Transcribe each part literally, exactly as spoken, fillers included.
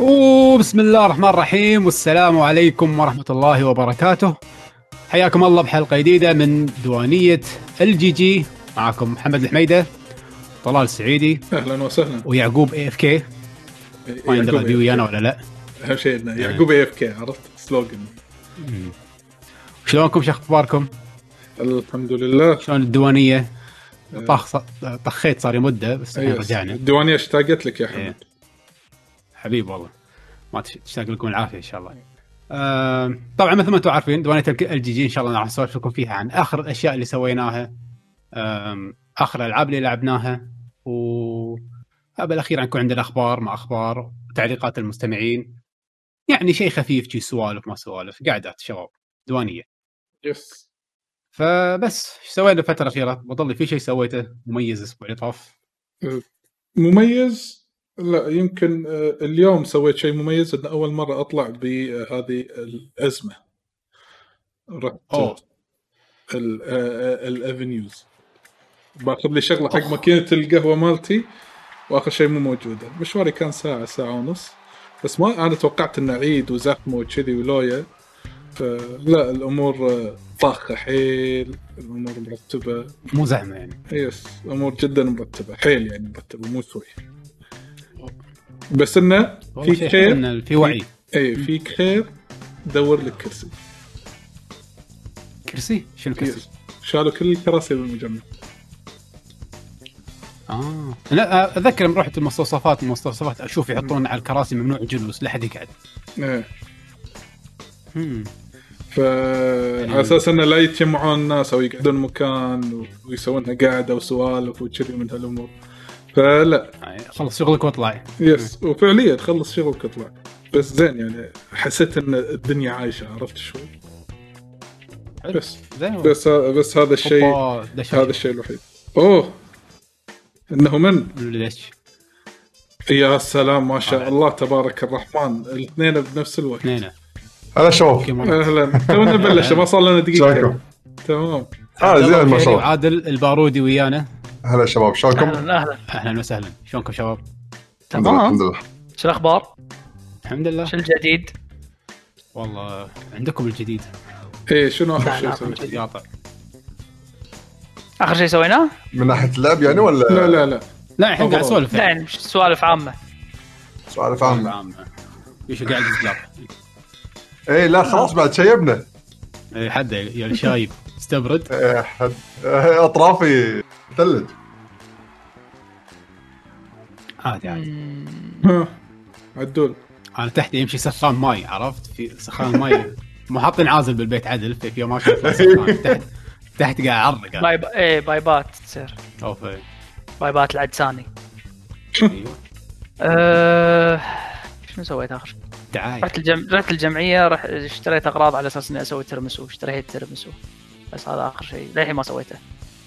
وبسم الله الرحمن الرحيم والسلام عليكم ورحمة الله وبركاته. حياكم الله بحلقة جديدة من دوانية الجي جي. معكم محمد الحميدة، طلال السعيدي، اهلا وسهلا، ويعقوب اي اف كي. ما عندنا ريفيو ويانا ولا لا؟ اهم شيء انه يعقوب اي اف كي، عرفت سلوغن. شلونكم؟ شو اخباركم؟ الحمد لله. شلون الديوانية؟ طخ طخيت صار مدة بس الحين رجعنا. الديوانية اشتاقت لك يا حمد. إيه. حبيب والله، ما تشتاق لكم العافية ان شاء الله. آه طبعا مثل ما انتم عارفين دوانية الجي جي ان شاء الله راح نسولف لكم فيها عن اخر الاشياء اللي سويناها، اخر الالعاب اللي لعبناها، وبالاخير نكون عندنا اخبار ما اخبار وتعليقات المستمعين، يعني شيء خفيف، شيء سوالف ما سوالف، قعدات شباب دوانية. يس. فبس ايش سوينا الفترة الأخيرة؟ بضل في شيء سويته مميز الأسبوع اللي طاف؟ مميز؟ لا يمكن اليوم سويت شيء مميز، إن أول مرة أطلع بهذه الأزمة. رحت الأفنيوز باخذ لي شغلة حق ماكينة القهوة مالتي، وآخر شيء مو موجودة. مشواري كان ساعة ساعة ونص، بس ما أنا توقعت إنه عيد وزحمة وكذي ولوية. لا الأمور طاخة حيل، الأمور مرتبة، مو زحمة يعني. يس الأمور جدا مرتبة حيل، يعني مرتبة مو سوي. بس إنه في خير، في وعي. أي في خير. دور لك كرسي. كرسي؟ شنو كرسي؟ شالوا كل الكراسي بالمجمع. آه أنا أذكر لما رحت المستوصفات المستوصفات أشوف يحطون على الكراسي ممنوع الجلوس، لا حد يقعد. إيه. هم. فعلى أساس إنه لا يتجمعون الناس أو يقعدون مكان ويسوونها قاعدة وسوالف وكذي من هالأمور. فلا خلص شغلك واطلع. يس هم. وفعليا خلص شغلك واطلع. بس زين يعني حسيت إن الدنيا عايشة، عرفت شوي. بس بس بس هذا الشيء هذا الشيء الوحيد. أوه إنه من ليش؟ يا سلام ما شاء الله تبارك الرحمن، الاثنين بنفس الوقت. اثنين. هلا شوف، اهلا تونا بلش ما صار لنا دقيقه. تمام. اه زين ما شاء الله. عادل البارودي ويانا. هلا شباب، شلونكم؟ اهلا اهلا وسهلا، شلونكم شباب؟ تمام الحمد لله. شو الاخبار؟ الحمد لله. شو الجديد؟ والله عندكم الجديد. ايه شنو اخر شيء سويت؟ يقاطع. اخر شيء سويناه من ناحيه اللعب يعني ولا؟ لا لا لا لا الحين قاعد اسولف. لا يعني سوالف عامه. سوالف عامه. ايش قاعد تلعب؟ ايه لا خلاص بعد شيبنا. ايه حد يا شايب استبرد. ايه حد اطرافي ثلج. عادي عادي. ها عدول انا تحت يمشي سخان ماي، عرفت؟ في سخان ماي مو حاطين عازل بالبيت عدل، في يوم ما شفت سخان تحت تحت قاعد اعرق. باي با... ايه بايبات تصير. اوف ايه بايبات العدساني. ايوه. أه... شنو سويت اخر شيء؟ دعايه. رحت الجم... رحت الجمعيه، رح اشتريت اغراض على اساس اني اسوي ترمسو، اشتريت ترمسو بس هذا اخر شيء، للحين ما سويته.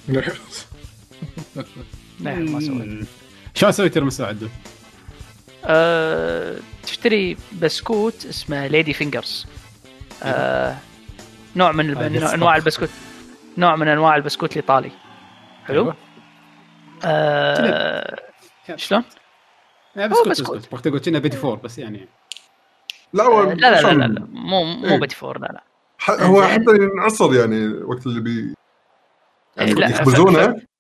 للحين ما سويته. شو اسوي ترمسو عدل؟ أه... تشتري بسكوت اسمه ليدي فينجرز. أه... نوع من الب... انواع البسكوت، نوع من انواع البسكوت الايطالي. حلو. أيوة. أه... شلون؟ لا بسكوت بسكوت وقت تقول كنا بيتي فور بس يعني. لا أه... لا, لا, لا لا لا مو مو إيه؟ بيتي فور لا لا ح... هو حتى ينعصر يعني وقت اللي بي يعني إيه يخبزونه. ف... ف...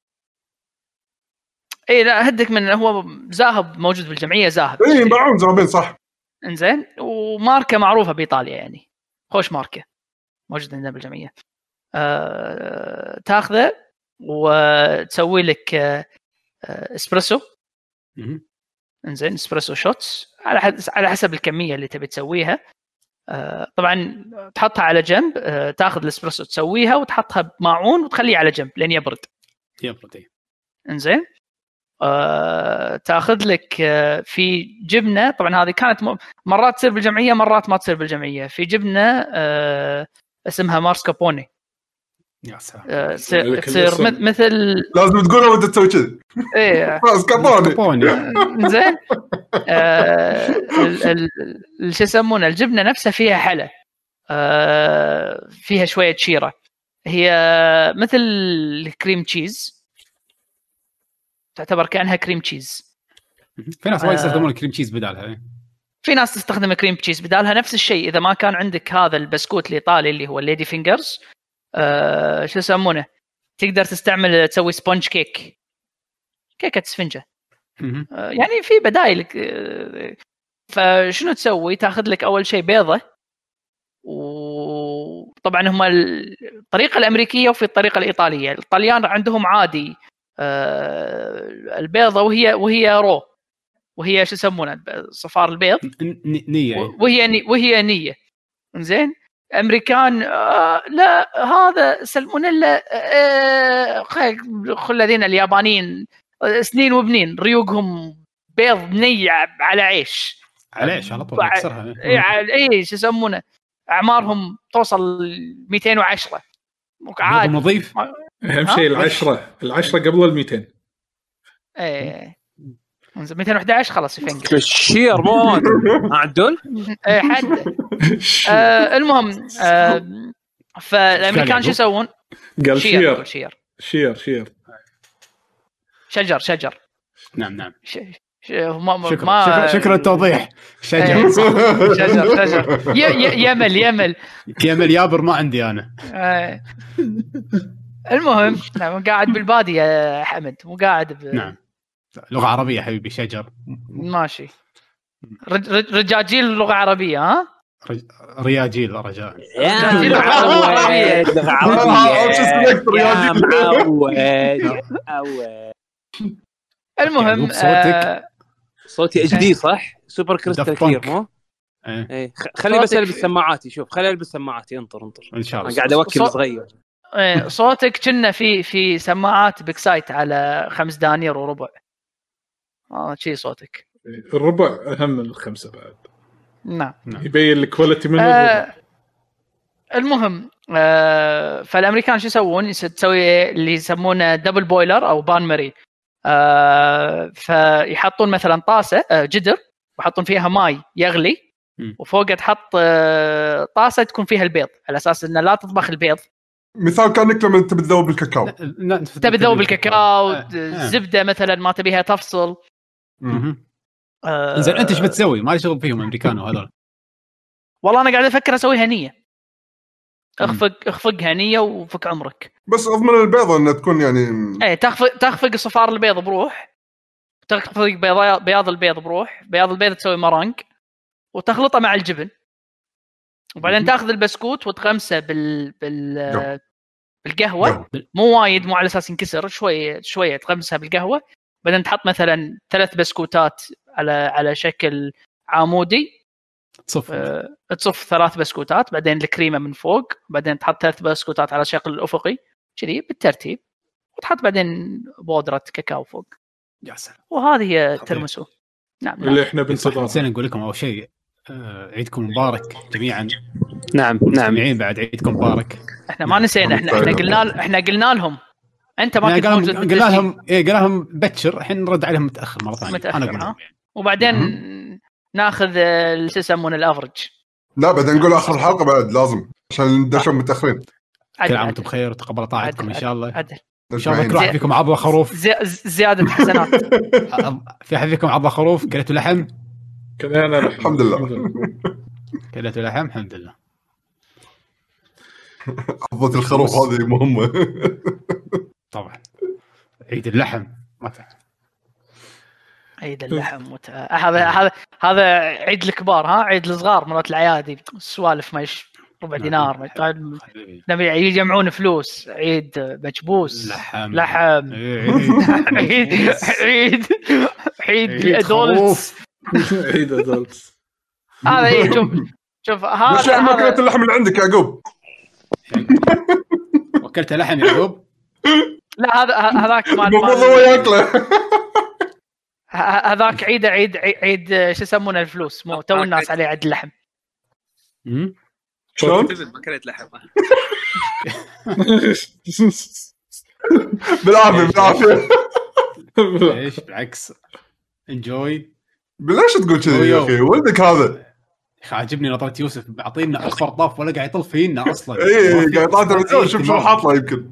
ايه لا هدك من هو زاهب موجود بالجمعيه، زاهب ايه باعون زابين صح. انزين، وماركه معروفه بايطاليا يعني، خوش ماركه موجود عندنا بالجمعيه. أه... تاخذه وتسوي لك أه... اسبريسو. انزين اسبريسو شوتس على حد... على حسب الكميه اللي تبي تسويها. أه... طبعا تحطها على جنب. أه... تاخذ الاسبريسو تسويها وتحطها بماعون وتخليه على جنب لين يبرد. يبرد ايه. انزين. أه... تاخذ لك أه... في جبنه، طبعا هذه كانت م... مرات تصير بالجمعيه مرات ما تصير بالجمعيه. في جبنه أه... اسمها مارسكابوني. يا سلام. أه... تصير مثل لازم تقولها وانت تسوي كذي. ايه مارسكابوني. زين. آه ال ال شو يسمونه الجبنه نفسها فيها حلا، آه فيها شويه شيره، هي مثل الكريم تشيز، تعتبر كأنها كريم تشيز. في ناس وايد يستخدمون الكريم تشيز بدالها. في ناس تستخدم كريم تشيز بدالها. نفس الشيء اذا ما كان عندك هذا البسكوت الايطالي اللي هو الليدي فينجرز آه شو يسمونه تقدر تستعمل تسوي سبونج كيك كيكه اسفنجه آه يعني في بدائل آه فشنو تسوي تاخذ لك اول شيء بيضه وطبعا هم الطريقه الامريكيه وفي الطريقه الايطاليه. الطليان عندهم عادي آه البيضه وهي وهي رو وهي شو يسمونها صفار البيض نيه وهي وهي نيه زين. امريكان آه لا هذا سلمونيلا آه خل الذين اليابانيين سنين وبنين ريوقهم بيض ني على عيش على عيش على طول يكسرها اي شو يسمونه اعمارهم توصل مئتين وعشرة عادي نظيف. اهم شيء العشرة العشرة قبل ال مئتين ايه مئتين وأحد عشر خلاص يفنق الشير مو عدل ايه حد آه المهم آه فالامريكان شو يسوون قال شير شير شير شير شجر شجر نعم نعم ش... ش... ما... شكرا ما... شكرا التوضيح. شجر شجر شجر ي... ي... يمل يمل يمل يابر ما عندي انا آه. المهم نعم قاعد بالبادي يا حمد مو قاعد ب... نعم لغة عربية حبيبي شجر ماشي رج... رجاجيل لغة عربية ها رج... رياجيل رجاء رجاجيل لغة عربية لغة عربية يا معود معود. المهم صوتك صوتي اتش دي صح سوبر كريستال كلير مو ايه خلي بس البس سماعاتي شوف خلي البس سماعاتي انطر انطر ان شاء الله قاعد اوكل صغير ايه صوتك كنا في في سماعات بكسايت على خمس دنانير وربع اه شيء صوتك الربع اهم من الخمسه بعد نعم يبين الكواليتي من آه الربع. المهم آه فالامريكان شو يسوون تسوي اللي يسمونه دبل بويلر او بان ماري آه فيحطون مثلا طاسه آه جدر ويحطون فيها ماء يغلي وفوقها تحط آه طاسه تكون فيها البيض على اساس انه لا تطبخ البيض. مثال كانك لما انت بتذوب الكاكاو تبي تذوب الكاكاو الزبده مثلا ما تبيها تفصل. انزين انت ايش بتسوي؟ ما لي شغل فيهم امريكان وهذول. والله انا قاعد افكر اسويها نيه اخفق اخفقها نيه وفك عمرك بس اضمن البيضه انها تكون يعني ايه تخفق تخفق صفار البيض بروح تخفق بياض بياض البيض بروح بياض البيض تسوي مرنق وتخلطه مع الجبن وبعدين تاخذ البسكوت وتغمسه بال بال بالقهوه مو وايد مو على اساس ينكسر شويه شويه تغمسها بالقهوه بعدين تحط مثلا ثلاث بسكوتات على على شكل عمودي تصف أه... تصف ثلاث بسكوتات بعدين الكريمه من فوق بعدين تحط ثلاث بسكوتات على شكل الافقي كذي بالترتيب وتحط بعدين بودره كاكاو فوق. يا سلام وهذه هي ترمسو. نعم اللي احنا بنصدر نسينا نقول لكم اول شيء آه عيدكم مبارك جميعا. نعم نعم جميعين بعد عيدكم مبارك. احنا ما نسينا احنا احنا قلنا احنا قلنا لهم انت ما كنت موجود قلنا لهم ايه قلنا لهم بكر الحين نرد عليهم متاخر مره ثانيه انا اقول وبعدين ناخذ شو يسمونه الافرج. لا بعدين نقول اخر الحلقه بعد لازم عشان ندشم متاخرين. كل عام وانتم بخير وتقبل طاعتكم ان شاء الله. عدل. ان شاء الله كل واحد فيكم عضله خروف زي... زياده حسنات. في احد فيكم عضله خروف كلته لحم كلنا الحمد لله كلته لحم الحمد لله. عضله الخروف هذه مهمه طبعا عيد اللحم ما تعرف عيد اللحم وت... هذا هذا هذا عيد الكبار ها عيد الصغار مرات العيادي سوالف مايش ربع دينار ما نبي يجمعون فلوس عيد مكبوس لحم لحم عيد عيد عيد الادولتس عيد الادولتس هذا ايه شوف شوف هذا مش ما اكلت اللحم اللي عندك يعقوب وكلت لحم يعقوب لا هذا هذاك ما هو ياكله هذاك عيد عيد عيد شو يسمونه الفلوس مو تو الناس عليه عيد اللحم. امم شلون ما كلت لحم بالعافيه بالعافيه ايش بالعكس انجوي. بلاش تقول كذي يا اخي ولدك هذا عاجبني نظرة يوسف بعطينا اصفر طاف ولا قاعد يطل فينا اصلا. اي قاعد يطلع شوف شو حاطله يمكن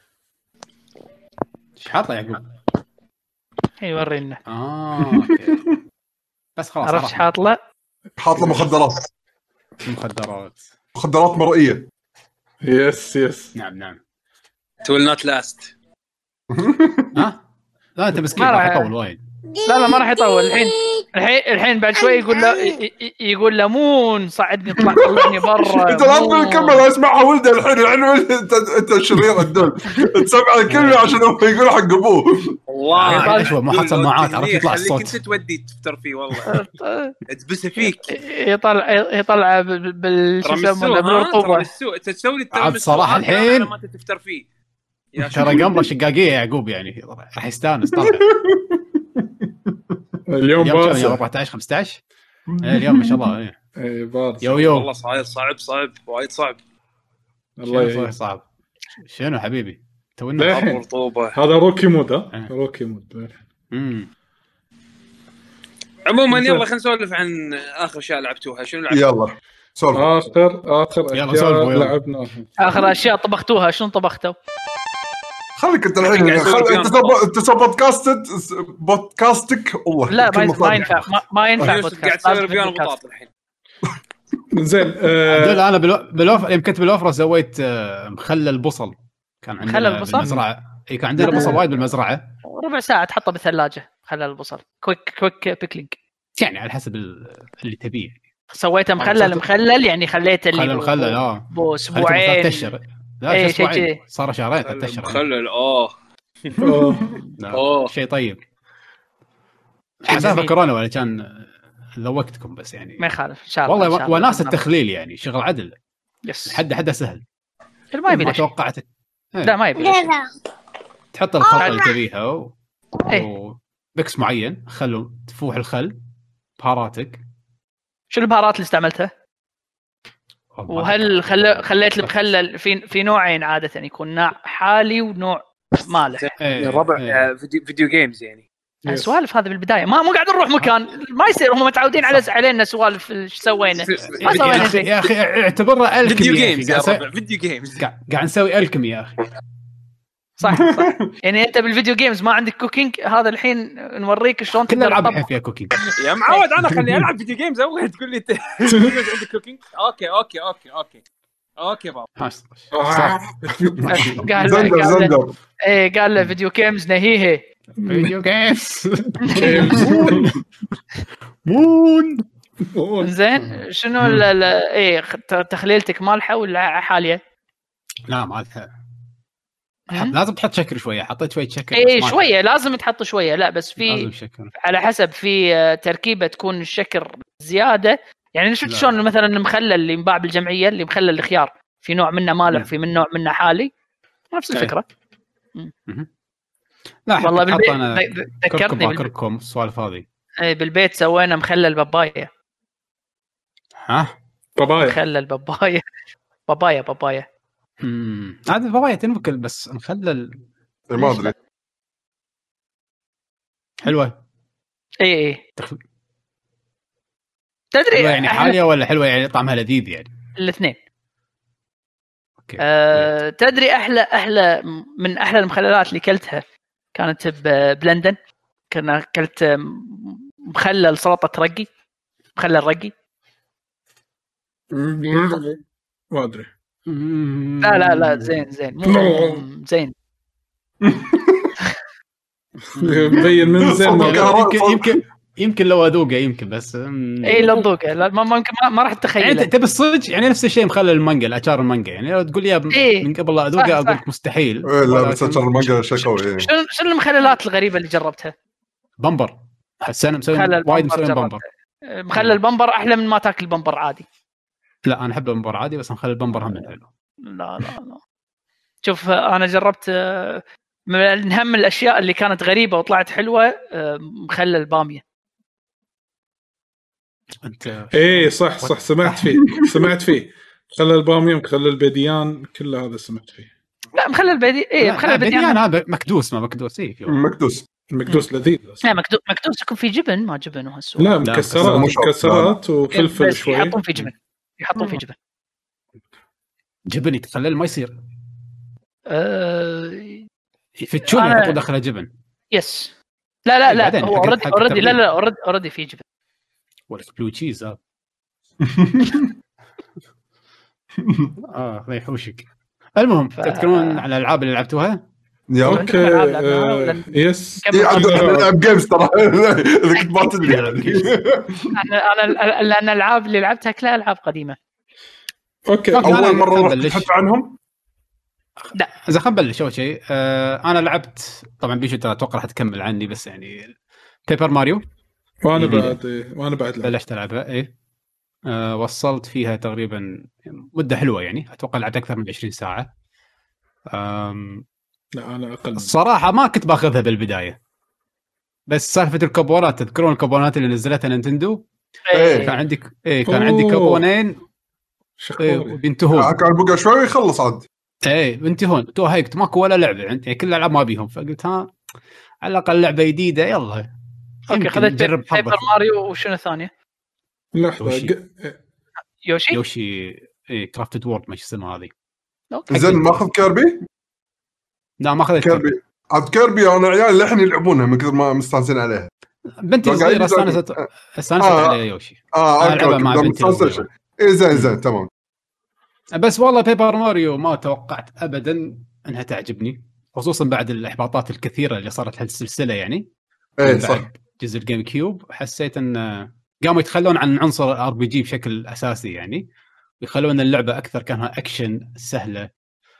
ايش حاطه يعقوب اي ورينا اه اوكي بس خلاص عرفت حاط له حاط له مخدرات مخدرات مخدرات مرئيه. يس يس نعم نعم. تول نوت لاست. ها لا انت مسكين ما راح راح- يطول وايد. لا لا ما راح يطول الحين الحين الحين بعد شوي يقول له ي- ي- يقول له مون صعدني اطلع طلعني برا. انت لا تقول الكلمه اسمعها ولده الحين الحين ولده انت انت الشرير الدول تسمع الكلمه عشان هو يقول حق ابوه. والله اشوف ما حط سماعات عرفت يطلع خليك الصوت. انت تودي تفتر فيه والله تبس فيك يطلع يطلع بال شو يسمونه بالرطوبه. ترى انت تسوي لي عاد صراحة الحين- ما تفتر فيه يا ترى قمره شقاقيه يا يعقوب يعني راح يستانس طلع. اليوم اليوم كم يا بارسة. أربعة عشر خمسة عشر إيه اليوم ما شاء الله. ايه اي بارسة يو يو والله صعب صعب صعب وايد صعب. الله شنو يعين. صعب شنو حبيبي تونا للحين. رطوبه. هذا روكي مود ها أه. روكي مود. امم عموما يلا خلينا نسولف عن اخر اشياء لعبتوها. شنو لعبتوا؟ يلا سولف. اخر اخر يلا اشياء سولفوا، يلا. لعبناها. اخر اشياء طبختوها شنو طبختوا؟ خليك انت الحين خل... انت سو... انت سو بودكاستك بودكاستك والله لا ما, كلمة ما صادقة. ينفع ما, ما ينفع يوسف قاعد تسوي ريفيو عن بطاط الحين. زين آه... آه... انا بالو... بالوفر يوم كنت بالوفره سويت آه، مخلل بصل كان عندنا مخلل بصل؟ بالمزرعه. اي كان عندنا بصل وايد بالمزرعه ربع ساعه تحطه بالثلاجه خلى البصل كويك كويك بيكلينج. يعني على حسب ال- اللي تبيه. سويته مخلل مخلل يعني خليته اللي خلل مخلل اه بو اسبوعين ثلاث اشهر. لا إيه، شيء شيء اسبوعين شيء. صار شهرين ثلاث اشهر. مخلل اه لا، أوه. شيء طيب. حسافه كورونا ولا كان ذوقتكم بس يعني ما يخالف ان شاء الله. إن شاء والله الله. وناس التخليل يعني شغل عدل يس حد حد سهل ما يبي ما له شيء. توقعت. إيه. لا ما يبي له شيء. تحط الخلطه اللي تبيها و... إيه. وبكس معين خلوا تفوح الخل بهاراتك. شو البهارات اللي استعملتها؟ والله وهل خل... خليت المخلل في في نوعين عاده يعني يكون نوع حالي ونوع مالح. إيه. ربع إيه. آه، فيديو فيديو جيمز يعني. السوالف هذه بالبدايه ما مو قاعد نروح مكان ما يصير. هم متعودين على علينا سوالف ايش سوينا ما يا سوينا اخي شيء. يا اخي اعتبرها الكيمياء فيديو يا أخي. جيمز يا قاعد نسوي- ربع فيديو جيمز. قاعد قاعد نسوي الكيمياء يا اخي. صح صح يعني انت بالفيديو جيمز ما عندك كوكينج. هذا الحين نوريك شلون كل تقدر العاب تطبخ. الحين فيها كوكينج. يا معود انا خليني العب فيديو جيمز اول تقول لي عندك كوكينج. اوكي اوكي اوكي اوكي اوكي بابا. قال زندر قال زندر ايه قال له فيديو جيمز نهيهه. فيديو جيمز مون زين شنو ال ال- ايه خ- تخليلتك مالحه ولا حاليه؟ لا ما أدري. مم. لازم تحط شكر شويه. حطيت شويه شكر ايه بس ما شويه لازم تحط شويه. لا بس لازم في شكر. على حسب في آه، تركيبه تكون الشكر زياده. يعني شفت لا. شلون مثلا المخلل اللي ينباع بالجمعيه اللي مخلل الخيار في نوع منه مالح مم. في من نوع منه حالي نفس إيه. الفكره. لا والله والله بالبيت انا ذكرتني ذكرتني بالبيت. باكركم السوالف هذه. إيه، بالبيت سوينا مخلل بابايا. ها بابايا مخلل بابايا بابايا بابايا امم هذا بابايا تنفكل بس نخلل ما ادري حلوه. اي اي تخ... تدري حلوة يعني إحنا- حاليه ولا حلوه يعني طعمها لذيذ يعني. الاثنين. اوكي أه تدري احلى احلى من احلى المخللات اللي كلتها كانت بلندن. كنا اكلت مخلل سلطه رقي مخلل رقي. ما ادري لا لا لا زين زين مو زين. مبين من زين ما يمكن يمكن يمكن لو اذوقه يمكن بس اي لو ذوقه لا ما ممكن ما, ما راح يعني تتخيله. تبي الصدق يعني نفس الشيء مخلل المانجا الاشجار المانجا يعني لو تقول لي إيه. من قبل لا صح، اذوقه اقول صح. لك مستحيل. إيه، لا ولكن بس اشر المانجا شيء قوي. إيه. شنو شنو المخللات الغريبه اللي جربتها؟ بمبر هالسنه مسوي مخلل وايد بمبر مسوي جربته. بمبر. مخلل بمبر احلى من ما تاكل بمبر عادي. لا انا احب البمبر عادي بس مخلل البمبر هم حلو. لا لا لا شوف انا جربت من اهم الاشياء اللي كانت غريبه وطلعت حلوه مخلل باميه. انت ايه صح صح سمعت فيه سمعت فيه خلى الباميه خلى البديان كل هذا سمعت فيه. لا مخلل بدي ايه مخلل بديان هذا مكدوس ما مكدوس ايه مكدوس المكدوس لذيذ. لا مكدوس مكدوس يكون في جبن ما جبن وهالسوالف. لا مكسرات مكسرات وفلفل شوي يحطون في جبن يحطون في جبن جبن يتخلل ما يصير. أه... في التشون أنا... يحطون داخلها جبن. يس لا لا لا بعدين هو حق- اوريدي حق اوريدي لا التربية. لا اوريدي اوريدي في جبن. ولا بلو تشيز هذا اه الله يحوشك. المهم ف... تذكرون على الالعاب اللي لعبتوها؟ يا اوكي آه... يس العب جيمز ترى اذا كنت ما تدري يعني. انا انا لان الالعاب اللي لعبتها كلها العاب قديمه. اوكي اول مره رحت تحكي عنهم؟ لا اذا خل نبلش اول شيء آه انا لعبت طبعا بيشو ترى اتوقع راح تكمل عني بس يعني بيبر ماريو وانا بعد وانا بعد بلشت العبها ايه آه وصلت فيها تقريبا مده حلوه يعني اتوقع لعبت اكثر من عشرين ساعه. أم لا انا اقل. الصراحه ما كنت باخذها بالبدايه بس سالفه الكوبونات تذكرون الكوبونات اللي نزلتها نينتندو؟ ايه كان عندي ايه كان عندي كوبونين وبينتهون إيه كان بقى شوي يخلص عاد ايه بينتهون تو هيك ماكو ولا لعبه عندي كل الالعاب ما بيهم فقلت ها على الاقل لعبه جديده يلا اوكي خذيت بيبر ماريو وشنو ثانيه؟ لحظه يوشي ج... يوشي, يوشي... ايه كرافتد وورد ما اسمها هذه. زين ما اخذ كيربي؟ لا ما اخذت كيربي. عاد كيربي انا عيال لحن يلعبونها من كثر ما مستانسين عليها. بنتي الصغيره استانست استانست آه. عليها يوشي اه انا العبها مع بنتي الصغيره. ايه زين زين تمام. بس والله بيبر ماريو ما توقعت ابدا انها تعجبني خصوصا بعد الاحباطات الكثيره اللي صارت هالسلسله يعني. ايه صح. جزء الجيم كيوب حسيت ان قاموا يتخلون عن عنصر الار بي جي بشكل اساسي يعني ويخلون اللعبه اكثر كانها اكشن سهله.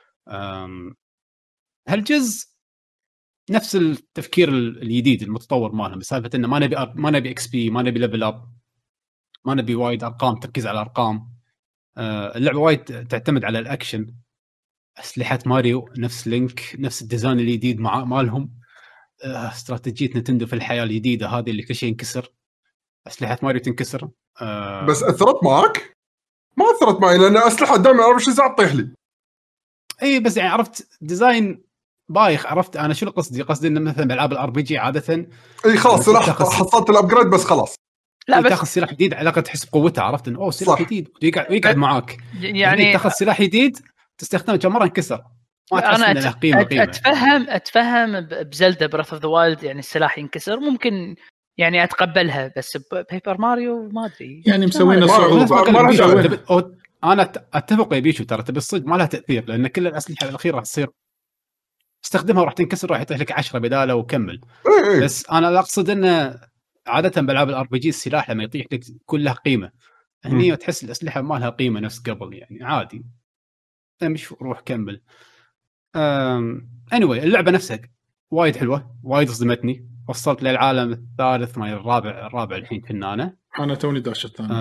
هالجزء نفس التفكير الجديد المتطور مالهم سالفه انه ما نبي ما نبي اكس بي ما نبي ليفل اب ما نبي وايد ارقام تركيز على الارقام. اللعبه وايد تعتمد على الاكشن. اسلحه ماريو نفس لينك نفس الديزاين الجديد مع مالهم. استراتيجيه نينتندو في الحياه الجديده هذه اللي كل شيء ينكسر اسلحه ماريو تنكسر. بس اثرت معك؟ ما اثرت معي لان اسلحه دائما أربعة وعشرين ساعه تطيح لي. اي بس يعني عرفت ديزاين بايخ. عرفت انا شو قصدي قصدي انه مثلا بالعاب الار بي جي عاده اي خلاص سلاح حصلت الابجريد بس خلاص لا بس تاخذ سلاح جديد على الاقل تحس بقوته. عرفت انه اوه سلاح جديد ويقعد ويقعد معاك يعني تاخذ سلاح جديد تستخدمه كم مره انكسر ما تحس انه له قيمه قيمه. اتفهم اتفهم بزلدا براث اوف ذا وايلد يعني السلاح ينكسر ممكن يعني اتقبلها بس بيبر ماريو ما ادري يعني مسوينا صعوبه. انا اتفق يا بيشو ترى تبي الصدق ما لها تاثير لان كل الاسلحه الاخيره راح تصير استخدمها وراح تنكسر راح يطيح لك عشرة بداله وكمل. بس انا اقصد انه عاده بالعاب الار بي جي السلاح لما يطيح لك كلها قيمه هني وتحس الاسلحه ما لها قيمه نفس قبل يعني عادي مش روح كمل. امم anyway اللعبه نفسها وايد حلوه وايد صدمتني. وصلت للعالم الثالث ما الرابع الرابع الحين فنانه انا توني داش الثاني.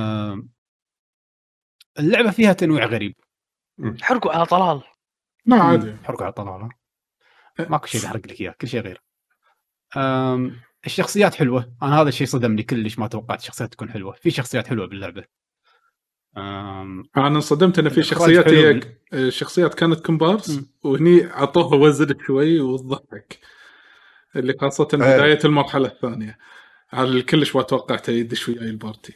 اللعبه فيها تنويع غريب. حرقوا على طلال ما عادي حرقوا على طلال ماكو شيء احرق لك اياه كل شيء غير. امم الشخصيات حلوه انا هذا الشيء صدمني كلش ما توقعت الشخصيات تكون حلوه. في شخصيات حلوه باللعبه. امم انا انصدمت ان في شخصيات هي الشخصيات كانت كومبارس وهني عطوها وزن شوي وضحك اللي خاصه بدايه المرحله الثانيه على الكلش ما توقعته يدش وياي البارتي.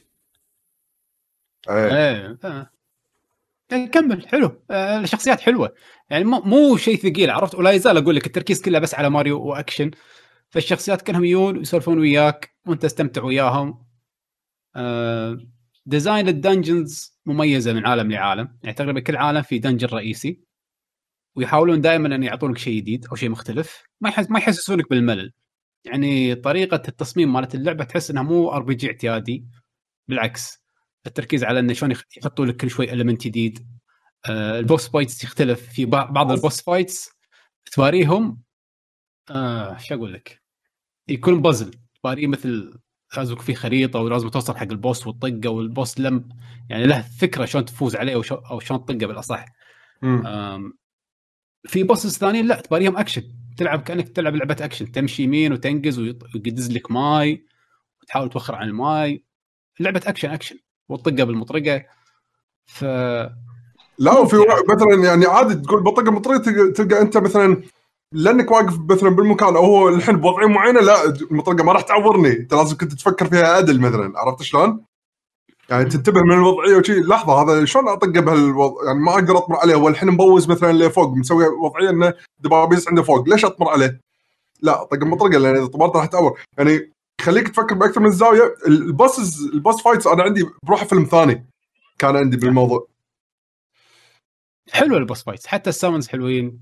ايه اه كمل حلو. آه الشخصيات حلوه يعني مو شيء ثقيل عرفت ولا يزال اقول لك التركيز كله بس على ماريو واكشن. فالشخصيات كانهم يجون ويسولفون وياك وانت تستمتع وياهم. آه ديزاين الدنجنز مميزه من عالم لعالم يعني تقريبا كل عالم في دنجن رئيسي ويحاولون دائما ان يعطونك شيء جديد او شيء مختلف ما يحس ما يحسسونك بالملل. يعني طريقه التصميم مالت اللعبه تحس انها مو ار بي جي اعتيادي بالعكس التركيز على انه شلون يحطوا لك كل شوي إليمنت جديد. آه البوس فايتس يختلف في بعض البوس فايتس تواريهم آه شو اقول لك يكون بازل تواريه مثل لازمك في خريطه ولازم توصل حق البوس والطقه والبوس لم يعني له فكره شلون تفوز عليه او شلون تطقه بالاصح. في بوسز ثانيين لا تباريهم اكشن تلعب كانك تلعب لعبه اكشن تمشي يمين وتنقز ويقدز لك ماي وتحاول توخر عن الماي. لعبه اكشن اكشن والطقه بالمطرقه. ف لا وفي مثلا يعني عادي تقول بطقه مطرقه تلقى انت مثلا لانك واقف مثلا بالمكان او هو الحين بوضعيه معينه لا المطرقه ما راح تعورني انت لازم كنت تفكر فيها عدل مثلا عرفت شلون يعني تنتبه من الوضعيه وشي لحظه هذا شلون اطقه بهالوضع يعني ما اقدر اطمر عليه هو الحين مبوز مثلا لفوق مسوي وضعيه انه دبابيس عنده فوق ليش اطمر عليه لا طق المطرقه لان اذا طمرت راح تعور يعني خليك تفكر باكثر من زاويه. البوسز البوس فايتس انا عندي بروحه فيلم ثاني كان عندي بالموضوع. حلو البوس فايت، حتى السامونز حلوين.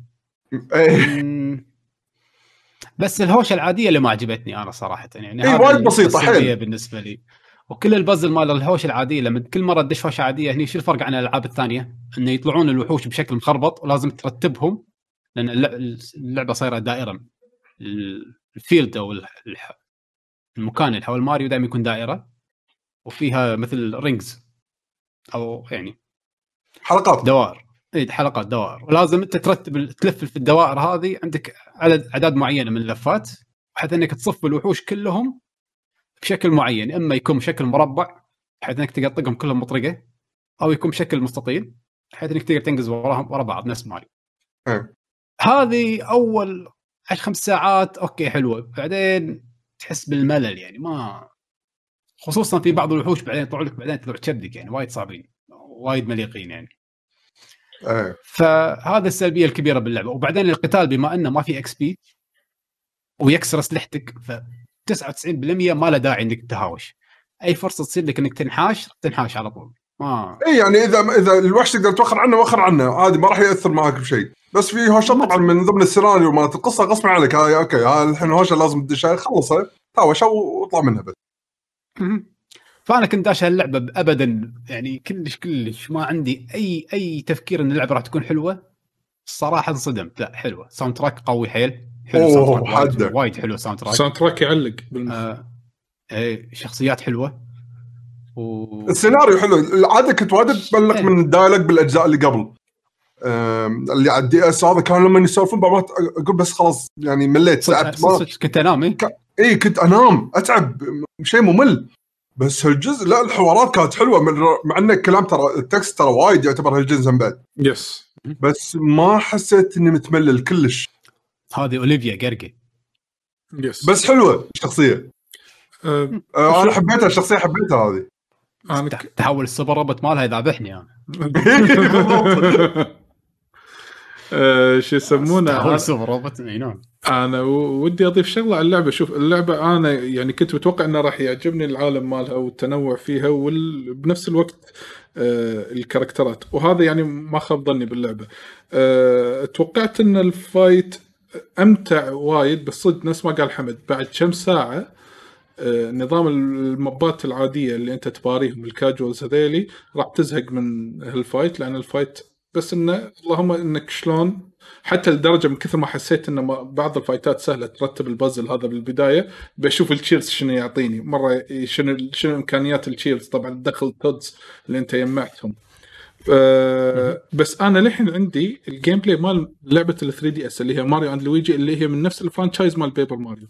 بس الهوشه العاديه اللي ما عجبتني انا صراحه يعني. اي وايد بسيطه حيل بالنسبه لي. وكل البازل مال الهوشه العاديه لما كل مره تدش هوشه عاديه هني شو الفرق عن الالعاب الثانيه؟ انه يطلعون الوحوش بشكل مخربط ولازم ترتبهم، لان اللعبه صايره دائره. الفيلد او المكان اللي حول ماريو دائما يكون دائره وفيها مثل رينجز او يعني حلقات دوائر. اي حلقات دوائر، ولازم انت ترتب تلف في الدوائر هذه. عندك عدد اعداد معينه من اللفات بحيث انك تصف الوحوش كلهم بشكل معين، اما يكون بشكل مربع بحيث انك تقطقهم كلهم مطرقه، او يكون بشكل مستطيل بحيث انك تقدر تنقز وراهم ورا بعض نفس ماريو. هذه اول عشر خمس ساعات اوكي حلوه، بعدين تحس بالملل يعني، ما خصوصا في بعض الوحوش بعدين يطلعوا لك بعدين تطلع تشبك يعني، وايد صعبين وايد مليقين يعني. أيه. فهذا السلبيه الكبيره باللعبه. وبعدين القتال بما انه ما في اكس بي ويكسر اسلحتك، ف تسعة وتسعين بالمية ما له داعي انك تهاوش. اي فرصه تصير لك انك تنحاش تنحاش على طول. ما اي يعني اذا اذا الوحش تقدر توخر عنه وخر عنه عادي، ما راح ياثر معك بشيء. بس في هوشه طبعا من ضمن السيناريو مالت القصه غصب عليك. هاي اوكي ها الحين هوشه لازم تدشها خلصها تهاوش واطلع منها بس. فانا كنت داش هاللعبه ابدا يعني كلش كلش ما عندي اي اي تفكير ان اللعبه راح تكون حلوه. الصراحه انصدمت. لا حلوه، ساوند تراك قوي حيل. حلو ساوند تراك وايد, وايد حلو ساوند تراك. ساوند تراك يعلق بالمخ. آه اي شخصيات حلوه و... السيناريو حلو. العاده كنت وايد تبلق من الدايلوج بالاجزاء اللي قبل اللي على الدي اس هذا. كان لما يسولفون بعض اقول بس خلاص يعني مليت ساعات ما كنت انام. اي ك... إيه كنت انام اتعب شيء ممل. بس هالجزء لا الحوارات كانت حلوه مع انه الكلام ترى التكست ترى وايد يعتبر هالجزء بعد. يس بس ما حسيت اني متملل كلش. هذه اوليفيا جيرجي يس بس حلوه الشخصيه. أه أه انا حبيتها الشخصيه حبيتها هذه. انا تحول السوبر روبوت مالها يذابحني انا. أه شو يسمونه تحول السوبر روبوت. نعم انا ودي اضيف شغله على اللعبه. شوف اللعبه انا يعني كنت متوقع انه راح يعجبني العالم مالها والتنوع فيها وبنفس الوقت أه الكاركترات، وهذا يعني ما خاب ظني باللعبه. أه توقعت ان الفايت امتع وايد، بس صدق نفس ما قال حمد بعد كم ساعه أه نظام المبات العاديه اللي انت تباريهم الكاجوالز هذيلي راح تزهق من هالفايت، لان الفايت بس انه اللهم انك شلون حتى لدرجه من كثر ما حسيت ان بعض الفايتات سهله ترتب البازل هذا بالبدايه بشوف التشيلز شنو يعطيني مره، شنو شنو امكانيات التشيلز. طبعا تدخل تودز اللي انت جمعتهم. أه بس انا لحين عندي الجيم بلاي مال لعبه ال ثري دي اس اللي هي ماريو اند لويجي اللي هي من نفس الفرانشايز مال بيبر ماريو.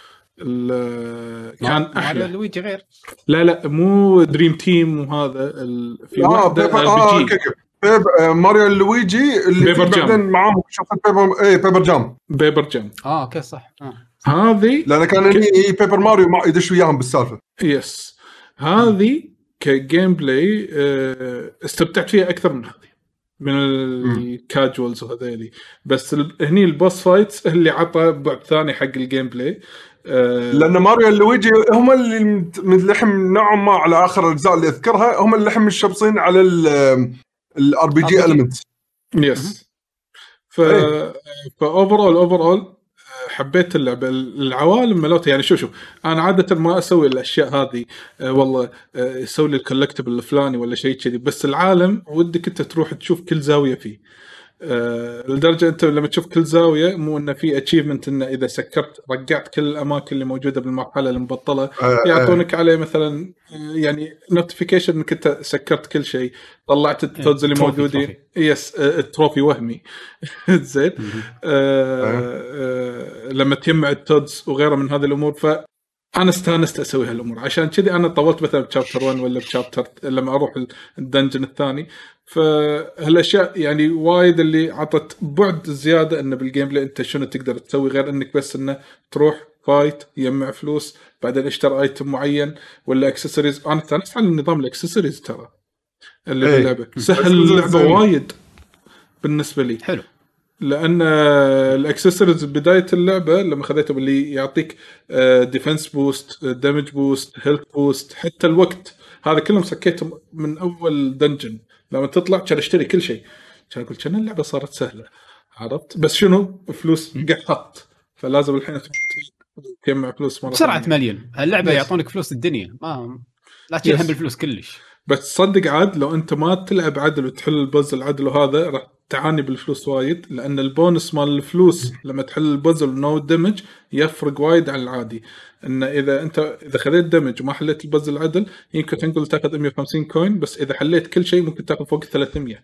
كان احلى. لويجي غير. لا لا مو دريم تيم وهذا في آه واحده آه بي بيب ماريو لويجي اللي بعدين معاهم شخصيه بيبر اي بيبر جام بيبر جام اه اوكي صح. آه. هذه لان كان ك... هي بيبر ماريو ما يدش وياهم بالسالفه. يس هذه كجيم بلاي استمتعت فيها اكثر من هذه من الكاجوالز وهذيلي. بس هني البوس فايتس اللي عطى بعد ثاني حق الجيم بلاي. أه لان ماريو لويجي هم اللي متلحم نوعا ما على اخر الاجزاء اللي اذكرها، هم اللي لحم الشبصين على الار بي جي المنتس. يس ف فاوفرول اوفرول حبيت اللعبه. العوالم ملوتها يعني شوف شوف انا عاده ما اسوي الاشياء هذه أه والله أه يسوي لي الكولكتبل الفلاني ولا شيء كذي، بس العالم ودك انت تروح تشوف كل زاويه فيه. أه لدرجه انت لما تشوف كل زاويه مو انه في اتشيفمنت انه اذا سكرت رجعت كل الاماكن اللي موجوده بالمرحله المبطله أه يعطونك أه. عليه مثلا يعني نوتيفيكيشن انك انت سكرت كل شيء، طلعت التودز اللي موجودين. يس التروفي وهمي زين. أه أه لما تجمع التودز وغيره من هذه الامور، ف انا استانست اسوي هالامور. عشان كذي انا طولت مثلا بشابتر واحد ولا بشابتر لما اروح الدنجن الثاني. فهالاشياء يعني وايد اللي عطت بعد زياده انه بالجيم بلاي انت شنو تقدر تسوي غير انك بس انه تروح فايت يجمع فلوس بعدين اشتري ايتم معين ولا اكسسوارز. انا استانست على النظام الاكسسوارز ترى اللي ايه. باللعبه سهل اللعبه وايد بالنسبه لي. حلو لأن الأكسسوارز بداية اللعبة لما خذيته اللي يعطيك ديفنس بوست، دامج بوست، هيلث بوست، حتى الوقت هذا كلهم سكيتهم من اول دنجن. لما تطلع كان اشتري كل شيء، كان اقول كان اللعبه صارت سهله، عرفت؟ بس شنو فلوس قحط، فلازم الحين تجمع فلوس مره بسرعه مليون. اللعبه يعطونك فلوس الدنيا، ما لا تشيل هم بالفلوس كلش. بس تصدق عاد لو انت ما تلعب عدل وتحل البازل عدل وهذا راح تعاني بالفلوس وايد، لان البونس مال الفلوس لما تحل البازل نو دمج يفرق وايد عن العادي. ان اذا انت اذا خذيت دمج وما حليت البازل عدل يمكن تنقل تاخذ مية وخمسين كوين، بس اذا حليت كل شيء ممكن تاخذ فوق ثلاثمية.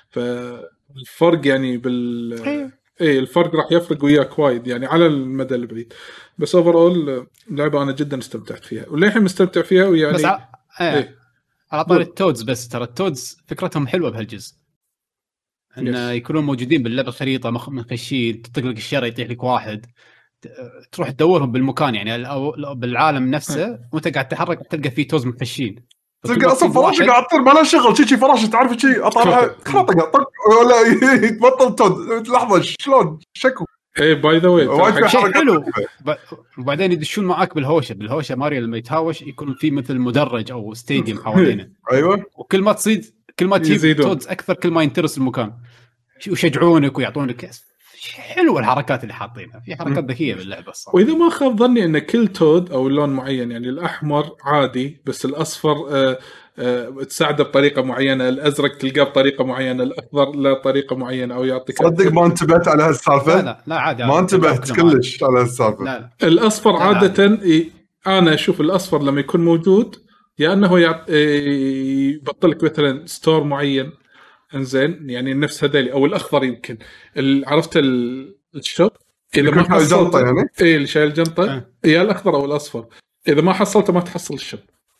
فالفرق يعني بال ايه الفرق راح يفرق وياك وايد يعني على المدى البعيد. بس اوفر اول اللعبه انا جدا استمتعت فيها وللحين مستمتع فيها. ويعني بس ع... ايه. إيه. على طاري التودز، بس ترى التودز فكرتهم حلوه بهالجزء، ان يس. يكونون موجودين باللعبه خريطه مخشين، تطق لك الشارع يطيح لك واحد، تروح تدورهم بالمكان يعني او بالعالم نفسه وانت قاعد تتحرك تلقى فيه توز مخشين. تلقى اصلا فراشه قاعد تطير ما له شغل، شي شي فراشه تعرف شي اطلعها خرطه طق ولا يتبطل تود. لحظه شلون شكو ايه باي ذا واي شيء حلو. وبعدين يدشون معاك بالهوشه بالهوشه ماريو لما يتهاوش يكون في مثل مدرج او ستاديوم حوالينه. ايوه وكل ما تصيد كل ما تجيب تودز اكثر كل ما ينترس المكان ويشجعونك ويعطونك. حلو الحركات اللي حاطينها، في حركات ذكيه باللعبه الصراحه. واذا ما خاب ظني ان كل تود او لون معين، يعني الاحمر عادي بس الاصفر آه آه تساعده بطريقه معينه، الازرق تلقاه بطريقه معينه، الاخضر لا طريقه معينه او يعطيك. صدق ما انتبهت على هالسالفه. لا لا, لا عادي ما انتبهت كلش على هالسالفه. لا لا. الاصفر لا عاده لا انا اشوف الاصفر لما يكون موجود يا انه يعط... يبطلك مثلا ستور معين انزين يعني نفس هذول، او الاخضر يمكن عرفت الشوب اذا ما حصلته يعني ايه اللي شايل الجنطه أه. يا الاخضر او الاصفر، اذا ما حصلته ما تحصل الشوب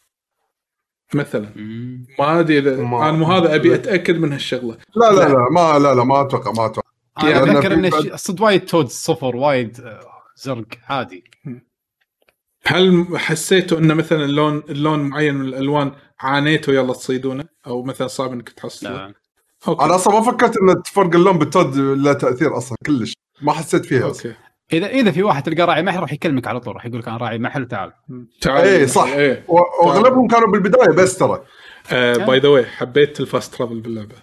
مثلا. ما ادري اذا انا مو هذا ابي اتاكد من هالشغله. لا لا لا, لا ما لا لا ما اتوقع ما اتوقع انا افكر ان صد وايد تود صفر وايد زرق عادي. هل حسيتوا انه مثلا اللون اللون معين من الالوان عانيتوا يلا تصيدونه او مثلا صعب انك تحصله؟ أوكي. انا اصلا ما فكرت ان تفرق اللون بالتود له تاثير اصلا كلش، ما حسيت فيها أوكي. اذا اذا في واحد تلقى راعي محل راح يكلمك على طول، راح يقول لك انا راعي محل تعال تعال. اي صح ايه. واغلبهم كانوا بالبدايه بس ترى باي ذا واي حبيت الفاست ترافل باللعبه.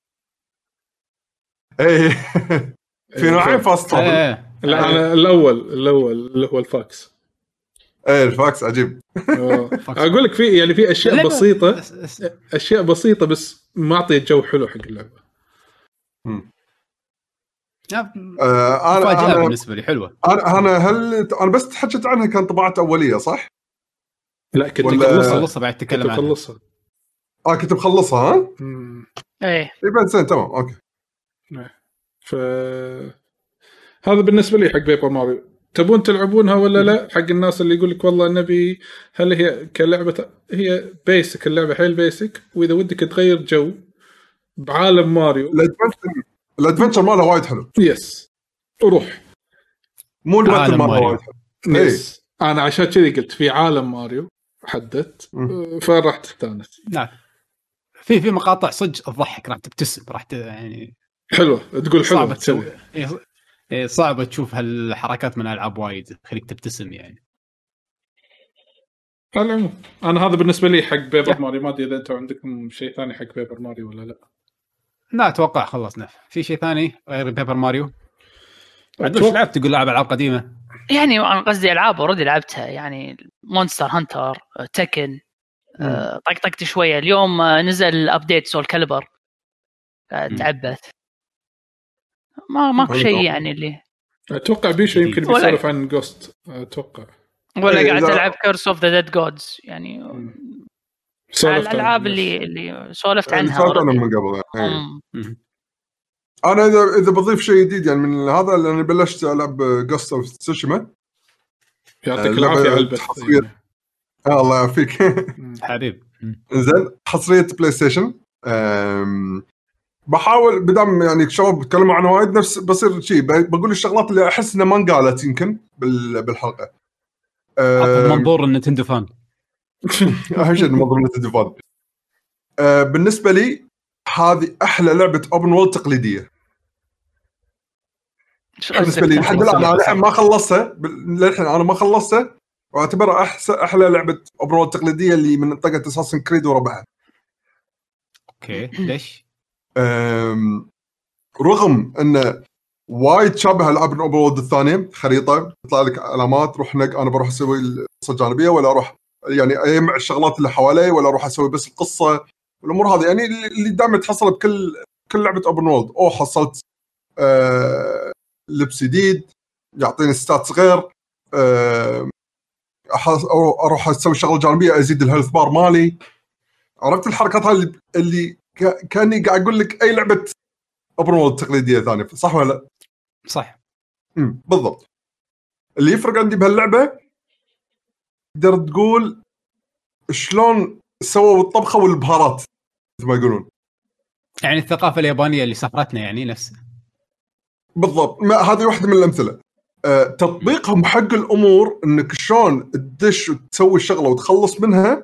ايه في نوعين فاست ترافل. لا انا الاول الاول اللي هو الفاكس. ايه الفاكس عجيب. اقول لك في يعني في اشياء بسيطه اشياء بسيطه بس ما اعطي جو حلو حق اللعبه. امم آه انا انا بالنسبه لي حلوه. انا انا هل انا بس تحكيت عنها كان طبعت اوليه صح؟ لا كنت خلصها بعد تتكلم عنها. خلصها اه كنت مخلصها ها؟ امم ايه يبقى زين تمام اوكي. ف هذا بالنسبه لي حق بيبر ماريو. تبون تلعبونها ولا لا؟ حق الناس اللي يقول لك والله نبي، هل هي كلعبه هي بيسك، اللعبه حيل بيسك، واذا ودك تغير جو بعالم ماريو الادفنتشر الادفنتشر ماله وايد حلو. يس روح مو الباتل ماله وايد حلو. يس انا عشان كذي قلت في عالم ماريو حددت فراح تستانس. نعم في في مقاطع صدق تضحك، راح تبتسم، راح يعني حلوه تقول حلوه تسوي إيه صعبة تشوف هالحركات من ألعاب وايد خليك تبتسم يعني. العموم أنا هذا بالنسبة لي حق بيبر ماريو. ما أدري إذا أنتم عندكم شيء ثاني حق بيبر ماريو ولا لا. لا أتوقع خلصنا. في شيء ثاني غير بيبر ماريو؟ عدوش لعبت تقول لعب ألعاب قديمة يعني؟ أنا قصدي ألعاب أوريدي لعبتها يعني مونستر هانتر تكن أه طقطقت شوية. اليوم نزل أبديت سول كاليبر تعبت ما ماكو شيء يعني اللي اتوقع بيشو يمكن بيسولف عن جوست اتوقع ولا قاعد العب كيرس اوف ذا ديد جودز يعني الالعاب اللي اللي سولفت عنها انا من قبل يعني. انا اذا اذا بضيف شيء جديد يعني من هذا لاني بلشت العب جوست اوف تسوشيما. يعطيك العافيه على التصوير. آه الله يعافيك حبيب. زين حصريه بلاي ستيشن بحاول بدم يعني شباب بيتكلموا عنها وايد نفس بصير شيء بقول الشغلات اللي احس انها ما انقالت يمكن بالحلقه. أه منظور النينتندو فان اهم شيء منظور النينتندو فان. أه بالنسبه لي هذه احلى لعبه اوبن وورلد تقليديه بالنسبه لي. لحد الان انا ما خلصتها للحين انا ما خلصتها واعتبرها احسن احلى لعبه اوبن وورلد تقليديه اللي من منطقه اساسن كريد وربعها. اوكي ليش؟ رغم انه وايد شابه العاب الاوبن وورلد الثانيه، خريطه يطلع لك علامات روح نق انا بروح اسوي القصه الجانبيه ولا اروح يعني اجمع الشغلات اللي حوالي ولا اروح اسوي بس القصه والامور هذه يعني اللي دائما تحصل بكل كل لعبه اوبن وورلد. او حصلت أه لبس جديد يعطيني ستات غير، أه اروح اسوي شغله جانبيه ازيد الهيلث بار مالي. عرفت الحركات هاي اللي كاني قاعد اقول لك اي لعبه اوبن وورلد تقليديه ثانيه، صح ولا لا؟ صح. امم بالضبط. اللي يفرق عندي بهاللعبه تقدر تقول شلون سووا الطبخه والبهارات مثل ما يقولون، يعني الثقافه اليابانيه اللي سحرتنا يعني نفسها. بالضبط. ما هذه واحده من الامثله. أه تطبيقهم حق الامور انك شلون تدش وتسوي الشغله وتخلص منها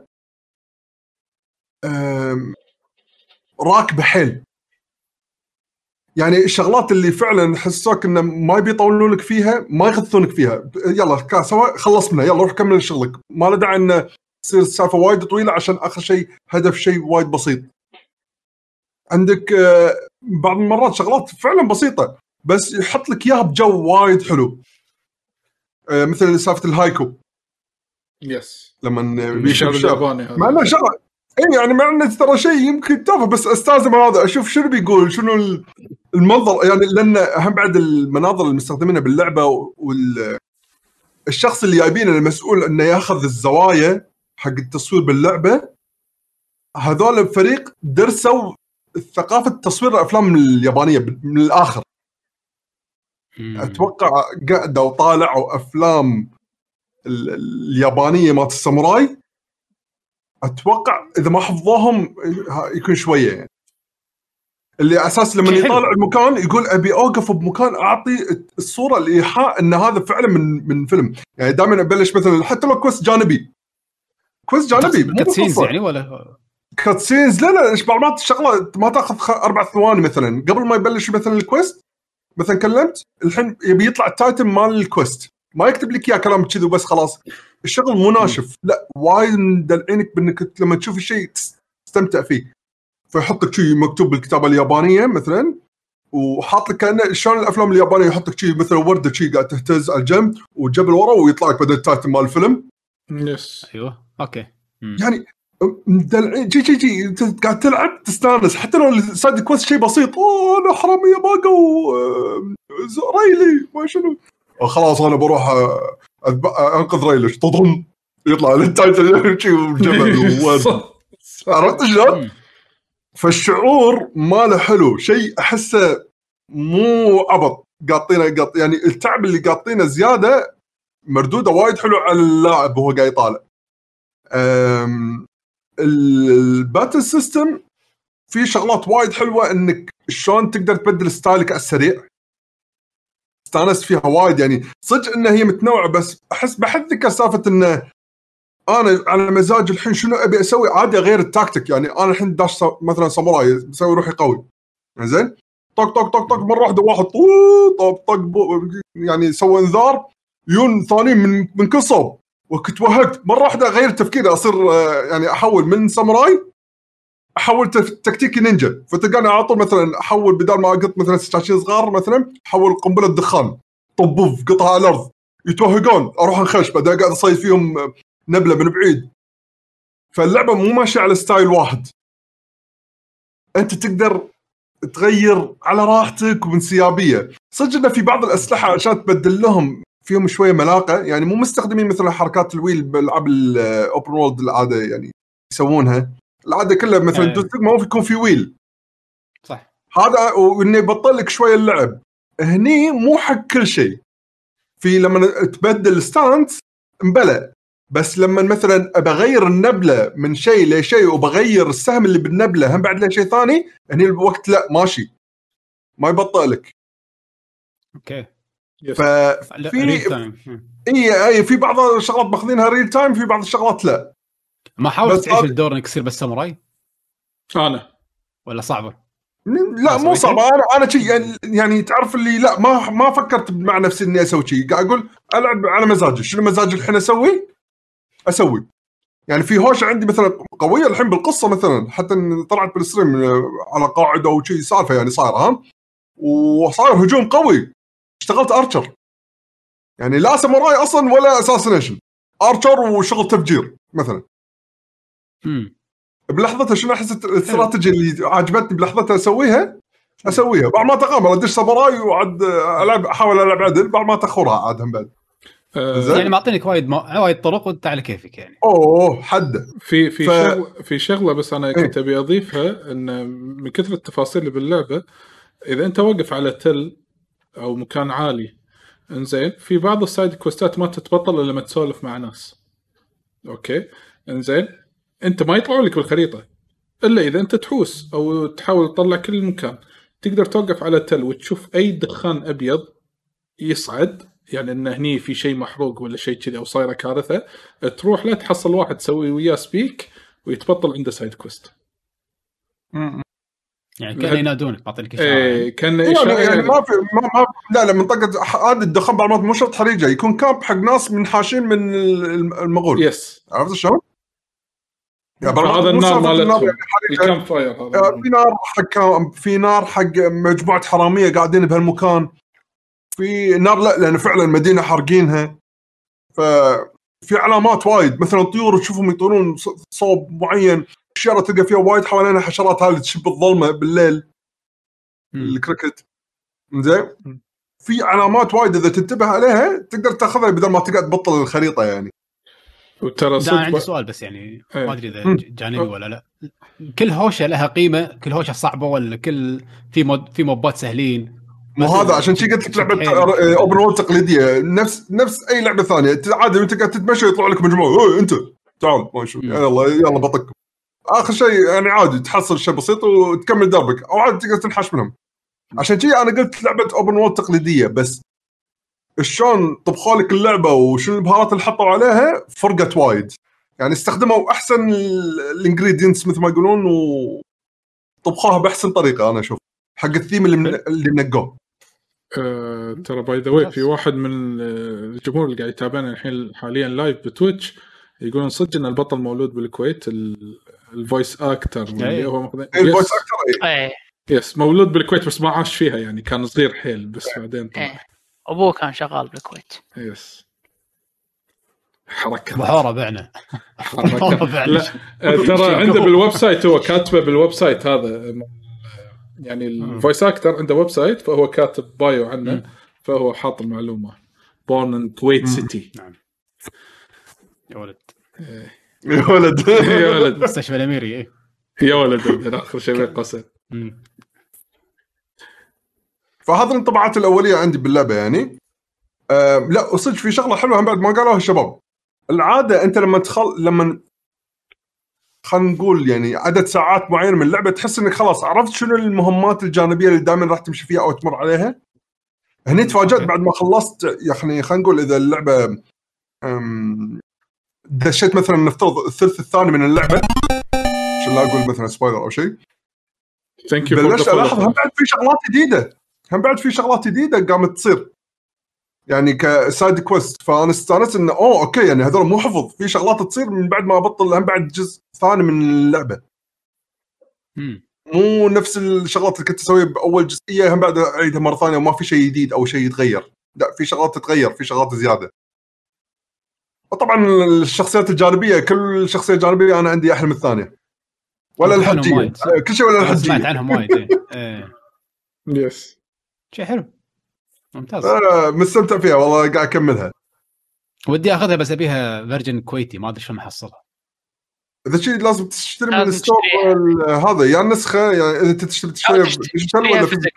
أه راكبه حيل. يعني الشغلات اللي فعلا حسوك انه ما بيطولون لك فيها ما يغثونك فيها، يلا كاسوا خلص منها يلا روح كمل شغلك، ما له داعي انه تصير السالفه وايد طويله عشان اخر شيء هدف شيء وايد بسيط. عندك بعض المرات شغلات فعلا بسيطه بس يحط لك اياها بجو وايد حلو، مثل سالفه الهايكو. يس لما بيشغل الياباني ما انا شغل اي يعني مع انه ترى شيء يمكن تافه بس استاذ هذا اشوف شنو بيقول شنو المنظر يعني، لان اهم بعد المناظر المستخدمينها باللعبه والشخص اللي جايبينه المسؤول انه ياخذ الزوايا حق التصوير باللعبه. هذول الفريق درسوا ثقافه تصوير الافلام اليابانيه من الاخر. اتوقع قاعده وطالعوا افلام اليابانيه مالت الساموراي، اتوقع اذا ما حفظوهم يكون شويه يعني. اللي اساس لما يطالع المكان يقول ابي اوقف بمكان اعطي الصوره الايحاء ان هذا فعلا من من فيلم. يعني دائما ابلش مثلا حتى لو كويست جانبي كويست جانبي مو كاتسينز يعني ولا كاتسينز لا لا ايش بعض الشغله ما تاخذ اربع ثواني مثلا قبل ما يبلش مثلا الكويست. مثلا كلمت الحين يبي يطلع التايتل مال الكويست ما يكتب لك اياه كلام كذا وبس خلاص الشغل مو ناشف، لا وايد مدلعينك بانك لما تشوف الشيء تستمتع فيه. فيحط لك شيء مكتوب بالكتابه اليابانيه مثلا وحاط لك كانه شلون الافلام اليابانيه يحط لك شيء مثلا ورده شيء قاعد تهتز على الجنب وجبل ورا ويطلع لك بدل التايتل مال الفيلم. يس ايوه اوكي. مم. يعني مدلعين شيء شيء شيء انت قاعد تلعب تستانس حتى لو السايد كويست شيء بسيط. اوه انا حراميه باقوا ريلي ما شنو خلاص انا بروح انقذ ريلي تضم يطلع التايتل شيء وجبل وورد. عرفت شلون؟ فالشعور ماله حلو شيء احسه مو عبط قاطينه قط يعني التعب اللي قاطينه زياده مردوده وايد حلو على اللاعب وهو قاعد يطالع. الباتل سيستم في شغلات وايد حلوه انك شلون تقدر تبدل ستايلك على السريع. استانست فيها وايد يعني صدق انها هي متنوعه بس احس بحذك سالفه انه انا على مزاج الحين شنو ابي اسوي عادي غير التاكتيك. يعني انا الحين داش مثلا ساموراي بسوي روحي قوي زين طق طق طق طق مره واحده واحد طق طق يعني سوى انذار يون ثاني من من كل صوب وكنت وهقت مره واحده غير تفكيري اصير يعني احول من ساموراي احول تكتيكي نينجا. فتلقاني على طول مثلا احول بدل ما اقط مثلا سكاشين صغار مثلا احول قنبله دخان طبوف قطعه على الارض يتوهقون اروح انخش بعدين قاعد اصيد فيهم نبله من بعيد. فاللعبه مو ماشيه على ستايل واحد انت تقدر تغير على راحتك وبانسيابيه. صدق انه في بعض الاسلحه عشان تبدل لهم فيهم شويه ملاقه يعني مو مستخدمين مثلا حركات الويل بالالعاب الاوبن وورلد العاده يعني يسوونها العاده كلها مثلا دوس ما يكون في ويل صح. هذا وانه يبطل لك شويه اللعب. هني مو حق كل شيء في لما تبدل ستانس مبلى بس لما مثلا ابغير النبله من شيء لشيء وبغير السهم اللي بالنبله هم بعد له شيء ثاني هني الوقت لا ماشي ما يبطل لك. اوكي ففي اي اي في بعض الشغلات باخذينها ريل تايم في بعض الشغلات لا. ما حاولت تعيش الدور انك تصير بس ساموراي انا ولا صعبه؟ لا مو صعبه. انا انا شيء يعني, يعني تعرف اللي لا ما ما فكرت مع نفسي اني اسوي شيء قاعد اقول العب على مزاجي شنو مزاجي الحين اسوي اسوي. يعني في هوش عندي مثلا قويه الحين بالقصه مثلا، حتى طلعت بالستريم على قاعده او شيء سالفه يعني صايره ها، وصاير هجوم قوي، اشتغلت ارشر يعني لا ساموراي اصلا ولا اساسنيشن، ارشر وشغل تفجير مثلا. امم بلحظتها شنو احس الاستراتيجيه اللي عجبتني بلحظتها اسويها اسويها بعد ما تقامر ادش ساموراي وعد العب احاول العب عدل بعد ما تاخرها عاد هم بعد. أه يعني معطينك وايد ما... وايد طرق وانت على كيفك يعني. اوه حد في في ف... شغله في شغله بس انا كنت ابي اضيفها، ان من كثر التفاصيل اللي باللعبه اذا انت واقف على تل او مكان عالي انزين في بعض السايد كوستات ما تتبطل الا لما تسولف مع ناس. اوكي انزين انت ما يطلعوا لك بالخريطه الا اذا انت تحوس او تحاول تطلع كل المكان. تقدر توقف على تل وتشوف اي دخان ابيض يصعد، يعني انه هني في شيء محروق ولا شيء كذي او صايره كارثه، تروح لا تحصل واحد تسوي وياه سبيك ويتبطل عنده سايد كويست. يعني كانوا ينادونك معطيك اشاره. ايه كان يعني, يعني, يعني ما في ما, ما لا لا منطقه هذا الدخان بعض مو شرط حريقه، يكون كامب حق ناس منحاشين من المغول. يس عرفت شلون؟ يعني هذا النار مالتهم الكامب فاير هذا. في نار حق في نار حق مجموعه حراميه قاعدين بهالمكان، في نار لا لان فعلا المدينه حارقينها. ففي علامات وايد مثلا الطيور تشوفهم يطيرون صوب معين، الشارع تلقى فيها وايد حوالينا حشرات هذه تشب الظلمه بالليل. الكريكت زين في علامات وايد اذا تنتبه عليها تقدر تاخذها بدل ما تقعد تبطل الخريطه يعني. وترى صدق عندي سؤال بس يعني ما ادري اذا جانبي ولا لا، كل هوشه لها قيمه، كل هوشه صعبه ولا كل في مود في موبات سهلين؟ مو هذا عشان شي قلت لك لعبه اوبن وورلد تقليديه نفس نفس اي لعبه ثانيه عادي، وانت قاعد تتمشى يطلع لك مجموعه ايه انت تعال ما شو يلا يلا بطقكم اخر شيء يعني عادي تحصل شيء بسيط وتكمل دربك او عادي تقدر تنحاش منهم. عشان شي انا قلت لعبه اوبن وورلد تقليديه، بس شلون طبخوا لك اللعبه وشنو البهارات اللي حطوا عليها فرقت وايد يعني، استخدموا احسن الانجريدينتس مثل ما يقولون وطبخوها باحسن طريقه انا اشوف حق الثيم اللي من... اللي نقوه. أه ترى باي ذا واي في واحد من الجمهور اللي قاعد يتابعنا الحين حاليا لايف بتويتش يقولون صدق ان البطل مولود بالكويت، الفويس اكتر اللي هو الفويس اكتر اي يس مولود بالكويت بس ما عاش فيها يعني كان صغير حيل بس بعدين طلع ابوه كان شغال بالكويت. يس حركه بحوره بعنا لا ترى عنده بالويب سايت هو كاتبه بالويب سايت هذا يعني الفويس اكتر عنده ويب سايت فهو كاتب بايو عنه فهو حاط المعلومه بورن ان كويت سيتي. نعم يا ولد يا ولد يا ولد مستشفى الاميري يا ولد اخر شيء بين قوسين. فهذا الانطباعات الاوليه عندي باللعبه يعني. أه لا وصدق في شغله حلوه هم بعد ما قالوها الشباب. العاده انت لما تخل لما خلينا نقول يعني عدد ساعات معين من اللعبه تحس انك خلاص عرفت شنو المهمات الجانبيه اللي دائما راح تمشي فيها او تمر عليها. هني تفاجأت بعد ما خلصت يعني خلينا نقول اذا اللعبه دشيت مثلا نفترض الثلث الثاني من اللعبه عشان لا اقول مثلا سبويلر او شيء. ثانك يو بلشت الاحظ هم بعد في شغلات جديده هم بعد في شغلات جديده قامت تصير يعني كسايد كويست. فانا استانست انه اوه اوكي يعني هذول مو حفظ في شغلات تصير من بعد ما ابطل هم بعد جزء ثاني من اللعبه. امم مو نفس الشغلات اللي كنت اسويها باول جزئيه هم بعد اعيدها مره ثانيه وما في شيء جديد او شيء يتغير. لا في شغلات تتغير في شغلات زياده. وطبعا الشخصيات الجانبيه كل شخصيه جانبيه انا عندي احلى من الثانيه ولا الحجيه كل شيء ولا الحجيه سمعت عنهم وايد. ايه يس شيء حلو ممتاز. انا مستمتع فيها والله قاعد اكملها. ودي اخذها بس ابيها فيرجن كويتي ما ادري شلون احصلها. اذا شيء لازم تشتري من الستور هذا يا النسخه يعني اذا تشتري تشتري ديجيتال ولا في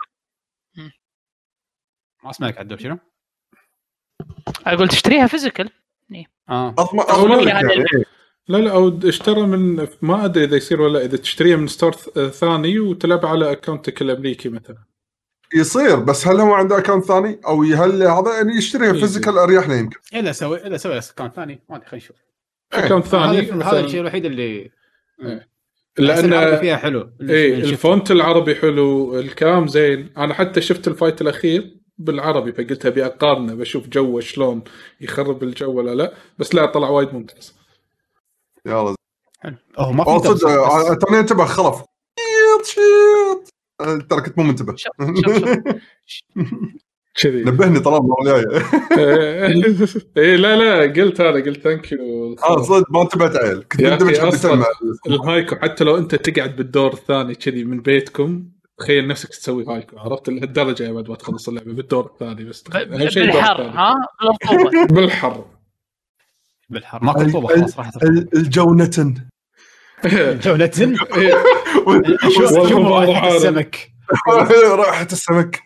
ما اسمعك عدل شنو اقول تشتريها فيزيكال. اه أضمن يعني. لا لا او اشترى من ما ادري اذا يصير ولا اذا تشتريها من ستور ثاني وتلعب على اكونتك الامريكي مثلا يصير. بس هل هو عنده اكونت ثاني او هل هذا يعني يشتريها فيزيكال اريح له يمكن الا سوي الا سوي اكونت ثاني ما ادري خلينا نشوف اكونت ثاني. هذا الشيء الوحيد اللي لان فيها حلو ايه الفونت العربي حلو الكلام زين. انا حتى شفت الفايت الاخير بالعربي فقلت ابي اقارنه بشوف جوه شلون يخرب الجو ولا لا بس لا طلع وايد ممتاز. يلا حلو. اوه ما في صدق بس... توني انتبه خلف شيط ترى كنت مو منتبه شوف شوف كذي نبهني طلال المره الجايه. ايه لا لا قلت انا قلت ثانك يو اه صدق ما انتبهت عيل كنت يا مندمج اخي حبتين اصلا مع الهايكو حتى لو انت تقعد بالدور الثاني كذي من بيتكم تخيل نفسك تسوي هايكو عرفت لهالدرجه يا بعد ما تخلص اللعبه بالدور الثاني بس اهم شيء بالحر ها بالرطوبه بالحر بالحر ما رطوبه خلاص راحت الجونة جونة شوف راحت السمك راحة السمك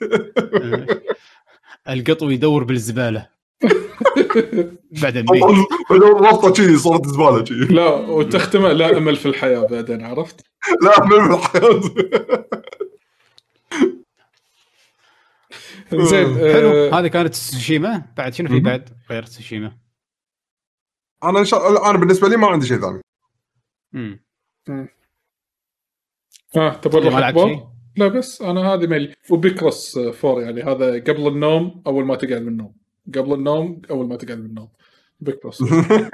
القطو يدور بالزبالة بعدين ربطة شيء صارت زبالة شيء لا وتختم لا أمل في الحياة بعدين عرفت لا أمل في الحياة زين حلو هذه كانت تسوشيما بعد شنو في بعد غير تسوشيما أنا إن شاء الله أنا بالنسبة لي ما عندي شيء ثاني امم اه تبغى لا بس انا هذه مالي وبيكروس فور يعني هذا قبل النوم اول ما تقعد من النوم قبل النوم اول ما تقعد من النوم بيكروس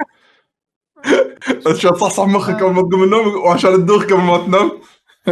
عشان تصحصح مخك قبل ما تقوم من النوم وعشان تدوخ قبل ما تنام.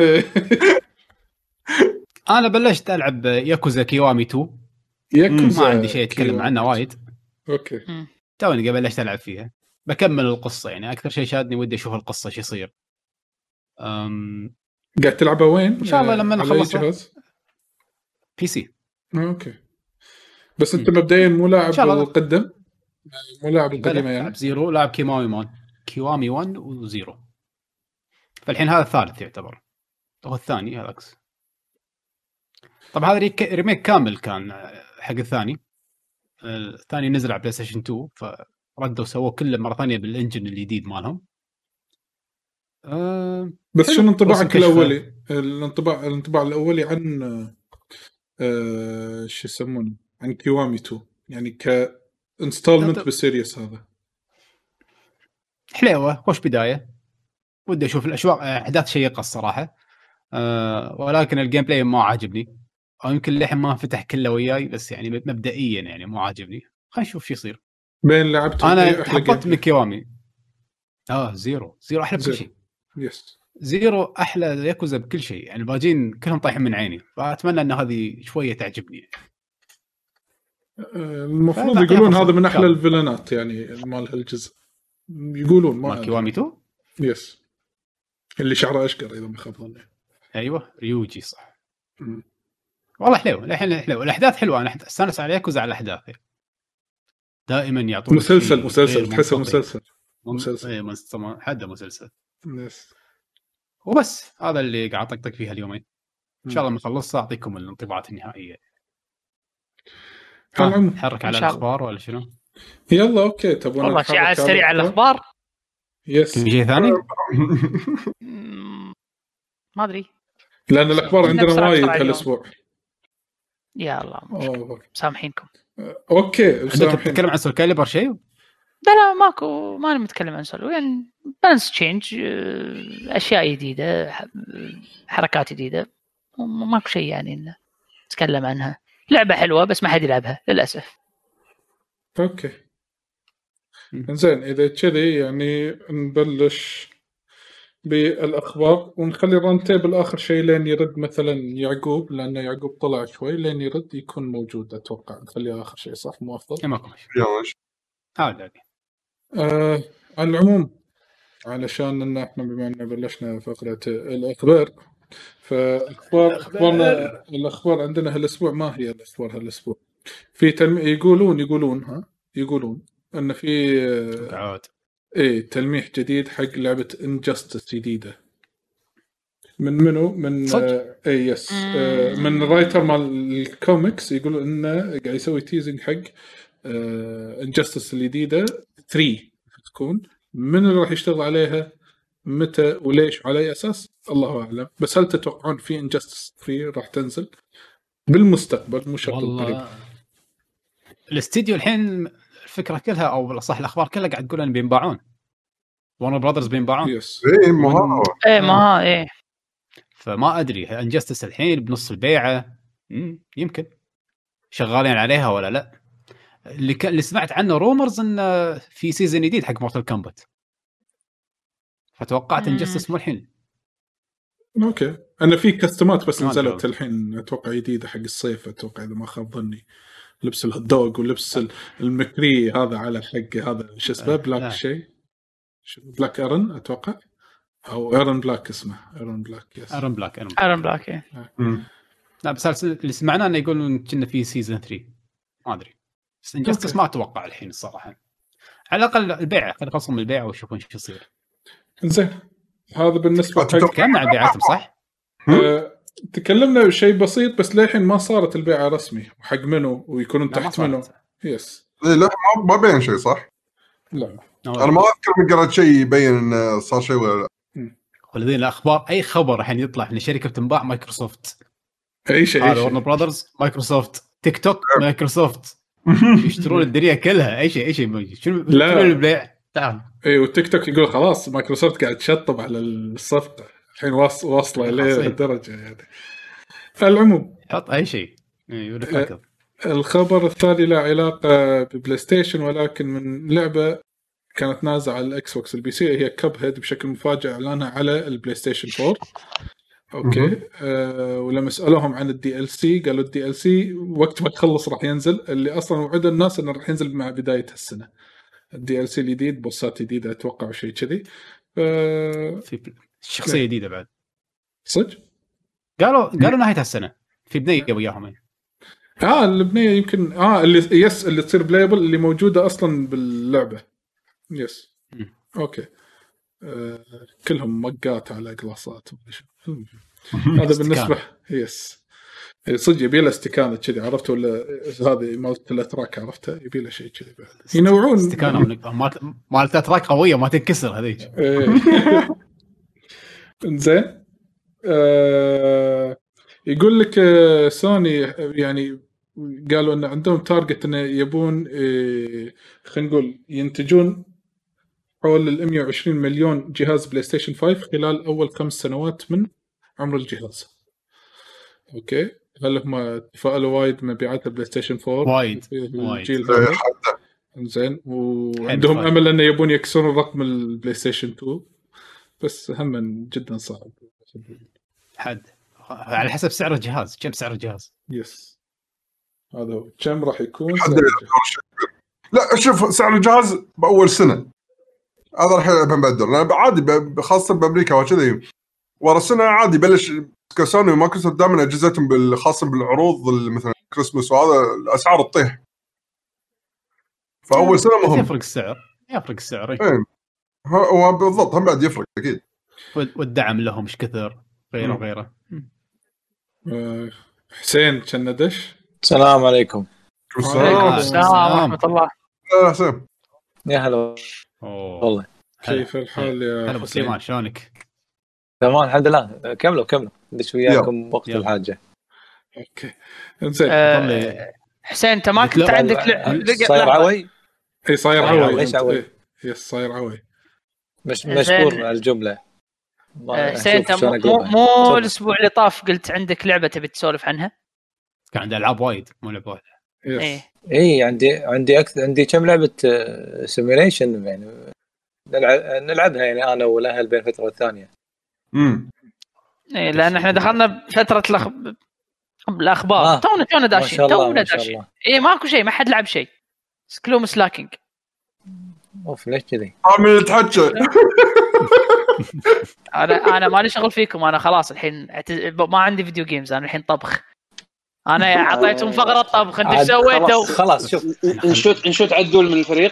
انا بلشت العب ياكوزا كيوامي تو ياكوزا ما عندي شيء اتكلم عنه وايد اوكي توني قبل بلشت العب فيها بكمل القصه يعني اكثر شيء شادني ودي اشوف القصه شو يصير. امم قاعد تلعبها وين ان شاء الله لما نخلص بي سي. اوكي بس انت مبدئيا مو لاعب القدم مو لاعب القديمه يعني لاعب زيرو لاعب كيوامي مان كيوامي واحد وزيرو فالحين هذا الثالث يعتبر هو الثاني هذا عكس. طب هذا ريميك كامل كان حق الثاني الثاني نزل على بلاي ستيشن تو فردوا سووا كله مره ثانيه بالانجن الجديد مالهم. أه بس شنو انطباعك الاولي الانطباع الانطباع الاولي عن أه شو يسمونه عن كيوامي تو يعني كانستالمنت بالسيريس هذا حلوه وش بدايه ودي اشوف الاشواق احداث شيقه الصراحه أه ولكن الجيم بلاي ما عاجبني او يمكن اللحم ما فتح كله وياي بس يعني مبدئيا يعني مو عاجبني خلينا نشوف شو يصير. بين لعبته انا حبطت من كيوامي اه زيرو زيرو احلى بكل شيء يس زيرو احلى ياكوزا بكل شيء يعني الباجين كلهم طايحين من عيني فاتمنى ان هذه شويه تعجبني. المفروض يقولون هذا من احلى الفيلنات يعني مال هالجزء يقولون ما كيوامي تو يس اللي شعره اشقر اذا ما خاب ظني. ايوه ريوجي صح م. والله حلو الحين حلو الاحداث حلوه انا استانس على ياكوزا على الاحداث دائما يعطون مسلسل مسلسل تحسه مسلسل مسلسل اي مسلسل حد مسلسل يس وبس هذا اللي قاعد اطقطق فيها اليومين ان شاء الله ما خلصت اعطيكم الانطباعات النهائيه. نحرك على الاخبار ولا شنو؟ يلا اوكي تبون والله شيء على السريع على الاخبار يس في شيء ثاني ما ادري لان الاخبار عندنا وايد هالاسبوع يلا مسامحينكم. اوكي مسامحين. تتكلم عن سول كاليبر شيء؟ لا لا ماكو ما نتكلم عن سول يعني بالانس تشينج اشياء جديده حركات جديده ماكو شيء يعني نتكلم عنها. لعبه حلوه بس ما حد يلعبها للاسف. اوكي زين اذا كذي يعني نبلش بالاخبار ونخلي الران تيبل اخر شيء لين يرد مثلا يعقوب لان يعقوب طلع شوي لين يرد يكون موجود اتوقع نخليه اخر شيء صح مو افضل؟ ماكو ماشي هذا آه على العموم علشان ان احنا بما ان بلشنا فقره الاخبار فاخبار اخبارنا الاخبار عندنا هالاسبوع ما هي الاخبار هالاسبوع في تلم... يقولون يقولون ها يقولون ان في قعود ايه تلميح جديد حق لعبه انجستس جديده من منو من آه اي يس آه من رايتر مال الكوميكس يقولون انه قاعد يسوي تيزنج حق آه انجستس الجديده ثلاثة تكون من اللي راح يشتغل عليها متى وليش على أي أساس الله أعلم. بس هل تتوقعون في انجستس ثلاثة راح تنزل بالمستقبل مو شرط قريب؟ الاستديو الحين الفكرة كلها أو صح الأخبار كلها قاعد تقول أن بينباعون وارنر براذرز بينباعون. يس إيه ما هو إيه ما إيه فما أدري انجستس الحين بنص البيعة يمكن شغالين عليها ولا لا. اللي ك... اللي سمعت عنه رومرز إن في سيزن جديد حق مورتال كومبات فتوقعت انجستس مو الحين. اوكي انا في كاستمات بس نزلت الحين اتوقع جديده حق الصيف، اتوقع اذا ما خاب ظني لبس الهوت دوغ ولبس المكري هذا على حق هذا شو اسمه بلاك شيء بلاك ايرون اتوقع او ايرون بلاك اسمه ايرون بلاك يس ايرون بلاك ايرون بلاك ايه. لا بس اللي سمعناه انه يقولون كنا في سيزون ثلاثة ما ادري بس انجستس ما اتوقع الحين الصراحه. على الاقل البيع خلينا نخلص من البيع وشوفون ايش يصير. زين هذا بالنسبه تكلمنا عن بيعاتهم صح؟ أه، تكلمنا شيء بسيط بس للحين ما صارت البيعه رسمي وحق منه ويكونون تحت منه. يس لا ما بين شيء صح؟ لا انا ما اذكر من قرأت شيء يبين انه صار شيء ولا لا. والذين الاخبار اي خبر الحين يطلع من شركه بتنباع مايكروسوفت اي شيء هذا ورنر براذرز مايكروسوفت تيك توك مايكروسوفت يشترون الدنيا كلها اي شيء اي شيء شنو شنو البيع تعال. اي والتيك توك يقول خلاص مايكروسوفت قاعد تشطب على الصفقه الحين واصله لهالدرجه يعني. فالعموم حط اي شيء أه الخبر الثاني له علاقه ببلاي ستيشن ولكن من لعبه كانت نازله على الاكس بوكس البي سي هي كاب هيد بشكل مفاجئ اعلانها على البلاي ستيشن فور. اوكي أه ولما سالوهم عن الدي ال سي قالوا الدي ال سي وقت ما تخلص راح ينزل اللي اصلا وعد الناس انه راح ينزل مع بدايه السنه. الدي ال سي الجديد بوسات جديده اتوقع شيء كذي أه في شخصيه جديده بعد صدق قالوا قالوا نهايه السنه في بنيه وياهم اه البنيه يمكن اه اللي يس اللي تصير بلايبل اللي موجوده اصلا باللعبه يس م. اوكي آه كلهم مقات على قلاصات هذا بالنسبه يس صدق يبي له استكانه كذي عرفت ولا هذه مالت الاتراك عرفتها يبي له شيء كذي بعد ينوعون استكانه مالت مالت الاتراك قويه ما تنكسر هذيك زين آه يقول لك سوني يعني قالوا ان عندهم تارجت انه يبون خلينا نقول ينتجون حول ال مية وعشرين مليون جهاز بلاي ستيشن خمسة خلال اول خمس سنوات من عمر الجهاز. اوكي هل هم تفاعلوا وايد مبيعات البلاي ستيشن فور وايد الجيل هذا زين وعندهم امل انه يبون يكسرون رقم البلاي ستيشن تو بس هم جدا صعب حد على حسب سعر الجهاز. كم سعر الجهاز؟ يس هذا هو كم راح يكون لا شوف سعر الجهاز باول سنه هذا راح يبدل عادي خاصه بامريكا وكذا ورا السنه عادي بلش سوني ومايكروسوفت دائما اجهزتهم بالخاصه بالعروض مثلا كريسماس وهذا الاسعار تطيح فاول سنه مهم يفرق السعر يفرق السعر ايه هو بالضبط هم بعد يفرق اكيد والدعم لهم مش كثر غيره غيره. أه حسين كندش السلام عليكم. وعليكم السلام ورحمه الله. يا حسين يا هلا والله كيف الحال يا هلا سليمان شلونك؟ تمام الحمد لله. كملوا كملوا ندش وياكم وقت يلا. الحاجه اوكي زين أه حسين انت ما كنت عندك صاير عوي اي صاير عوي يس صاير عوي مش مشكور على الجمله. حسين انت مو مو الاسبوع اللي طاف قلت عندك لعبه تبي تسولف عنها؟ كان عندي العاب وايد مو لعبه واحده. ايه اي عندي عندي اكثر عندي كم لعبه سيميوليشن يعني نلعب نلعبها يعني انا والاهل بين فتره والثانيه. امم ايه لان احنا دخلنا بفتره الأخ... الاخبار آه. تونا تونا داشين تونا داشين ايه ماكو شيء ما حد لعب شيء كلهم سلاكينج. اوف ليش كذي عامل تحكي انا انا مالي شغل فيكم انا خلاص الحين ما عندي فيديو جيمز انا الحين طبخ انا اعطيتهم فقره طبخ انت سويته خلاص شوف نشوت نشوت عدول من الفريق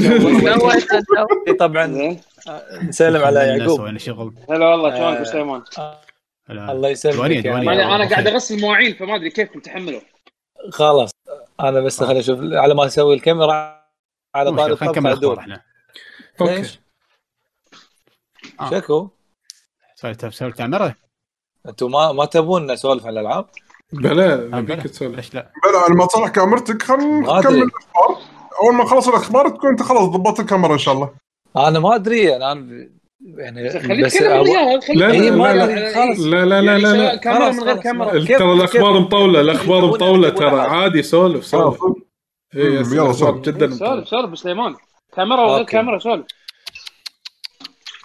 طبعا نسلم على يعقوب هلا والله شلونك سليمان؟ الله يسلمك انا قاعد اغسل المواعين فما ادري كيف تحملوا. خلاص انا بس خليني اشوف على ما اسوي الكاميرا على طاري الطبخ عدول احنا اوكي شكو سويت سويت كاميرا انتم ما ما تبون نسولف عن الالعاب؟ بلا نبيك تسولف. ليش لا؟ بلا انا ما تصلح كاميرتك خلينا نكمل الاخبار. اول ما خلص الاخبار تكون انت خلاص ضبطت الكاميرا ان شاء الله. انا ما ادري انا يعني بس لا لا لا لا لا كاميرا من غير كاميرا ترى الاخبار مطوله الاخبار مطوله ترى عادي سولف سولف اي يلا سولف جدا سولف سولف سليمان كاميرا وغير كاميرا سولف. سولف سولف سولف بس ليمان كاميرا وغير كاميرا كاميرا من غير كاميرا سولف سولف سولف سولف بس ليمان كاميرا وغير كاميرا كاميرا وغير كاميرا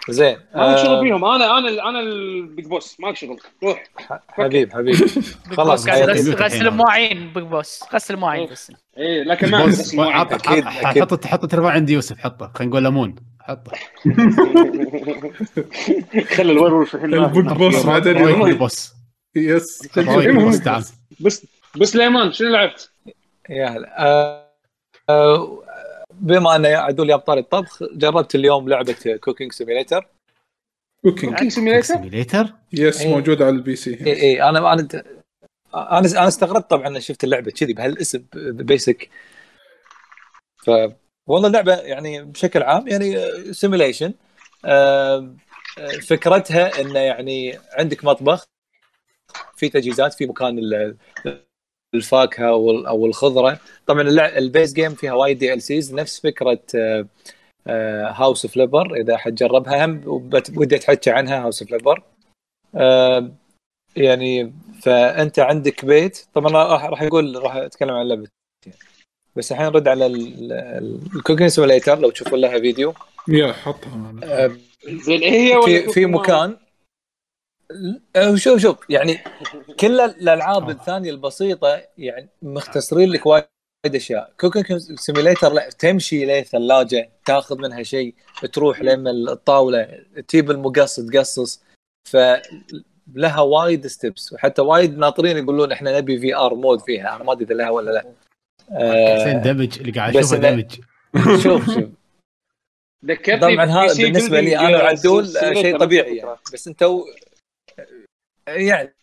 زين ما آه شغل فيهم. انا انا انا البيج بوس ما شغل. روح حبيب حبيب خلاص غسل غسل المواعين بيج بوس غسل المواعين بس. ايه لكن ما عندي غسل مواعين. اكيد حط حط التليفون عند يوسف حطه خلينا نقول ليمون حطه خلي الورور الحين البيج بوس بعدين البيج بوس يس بس بس ليمان شنو لعبت؟ يا هلا آه آه بما ان عدول يا ابطال الطبخ جربت اليوم لعبه كوكينج سيميليتر. كوكينج سيميليتر يس إيه. موجوده على البي سي. اي اي انا انا انا انا استغربت طبعا شفت اللعبه كذي بهالاسم بيسك. ف والله اللعبه يعني بشكل عام يعني سيميليشن. آه فكرتها انه يعني عندك مطبخ في تجهيزات في مكان الفاكهه او الخضره. طبعا البيس جيم فيها وايد دي ال سيز نفس فكره هاوس فليبر اذا حد جربها هم ودي اتحكي عنها. هاوس فليبر يعني فانت عندك بيت. طبعا راح اقول راح اتكلم عن اللعبه بس الحين نرد على الكوكينج سيميليتر. لو تشوفوا لها فيديو يا حطها زين هي في في مكان شوف شوف يعني كل الالعاب الثانيه البسيطه يعني مختصرين لك وايد اشياء. كوكينج سيميليتر لا تمشي ليه ثلاجه تاخذ منها شيء تروح لما الطاوله تجيب المقص تقصص. فلها وايد ستيبس وحتى وايد ناطرين يقولون احنا نبي في ار مود فيها. انا ما ادري لها ولا لا. حسين دمج اللي قاعد اشوفه دمج. شوف شوف طبعا هذا بالنسبه لي انا وعدول شيء طبيعي يعني. بس انتوا يعني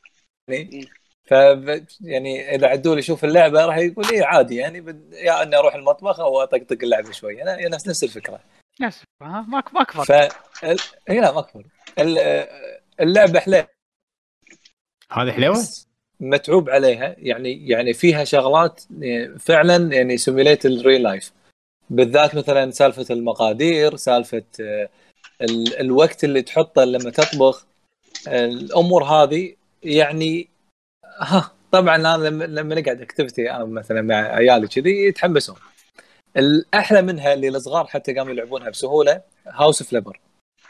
ف يعني اذا عدول يشوف اللعبه راح يقول ايه عادي يعني بد... يا اني اروح المطبخ او اطقطق اللعبه شوي. انا نفس نفس الفكره نفس ما ما كفر ف هنا ما كفر اللعبه حلوه. هذه حلوه متعوب عليها يعني يعني فيها شغلات فعلا يعني سيميليت الريل لايف بالذات مثلا سالفه المقادير سالفه ال... الوقت اللي تحطه لما تطبخ الامور هذه يعني ها. طبعا انا لما نقعد اكتيفيتي انا مثلا مع عيالي كذي يتحمسون. الاحلى منها اللي الصغار حتى قاموا يلعبونها بسهوله هاوس فليبر.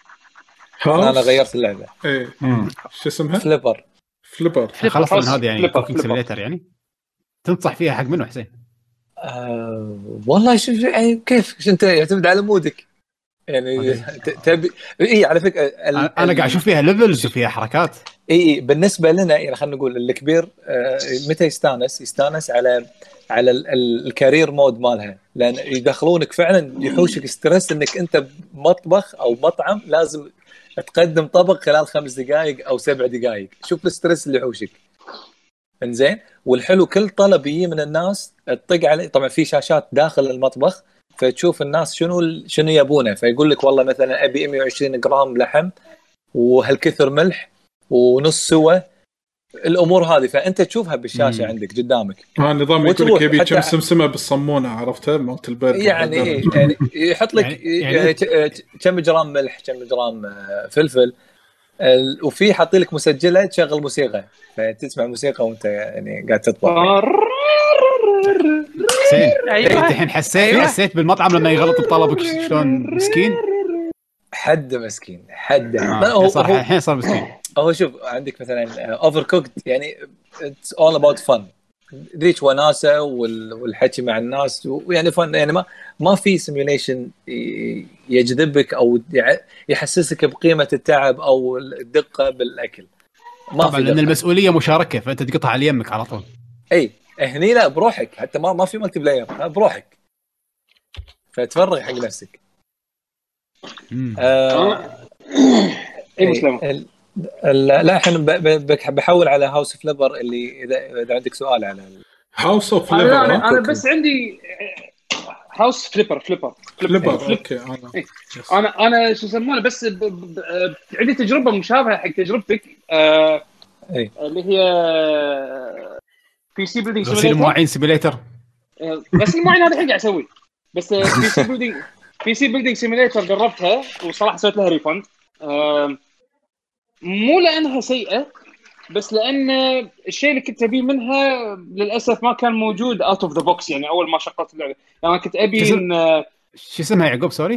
انا غيرت اللعبه ايه شو اسمها فليبر فليبر خلاص من هذا يعني كوكينج سيميليتر يعني تنصح فيها حق منه حسين؟ آه والله شوف يعني كيف انت يعتمد على مودك يعني تبي اي على فكره ال... انا قاعد اشوف فيها ليفلز وفيها حركات. اي بالنسبه لنا يعني خلينا نقول الكبير آه متى يستانس يستانس على على ال... ال... الكارير مود مالها لان يدخلونك فعلا يحوشك ستريس انك انت بمطبخ او مطعم لازم تقدم طبق خلال خمس دقائق او سبع دقائق. شوف الستريس اللي يحوشك انزين. والحلو كل طلب يجي من الناس تطق عليه. طبعا في شاشات داخل المطبخ فتشوف الناس شنو شنو يبونه فيقول لك والله مثلا ابي مية وعشرين جرام لحم وهالكثر ملح ونص سوى الامور هذه فانت تشوفها بالشاشه مم. عندك قدامك. اه نظام يقول لك يبي كم سمسمه بالصمونه عرفتها مالت البرجر يعني إيه يعني يحط لك يعني, يعني كم جرام ملح كم جرام فلفل وفي حاطي لك مسجله تشغل موسيقى فتسمع موسيقى وانت يعني قاعد تطبخ. حسين انت الحين حسيت حسيت بالمطعم لما يغلط بطلبك شلون مسكين حد مسكين حد آه. هو صح الحين صار مسكين. هو شوف عندك مثلا اوفر كوكد يعني اتس اول اباوت فن ذيك وناسه والحكي مع الناس ويعني فن يعني ما ما في سيميوليشن يجذبك او يحسسك بقيمه التعب او الدقه بالاكل. ما طبعا لان المسؤوليه مشاركه فانت تقطع على يمك على طول. اي هني لا بروحك حتى ما ما في مالتي بلاير بروحك فتفرغ حق نفسك. آه اي مسلم لا الحين بحول على هاوس فليبر اللي اذا اذا عندك سؤال على هاوس اوف فليبر. انا, أنا بس عندي هاوس فليبر فليبر فليبر اوكي انا انا انا شو يسمونه بس ب... ب... عندي تجربه مشابهه حق تجربتك آه... اللي هي بي سي بيلدينج سيميليتر. غسيل مواعين سيميليتر. غسيل مواعين هذا الحين قاعد اسوي بس بي سي بيلدينج بي سي بيلدينج سيميليتر جربتها وصراحه سويت لها ريفند. آه... مو لانها سيئه بس لان الشيء اللي كنت ابي منها للاسف ما كان موجود اوت اوف ذا بوكس يعني اول ما شغلت اللعبه. يعني كنت ابي ان شو اسمها يعقوب سوري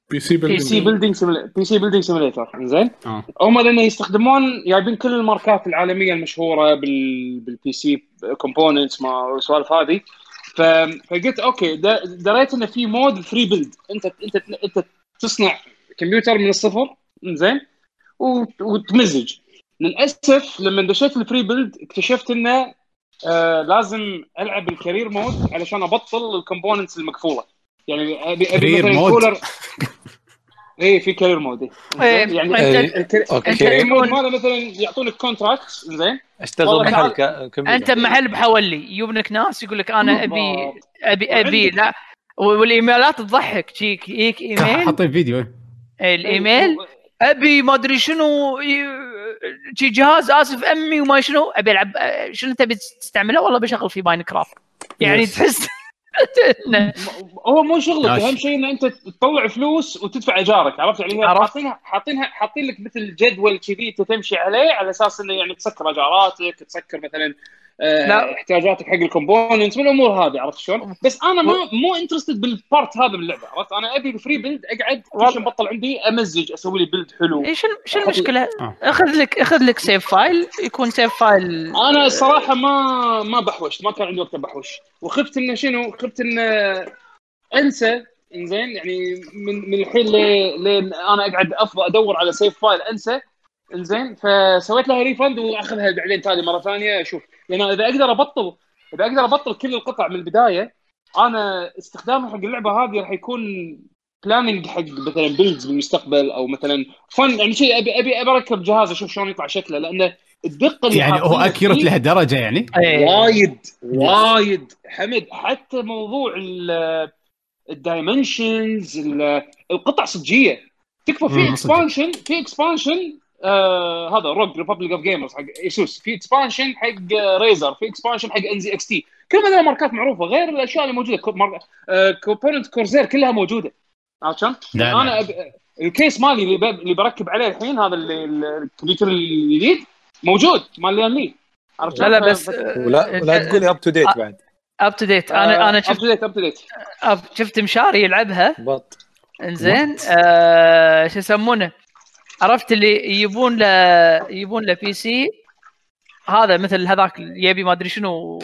بي سي بي سي بيلدينج بي سي بيلدينج سيميليتر زين. آه. هم لانه يستخدمون جايبين كل الماركات العالميه المشهوره بال بالبي سي كومبوننتس ما سوالف هذه. ف... فقلت اوكي دريت انه في مود فري بيلد، انت انت انت تصنع كمبيوتر من الصفر زين وتمزج. للاسف لما دشيت الفري بيلد اكتشفت انه آه لازم العب الكارير مود علشان ابطل الكومبوننتس المقفوله. يعني ابي ابي مثلا كولر ايه في كارير مود إيه. يعني إيه. الكارير مود ماله مثلا يعطونك كونتراكت زين اشتغل محل كمبيوتر، انت محل بحولي يبنك ناس يقول لك انا ابي ابي ابي لا، والايميلات تضحك جيك هيك ايميل حاطين فيديو الايميل ابي ما ادري شنو شي جهاز اسف امي وما شنو ابي العب شنو تبي تستعمله والله بشغل في ماينكرافت يعني تحس هو مو شغلك. اهم شيء ان انت تطلع فلوس وتدفع ايجارك، عرفت يعني حاطينها حاطينها حاطين لك مثل جدول كذي تمشي عليه على اساس انه يعني تسكر ايجاراتك تسكر مثلا آه احتياجاتك حق الكومبوننتس والامور هذه، عرفت شلون؟ بس انا ما مو انترستد بالبارت هذا باللعبه، عرفت انا ابي الفري بيلد اقعد كل شيء مبطل عندي امزج اسوي لي بيلد حلو. ايش شو المشكله؟ اخذ لك اخذ لك سيف فايل يكون سيف فايل. انا الصراحه ما ما بحوشت، ما كان عندي وقت بحوش وخفت انه شنو خفت انه انسى انزين يعني من من الحين لين انا اقعد افضل ادور على سيف فايل انسى انزين. فسويت لها ريفند واخذها بعدين تالي مره ثانيه اشوف، لان اذا اقدر ابطل اذا اقدر ابطل كل القطع من البدايه انا استخدامي حق اللعبه هذه راح يكون بلاننج حق مثلا بيلدز بالمستقبل او مثلا فن يعني شيء ابي ابي اركب جهاز اشوف شلون يطلع شكله، لانه الدقه اللي يعني هو اكيوريت لهالدرجه يعني وايد وايد حمد. حتى موضوع الدايمنشنز القطع صجيه تكفى. في اكسبانشن في اكسبانشن آه هذا روج ريبابليك اوف جيمرز حق ايسوس، في اكسبانشن حق ريزر، في اكسبانشن حق ان زي اكس تي، كل هذول ماركات معروفه غير الاشياء اللي موجوده. كومبوننت كورزير كلها موجوده، عرفت شلون؟ انا أب... الكيس مالي اللي, ب... اللي بركب عليه الحين هذا الكمبيوتر الجديد موجود مال لي، عرفت؟ لا لا بس ولا ولا تقولي اب تو ديت بعد اب تو ديت. انا انا شفت اب تو ديت اب تو ديت شفت مشاري يلعبها بط انزين آه شو يسمونه عرفت اللي يجيبون له يجيبون له بي سي هذا مثل هذاك يبي ما ادري شنو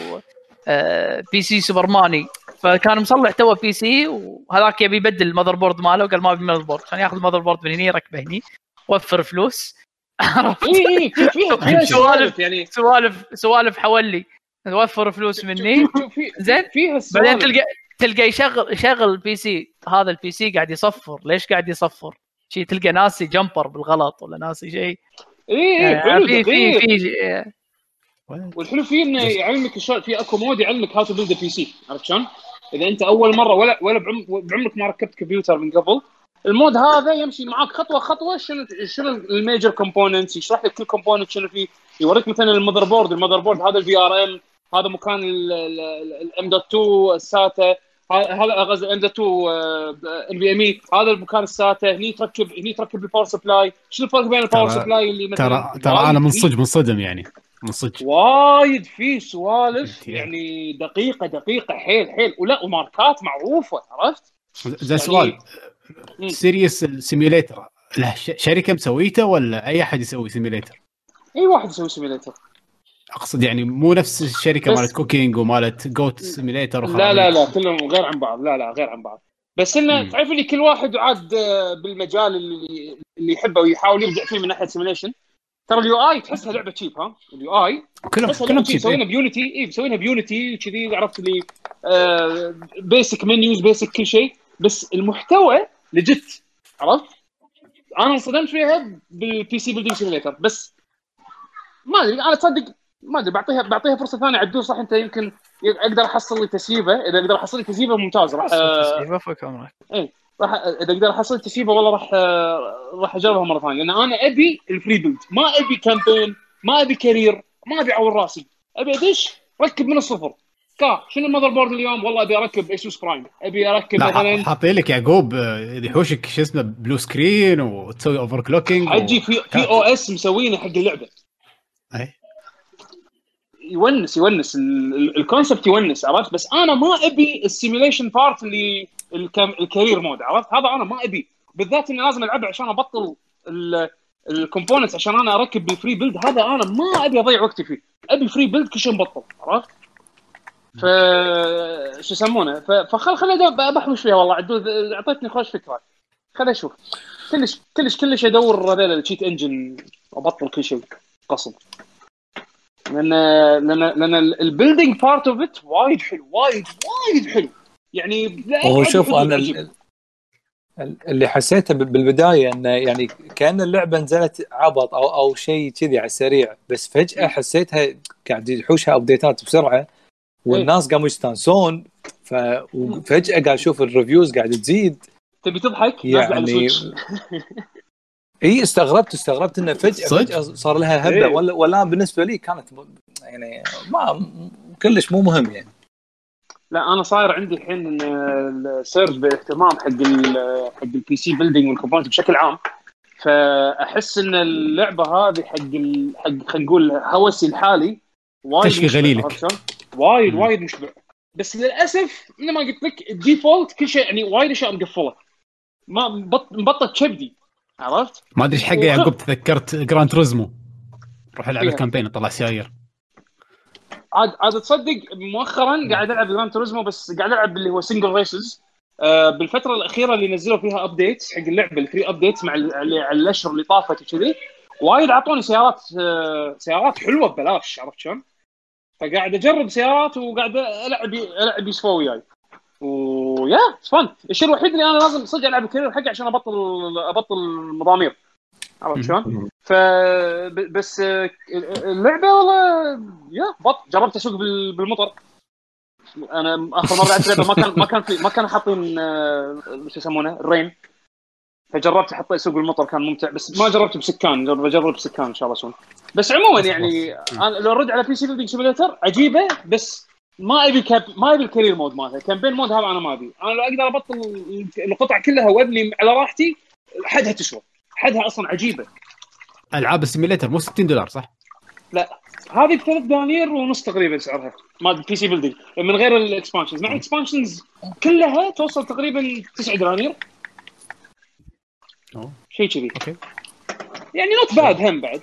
آه بي سي سوبرماني، فكان مصلح تو بي سي وهذاك يبي يبدل المذر بورد ماله وقال ما ابي مذر بورد عشان ياخذ المذر بورد من هنا يركبه هني وفر فلوس. عرفت اي فيها سوالف يعني سوالف سوالف حولي توفر فلوس مني زين. بعدين تلقى تلقى يشغل يشغل البي سي هذا البي سي قاعد يصفر. ليش قاعد يصفر؟ شيء تلقى ناسي جمبر بالغلط ولا ناسي شيء. ايه حلو في في في والحلو فيه انه يعلمك الشغل في اكو مود يعلمك هاو تو بيلد بي سي، عرفت شلون؟ اذا انت اول مره ولا ولا بعمرك ما ركبت كمبيوتر من قبل، المود هذا يمشي معك خطوه خطوه شنو شنو الميجر كومبوننتس، يشرح لك كل كومبوننت شنو فيه، يوريك مثلا المذر بورد المذر بورد هذا الفي ار ام، هذا مكان الام دوت اثنين الساتا، هذا غزل ام دوت اثنين ان في ام اي، هذا المكان الساتا هني تركب هني تركب الباور سبلاي. شنو الفرق بين الباور سبلاي اللي مثلا ترى ترى انا منصج منصدم يعني منصج وايد في سوالف يعني دقيقه دقيقه حيل حيل ولا وماركات معروفه، عرفت؟ زي سؤال سيريس سيميوليتر له شركه مسويته ولا اي احد يسوي سيميوليتر؟ اي واحد يسوي سيميوليتر اقصد يعني مو نفس الشركه مالت كوكينج ومالت جوت سيميوليتر وخلاص. لا لا لا كلهم غير عن بعض. لا لا غير عن بعض، بس انه تعرف لي كل واحد عاد بالمجال اللي اللي يحبه ويحاول يبدع فيه من ناحيه سيميوليشن. ترى اليو اي تحسها لعبه تشيب، ها اليو اي كلهم كلهم مسوينها بيونيتي. اي مسوينها بيونيتي كذي، عرفت لي آه بيسك منيوز بيسك كل شيء، بس المحتوى لجت، عرفت؟ انا انصدمت فيها بالبي سي بيلدينج سيميوليتر، بس ما ادري انا تصدق ما ادري بعطيها بعطيها فرصه ثانيه. عدو صح انت يمكن اقدر احصل لي تسييفه، اذا اقدر احصل لي تسييفه ممتاز راح تسييفه فك امرك. اي راح اذا اقدر احصل تسييفه والله راح راح اجربها مره ثانيه، لان انا ابي الفري بيلد، ما ابي كامبين، ما ابي كارير، ما ابي اعور راسي، ابي ادش ركب من الصفر. كا شنو المذر بورد اليوم؟ والله ابي اركب ايسوس برايم، ابي اركب مثلا حاطين لك يعقوب يحوشك شو اسمه بلو سكرين وتسوي اوفر كلوكينج حجي في في او اس مسوينه حق اللعبه. اي يونس يونس الكونسبت يونس، عرفت؟ بس انا ما ابي السيميليشن بارت اللي الكارير مود، عرفت؟ هذا انا ما ابي. بالذات اني لازم العبها عشان ابطل الكومبوننتس عشان انا اركب بالفري بيلد. هذا انا ما ابي اضيع وقتي فيه، ابي فري بيلد كل شيء مبطل، عرفت؟ ف شو يسمونه، فخل خل بحوش فيها. والله عدول اعطيتني خوش فكره، خل اشوف كلش كلش كلش ادور هذول التشيت انجن وابطل كل شيء قصد. لان لان لان البيلدينج بارت اوف ات وايد حلو، وايد وايد حلو يعني. هو شوف انا ال... اللي حسيته بالبدايه انه يعني كأن اللعبه نزلت عبط او او شيء كذي على السريع، بس فجاه حسيتها قاعد يحوشها ابديتات بسرعه والناس قاموا يستانسون. ففجاه قاعد اشوف الريفيوز قاعد تزيد. تبي تضحك يعني اي استغربت استغربت انه فجاه فجاه صار لها هبه. ولا ولا بالنسبه لي كانت يعني ما كلش مو مهم يعني. لا انا صاير عندي الحين السيرج باهتمام حق ال حق البي سي بيلدينج والكومبوننت بشكل عام. فاحس ان اللعبه هذه حق ال... حق خلينا نقول هوسي الحالي وايد تشفي غليلك، وايد وايد مشبع. بس للاسف انه ما قلت لك الديفولت كل شيء يعني وايد اشياء مقفله، ما مبطط كبدي، عرفت؟ ما ادري ايش حق يعقوب. تذكرت جراند توريزمو، روح العب الكامبين طلع ساير. عاد عاد تصدق مؤخرا قاعد العب جراند توريزمو، بس قاعد العب اللي هو سنجل ريسز. آه بالفتره الاخيره اللي نزلوا فيها ابديتس حق اللعبه، الفري ابديتس مع على الاشهر اللي طافت وكذي، وايد اعطوني سيارات آه سيارات حلوه ببلاش، عرفت شلون؟ فقاعد اجرب سيارات وقاعد العب العب يسوي وياي ويا فن. الشيء الوحيد اللي انا لازم صدق العب الكارير حقي عشان ابطل ابطل المضامير، عرفت شلون؟ ف بس اللعبه والله يا بط جربت اسوق بالمطر. انا اخر مره لعبت لعبه ما كان ما كان في ما كانوا حاطين شو يسمونه الرين، فجربت احط اسوق بالمطر كان ممتع. بس ما جربت بسكان، جرب اجرب بسكان ان شاء الله سون. بس عموما يعني انا لو ارد على بي سي بيلدينج سيميليتر عجيبه، بس ما ابي كاب ما ابي الكارير مود مالها. كامبين مود هذا انا ما ابي. انا لو اقدر ابطل القطع كلها وابني على راحتي حدها تسوى، حدها اصلا عجيبه. العاب السيميليتر مو ستين دولار صح؟ لا هذه بثلاث دنانير ونص تقريبا سعرها، ما بي سي بيلدينج من غير الاكسبانشنز. مع الاكسبانشنز كلها توصل تقريبا تسعة دنانير شيء كذي. اوكي يعني نوت باد هم بعد.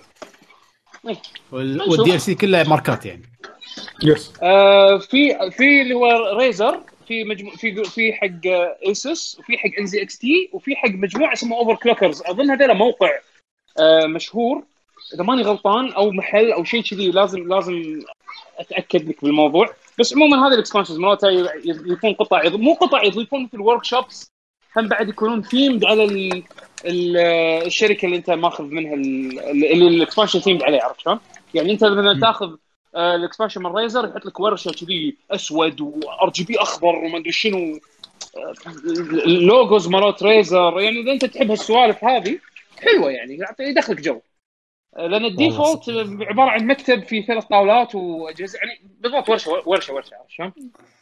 والدي ال سي كله ماركات يعني. يس آه في في اللي هو ريزر، في مجموع في في حق ايسوس، وفي حق ان زي اكس تي، وفي حق مجموعه اسمه اوفر كلوكرز. اظن هذول موقع آه مشهور اذا ماني غلطان، او محل او شيء كذي. لازم لازم اتاكد لك بالموضوع. بس عموما هذه الاكسبانشنز مالتها يكون قطع يض... مو قطع يضيفون مثل ورك شوبس، هم بعد يكونون ثيمد على ال... ال... الشركه اللي انت ماخذ منها اللي الاكسبانشن ثيمد عليه، عرفت شلون؟ يعني انت لما تاخذ الاكسبانشن من ريزر يحط لك ورشه كذي اسود وار جي بي اخضر وما ادري شنو، اللوجوز مالت ريزر. يعني اذا انت تحب هالسوالف هذه حلوه يعني يدخلك جو. لان الديفولت عباره عن مكتب فيه ثلاث طاولات واجهزه، يعني بالضبط ورشه ورشه ورشه عشان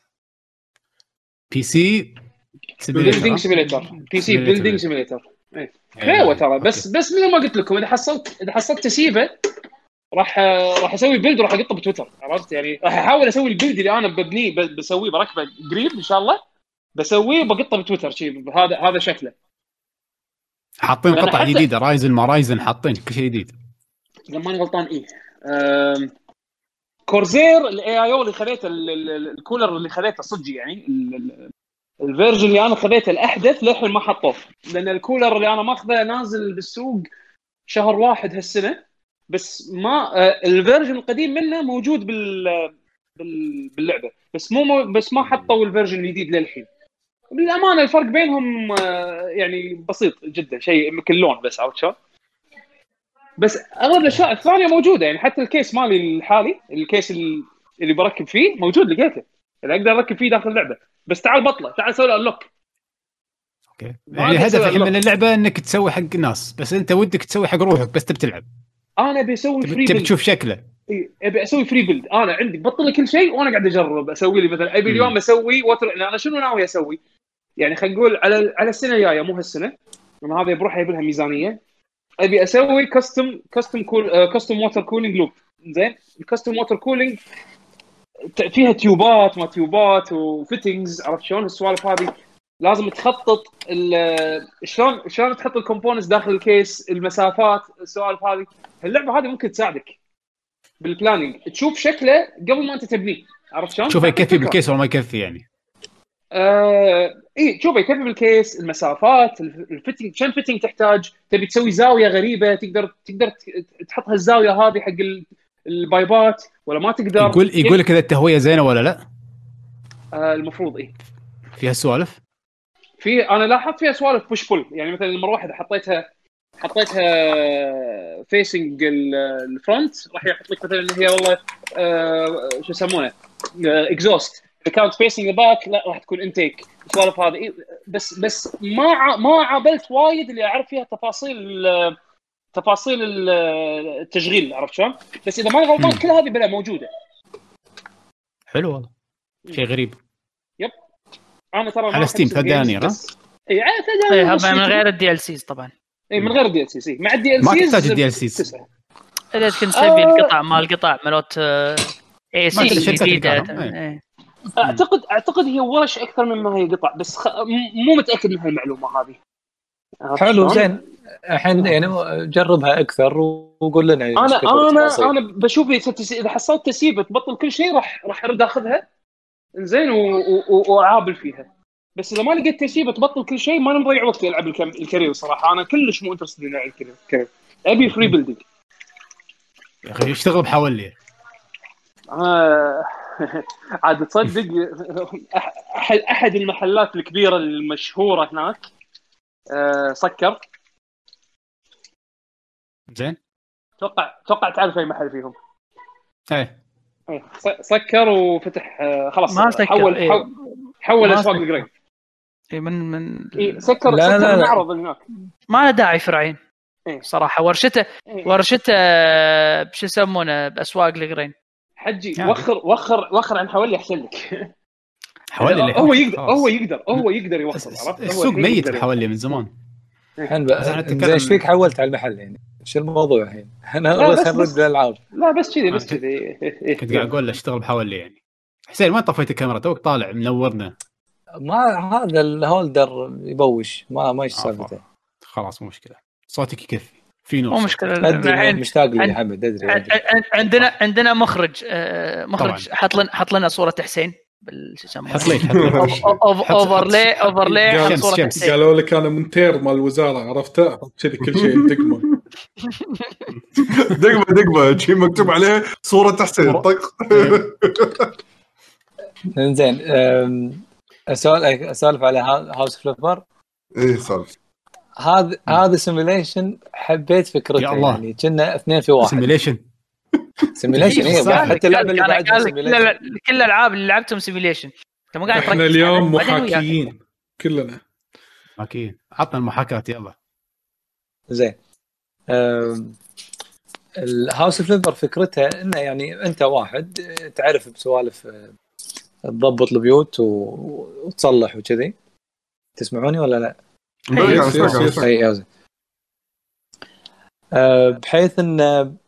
بي سي بيلدينج سيميليتر. بي سي بيلدينج سيميليتر ايه حلوه ترى. بس أوكي. بس مثل ما قلت لكم اذا حصلت اذا حصلت تسيبه راح راح اسوي بيلد وراح اقطه بتويتر، عرفت؟ يعني راح احاول اسوي البيلد اللي انا ببنيه بسويه بركبه قريب ان شاء الله، بسويه وبقطه بتويتر شيء. هذا هذا شكله. حاطين قطع حتى... جديده رايزن ما رايزن حاطين كل شيء جديد. اذا ماني غلطان ايه أم... كورزير الاي اي او اللي خذيته الكولر اللي خذيته صدق يعني الفيرجن اللي انا خذيته الاحدث للحين ما حطوه، لان الكولر اللي انا ماخذه نازل بالسوق شهر واحد هالسنه. بس ما الفيرجن القديم منه موجود بال... بال... باللعبه، بس مو بس ما حطوا الفيرجن الجديد للحين. بالامانه الفرق بينهم يعني بسيط جدا، شيء يمكن لون بس، عرفت شو؟ بس اغلب الاشياء الثانيه موجوده يعني. حتى الكيس مالي الحالي، الكيس اللي بركب فيه موجود، لقيته اللي اقدر اركب فيه داخل اللعبه. بس تعال بطله، تعال سوي اللوك. اوكي يعني الهدف الحين من اللعبه انك تسوي حق الناس، بس انت ودك تسوي حق روحك بس تبي تلعب. انا بسوي فري بيلد، تبي تشوف شكله. اي ابي اسوي فري بيلد. انا عندي بطل كل شيء وانا قاعد اجرب اسوي لي مثلا ابي اليوم اسوي وتر... انا شنو ناوي اسوي يعني. خلينا نقول على على السنه الجايه مو هالسنه، لما هذا بروح يبي لها ميزانيه. ابي اسوي كاستم كاستم كول كاستم ووتر كولينج لوب. زين الكاستم ووتر كولينج فيها تيوبات ما تيوبات وفيتنجز، عرفت شلون السوالف هذه. لازم تخطط شلون شلون تحط الكومبوننتس داخل الكيس، المسافات، السوالف هذه. اللعبه هذه ممكن تساعدك بالبلاننج، تشوف شكله قبل ما انت تبنيه، عرفت شلون؟ شوف يكفي بالكيس ولا ما يكفي يعني. آه اي شوف يكفي بالكيس، المسافات، الفيتنج، شن فيتنج تحتاج، تبي تسوي زاويه غريبه تقدر تقدر تحط هالزاويه هذه حق البايبات ولا ما تقدر. يقول يقول لك اذا التهويه زينه ولا لا. آه المفروض ايه فيها سوالف، في انا لاحظت فيها سوالف بوش بول. يعني مثلا المره واحده حطيتها حطيتها فيسنج الفرونت راح يحط لك مثلا ان هي والله آه شو يسمونه اكزوست. كانت فيسنج الباك لا راح تكون انتيك. السوالف هذه بس بس ما ع... ما عبلت وايد اللي اعرف فيها تفاصيل تفاصيل التشغيل، عرفت شلون؟ بس اذا ما غلطان كل هذه بلا موجوده. حلو والله، شيء غريب. يب انا ترى على ستيم ثدانير ها اي على ثدانير من غير الدي ال سيز طبعا. اي من غير الدي ال سي. مع الدي ال ما سي تحتاج الدي ال سي اذا كنت تبي القطع مال القطع مالت اي سي جديده. اعتقد اعتقد هي ورش اكثر مما هي قطع، بس خ... مو متاكد من هالمعلومه هذه. حلو زين الحين يعني جربها اكثر وقول لنا. انا انا انا بشوف اذا حصلت تسيب تبطل كل شيء راح راح ارد اخذها زين واعابل فيها. بس اذا ما لقيت تسيب تبطل كل شيء ما نضيع وقت العب الكارير. صراحه انا كلش مو انترستد ان العب الكارير، ابي فري بيلدينج يا اخي. اشتغل بحولي آه عاد تصدق احد احد المحلات الكبيره المشهوره هناك أه سكر. زين توقع توقع تعرف اي محل فيهم؟ ايه ايه سكر وفتح آه خلاص ما حول إيه. حول, حول اسواق القريب. اي من من إيه سكر لا سكر لا المعرض هناك ما له داعي فرعين. إيه. صراحه ورشته إيه. ورشته بش يسمونه باسواق القرين حجي يعني. وخر وخر وخر عن حوالي احسن لك. حوالي هو يقدر هو يقدر هو يقدر يوخر. عرفت السوق ميت حوالي من زمان. الحين زين ايش فيك حولت على المحل يعني شو الموضوع الحين؟ انا بس ارد الالعاب. لا بس كذي بس كذي كنت قاعد اقول له اشتغل بحولي يعني. حسين ما طفيت الكاميرا توك طالع منورنا. ما هذا الهولدر يبوش ما ما ايش سالفته. خلاص مو مشكله صوتك يكفي في نور. مو مشكله الحين مشتاق لي يا حمد ادري. عندنا عندنا مخرج مخرج حط لنا حط لنا صوره حسين بالش يسمونه حط لي اوفرلي اوفرلي صوره حسين. قالوا لك انا مونتير مال الوزاره عرفته كذي كل شيء دقمه دقمه دقمه شيء مكتوب عليه صوره حسين طق. زين اسولف اسولف على هاوس فليبر. ايه سولف. هذا هذا سيميليشن حبيت فكرته يعني كنا اثنين في واحد. سيميليشن سيميليشن ايه حتى اللعبه اللي بعدها سيميليشن. كل الالعاب اللي لعبتهم سيميليشن. انت مو قاعد احنا اليوم محاكيين كلنا. اكيد عطنا المحاكاه يلا. زين الهاوس فليبر فكرتها انه يعني انت واحد تعرف بسوالف تضبط البيوت وتصلح وكذي. تسمعوني ولا لا؟ اي أه بحيث ان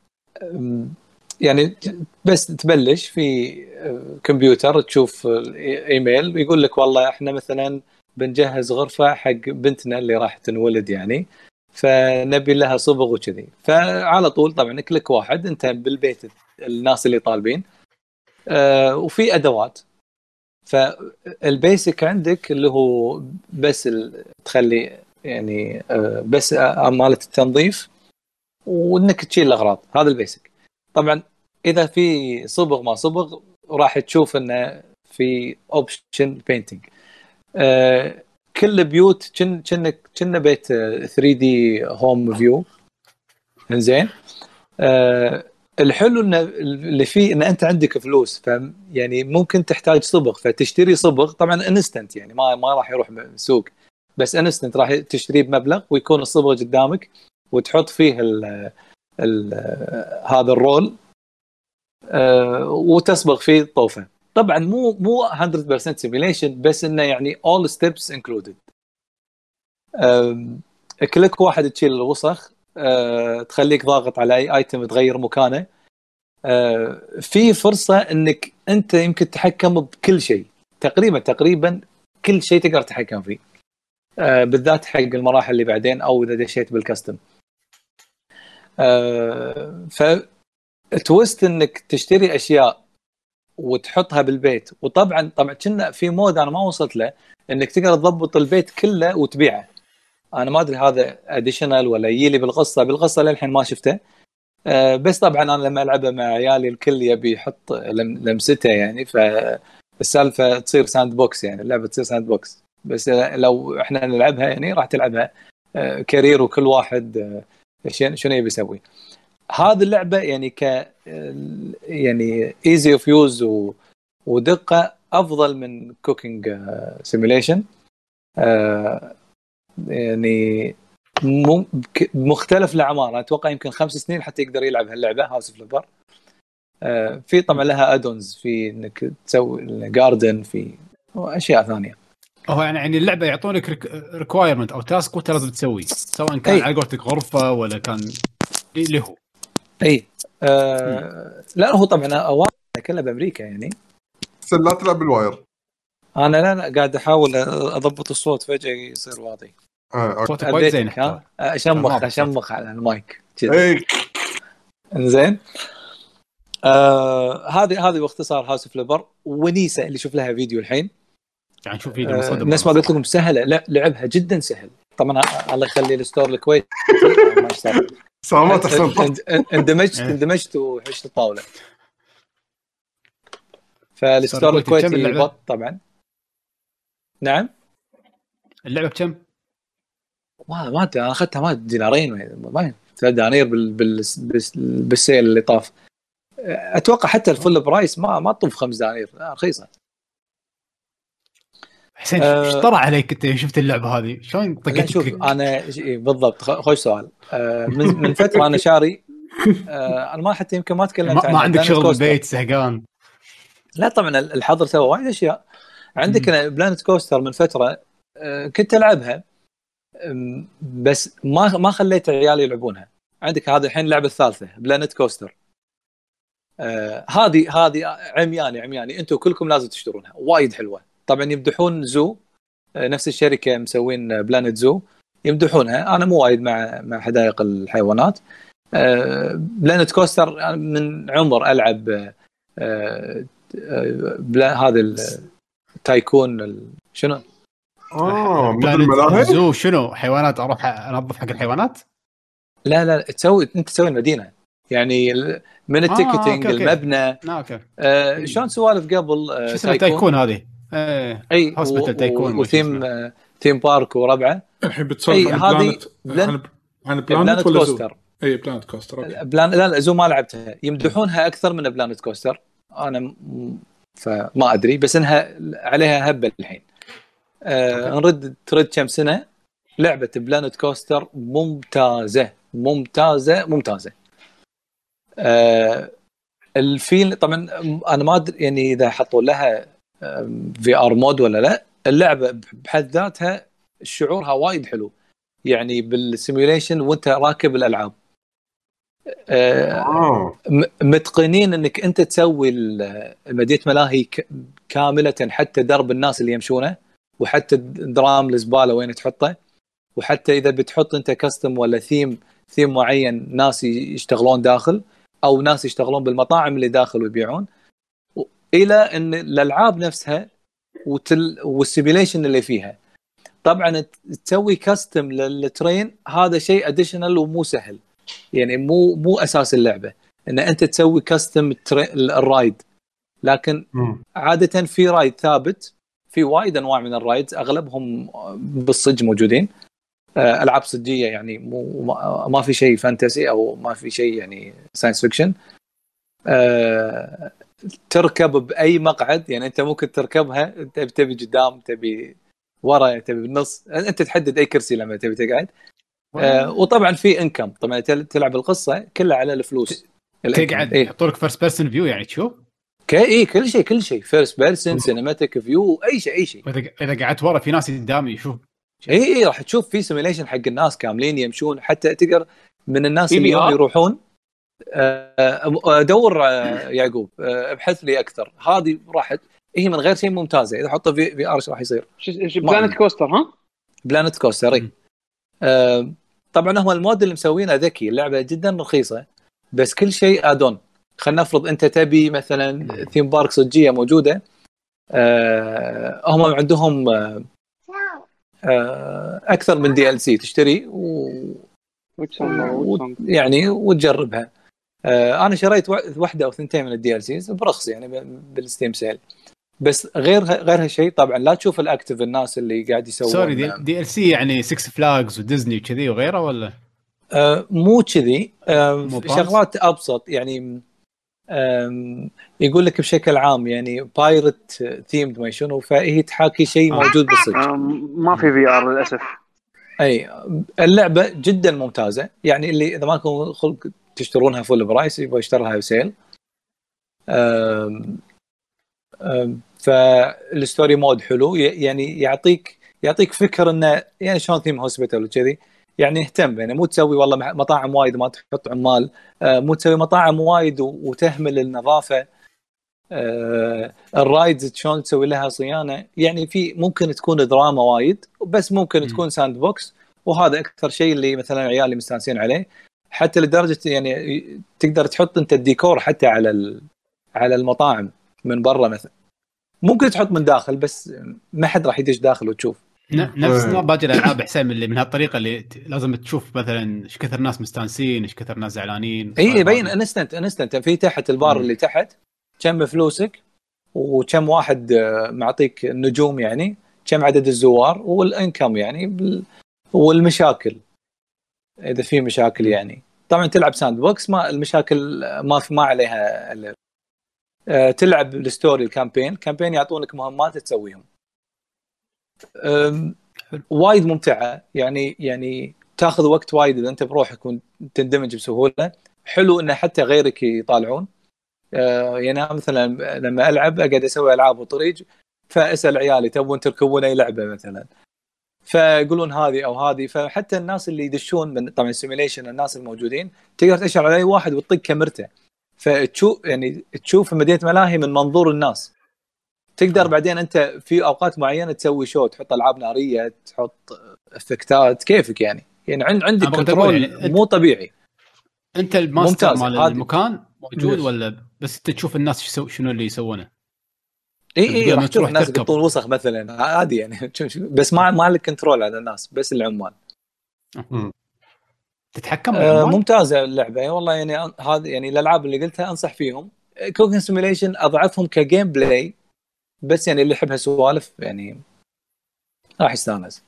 يعني بس تبلش في كمبيوتر تشوف ايميل يقول لك والله احنا مثلا بنجهز غرفه حق بنتنا اللي راح تنولد يعني فنبي لها صبغ وكذي. فعلى طول طبعا كليك واحد انت بالبيت الناس اللي طالبين أه وفي ادوات. فالبيسك عندك اللي هو بس تخلي يعني بس مالة التنظيف وانك تشيل الاغراض. هذا البيسك. طبعا اذا في صبغ ما صبغ راح تشوف انه في اوبشن بينتينج. كل بيوت كن كن كنا بيت ثري دي هوم فيو. انزين الحلو ان اللي فيه ان انت عندك فلوس فهم يعني ممكن تحتاج صبغ فتشتري صبغ طبعا انستنت يعني ما ما راح يروح السوق بس انستنت راح تشتريه بمبلغ ويكون الصبغ قدامك وتحط فيه ال ال هذا الرول أه وتصبغ فيه طوفه. طبعا مو مو مية بالمية سيميليشن بس انه يعني all steps included. أه كليك واحد تشيل الوسخ أه تخليك ضاغط على اي ايتم تغير مكانه. أه في فرصه انك انت يمكن تتحكم بكل شيء تقريبا تقريبا كل شيء تقدر تتحكم فيه آه بالذات حق المراحل اللي بعدين او اذا دشيت بالكاستم. آه فتوست انك تشتري اشياء وتحطها بالبيت. وطبعا طبعا كنا في مود انا ما وصلت له انك تقدر تضبط البيت كله وتبيعه. انا ما ادري هذا اديشنال ولا يجي لي بالقصه بالقصه للحين ما شفته. أه بس طبعا انا لما العبها مع عيالي الكل يبي يحط لمسته يعني فالسالفه تصير ساند بوكس يعني اللعبه تصير ساند بوكس. بس لو احنا نلعبها يعني راح تلعبها أه كارير وكل واحد أه شنو يبي يسوي. هذه اللعبه يعني ك يعني ايزي اوف يوز ودقه افضل من كوكينج سيميليشن. أه يعني مختلف الاعمار. اتوقع يمكن خمس سنين حتى يقدر يلعب هاللعبه هاوس فليبر. آه في طبعا لها ادونز في انك تسوي جاردن في اشياء ثانيه. هو يعني يعني اللعبه يعطونك ريكوايرمنت او تاسك وانت لازم تسويه سواء كان أي. على قولتك غرفه ولا كان اللي هو اي آه لا هو طبعا اوائل كلها بامريكا يعني. بس لا تلعب بالواير. انا لا, لا قاعد احاول اضبط الصوت فجاه يصير واضح. اه صوتك وايد زين. ها اشمخ اشمخ على المايك كذا. انزين آه هذه هذه باختصار هاوس فليبر ونيسه اللي شوف لها فيديو الحين يعني شوف فيديو آه الناس ما قلت لكم سهله. لا لعبها جدا سهل. طبعا الله يخلي الستور الكويت ما اشتغل سلامات احسن. اندمجت اندمجت وحشت الطاوله. فالستور الكويتي بط طبعا. نعم اللعبه بكم؟ ما ما انا اخذتها ما دينارين ما ثلاث دنانير بال بال بالسيل اللي طاف. اتوقع حتى الفل برايس ما ما تطوف خمس دنانير رخيصه. حسين ايش طرى عليك انت شفت اللعبه هذه شلون طقيت؟ شوف انا بالضبط خوش سؤال. من من فتره انا شاري انا ما حتى يمكن ما تكلمت عنه. ما عندك شغل بالبيت زهقان؟ لا طبعا الحظر سوى وايد اشياء. عندك انا بلانت كوستر من فتره كنت العبها بس ما ما خليت عيالي يلعبونها. عندك هذا الحين اللعبه الثالثه بلانت كوستر هذه آه هذه عمياني عمياني انتم كلكم لازم تشترونها وايد حلوه. طبعا يمدحون زو آه نفس الشركه مسوين بلانت زو يمدحونها. انا مو وايد مع مع حدائق الحيوانات. آه بلانت كوستر من عمر العب آه آه هذا التايكون شنو اه مثل الملاهي زو شنو حيوانات اروح انظف حق الحيوانات. لا لا تسوي انت تسوي المدينه يعني من التيكتينج آه، المبنى اوكي آه، شلون سوالف قبل آه، شو تايكون هذه ايه اي هوسبيتال تايكون وثيم آه، ثيم بارك وربعه. الحين بتصير هذه بلان... عن بلانت ولا زو؟ اي بلانت كوستر أوكي. بلان لا لا زو ما لعبتها. يمدحونها اكثر من بلانت كوستر. انا م... فما ادري بس انها عليها هبه الحين. آه نرد ترد كم سنه لعبه بلانت كوستر ممتازه ممتازه ممتازه. آه الفيل طبعا انا ما ادري يعني اذا حطوا لها في ار مود ولا لا. اللعبه بحد ذاتها شعورها وايد حلو يعني بالسيميوليشن وانت راكب الالعاب. آه متقنين انك انت تسوي المدينه ملاهي كامله حتى درب الناس اللي يمشونه وحتى درام الزباله وين تحطه وحتى اذا بتحط انت كاستم ولا ثيم ثيم معين ناس يشتغلون داخل او ناس يشتغلون بالمطاعم اللي داخل ويبيعون الى ان الالعاب نفسها وتل والسيميليشن اللي فيها. طبعا تسوي كاستم للترين هذا شيء اديشنال ومو سهل يعني مو مو اساس اللعبه ان انت تسوي كاستم الرايد. لكن عاده في رايد ثابت. في وايد انواع من الرايدز اغلبهم بالصج موجودين العاب صجيه يعني مو ما في شيء فانتسي او ما في شيء يعني ساينس فيكشن. أه تركب باي مقعد يعني انت ممكن تركبها انت تبي قدام تبي ورا تبي بالنص انت تحدد اي كرسي لما تبي تقعد. أه وطبعا في انكم طبعا تلعب القصه كلها على الفلوس تقعد يحطوا لك فيرست بيرسون فيو يعني تشوف اي كل شيء كل شيء فيرست بيرسون سينماتيك فيو اي شيء اي شيء. اذا قعدت ورا في ناس قدامي يشوف اي اي راح تشوف في سيميليشن حق الناس كاملين يمشون حتى تقدر من الناس اللي يروحون. دور يعقوب ابحث لي اكثر. هذه راح هي من غير شيء ممتازه. اذا حطه في في ار ايش راح يصير؟ بلانت كوستر ها بلانت كوستر آه طبعا هم المود اللي مسوينه ذكي، اللعبه جدا رخيصه بس كل شيء ادون. خلينا نفرض انت تبي مثلا ثيم بارك صجيه موجوده، آه هم عندهم آه آه اكثر من دي ال سي تشتري و... و... يعني وتجربها. آه انا شريت واحده او ثنتين من الدي ال سيز برخص يعني بالستيم سيل، بس غير غير هالشيء طبعا لا تشوف الاكتف الناس اللي قاعد يسوون سوري دي, دي ال سي يعني سكس فلاجز وديزني وكذي وغيره ولا آه مو كذي آه شغلات ابسط يعني. يقول لك بشكل عام يعني بايرت ثيمد ما شنو، فهي تحاكي شيء موجود بالصدق. ما في في ار للاسف. اي اللعبه جدا ممتازه يعني، اللي اذا ماكم خلق تشترونها فول برايس يبغى يشتريها بسيل. فالستوري مود حلو يعني، يعطيك يعطيك فكر انه يعني شلون ثيم هوسبيتال وكذي يعني. اهتم يعني، مو تسوي والله مطاعم وايد ما تحط عمال، مو تسوي مطاعم وايد وتهمل النظافه. الرايدز شلون تسوي لها صيانه يعني. في ممكن تكون دراما وايد بس ممكن تكون ساند بوكس، وهذا اكثر شيء اللي مثلا عيالي مستانسين عليه. حتى لدرجه يعني تقدر تحط انت الديكور حتى على على المطاعم من برا مثلا، ممكن تحط من داخل بس ما حد راح يدش داخل وتشوف. نفس نوع باقي الالعاب حسين اللي من هالطريقه اللي لازم تشوف مثلا ايش كثر ناس مستانسين ايش كثر ناس زعلانين. اي يبين انستنت انستنت في تحت البار م. اللي تحت كم فلوسك وكم واحد معطيك النجوم يعني، كم عدد الزوار والانكم يعني، والمشاكل اذا في مشاكل يعني. طبعا تلعب ساند بوكس ما المشاكل ما في ما عليها اللي. أه تلعب الستوري الكامبين كامبين يعطونك مهمات تسويهم. وايد ممتعه يعني يعني تاخذ وقت وايد اذا انت بروحك وتندمج بسهوله. حلو انه حتى غيرك يطالعون. أه يعني مثلا لما العب اقعد اسوي العاب وطريق فاسال عيالي تبون تركبون اي لعبه مثلا، فيقولون هذه او هذه. فحتى الناس اللي يدشون من طبعا سيميليشن الناس الموجودين تقدر تشعر على اي واحد وتطق كاميرته، فتشوف يعني تشوف مدينه ملاهي من منظور الناس. تقدر بعدين انت في اوقات معينه تسوي شو، تحط العاب ناريه، تحط افكتات كيفك يعني يعني عندك كنترول يعني مو طبيعي. انت الماستر مال المكان موجود ولا بس انت تشوف الناس شو شنو اللي يسوونه؟ اي اي راح تشوف الناس يقطون وسخ مثلا عادي يعني بس ما ما لك كنترول على الناس بس العمال. تتحكم آه ممتازه اللعبه والله يعني. هذا يعني الالعاب اللي قلتها انصح فيهم. كوكن سيميليشن اضعفهم كجيم بلاي بس يعني اللي يحبها سوالف يعني راح يستانس.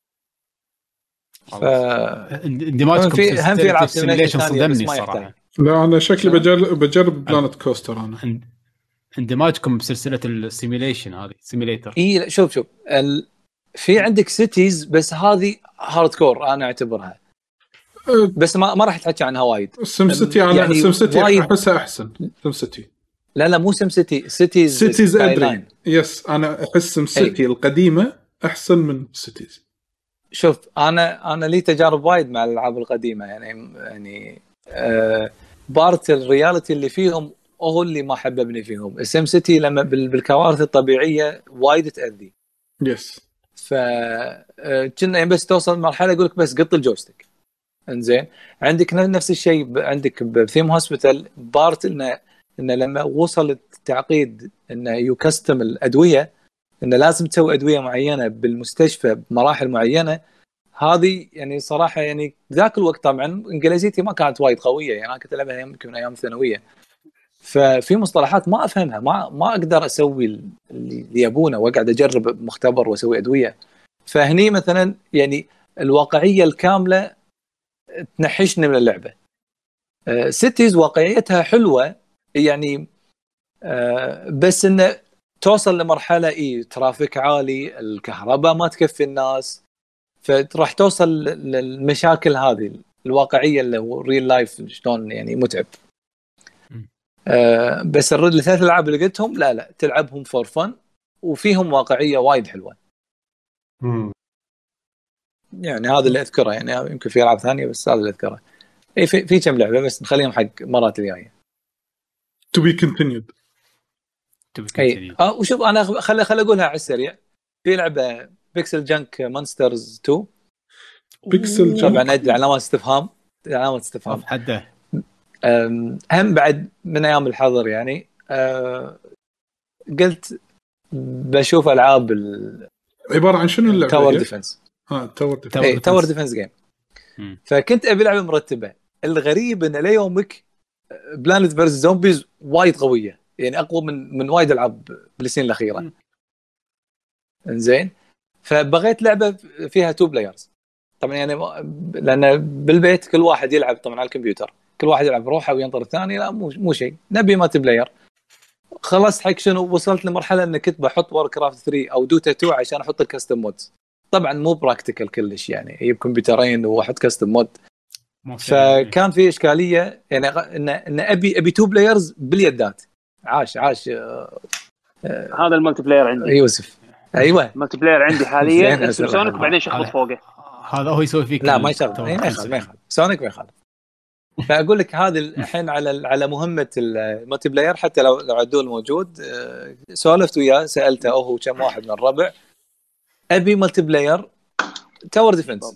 ف اندماجكم في هم في العاب سيميليشن صدمني الصراحه. لا انا شكلي بجرب بجرب بلانت كوستر. انا اندماجكم بسلسله السيميليشن هذه سيميليتر. اي شوف شوف ال... في عندك سيتيز بس هذه هارد كور انا اعتبرها بس ما ما راح تحكي عنها وايد. سم سيتي انا يعني سم سيتي احسها احسن. سم سيتي لا لا مو سم سيتي سيتيز سيتيز ادري يس انا احس سم سيتي القديمه احسن من سيتيز. شوف انا انا لي تجارب وايد مع الالعاب القديمه يعني يعني آه بارت الرياليتي اللي فيهم هو اللي ما حببني فيهم. السم سيتي لما بالكوارث الطبيعيه وايد تاذي يس ف كنا يعني بس توصل مرحله يقول لك بس قط الجويستيك انزين. عندك نفس الشيء عندك بثيم هوسبيتال بارت انه انه لما وصل التعقيد انه يكستم الادويه انه لازم تسوي ادويه معينه بالمستشفى بمراحل معينه. هذه يعني صراحه يعني ذاك الوقت طبعا انجليزيتي ما كانت وايد قويه يعني، انا كنت العبها يمكن ايام الثانويه ففي مصطلحات ما افهمها ما ما اقدر اسوي اللي يبونه واقعد اجرب مختبر واسوي ادويه. فهني مثلا يعني الواقعيه الكامله تنحشني من اللعبه. آه سيتيز واقعيتها حلوه يعني آه بس انه توصل لمرحله اي ترافيك عالي الكهرباء ما تكفي الناس فراح توصل للمشاكل هذه الواقعيه اللي هو ريل لايف شلون يعني متعب. آه بس الرد الثلاث العاب اللي قلتهم لا لا تلعبهم فور فن وفيهم واقعيه وايد حلوه. مم. يعني هذا اللي اذكره يعني يمكن في العاب ثانيه بس هذا اللي اذكره. اي في في كم لعبه بس نخليهم حق مرات الجايه. to be continued. اي اه وشوف انا خلي خلي اقولها على السريع. في لعبه بيكسل جانك مونسترز تو. بيكسل جانك طبعا ادري علامات استفهام علامات استفهام حده هم بعد من ايام الحظر يعني. أه قلت بشوف العاب ال... عباره عن شنو اللعبه؟ تاور ديفنس. اه تاور ديفنس. اي تاور ديفنس جيم. فكنت ابي لعبه مرتبه. الغريب ان ليومك بلانت فيرس زومبيز وايد قويه يعني اقوى من من وايد العاب بالسنين الاخيره. انزين فبغيت لعبه فيها تو بلايرز طبعا يعني لان بالبيت كل واحد يلعب طبعا على الكمبيوتر كل واحد يلعب روحه وينطر الثاني. لا مو مو شيء نبي مالتي بلاير. خلصت حق شنو وصلت لمرحله ان كنت بحط وور كرافت ثري او دوتا تو عشان احط الكاستم مودز. طبعا مو براكتيكال كلش يعني هي بكمبيوترين واحد كاستم مود. فكان في اشكاليه يعني ان ان ابي ابي تو بلايرز باليدات. عاش عاش آه هذا الملتي بلاير عندي يوسف. ايوه الملتي بلاير عندي حاليا اسمه سونيك وبعدين شخبط فوقه. هذا هو يسوي فيك لا ما يشغل ما يخالف ما يخالف سونيك ما يخالف. فاقول لك هذه الحين على على مهمه الملتي بلاير حتى لو لو عدول موجود. سولفت وياه سالته هو كم واحد من الربع ابي ملتي بلاير تاور ديفنس.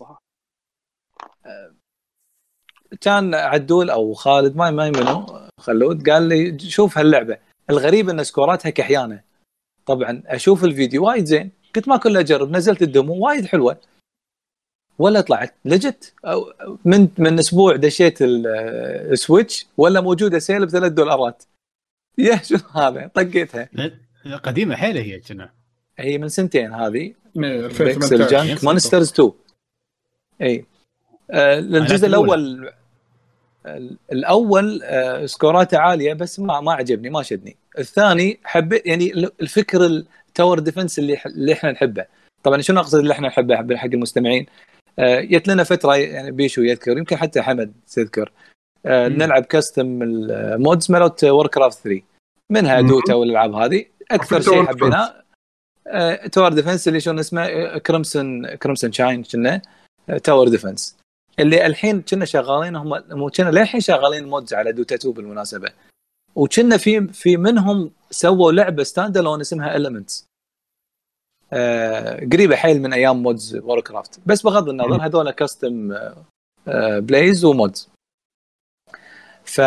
كان عدول او خالد ما ما منو خلود قال لي شوف هاللعبه. الغريب ان سكوراتها كحيانه. طبعا اشوف الفيديو وايد زين كنت ما كله اجرب نزلت الدمو وايد حلوه ولا طلعت لجت من من اسبوع دشيت السويتش ولا موجوده سيل بثلاث دولارات. يا شو هذا طقيتها قديمه حيله هي كنا هي من سنتين هذه ألفين وثمانية عشر مونسترز تو. اي آه الجزء الاول الاول آه سكوراته عاليه بس ما ما عجبني ما شدني. الثاني حبيت يعني الفكر التاور ديفنس اللي اللي احنا نحبه. طبعا شنو اقصد اللي احنا نحبه حق المستمعين. آه جت لنا فتره يعني بيشو يذكر يمكن حتى حمد تذكر آه نلعب كاستم المودز مالت وور كرافت ثري منها دوتا والالعاب هذه اكثر شيء حبيناه آه تاور ديفنس اللي شلون اسمه كريمسون كريمسون شاين كنا آه تاور ديفنس اللي الحين كنا شغالين هم مو كنا للحين شغالين مودز على دوتا تو بالمناسبه. وكنا في في منهم سووا لعبه ستاند الون اسمها إليمنتس آه قريبه حيل من ايام مودز وور كرافت بس بغض النظر هذول كاستم آه بلايز ومودز. ف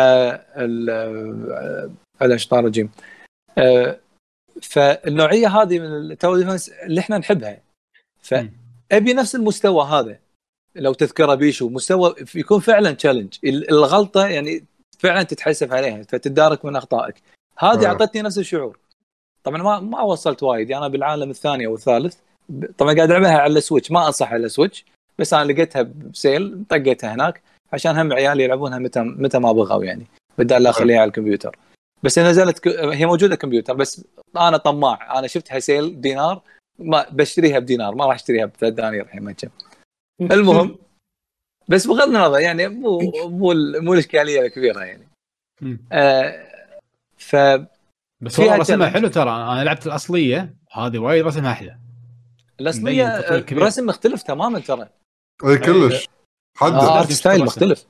على شطار الجيم آه فالنوعيه هذه من التاور ديفنس اللي احنا نحبها. فابي نفس المستوى هذا لو تذكره بيشو مستوى يكون فعلا تشالنج الغلطه يعني فعلا تتحسب عليها فتتدارك من اخطائك. هذه اعطتني نفس الشعور. طبعا ما ما وصلت وايد انا بالعالم الثاني او الثالث. طبعا قاعد العبها على السويتش ما انصح على السويتش بس انا لقيتها بسيل طقيتها هناك عشان هم عيالي يلعبونها متى متى ما بغوا يعني بدال لا اخليها على الكمبيوتر. بس نزلت ك... هي موجوده كمبيوتر بس انا طماع انا شفتها سيل دينار ما بشتريها بدينار ما راح اشتريها بثلاث دنانير الحين ما كم. المهم بس بغض النظر يعني مو مو مو الاشكاليه الكبيره يعني. آه ف بس هو رسمها حلو ترى انا لعبت الاصليه هذه وايد رسمها احلى. الاصليه رسم مختلف تماما ترى اي كلش حد آه ارت ستايل مختلف.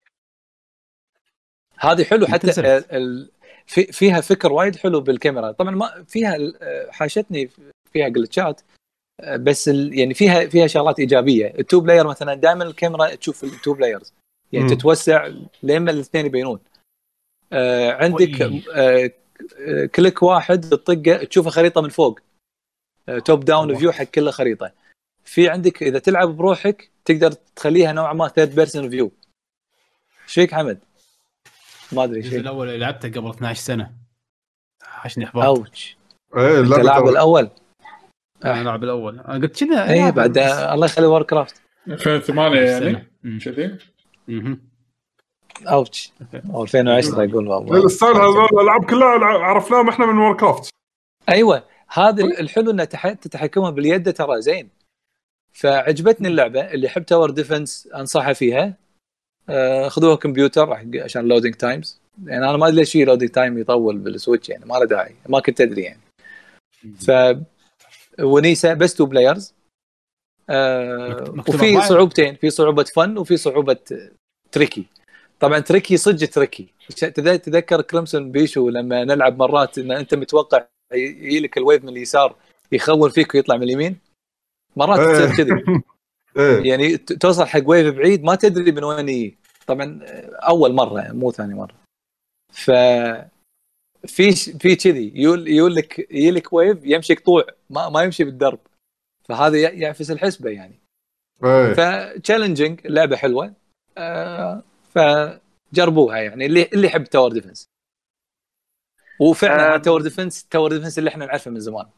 هذه حلو حتى ال... في فيها فكر وايد حلو بالكاميرا. طبعا ما فيها حاشتني فيها جلتشات بس ال... يعني فيها فيها شغلات ايجابيه. التو بلاير مثلا دائما الكاميرا تشوف التو بلايرز يعني م. تتوسع لما الاثنين يبينون. آه عندك آه كليك واحد الطقه تشوف خريطه من فوق آه توب داون فيو حق كل خريطه. في عندك اذا تلعب بروحك تقدر تخليها نوعا ما ثيرد بيرسون فيو. ايش فيك حمد؟ ما ادري شيء. الاول اللي لعبته قبل اثنا عشر سنه حشني احباط. اوتش ايه اللعب الاول انا العب الاول انا قلت كذا اي بعد الله يخلي وور كرافت ألفين وثمانية يعني كذي اها اوتش ألفين وعشرة يقول والله الستايل هذول الالعاب كلها عرفناهم احنا من وور كرافت. ايوه هذا الحلو ان تتحكمها باليد ترى زين. فعجبتني اللعبه اللي يحب تاور ديفنس انصحها فيها. آه خذوها كمبيوتر عشان لودينج تايمز يعني انا ما ادري ليش في لودينج تايم يطول بالسويتش يعني ما له داعي ما كنت ادري يعني. ف ونيسا بس تو بلايرز آه وفي صعوبتين في صعوبه فن وفي صعوبه تريكي. طبعا تريكي صدق تريكي. تذكر كريمسون بيشو لما نلعب مرات ان انت متوقع يجي لك الويف من اليسار يخون فيك ويطلع من اليمين مرات تصير كذي. يعني توصل حق ويف بعيد ما تدري من وين يجي. طبعا اول مره مو ثاني مره. ف في في كذي يقول يقول لك يجي لك ويف يمشي قطوع ما ما يمشي بالدرب. فهذا يعفس الحسبه يعني. فتشالنجينج لعبه حلوه. آه فجربوها يعني اللي اللي يحب تاور ديفنس. وفعلا آه تاور ديفنس تاور ديفنس اللي احنا نعرفه من زمان.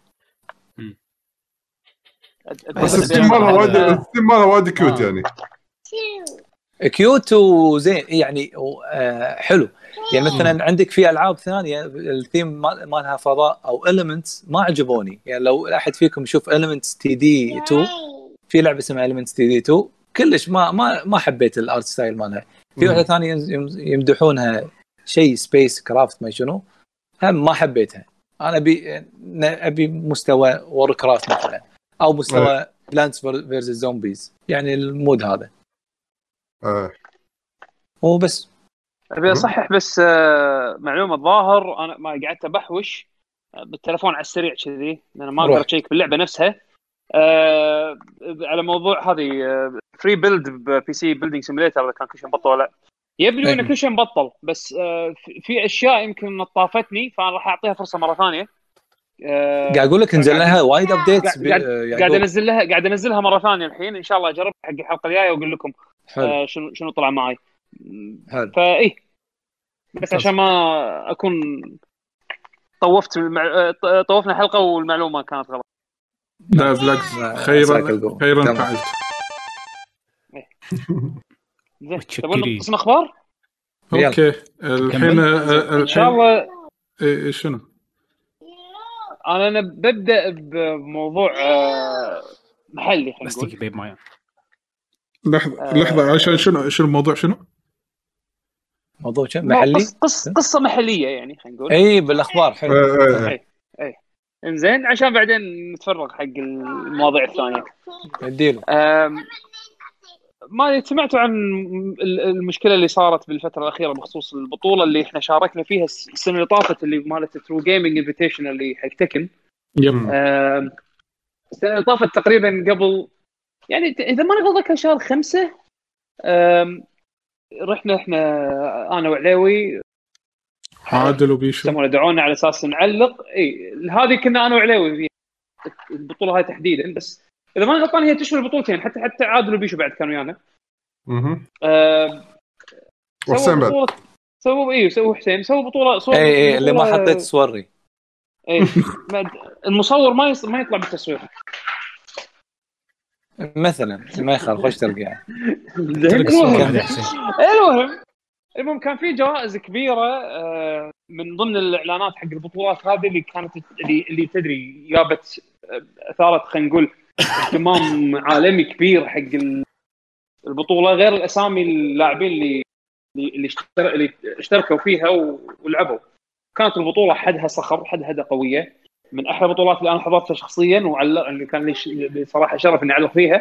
بس الستيم مالها وايد الستيم مالها وايد كيوت يعني كيوت وزين يعني آه حلو. يعني مثلا عندك في العاب ثانيه الثيم مالها فضاء او إليمنتس ما عجبوني. يعني لو احد فيكم يشوف إليمنتس تي دي تو في لعبه اسمها إليمنتس تي دي تو كلش ما ما ما حبيت الارت ستايل مالها. في واحده ثانيه يمدحونها شيء سبيس كرافت ما شنو هم ما حبيتها. انا ابي ابي مستوى وور كرافت مثلا او مستوى بلانتس فيرسز زومبيز يعني المود هذا. اه هو بس ابي اصحح بس معلومه الظاهر انا ما قعدت ابحوش بالتليفون على السريع كذي لان ما اقدر اشيك باللعبه نفسها. أه على موضوع هذه فري بيلد بي سي بيلدينج سيميليتر اذا كان كل شيء مبطل ولا يبدو انه كل شيء مبطل بس أه في اشياء يمكن طافتني فانا راح اعطيها فرصه مره ثانيه. أه قاعد اقول لك انزل لها وايد ابديتس قاعد, قاعد انزل لها قاعد انزلها مره ثانيه الحين ان شاء الله اجرب حق الحلقه الجايه واقول لكم أه شنو شنو طلع معي. فايه بس عشان ما اكون طوفت المع... طوفنا حلقه والمعلومه كانت غلط. لا بالعكس خيرا خيرا فعلت. زين تبون نقسم اخبار؟ اوكي الحين ان شاء الله. ايه شنو انا انا ببدا بموضوع محلي خلينا نقول. بيب مايا لحظه لحظه عشان شنو شنو الموضوع شنو موضوع محلي قصة قصة محلية يعني خلينا نقول. اي بالاخبار حلو. اي اي انزين عشان بعدين نتفرغ حق المواضيع الثانية. اديله. ما سمعتوا عن المشكلة اللي صارت بالفترة الأخيرة بخصوص البطولة اللي احنا شاركنا فيها السنة اللي طافت اللي مالت ترو جيمنج انفيتيشن اللي حق تكن. يب. السنة اللي طافت تقريبا قبل يعني إذا ما نغلط كان شهر خمسة. رحنا احنا انا وعليوي عادل وبيشو سمونا دعونا على اساس نعلق. اي هذه كنا انا وعليوي البطوله هاي تحديدا بس اذا ما غلطان هي تشمل بطولتين حتى حتى عادل وبيشو بعد كانوا ويانا. اها وحسين بعد سووا ايه سووا حسين سووا بطوله صور. اي اي اللي ما حطيت صوري. اي المصور ما يص... ما يطلع بالتصوير مثلا ما يخالف خوش ترقع. المهم المهم كان في جوائز كبيره من ضمن الاعلانات حق البطولات هذه اللي كانت اللي, اللي تدري جابت اثارت خلينا نقول اهتمام عالمي كبير حق البطوله غير الاسامي اللاعبين اللي اللي اشتر... اللي اشتركوا فيها ولعبوا. كانت البطوله حدها صخر حدها قويه من احلى البطولات اللي انا حضرتها شخصيا وعلق اللي كان لي صراحه شرف اني اعلق فيها.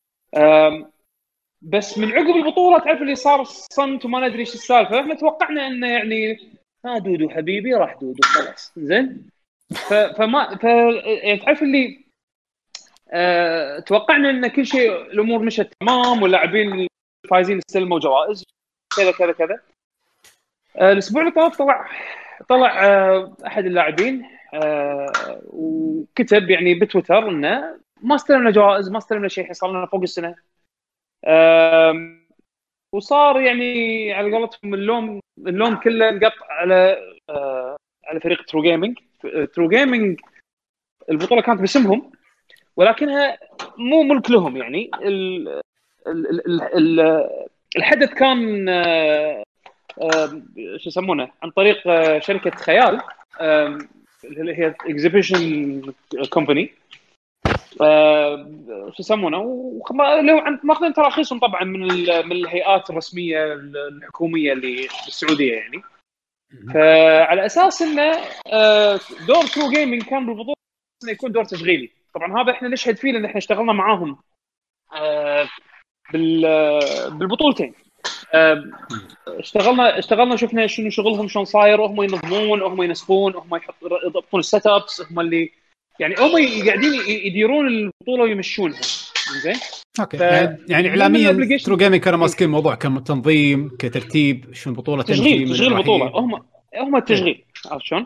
بس من عقب البطوله تعرف اللي صار صمت وما ندري ايش السالفه. احنا توقعنا انه يعني ها دودو حبيبي راح دودو خلاص زين. فما ف يعني تعرف اللي أه... توقعنا ان كل شيء الامور مشت تمام واللاعبين الفايزين استلموا جوائز كذا كذا كذا. أه... الاسبوع اللي طاف طلع طلع أه... احد اللاعبين أه... وكتب يعني بتويتر انه ما استلمنا جوائز ما استلمنا شيء حصل لنا فوق السنه. أه... وصار يعني على قولتهم اللوم اللوم كله انقطع على أه... على فريق ترو جيمنج. ترو جيمنج البطوله كانت باسمهم ولكنها مو ملك لهم يعني. ال... ال... ال... ال... الحدث كان أه... أه... شو يسمونه عن طريق أه... شركه خيال أه... اللي هي اكزيبيشن كومباني أه... شو يسمونه لو ماخذين تراخيصهم طبعا من ال... من الهيئات الرسميه الحكوميه اللي بالسعوديه يعني. فعلى اساس انه أه... دور ترو جيمنج كان بالبطوله انه يكون دور تشغيلي. طبعا هذا احنا نشهد فيه لان احنا اشتغلنا معاهم أه... بال... بالبطولتين اشتغلنا اشتغلنا شفنا شنو شغلهم شلون صاير، وهم ينظمون وهم ينسبون وهم يضبطون السيت ابس، هم اللي يعني هم قاعدين يديرون البطوله ويمشونها. زين اوكي ف... يعني, يعني اعلاميا ترو جيمنج كانوا ماسكين الموضوع كتنظيم كترتيب شو البطوله تمشي، تشغيل البطوله هم هم التشغيل، عرفت شلون؟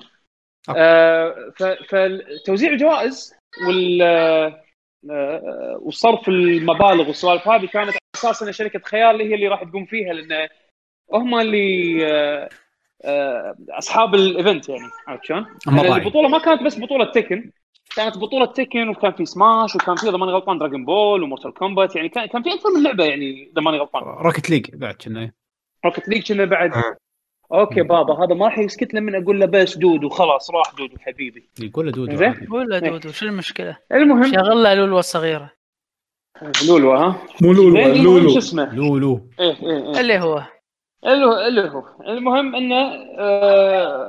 آه فتوزيع الجوائز وال آه وصرف المبالغ والسوالف هذه كانت اساسا شركه خيال هي اللي راح تقوم فيها، لان هم اللي آه آه اصحاب الايفنت يعني، عرفت شلون؟ البطوله ما كانت بس بطوله تكن، كانت بطوله تكن وكان في سماش وكان في اذا ماني غلطان دراجون بول ومورتال كومبات، يعني كان كان في اكثر من لعبه يعني اذا ماني غلطان. روكت ليج بعد كنا روكت ليج كنا بعد. اوكي بابا هذا ما راح يسكت لما من اقول له بس دود وخلاص راح دود حبيبي. يقول له دود يقول له دود وش المشكله؟ المهم شغل له لولو الصغيره. لولو ها مو لولو لولو شو اسمه لولو ايه ايه ايه اللي هو اللي هو المهم انه آه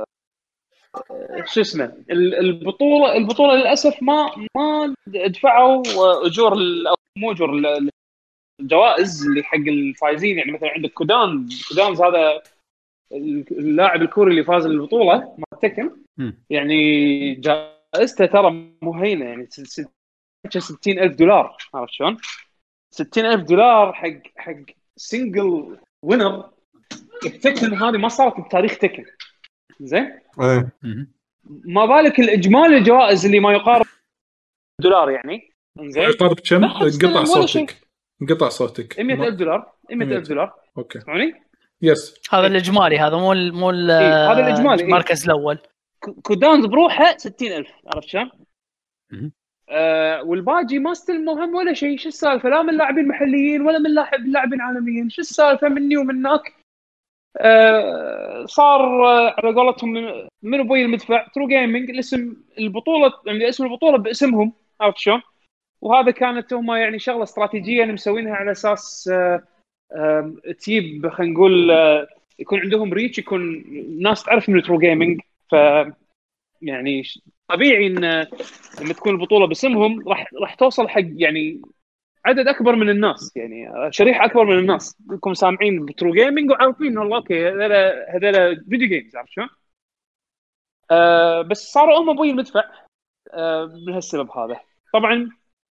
شو اسمه البطوله البطوله للاسف ما ما دفعوا اجور مو اجور الجوائز اللي حق الفايزين. يعني مثلا عندك كودان كودانز هذا اللاعب الكوري اللي فاز البطوله مع تكن، يعني جائزته ترى مو هينه، يعني ستين ألف دولار، عرفت شلون؟ ستين ألف دولار حق حق سنجل وينر تكن، هذه ما صارت بتاريخ تكن. زين ايه ما بالك الاجمالي الجوائز اللي ما يقارب دولار يعني. زين يقارب كم؟ انقطع صوتك انقطع صوتك مئة ألف دولار مئة ألف دولار اوكي تسمعني؟ يس هذا الاجمالي، هذا مو مو إيه هذا الاجمالي المركز إيه؟ الاول كودانز بروحه ستين ألف، عرفت شلون؟ آه والباقي ما استلموا هم ولا شيء. شو السالفه؟ لا من لاعبين محليين ولا من لاعبين عالميين. شو السالفه مني ومنك؟ آه صار آه على قولتهم من ابوي المدفع ترو جيمنج الاسم البطوله، يعني اسم البطوله باسمهم، عرفت شلون؟ وهذا كانت هم يعني شغله استراتيجيه مسوينها على اساس آه آه تجيب خلينا نقول آه يكون عندهم ريتش، يكون الناس تعرف من ترو جيمنج. ف يعني طبيعي ان لما تكون البطوله باسمهم راح راح توصل حق يعني عدد اكبر من الناس، يعني شريحه اكبر من الناس انكم سامعين بترو جيمنج وعارفين انه والله اوكي هذول هذول فيديو جيمز، عرفت شلون؟ آه بس صاروا هم ابوي المدفع آه من هالسبب هذا. طبعا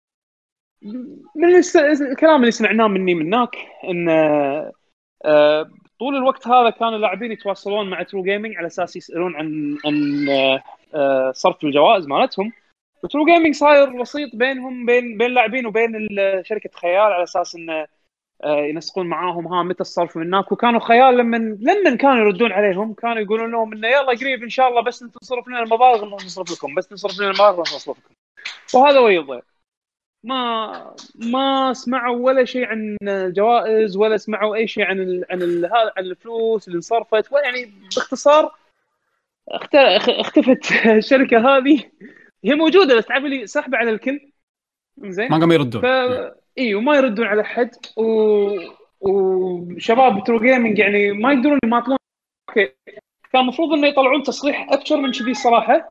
من الس... الكلام اللي سمعناه مني منك ان آه طول الوقت هذا كانوا اللاعبين يتواصلون مع ترو جيمنج على اساس يسالون عن عن آه صرف الجوائز مالتهم، وترو جيمنج صاير وسيط بينهم بين بين اللاعبين وبين شركه خيال على اساس انه آه ينسقون معاهم ها متى الصرف من هناك. وكانوا خيال لما لما كانوا يردون عليهم كانوا يقولون لهم انه يلا قريب ان شاء الله بس انتم تصرف لنا المبالغ نصرف لكم، بس نصرف لنا المبالغ نصرف لكم. وهذا ويضيع ما ما سمعوا ولا شيء عن الجوائز ولا سمعوا اي شيء عن ال عن ال عن الفلوس اللي انصرفت. يعني باختصار اختفت الشركه هذه. هي موجوده بس تعرف لي سحبه على الكل. زين ما قاموا يردون. اي وما يردون على حد و... وشباب ترو جيمنج يعني ما يقدرون يماطلون. اوكي كان المفروض انه يطلعون تصريح ابشر من كذي الصراحه.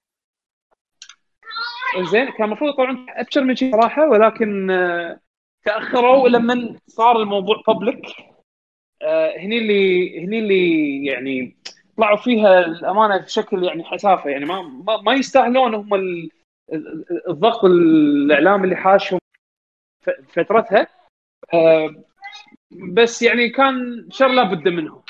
زين كان المفروض يطلعون ابشر من كذي صراحه، ولكن تاخروا لما صار الموضوع بابليك. هني اللي هني اللي يعني طلعوا فيها الامانه بشكل يعني حسافه، يعني ما ما يستاهلون هم الضغط الاعلامي اللي حاشهم فترتها. بس يعني كان شر لابد منه.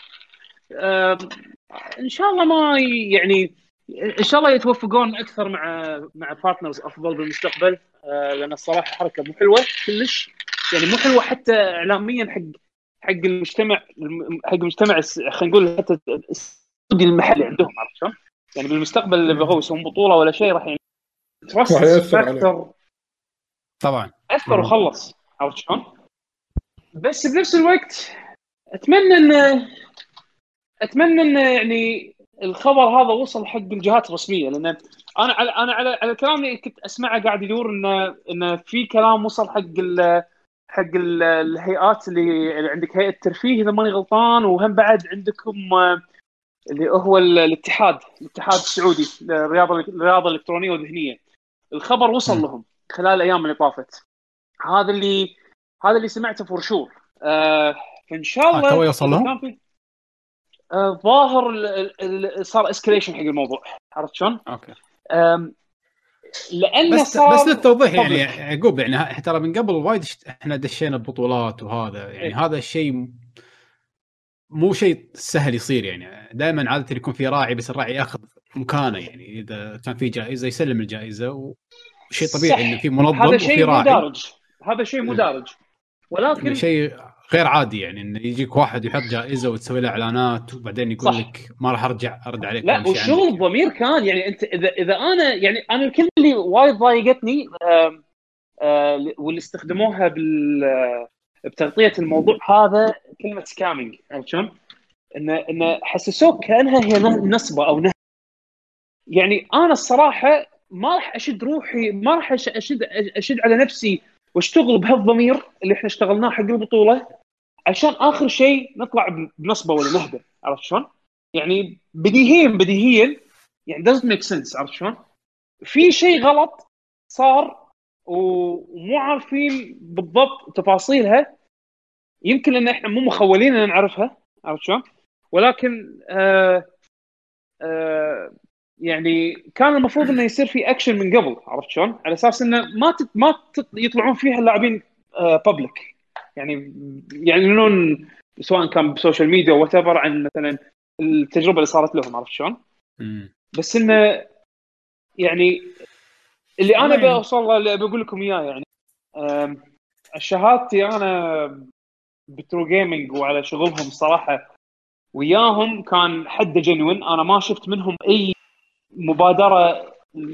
ان شاء الله ما يعني ان شاء الله يتوفقون اكثر مع مع بارتنرز افضل بالمستقبل، لان الصراحه حركه مو حلوه كلش، يعني مو حلوه حتى اعلاميا حق حق المجتمع حق المجتمع خلينا نقول حتى المحلي عندهم، عرفت شلون؟ يعني بالمستقبل اللي بيغوا يسوون بطوله ولا شيء راح يعني يأثر طبعا اثر وخلص، عرفت شلون؟ بس بنفس الوقت اتمنى ان اتمنى ان يعني الخبر هذا وصل حق الجهات الرسميه، لان انا على انا على على الكلام اللي كنت اسمعه قاعد يدور ان ان في كلام وصل حق ال حق ال الهيئات اللي, اللي عندك هيئه الترفيه اذا ماني غلطان، وهم بعد عندكم اللي هو الاتحاد الاتحاد السعودي للرياضه الرياضه الالكترونيه والذهنيه. الخبر وصل لهم خلال الايام اللي طافت. هذا اللي هذا اللي سمعته فور شور. آه فان شاء الله تو يوصل لهم؟ كان في آه ظاهر صار اسكليشن حق الموضوع، عرفت شلون؟ اوكي. لانه بس صار بس للتوضيح يعني public. يعقوب، يعني ترى من قبل وايد احنا دشينا ببطولات وهذا يعني إيه. هذا الشيء مو شيء سهل يصير، يعني دائما عاده يكون في راعي، بس الراعي ياخذ مكانه، يعني اذا كان في جائزه يسلم الجائزه، وشيء طبيعي انه في منظم هذا وفي شيء راعي. مدارج، هذا شيء مدارج، ولكن شيء غير عادي يعني انه يجيك واحد يحط جائزه وتسوي له اعلانات وبعدين يقول صح. لك ما راح ارجع ارد عليك. لا وشغل الضمير كان يعني انت اذا اذا انا يعني انا الكلمه اللي وايد ضايقتني آه آه واللي استخدموها بال بتغطيه الموضوع هذا كلمه سكامينج، عرفت شلون؟ انه انه حسسوك كانها هي نصبه او نه. يعني انا الصراحه ما راح اشد روحي، ما راح اشد اشد على نفسي واشتغل بهالضمير اللي احنا اشتغلناه حق البطوله عشان اخر شيء نطلع بنصبه ولا نهبه، عرفت شلون؟ يعني بديهيا بديهيا يعني doesn't make sense، عرفت شلون؟ في شيء غلط صار ومو عارفين بالضبط تفاصيلها، يمكن لان احنا مو مخولين ان نعرفها، عرفت شلون؟ ولكن آه آه يعني كان المفروض انه يصير في اكشن من قبل، عرفت شلون؟ على اساس انه ما تت ما تت يطلعون فيها اللاعبين بابليك، يعني يعلنون سواء كان بسوشيال ميديا او whatever عن مثلا التجربه اللي صارت لهم، عرفت شلون؟ بس انه يعني اللي انا ابي اوصل له اللي بقول لكم اياه يعني شهادتي انا بترو جيمنج وعلى شغلهم صراحه وياهم كان حد جنون. انا ما شفت منهم اي مبادره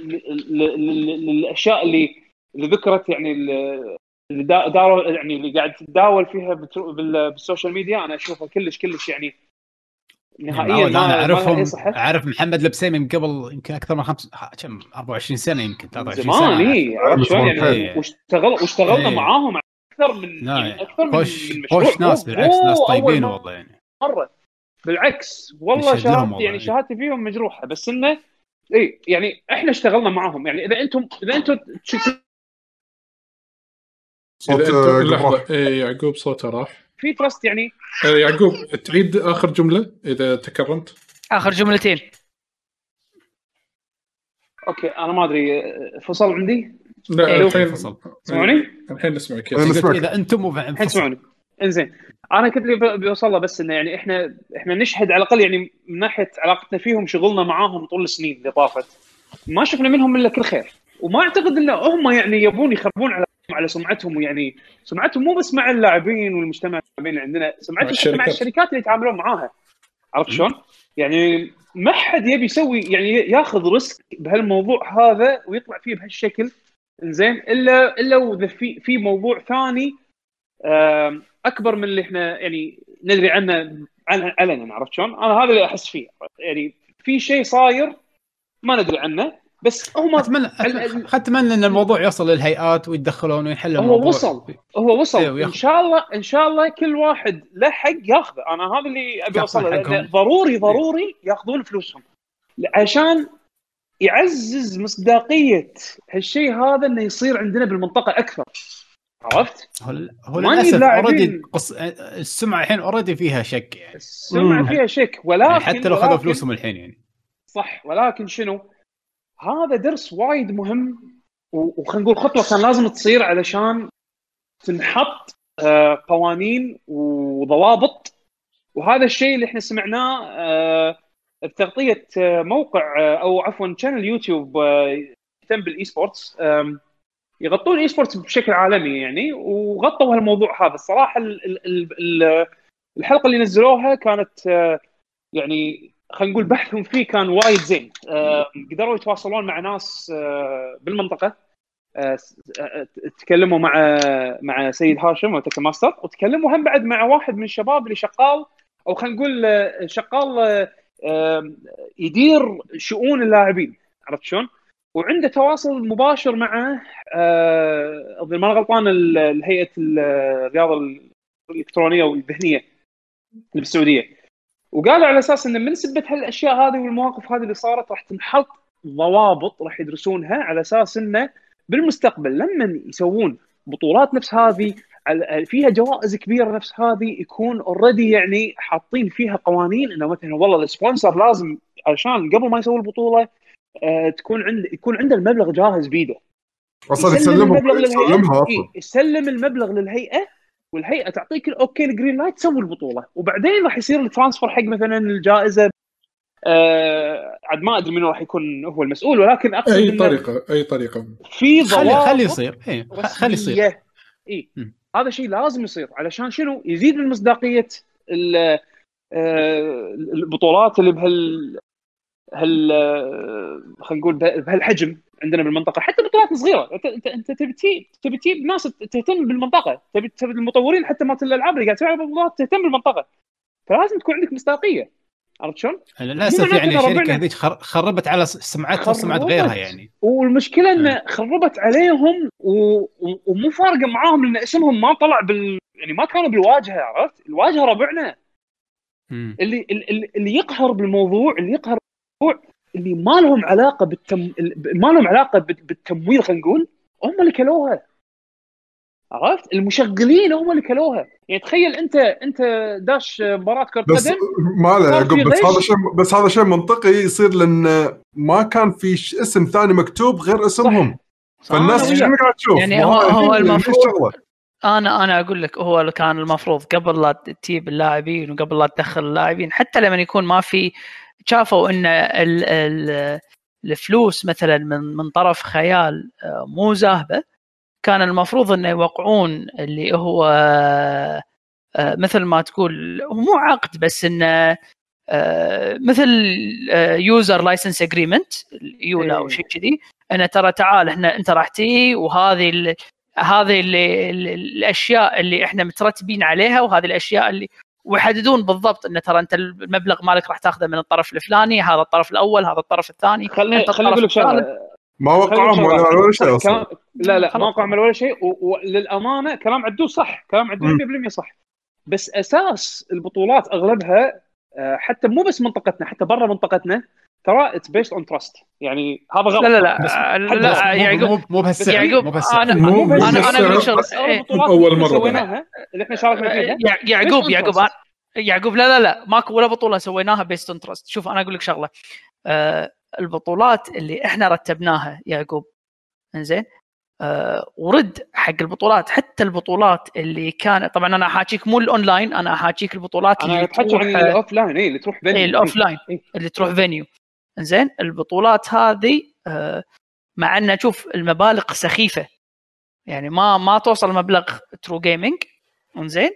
للاشياء اللي اللي ذكرت، يعني اللي داروا يعني اللي قاعد تتداول فيها بالسوشيال ميديا. انا اشوفها كلش كلش يعني نهائيا يعني ما انا اعرفهم، ما اعرف محمد البسيمي من قبل يمكن اكثر من خمس كم أربعة وعشرين سنه، يمكن ثلاثة وعشرين زمان سنه. اي عرفت شلون يعني واشتغل واشتغلنا ايه. معاهم اكثر من يعني يعني اكثر من خوش مشروع. خوش ناس بالعكس، ناس طيبين والله يعني مره بالعكس والله شهادتي يعني شهادتي فيهم مجروحه. بس انه اي يعني احنا اشتغلنا معاهم. يعني اذا انتم اذا انتم صوت لحظه اي يعقوب صوته راح في ترست يعني يعقوب تعيد اخر جمله اذا تكرمت. اخر جملتين اوكي انا ما ادري فصل عندي. لا الحين فصل. سمعني الحين نسمعك اذا انتم الحين سمعوني. انزين انا كنت بيوصل له بس انه يعني احنا احنا نشهد على الاقل يعني من ناحيه علاقتنا فيهم شغلنا معاهم طول السنين اللي طافت ما شفنا منهم الا كل خير. وما اعتقد ان هم يعني يبون يخربون على على سمعتهم، ويعني سمعتهم مو بس مع اللاعبين والمجتمع اللي عندنا، سمعتهم حتى مع الشركات اللي يتعاملون معاها، عرفت شلون؟ يعني ما حد يبي يسوي يعني ياخذ ريسك بهالموضوع هذا ويطلع فيه بهالشكل. انزين الا الا واذا في في موضوع ثاني اكبر من اللي احنا يعني ندري عنه علنا، عرفت شلون؟ انا هذا اللي احس فيه، يعني في شيء صاير ما ندري عنه. بس هم اتمنى اتمنى ان الموضوع يصل للهيئات ويتدخلون ويحلوا الموضوع. هو وصل هو وصل ان شاء الله ان شاء الله كل واحد له حق ياخذه. انا هذا اللي ابي اوصله، ضروري ضروري ياخذون فلوسهم عشان يعزز مصداقيه هالشيء هذا انه يصير عندنا بالمنطقه اكثر، عرفت؟ هو للاسف اوريدي قص... السمعه الحين اوريدي فيها شك، يعني السمعه مم. فيها شك، ولكن يعني حتى لو خذوا فلوسهم الحين يعني صح. ولكن شنو هذا درس وايد مهم، وخلينا نقول خطوه كان لازم تصير علشان تنحط قوانين وضوابط. وهذا الشيء اللي احنا سمعناه بتغطيه موقع او عفوا شانل يوتيوب يهتم بالاي سبورتس، يغطون الاي سبورتس بشكل عالمي يعني، وغطوا هالموضوع هذا. الصراحه الحلقه اللي نزلوها كانت يعني خلينا نقول بحثهم فيه كان وايد زين. قدروا يتواصلون مع ناس بالمنطقه، تكلموا مع مع سيد هاشم وتك ماستر، وتكلموا هم بعد مع واحد من الشباب اللي شغال او خلينا نقول شغال يدير شؤون اللاعبين، عرفت شلون؟ وعنده تواصل مباشر مع اذا ما غلطان الهيئه الرياضه الالكترونيه والذهنيه اللي بالسعوديه. وقالوا على اساس ان من سبه هالاشياء هذه والمواقف هذه اللي صارت راح تنحط ضوابط راح يدرسونها على اساس انه بالمستقبل لما يسوون بطولات نفس هذه فيها جوائز كبيره نفس هذه يكون اوريدي يعني حاطين فيها قوانين انه مثلا والله السبونسر لازم عشان قبل ما يسوي البطوله آه تكون عند يكون عنده المبلغ جاهز بيده اصلا يسلم يسلمها المبلغ للهيئه يسلمها إيه يسلم المبلغ للهيئه والهيئه تعطيك الاوكي الجرين لايت تسوي البطوله وبعدين راح يصير الترانسفر حق مثلا الجائزه آه عاد ما ادري منو راح يكون هو المسؤول ولكن اقصد اي طريقه اي طريقه في ضوابط خلي خلي يصير اي خلي يصير اي هذا شيء لازم يصير علشان شنو يزيد من مصداقيه البطولات اللي بهال هال خلينا نقول بهالحجم عندنا بالمنطقه حتى بطولات صغيره انت انت تبي تبي تجيب ناس تهتم بالمنطقه تبي تبي المطورين حتى مالت الالعاب اللي قاعد تلعب بطولات تهتم بالمنطقه فلازم تكون عندك مصداقيه عرفت شلون؟ للاسف يعني الشركه هذيك خربت على سمعتها وسمعه غيرها يعني والمشكله انه خربت عليهم و... ومو فارقه معاهم لان اسمهم ما طلع بال يعني ما كانوا بالواجهه عرفت الواجهه ربعنا اللي اللي اللي يقهر بالموضوع اللي يقهر بالموضوع اللي ما لهم علاقه بالتم ما لهم علاقه بالتمويل خلينا نقول هم اللي كلوها عرفت المشغلين هم اللي كلوها يعني تخيل انت انت داش مباراه كره قدم بس ما له بس هذا شيء بس هذا شيء منطقي يصير لان ما كان في اسم ثاني مكتوب غير اسمهم صح. فالناس شنو قاعد تشوف يعني هو, هو المفروض انا انا اقول لك هو اللي كان المفروض قبل لا تجيب اللاعبين وقبل لا تدخل اللاعبين حتى لما يكون ما في شافوا ان ال ال الفلوس مثلا من من طرف خيال مو ذاهبه كان المفروض انه يوقعون اللي هو مثل ما تقول مو عقد بس انه مثل يوزر لايسنس اجريمنت يولا او شيء كذي انا ترى تعال احنا انت راح تي وهذه هذه الاشياء اللي احنا مترتبين عليها وهذه الاشياء اللي ويحددون بالضبط ان ترى انت المبلغ مالك راح تاخذه من الطرف الفلاني هذا الطرف الاول هذا الطرف الثاني خليني خليني اقول لك شغله ما وقعهم ولا شيء اصلا لا لا ما وقعهم ولا شيء وللامانه كلام عدول صح كلام عدول مية بالمية صح بس اساس البطولات اغلبها حتى مو بس منطقتنا حتى برا منطقتنا ترى اتس بيست اون تراست يعني هذا غلط لا لا لا لا يعقوب مو بهالسعر يعقوب انا انا انا اقول لك اول مره سويناها اللي احنا شاركنا فيها يعقوب يعقوب يعقوب لا لا لا ماكو ولا بطوله سويناها بيست اون تراست شوف انا اقول لك شغله البطولات اللي احنا رتبناها يعقوب انزين أه ورد حق البطولات حتى البطولات اللي كان طبعا انا احاكيك مو الاونلاين انا احاكيك البطولات اللي تروح عن الاوفلاين اي اللي تروح فينيو الاوفلاين اللي تروح فينيو انزين البطولات هذه أه مع ان شوف المبالغ سخيفه يعني ما ما توصل مبلغ ترو جيمنج انزين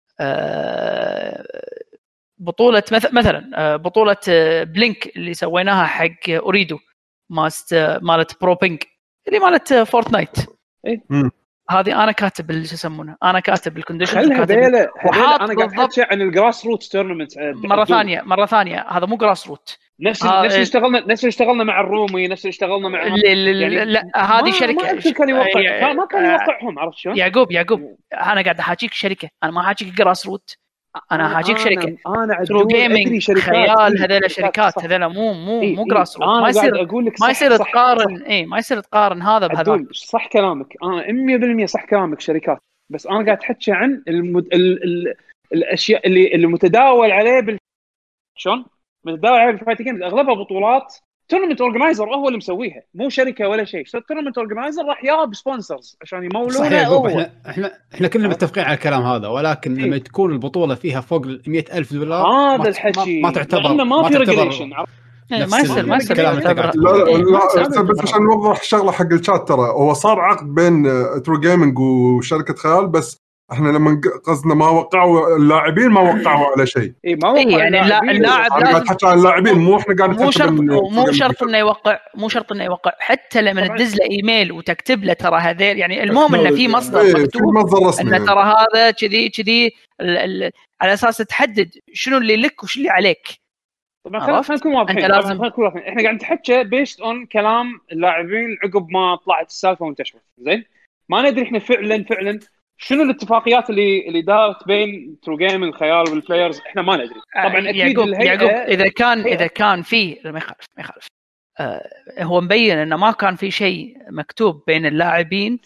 أه بطولة مثلا بطولة بلينك اللي سويناها حق أوريدو ماست مالت بروبينج اللي مالت فورتنايت إيه؟ هذه أنا كاتب اللي يسمونه أنا كاتب الكونديشن خلها هذيلا أنا قاعد أحكي عن الجراس روت تورنمنت مرة ثانية مرة ثانية هذا مو جراس روت نفس نفس اللي اشتغلنا نفس اللي اشتغلنا مع الرومي نفس اللي اشتغلنا مع يعني لا هذه شركة ما كان يوقع ما كان يوقعهم عرفت شلون يعقوب يعقوب أنا قاعد أحاكيك شركة أنا ما أحاكيك جراس روت انا حاجيك شركه انا ترو جيمنج خيال هذول شركات هذول مو مو مو جراس روت ما يصير ما يصير تقارن اي ما يصير تقارن هذا بهذا صح كلامك انا مية بالمية صح كلامك شركات بس انا قاعد احكي عن المد... ال... ال... الاشياء اللي اللي متداول عليه بال... شلون متداول عليه بالفايت جيمز اغلبها بطولات تورنمنت اورجنايزر هو اللي مسويها مو شركه ولا شيء تورنمنت اورجنايزر راح ياها بسبونسرز عشان يمولونه هو احنا احنا احنا كلنا متفقين على الكلام هذا ولكن إيه؟ لما تكون البطوله فيها فوق مئة ألف دولار هذا الحكي ما, ما تعتبر ما في ريجوليشن ما يصير ما يصير لا لا لا بس عشان نوضح شغله حق الشات ترى هو صار عقد بين ترو جيمنج وشركه خيال بس احنا لما قصدنا ما وقعوا اللاعبين ما وقعوا على شيء اي ما وقع يعني اللاعب لازم نحكي عن اللاعبين مو احنا قاعد مو شرط مو شرط انه يوقع مو شرط انه يوقع حتى لما تدز له ايميل وتكتب له ترى هذول يعني المهم انه في مصدر ايه مكتوب انه ترى هذا كذي كذي على اساس تحدد شنو اللي لك وش اللي عليك طبعا خلينا نكون واضحين لازم نكون واضحين احنا قاعد نتحكي بيست اون كلام اللاعبين عقب ما طلعت السالفه وانتشرت زين ما ندري احنا فعلا فعلا شنو الاتفاقيات اللي اللي دارت بين ترو جيم الخيال والبلايرز احنا ما ندري طبعا اكيد يعقوب يعقوب اذا كان اذا كان في ما يخالف ما يخالف آه هو مبين انه ما كان في شيء مكتوب بين اللاعبين صح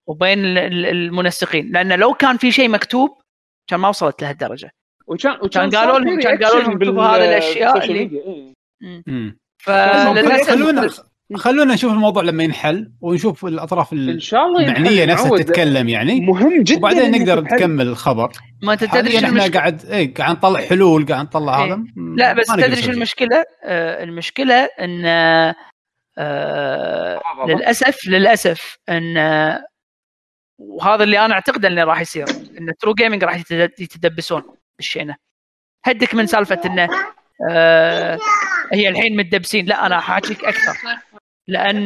وبين المنسقين، لان لو كان في شيء مكتوب كان ما وصلت لهالدرجه. وكان وكان قالوا لهم كان قالوا لهم اكتبوا هذه الاشياء اللي امم فللاسف خلونا خلونا نشوف الموضوع لما ينحل ونشوف الاطراف ان شاء الله المعنيه نفسها تتكلم يعني مهم جدا، وبعدين نقدر نكمل الخبر. ما انت تدري احنا المشكلة. قاعد ايه قاعد نطلع حلول قاعد نطلع إيه. هذا لا بس تدري شو المشكله؟ آه المشكله ان آه للاسف للاسف ان آه وهذا اللي انا اعتقد انه راح يصير، ان ترو جيمنج راح يتدبسون بالشينه. هدك من سالفه انه آه هي الحين متدبسين، لا انا حاجيك اكثر، لان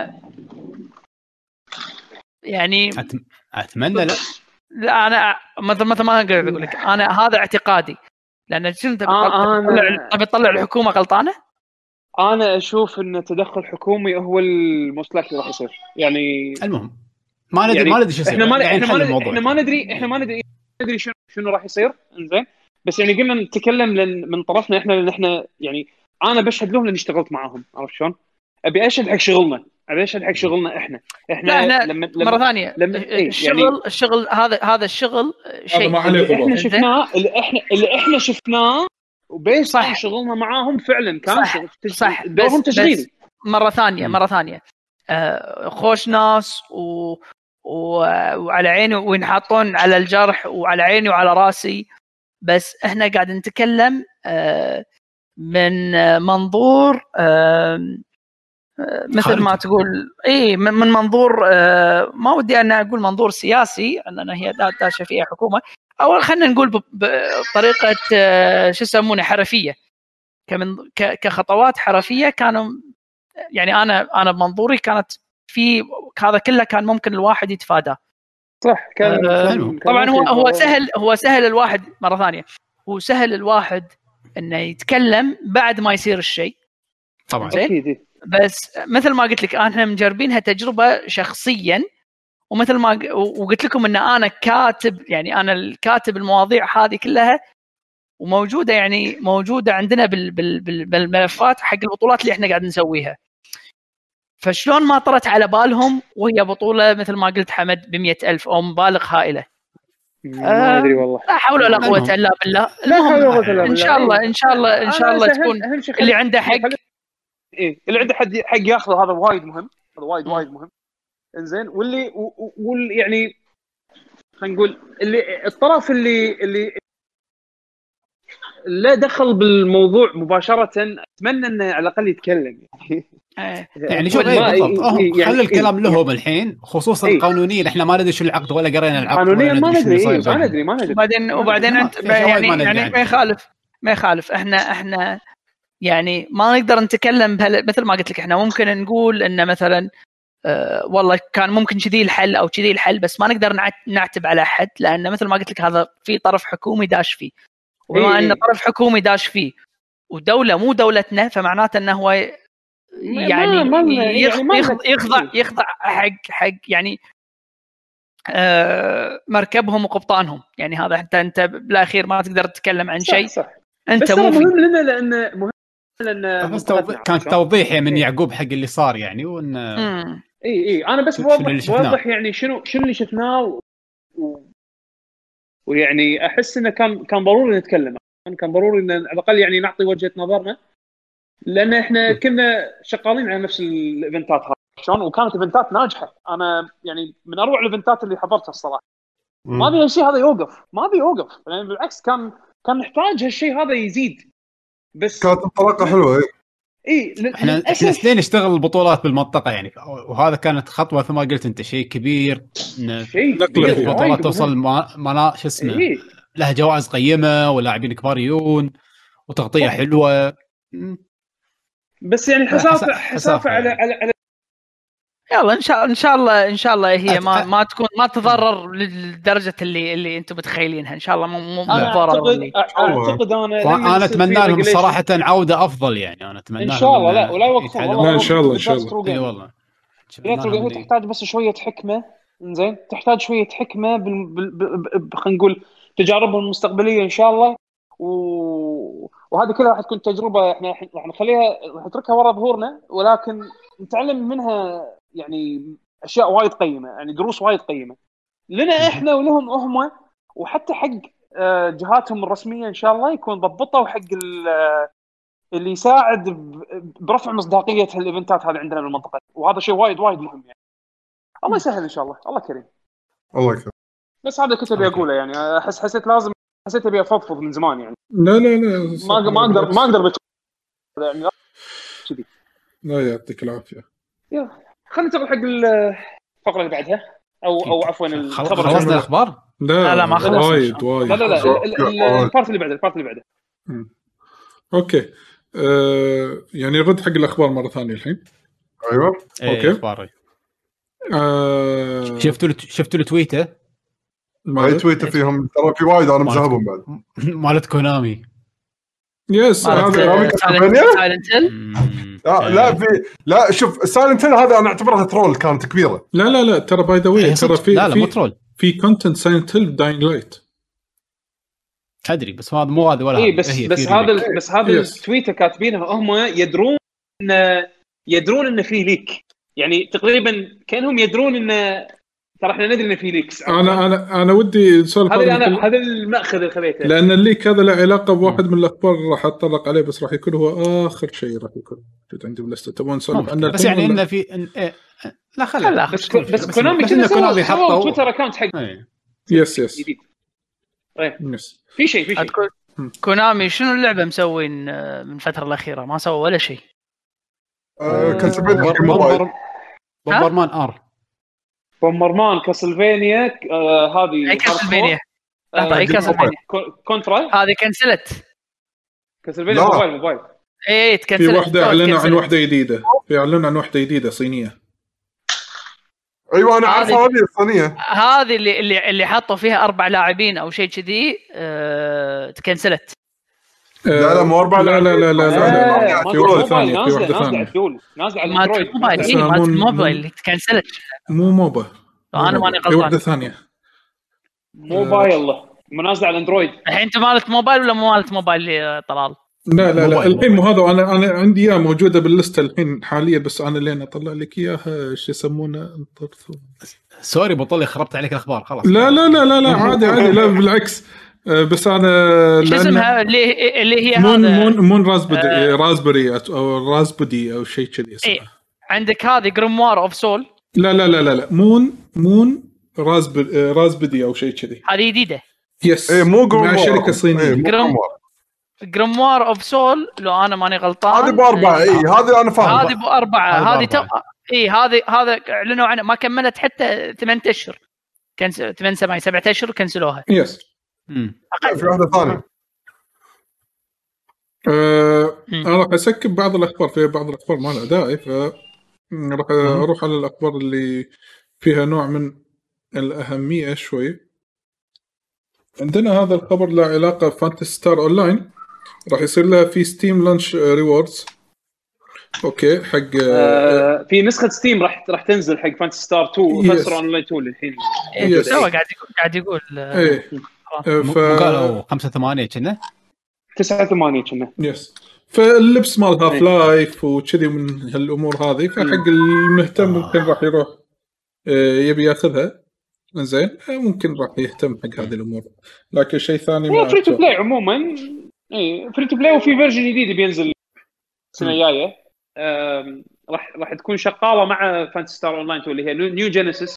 يعني اتمنى لا لا انا مثل مثل ما اقدر اقول لك انا هذا اعتقادي، لان انت بتطلع آه بتطلع الحكومه غلطانه. انا اشوف ان تدخل حكومي هو المصلح اللي راح يصير يعني. المهم ما ندري يعني ما ندري شو احنا ما يعني احنا ما ندري احنا ما ندري احنا ما ندري ندري شنو شنو راح يصير. انزين بس يعني قلنا نتكلم من طرفنا احنا، لان احنا يعني انا بشهد لهم لان اشتغلت معاهم، عرفت شلون؟ ابي اشهد حق شغلنا، ابي اشهد حق شغلنا احنا احنا, احنا لما مره ثانيه لما الشغل يعني الشغل هذا هذا الشغل شيء اللي احنا شفناه اللي احنا اللي احنا شفناه وبيس عن شغلنا معاهم فعلا كان صح, تج... صح. دورهم تشغيلي. مره ثانيه مره ثانيه آه خوش ناس و... و... وعلى عيني وينحطون على الجرح وعلى عيني وعلى راسي، بس احنا قاعد نتكلم آه من منظور آه مثل خارجي. ما تقول اي من منظور آه ما ودي انا اقول منظور سياسي اننا هي داشه فيها حكومه، او خلينا نقول بطريقه آه شو يسمونه حرفيه، كمن كخطوات حرفيه كانوا يعني انا انا بمنظوري كانت في هذا كله كان ممكن الواحد يتفاداه. صح كان, آه كان طبعا هو هو سهل هو سهل الواحد مره ثانيه هو سهل الواحد انه يتكلم بعد ما يصير الشيء طبعا اكيد، بس مثل ما قلت لك احنا مجربينها تجربه شخصيا، ومثل ما وقلت لكم ان انا كاتب يعني انا الكاتب المواضيع هذه كلها وموجوده يعني موجوده عندنا بال بال بالملفات حق البطولات اللي احنا قاعد نسويها. فشلون ما طرت على بالهم وهي بطوله مثل ما قلت حمد بمئة ألف او مبالغ هائله؟ ما ادري والله، لا حول ولا قوه الا بالله. المهم ان شاء الله ان شاء الله ان شاء الله تكون اللي عنده حق ايه اللي عنده حد حق ياخذ، هذا وايد مهم، هذا وايد وايد مهم. انزين واللي واللي يعني خلينا نقول اللي الطرف اللي اللي لا دخل بالموضوع مباشره اتمنى انه على الاقل يتكلم يعني يعني شوف ايه بالضبط اه يعني خلي الكلام إيه لهم الحين خصوصا إيه قانونيا احنا ما ندري شو العقد ولا قرينا العقد قانونيا ما ندري إيه ما ندري ما ندري وبعدين وبعدين انت يعني يعني ما يخالف ما يخالف احنا احنا يعني ما نقدر نتكلم مثل ما قلت لك احنا ممكن نقول ان مثلا أه والله كان ممكن كذي الحل او كذي الحل، بس ما نقدر نعتب على احد لان مثل ما قلت لك هذا في طرف حكومي داش فيه، وبما إيه ان طرف حكومي داش فيه ودوله مو دولتنا فمعناته انه هو يعني ما ما يخضع يخضع يخضع حق حق يعني أه مركبهم وقبطانهم، يعني هذا حتى انت بالاخير ما تقدر تتكلم عن شيء انت مو مهم لنا لان مهم لان بس توضيح كان توضيح من يعقوب حق اللي صار يعني وان اي اي انا بس بوضح بوضح يعني شنو شنو اللي شفناه و... ويعني احس انه كان كان ضروري نتكلم، كان ضروري ان على الاقل يعني نعطي وجهه نظرنا، لان احنا كنا شغالين على نفس الايفنتات هذه شلون، وكانت ايفنتات ناجحه. انا يعني من اروع الايفنتات اللي حضرتها الصراحه. ما ابي الشيء هذا يوقف، ما ابي يوقف يعني بالعكس كان كان نحتاج هالشيء هذا يزيد. بس كانت انطلاقه حلوه اي ايه احنا احنا سنين نشتغل البطولات بالمنطقه يعني، وهذا كانت خطوه مثل ما قلت انت شيء كبير شيء البطولات توصل ما شو اسمه إيه؟ لها جوائز قيمه ولاعبين كبار يجون وتغطيه حلوه، بس يعني حسافه حسافه على على على يلا ان شاء ان شاء الله ان شاء الله هي ما ما تكون ما تضرر للدرجه اللي اللي انتم متخيلينها، ان شاء الله مو مو ضرر. اعتقد انا انا اتمنى لهم صراحه عوده افضل يعني، انا اتمنى ان شاء الله لا ولا يوقفون والله ان شاء الله ان شاء الله اي والله هي تحتاج بس شويه حكمه. زين تحتاج شويه حكمه بال... بال... بال... خلينا نقول تجاربهم المستقبليه ان شاء الله، و... وهذه كلها راح تكون تجربه احنا راح نخليها راح نتركها ورا ظهورنا، ولكن نتعلم منها يعني اشياء وايد قيمه، يعني دروس وايد قيمه لنا احنا ولهم هم، وحتى حق جهاتهم الرسميه ان شاء الله يكون ضبطوا حق اللي يساعد برفع مصداقيه هالايفنتات هذه عندنا بالمنطقه، وهذا شيء وايد وايد مهم يعني. الله يسهل ان شاء الله، الله كريم. الله يكرم. بس هذا كنت ابي اقوله يعني، احس حسيت لازم حسيت ابي افضفض من زمان يعني. لا لا لا ما ما اقدر ما اقدر يعني كذي. لا يعطيك العافيه. يلا خلينا ننتقل حق الفقره اللي بعدها، او او عفوا الخبر. خلصنا الاخبار؟ لا لا ما خلص. وايد وايد. لا لا لا البارت اللي بعده البارت اللي بعده. اوكي أه يعني رد حق الاخبار مره ثانيه الحين. ايوه اوكي اخباري. أه... شفتوا شفتوا التويته؟ ما تويته فيهم ترى في وايد انا مذهبهم بعد مالت كونامي. يس هذا سايلنت هيل. لا لا في لا شوف سايلنت هيل هذا انا اعتبرها ترول كانت كبيره. لا لا لا ترى باي ذا واي ترى في لا لا مو ترول، في كونتنت سايلنت هيل داين لايت ادري بس هذا مو هذا ولا اي بس بس هذا بس هذا التويته كاتبينها هم يدرون ان يدرون ان في ليك، يعني تقريبا كانهم يدرون ان ترى احنا ندري ان في ليكس. انا انا انا ودي نسولف هذا انا هذا المأخذ اللي خذيته، لان الليك هذا له علاقه بواحد من الاخبار راح اتطرق عليه، بس راح يكون هو اخر شيء راح يكون جد عندي باللسته. تبون نسولف عنه بس يعني انه في إن... إيه... لا خلي لا بس ك... بس كونامي كذا كونامي حطوا تويتر اكونت حق أيه. يس يس جديد. ايه يس في شيء في شيء كونامي شنو اللعبه مسوين من الفتره الاخيره؟ ما سووا ولا شيء. آه كسبنا حق موبايل بومبرمان ار بومبرمان كاسلفينيا آه هذه اي كاسلفينيا لحظه اي كاسلفينيا كونترا هذه كنسلت. كاسلفينيا موبايل موبايل اي تكنسلت. في واحده اعلنوا عن واحده جديده، في اعلنوا عن واحده جديده صينيه. ايوه انا عارف هذه الصينيه، هذه اللي اللي اللي حطوا فيها اربع لاعبين او شيء كذي أه... تكنسلت. لا لا مو اربع لا لا لا لا لا في واحده ثانيه في واحده ثانيه نازله على الاندرويد موبايل. اي مالت موبايل تكنسلت مو موبا انا ماني غلطان. في واحده ثانيه موبايل منازله على الاندرويد. الحين انت مالت موبايل ولا مو مالت موبايل طلال؟ لا لا لا الحين مو هذا. انا انا عندي اياه موجوده باللسته الحين حاليا، بس انا لين اطلع لك اياها ايش يسمونه انطرثوا. سوري بطلي خربت عليك الاخبار خلاص. لا لا لا لا, لا عادي عادي لا بالعكس. بس انا شو اسمها اللي اللي هي مون هذا مون مون رازبدي آه رازبري او رازبدي او شيء كذي اسمها. إيه. عندك هذه جريموار اوف سول. لا لا لا لا لا مون مون رازبري رازبدي او شيء كذي. هذه جديده. يس ايه مو مع شركه صينيه. جريموار اوف سول لو انا ماني غلطان. هذه باربعه. اي هذه انا فاهم. هذه باربعه. هذه تو... اي هذه هذا اعلنوا عنها ما كملت حتى ثمانية اشهر. كان ثمانية سبعة سبعة اشهر كنسلوها. يس امم في واحده ثانيه. أه انا راح اسكب بعض الاخبار، في بعض الاخبار ما لها داعي، ف راح اروح على الاخبار اللي فيها نوع من الاهميه شوي. عندنا هذا الخبر له علاقه بفانتسي ستار اونلاين، راح يصير لها في ستيم لانش ريوردز. اوكي حق آه في نسخه ستيم راح راح تنزل حق فانتسي ستار تو فانتسي اونلاين تو الحين. يس هو قاعد قاعد يقول ايه ف قالوا خمسة ثمانية كنا تسعة ثمانية كنا. يس فاللبس مال هاف لايف وكذي من هالامور هذه، فحق المهتم ممكن راح يروح يبي ياخذها زين، ممكن راح يهتم حق هذه الامور. لكن شيء ثاني ما فري تو بلاي عموما. اي فري تو بلاي وفي فيرجن جديد بينزل السنه الجايه راح راح تكون شغاله مع فانتسي ستار اونلاين تو اللي هي نيو جينيسيس.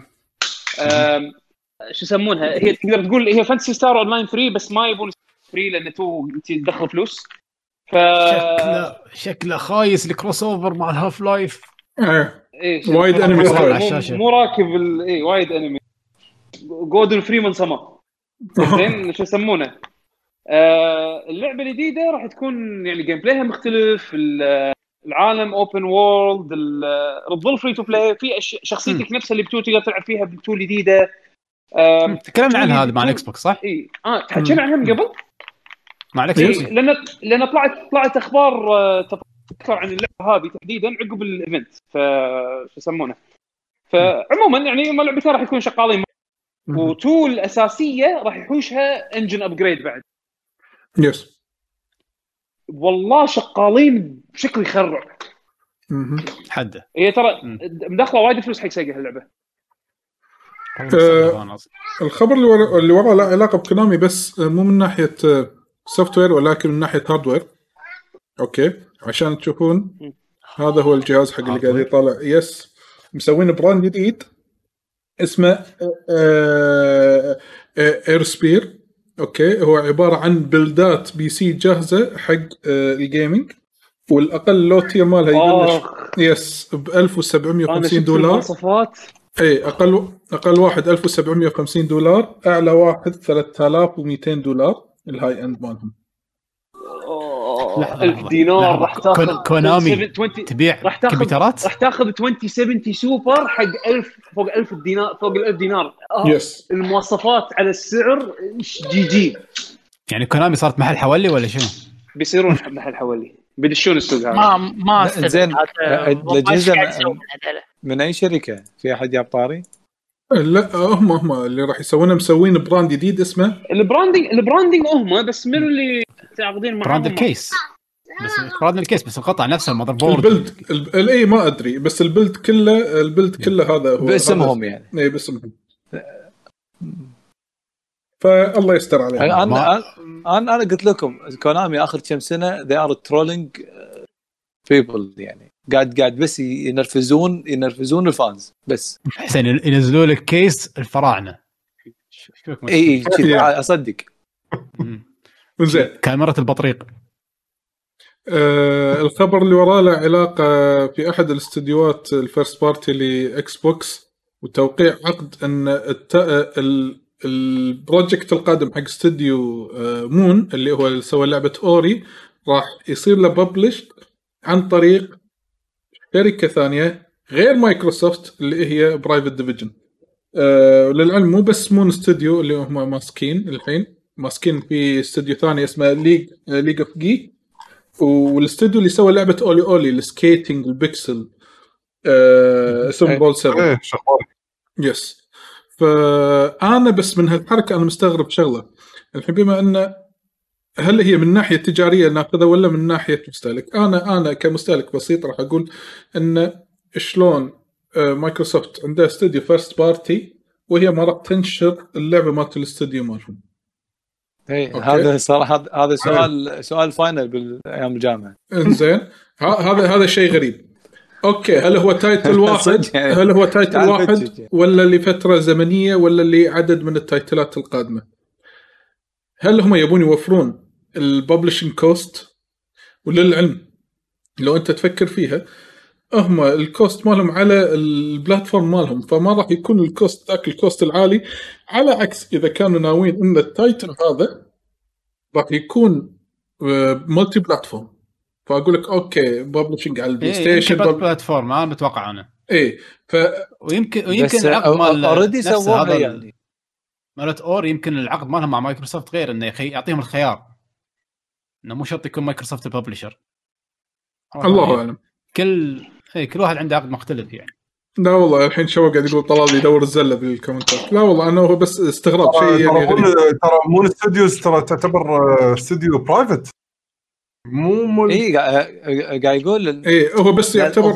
شو يسمونها هي تقدر تقول هي فانتسي ستار اونلاين ثري بس ما يبون فري لان تو تدخل فلوس. ف شكله شكله خايس الكروس اوفر مع الهاف لايف. ايه وايد انمي على الشاشه مو راكب اي وايد انمي. جودن فريمان سما زين شو يسمونه. آه اللعبه الجديده راح تكون يعني جيم بلايها مختلف، العالم اوبن وورلد، الظل فري تو بلاي، في شخصيتك نفسها اللي بتو تقدر تلعب فيها بتو الجديده. آه تكلمنا عن هذا مع الاكس بوكس صح؟ اي اه تحكينا عنها من قبل مع الاكس بوكس إيه؟ لان لان طلعت طلعت اخبار اكثر عن اللعبه هذه تحديدا عقب الايفنت ف شو يسمونه. فعموما يعني ما لعبتها راح يكون شغالين وتول الاساسيه راح يحوشها انجن ابجريد بعد. يس والله شغالين بشكل يخرع. حده هي ترى مدخله وايد فلوس حق سيجا هاللعبه. أه الخبر اللي ورا اللي ورا له علاقه بكونامي بس مو من ناحيه سوفت وير ولكن من ناحيه هاردوير. اوكي عشان تشوفون هذا هو الجهاز حق اللي قاعد يطالع. يس مسوين براند جديد اسمه اير سبير. اوكي هو عباره عن بلدات بي سي جاهزه حق الجيمنج والاقل لو تير مالها يبلش يس ب ألف وسبعمية وخمسين دولار. مواصفات اي اقل اقل واحد ألف وسبعمية وخمسين دولار اعلى واحد ثلاثة آلاف ومئتين دولار الهاي اند مالهم. ألف دينار راح تاخذ كونامي تبيع راح تاخذ كمبيوترات راح تاخذ ألفين وسبعين سوبر حق ألف فوق ألف دينار فوق الألف دينار. آه. يس المواصفات على السعر جي جي. يعني كونامي صارت محل حولي ولا شنو؟ بيصيرون محل حولي بدشون السوق هذا. ما ما زين الأجهزة من أي شركة؟ في أحد يا طاري؟ لا هم هم اللي راح يسوونه مسوين براند جديد اسمه البراندنج البراندنج هم بس منو اللي تعاقدين معهم؟ براند الكيس بس براند الكيس بس القطع نفسها المذر بورد البلد الاي ما ادري بس البلد كله البلد كله هذا هو باسمهم يعني اي باسمهم. فالله يستر عليهم. انا انا انا قلت لكم كونامي اخر كم سنه they are trolling people يعني قاعد قاعد بس ينرفزون ينرفزون الفانز بس. حسين ينزلوا لك كيس الفراعنه. اي اصدق. زين كاميرا البطريق. آه الخبر اللي وراه له علاقه في احد الاستديوهات الفيرست بارتي لاكس بوكس وتوقيع عقد ان الت... ال... البروجكت القادم حق استوديو آه مون اللي هو اللي سوى لعبه اوري راح يصير له ببلش عن طريق شركه ثانيه غير مايكروسوفت اللي هي برايفت ديفيجن. آه للعلم مو بس مون استوديو اللي هم ماسكين الحين ماسكين في استوديو ثاني اسمه ليج ليج اوف جي والاستوديو اللي سوى لعبه اولي اولي السكيتنج البيكسل آه اسمه بول سبعة. ايه شخبارك؟ يس فانا بس من هالحركه انا مستغرب شغله الحين بما ان هل هي من ناحيه تجاريه ناخذها ولا من ناحيه مستهلك. انا انا كمستهلك بسيط راح اقول ان شلون مايكروسوفت عندها استوديو فيرست بارتي وهي ما راح تنشر اللعبه مالت الاستوديو مالهم. اي هذا صراحه هذا سؤال سؤال فاينل بالايام الجامعه. انزين هذا هذا شيء غريب. اوكي هل هو تايتل واحد هل هو تايتل واحد ولا لفتره زمنيه ولا لعدد من التايتلات القادمه؟ هل هم يبون يوفرون الببلشنج كوست؟ وللعلم لو انت تفكر فيها هم الكوست مالهم على البلاتفورم مالهم فما راح يكون الكوست ذاك الكوست العالي على عكس اذا كانوا ناويين ان التايتل هذا راح يكون مالتي بلاتفورم. فاقول لك اوكي ببلشنج على البلاي ستيشن إيه بلاتفورم ما بتوقع انا ايه ف ويمكن ويمكن العقد مال اوريدي سووها يعني مالت اور يمكن العقد مالهم مع مايكروسوفت غير انه يعطيهم الخيار انه مو شرط يكون مايكروسوفت الببلشر. الله اعلم كل اي كل واحد عنده عقد مختلف يعني. لا والله الحين شو قاعد يقول طلال يدور الزله بالكومنتات. لا والله انا هو بس استغراب شيء يعني ترى مون ستوديوز ترى تعتبر استوديو برايفت مو مول اي قاعد يقول اي هو بس يعتبر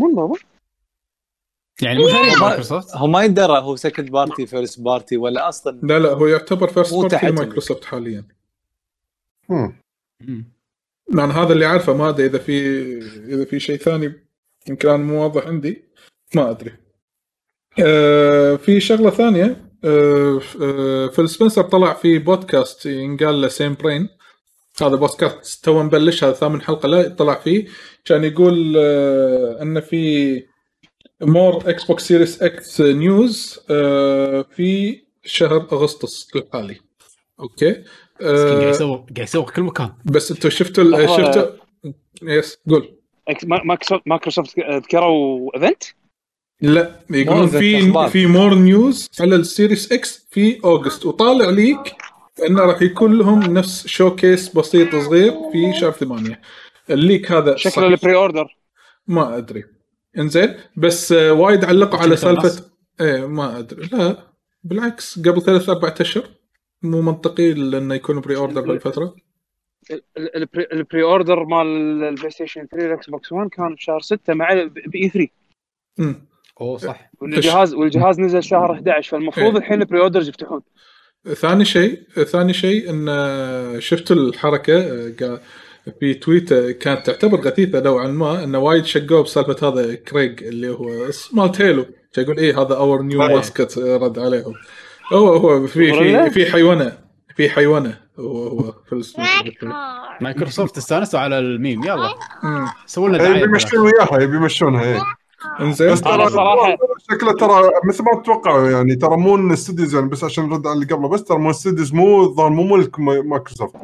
يعني مو شركه مايكروسوفت. هو ما يندرى هو سكند بارتي فيرست بارتي ولا اصلا. لا لا هو يعتبر فيرست بارتي مايكروسوفت حاليا. امم لان هذا اللي عارفه ما ادري اذا في اذا في شيء ثاني يمكن انا مو واضح عندي ما ادري. آه في شغله ثانيه آه آه فيل سبنسر طلع في بودكاست ينقال له سيم برين. هذا بودكاست تو مبلش هذا ثامن حلقه لا طلع فيه كان يقول آه ان في مور اكس بوكس سيريس اكس نيوز آه في شهر اغسطس الحالي. اوكي قاعد يسوق قاعد يسوق كل مكان. بس انتوا شفتوا شفتوا يس قول مايكروسوفت ذكروا ايفنت. لا يقولون في في مور نيوز على السيريس اكس في اوغست وطالع ليك انه راح يكون لهم نفس شوكيس بسيط صغير في شهر ثمانية. الليك هذا شكله البري اوردر ما ادري. انزين بس وايد علقوا على سالفه ايه ما ادري. لا بالعكس قبل ثلاث اربع اشهر مو منطقي لانه يكون بري اوردر بالفتره. البري اوردر مال البلاي ستيشن ثري والاكس بوكس ون كان بشهر ستة مع بي ثري. امم اوه صح. والجهاز والجهاز نزل شهر إحدى عشر، فالمفروض الحين البري اوردرز يفتحون. ثاني شيء ثاني شيء ان شفت الحركه في تويتر كانت تعتبر غثيثه نوعا ما، انه وايد شقوا بسالفه هذا كريغ اللي هو مال تيلو، يقول ايه هذا اور نيو ماسكت، رد عليهم هو هو في في في حيوانه في حيوانه هو هو في مايكروسوفت استانسوا على الميم. يلا سووا لنا دعايه، بيمشون وياها يبي يمشونها ايه. انزين بس ترى شكله ترى مثل ما تتوقعوا يعني، ترى مو استوديوز يعني، بس عشان نرد على اللي قبله، بس ترى مو استوديوز، مو ظهر مو ملك مايكروسوفت.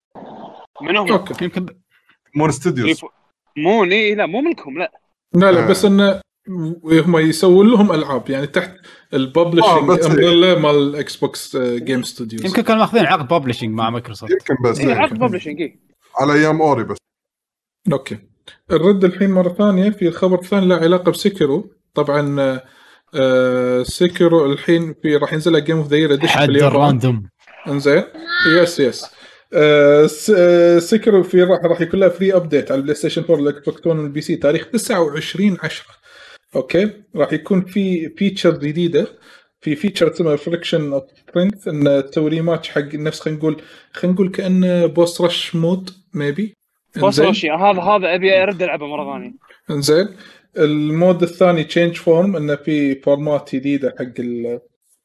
منهم يمكن مو استوديوز، مو ايه لا مو ملكهم لا لا لا، بس انه هم يسوون لهم العاب يعني تحت الببلشنج امبريلا مال الاكس بوكس جيم ستوديوز. يمكن كانوا ماخذين عقد ببلشنج مع مايكروسوفت، يمكن بس إيه عقد ببلشنج إيه؟ على ايام اوري بس. اوكي الرد الحين مره ثانيه في الخبر الثاني له علاقه بسيكيرو. طبعا آه سيكيرو الحين في راح ينزل جيم اوف ذا يير اديشن باليابان. انزين يس يس آه سيكيرو في راح راح يكون له فري ابديت على البلاي ستيشن فور والاكس بوكس ون والبي سي تاريخ تسعة وعشرين عشرة. اوكي راح يكون في فيتشر جديده، في فيتشر اسمه فريكشن اوف سترينث، ان تسوي ماتش حق نفس خلينا نقول خلينا نقول كانه بوس رش مود ميبي. بوس رش هذا هذا ابي ارد العبه مره ثانيه. انزين المود الثاني تشينج فورم، انه في فورمات جديده حق ال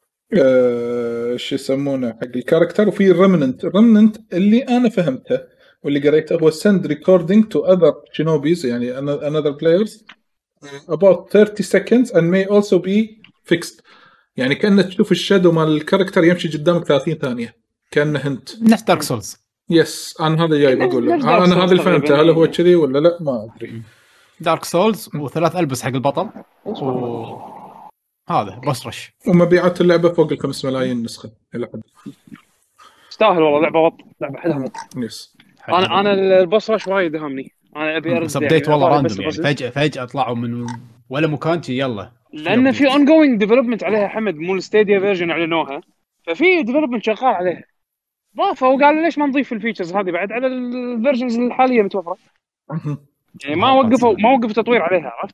آه شو يسمونه حق الكاركتر، وفي الريمننت. الريمننت اللي انا فهمته واللي قريته هو send recording to other shinobis يعني another players about thirty seconds and may also be fixed. يعني كأنك تشوف الشادو مال الكاركتر يمشي قدامك ثلاثين ثانية كأنه هنت نفس دارك سولز. يس انا هذا جاي بقول انا هذا اللي فهمته، هل هو كذي ولا لا ما ادري. دارك سولز وثلاث البس حق البطل و... هذا بس رش. ومبيعات اللعبه فوق الخمس ملايين نسخه الى حد تستاهل والله. لعبه وط لعبه حلوه. يس انا انا البصره شوي دهمني. انا ابي ارد ابديت يعني والله راندوم يعني فجاه فجاه طلعوا من ولا مكان شي يلا، لان في اون جوينج ديفلوبمنت عليها حمد، مو الستيديا فيرجن اعلنوها، ففي ديفلوبمنت شغال عليها ضافه، وقال ليش ما نضيف الفيتشرز هذه بعد على الفيرجنز الحاليه متوفره. يعني ما وقفوا ما وقفوا تطوير عليها. عرفت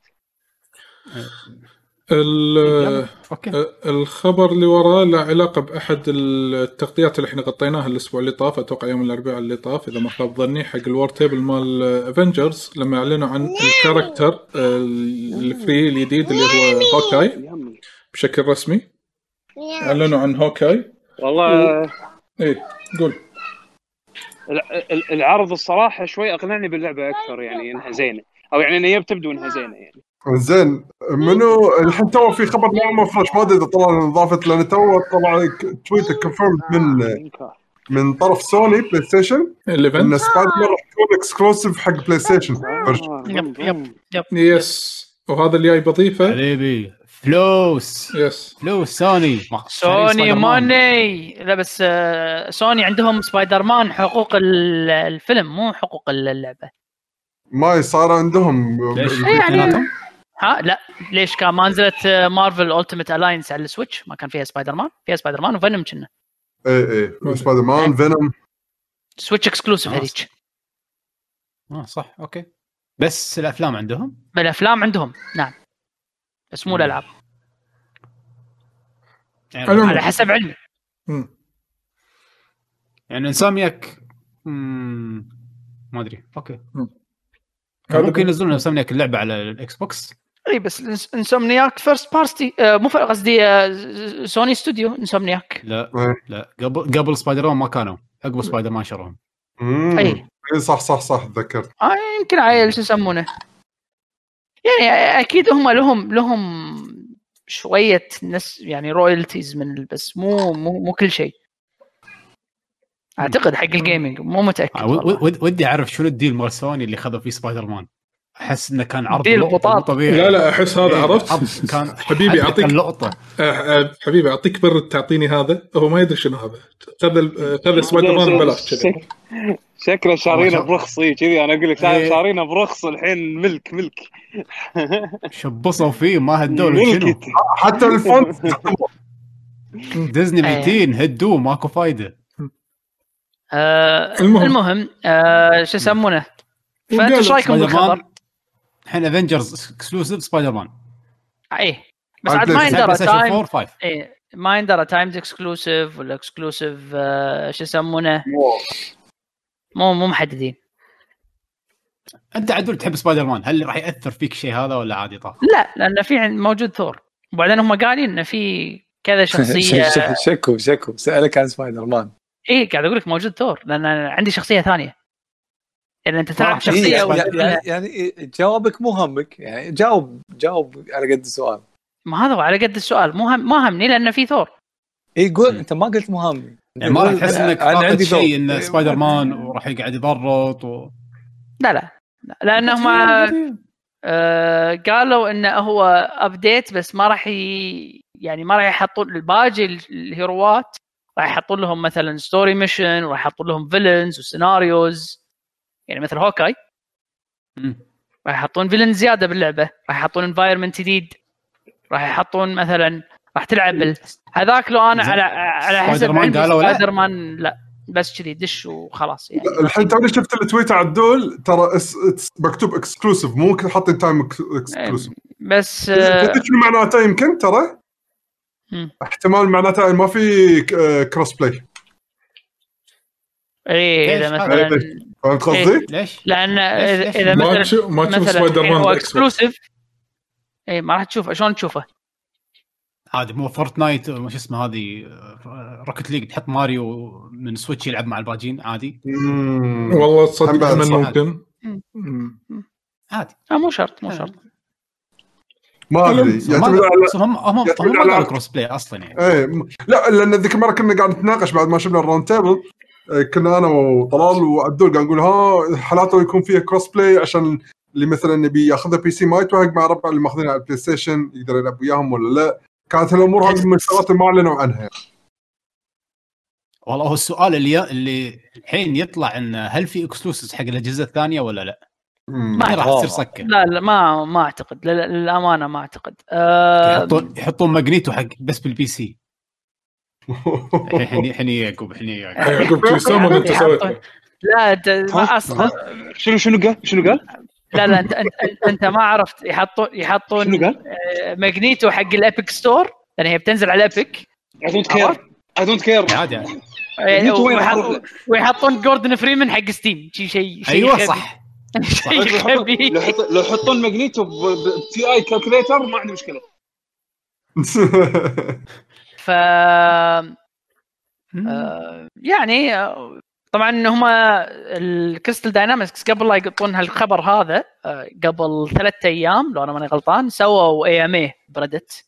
الخبر اللي وراه له علاقه باحد التغطيات اللي احنا غطيناها الاسبوع اللي طاف، اتوقع يوم الاربعاء اللي طاف اذا ما خاب ظني، حق الوور تيبل مال افنجرز لما اعلنوا عن الكاركتر الفري الجديد اللي هو هوكاي بشكل رسمي. اعلنوا عن هوكاي والله. ايه قول. العرض الصراحه شوي اقنعني باللعبه اكثر، يعني انها زينه، او يعني انها تبدو انها زينه يعني. زين منو الحين تو في خبر ما فرش ما ادري طلع اضافه، لان تو طلع تويتر كونفيرم من من طرف سوني بلاي ستيشن ان سبايدر مان راح يكون اكسكلوسيف حق بلاي ستيشن. يب يب يب يس وهذا اللي جاي بضيفه حبيبي فلوس. يس فلوس سوني سوني ماني. لا بس سوني عندهم سبايدر مان حقوق الفيلم مو حقوق اللعبه. ما صار عندهم يعني ها لا ليش كان ما نزلت مارفل ألتيميت ألاينس على السويتش؟ ما كان فيها سبايدر مان؟ فيها سبايدر مان وفينوم كنا. ايه ايه سبايدر مان فينوم سويتش اكسكلوسيف هذيك. اه صح اوكي. بس الافلام عندهم بالافلام عندهم نعم، بس مو الالعاب يعني على حسب علمي. امم يعني انسامياك ما ادري اوكي ممكن ينزلون انسامنياك اللعبه على الاكس بوكس. اي بس انسامنياك فيرست بارتي مو قصدي سوني استوديو انسامنياك. لا لا قبل قبل سبايدر مان ما كانوا، عقب سبايدر مان شروهم. اي صح صح صح تذكرت. اه يمكن عيل شو يسمونه يعني اكيد هم لهم لهم شويه ناس يعني رويالتيز من بس مو مو, مو كل شيء اعتقد حق الجيمنج. مو متاكد ودي اعرف شنو الديل مال سوني اللي خذوا فيه سبايدر مان. احس انه كان عرض طبيعي. لا لا احس هذا عرفت كان حبيبي اعطيك لقطه. حبيبي اعطيك بر تعطيني هذا، هو ما يدري شنو هذا. خذ خذ سبايدر مان ببلاش كذا. شكله شارينه برخص كذي. انا اقول لك شارينه برخص الحين ملك ملك شبصوا فيه ما هدوه شنو. حتى الفونت ديزني ميتين هدوه ماكو فايده. آه المهم, المهم آه شو يسمونه فانتوا ايش رايكم بالخبر الحين افنجرز اكسكلوسيف سبايدر مان ايه بس عاد ما يندرى تايم ايه ما يندرى تايمز اكسكلوسيف ولا اكسكلوسيف آه شو يسمونه مو مو محددين. انت عدول تحب سبايدر مان هل راح ياثر فيك شيء هذا ولا عادي طاف؟ لا لان في موجود ثور وبعدين هم قايلين انه في كذا شخصيه شكو شكو سالك عن سبايدر مان ايه قاعد اقول لك موجود ثور لان عندي شخصيه ثانيه يعني انت تلعب شخصيه إيه يعني, يعني جوابك مو همك يعني جاوب جاوب على قد السؤال. ما هذا هو على قد السؤال مو هم ما همني لانه في ثور. اي قول انت ما قلت مو همني يعني ما راح تحس انك فاقد شيء ان سبايدر مان وراح يقعد يضرط و... لا لا لانهم آه قالوا انه هو ابديت بس ما راح ي... يعني ما راح يحطون الباقي الهيروات راح يحطون لهم مثلا ستوري ميشن وراح يحطون لهم فيلنز وسيناريوز يعني مثل هوكاي راح يحطون فيلن زياده باللعبه راح يحطون انفايرمنت جديد راح يحطون مثلا راح تلعب هذاك لو انا على على حسب سبايدر مان لا بس كذي دش وخلاص يعني. الحين توني شفت التويت عدول ترى مكتوب اكسكلوسيف مو حاطين تايم اكسكلوسيف بس تدري شنو معناته يمكن ترى احتمال معناته ما في كروس بلاي. ايه اذا مثلا فهمت قصدي ليش لان اذا مثلا ما تشوف سبايدر مان اكسكلوسيف اي ما راح تشوفه شلون تشوفه عادي مو فورتنايت مش اسمه هذه روكت ليج تحط ماريو من سويتش يلعب مع الباجين عادي والله تصدق من ممكن عادي مو شرط مو شرط ما ادري يعتمد على هم هم هم على الكروس بلاي اصلا يعني ايه لا لان ذيك المره كنا قاعد نتناقش بعد ما شفنا الراوند تيبل كنا انا وطلال وعبدول قاعد نقول ها حالاته يكون فيها كروس بلاي عشان اللي مثلا يبي ياخذ بي سي ما يتوهق مع ربع اللي ماخذينه على البلاي ستيشن يقدر يلعب وياهم ولا لا. كانت الامور هذه من الشغلات ما اعلنوا عنها. والله هو السؤال اللي اللي الحين يطلع ان هل في اكسكلوسيفز حق الاجهزه الثانيه ولا لا؟ ما راح تصير سكه. لا لا ما ما اعتقد للامانه ما اعتقد أه يحطون يحطون ماجنيتو حق بس بالبي سي. الحين الحين يعقوب الحين يعقوب شو سوى انت سويت لا ما اصلا شنو شنو قال شنو قال لا لا انت انت, انت ما عرفت يحطون يحطون ماجنيتو حق الابيك ستور لان هي بتنزل على الابيك I don't care I don't care عادي ويحطون جوردن فريمان حق ستيم شيء شيء ايوه صح لو حط لو حطون ماجنيتو بتي اي كالكوليتر ما عندي مشكله. ف يعني طبعا هم الكريستال داينامكس قبل لا يقطون هالخبر هذا قبل ثلاثة ايام لو انا ماني غلطان سووا اي ام اي بريدت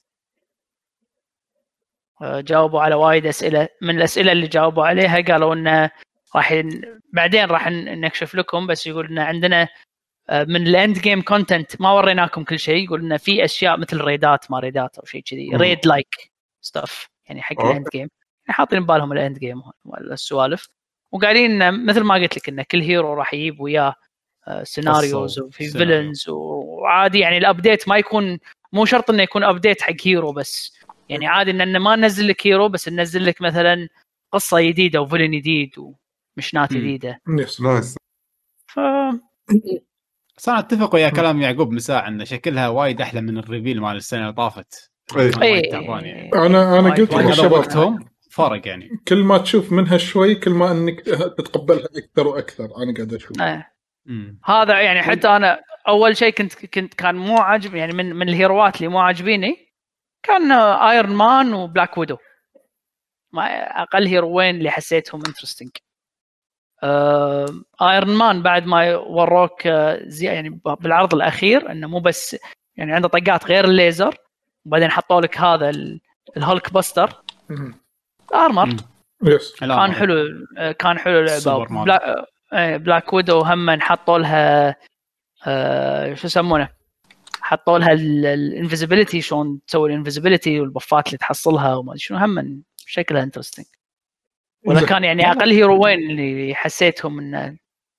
جاوبوا على وايد اسئله من الاسئله اللي جاوبوا عليها قالوا انه راح بعدين راح نكشف لكم بس يقول لنا عندنا من الاند جيم كونتنت ما وريناكم كل شيء يقول لنا في اشياء مثل ريدات ما ريدات او شيء كذي ريد لايك ستاف يعني حق الاند جيم حاطين بالهم الاند جيم والسوالف وقاعدين مثل ما قلت لك ان كل هيرو راح يجيب وياه سيناريوز وفي فيلنز وعادي يعني الابديت ما يكون مو شرط انه يكون ابديت حق هيرو بس يعني عادي ان ما ننزل لك هيرو بس ننزل لك مثلا قصه جديده وفيلن جديد ومشنات جديده. نايس نايس. ف صار اتفق ويا كلام يعقوب مساء ان شكلها وايد احلى من الريفيل مال السنه اللي طافت. اي يعني. انا انا قلت للشباب فرق يعني كل ما تشوف منها شوي كل ما انك تتقبلها اكثر واكثر. انا قاعد اشوف أه. هذا يعني حتى انا اول شيء كنت كنت كان مو عاجب يعني من من الهيروات اللي مو عاجبيني كان ايرون مان وبلاك ويدو ما اقل هيروين اللي حسيتهم انترستينج. آه، ايرون مان بعد ما وروك زي يعني بالعرض الاخير انه مو بس يعني عنده طقات غير الليزر وبعدين حطوا لك هذا الهولك باستر الارمر كان حلو كان حلو لعبه. بلاك, بلاك ويدو هم حطوا لها آه شو يسمونه حطوا لها الانفيزيبيليتي شلون تسوي الانفيزيبيليتي والبفات اللي تحصلها وما ادري شنو هم شكلها انترستينج. ولا كان يعني اقل هيروين اللي حسيتهم انه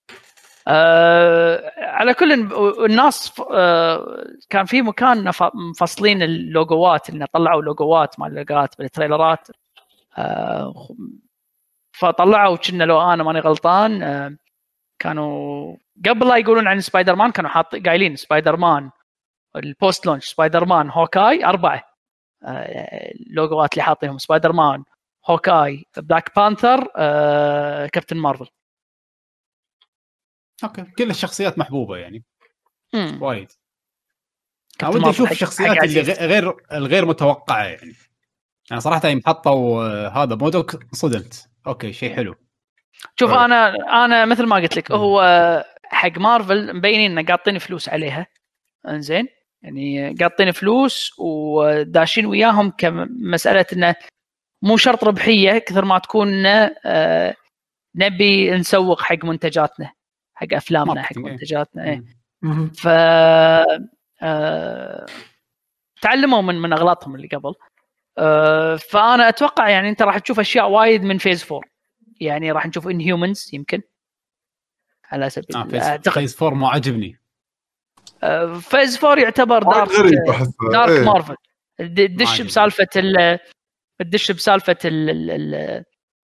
آه على كل الناس آه كان في مكان مفصلين اللوجوات اللي طلعوا لوجوات مع اللوجوات بالتريلرات آه فطلعوا كنا لو انا ماني غلطان آه كانوا قبل لا يقولون عن سبايدر مان كانوا حاط قايلين سبايدر مان البوست لونش سبايدر مان هوكاي أربعة آه لوجوات اللي حاطينهم سبايدر مان هوكاي بلاك بانثر آه كابتن مارفل. اوكي كل الشخصيات محبوبه يعني مم. وايد. انا ودي اشوف الشخصيات اللي غير الغير متوقعه يعني. انا صراحه يوم حطوا هذا مودوك صدمت. اوكي شيء حلو. شوف أه. انا انا مثل ما قلت لك هو حق مارفل مبينين انه قاطين فلوس عليها انزين يعني قاطين فلوس وداشين وياهم كمساله انه مو شرط ربحيه كثر ما تكون آه نبي نسوق حق منتجاتنا حق افلامنا حق منتجاتنا ايه. ف آه... تعلموا من من اغلاطهم اللي قبل. آه... فانا اتوقع يعني انت راح تشوف اشياء وايد من فيز فور يعني راح نشوف ان هيومنز يمكن على سبيل آه فيز فور مو عجبني. آه... فيز فور يعتبر دارك دارك ايه. مارفل الدش بسالفه ال الدش بسالفه ال ال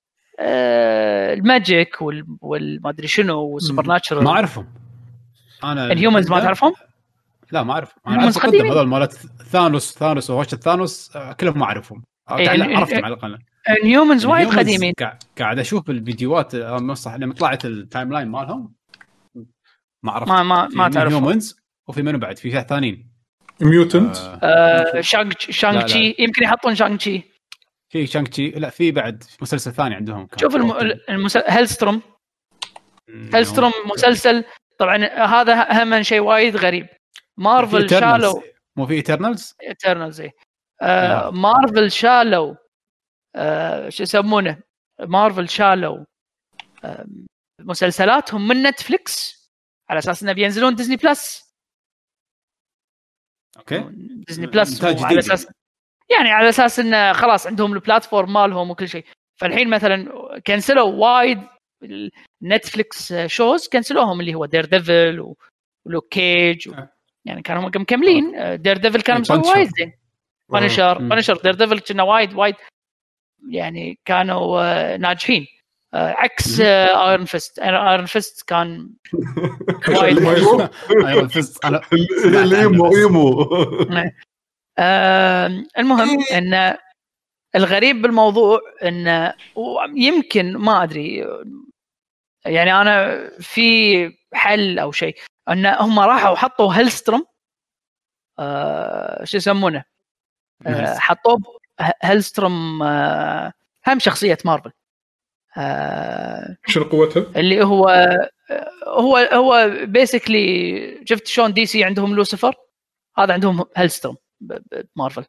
الماجيك والما ادري شنو والسوبر ناتشرال. ما اعرفهم انا الهيومنز ما تعرفهم؟ لا ما اعرف انا اعرف قدم هذول مالت ثانوس ثانوس وهوش الثانوس كلهم ما اعرفهم إيه عرفتهم على الاقل. الهيومنز وايد قديمين قاعد اشوف الفيديوهات مصح لما طلعت التايم لاين مالهم ما عرفت ما ما, ما تعرف هيومنز وفي منو بعد في ثانيين ميوتنت آه آه شانغ شانغ تشي يمكن يحطون شانغ تشي في شانغ تشي لا في بعد مسلسل ثاني عندهم شوف الم... المسل... هيلستروم هيلستروم مسلسل طبعا هذا اهم شيء وايد غريب. مارفل شالوا مو في ايترنالز ايترنالز ايه آه مارفل شالوا آه شو يسمونه مارفل شالوا آه مسلسلاتهم من نتفليكس على اساس انه بينزلون ديزني بلس. اوكي ديزني بلس على اساس يعني على اساس انه خلاص عندهم البلاتفورم مالهم وكل شيء. فالحين مثلا كنسلوا وايد نتفليكس شوز كنسلوهم اللي هو دير ديفل ولوك كيج و... يعني كانوا مكملين. دير ديفل كانوا مسوي وايد زين. بانشر بانشر دير ديفل كنا وايد وايد يعني كانوا ناجحين عكس ايرون فيست. ايرون فيست كان وايد ايرون فيست انا ايمو ايمو المهم ان الغريب بالموضوع ان يمكن ما ادري يعني انا في حل او شيء ان هم راحوا وحطوا هيلستروم آه شو يسمونه آه حطوا هيلستروم آه هم شخصيه مارفل آه شنو قوتها اللي هو هو هو بيسكلي شفت شلون دي سي عندهم لوسيفر هذا عندهم هيلستروم بمارفل.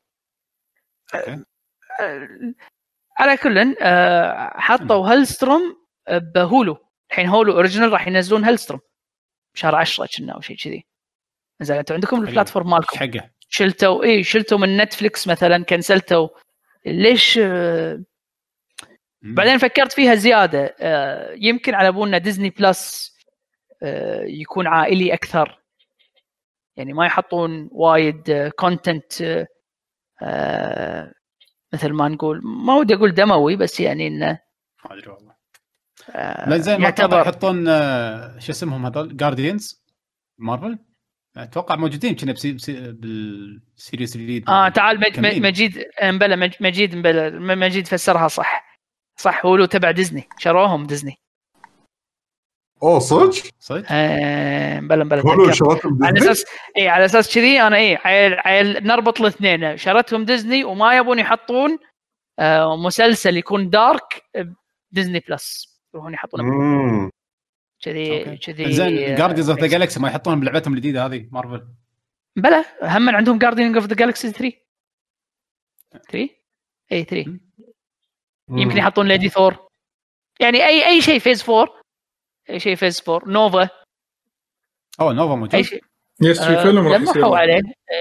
على كل آه حطوا هيلستروم بهولو. الحين هولو اوريجينال راح ينزلون هيلستروم شهر عشرة كنا او شيء كذي. زين انتم عندكم البلاتفورم مالكم حقه شلتوا ايه شلتوا من نتفليكس مثلا كنسلتوا ليش آه بعدين فكرت فيها زياده آه يمكن على بالنا ديزني بلس آه يكون عائلي اكثر يعني ما يحطون وايد كونتنت آه آه مثل ما نقول ما ودي اقول دموي بس يعني انه ما ادري والله آه لا زين ما يعتبر يحطون آه شو اسمهم هذول جارديانز مارفل اتوقع موجودين كنا بالسيريس الجديد. اه تعال مجيد امبلا مجيد امبلا مجيد فسرها صح صح هو تبع ديزني شروهم ديزني. اوه صدق صدق آه بلا بلا على اساس اي على اساس كذي انا اي عيل عيل نربط الاثنين شرتهم ديزني وما يبون يحطون آه مسلسل يكون دارك ديزني بلس يروحون يحطونه كذي كذي. زين جارديانز اوف ذا جالكسي ما يحطونهم بلعبتهم الجديده هذه مارفل بلا هم عندهم جارديان اوف ذا جالكسي ثلاثة ثلاثة اي ثلاثة يمكن يحطون ليدي ثور يعني اي اي شيء فيز فور اي شيء فيز فور نوفا اوه نوفا موجود اي شيء يس في فيلم راح يصير عليه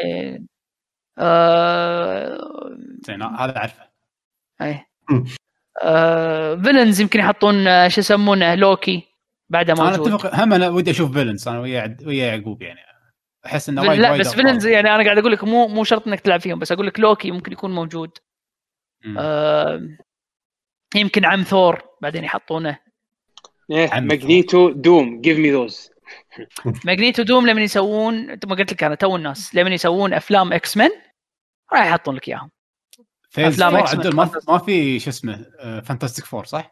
ااا زين هذا عارفه اي ااا فيلنز يمكن يحطون شو يسمونه لوكي بعده موجود. انا اتفق هم انا ودي اشوف فيلنز انا ويا ويا يعقوب يعني احس انه وايد لا وايد بس فيلنز يعني انا قاعد اقول لك مو مو شرط انك تلعب فيهم بس اقول لك لوكي ممكن يكون موجود. آه يمكن عم ثور بعدين يحطونه. ايه ماجنيتو دوم جيف مي ذوز. ماجنيتو دوم لما يسوون انت ما قلت لك انا تو الناس لما يسوون افلام اكس مان راح يحطون لك اياهم. افلام اكس مان ما, ما في شو اسمه فانتاستيك فور صح؟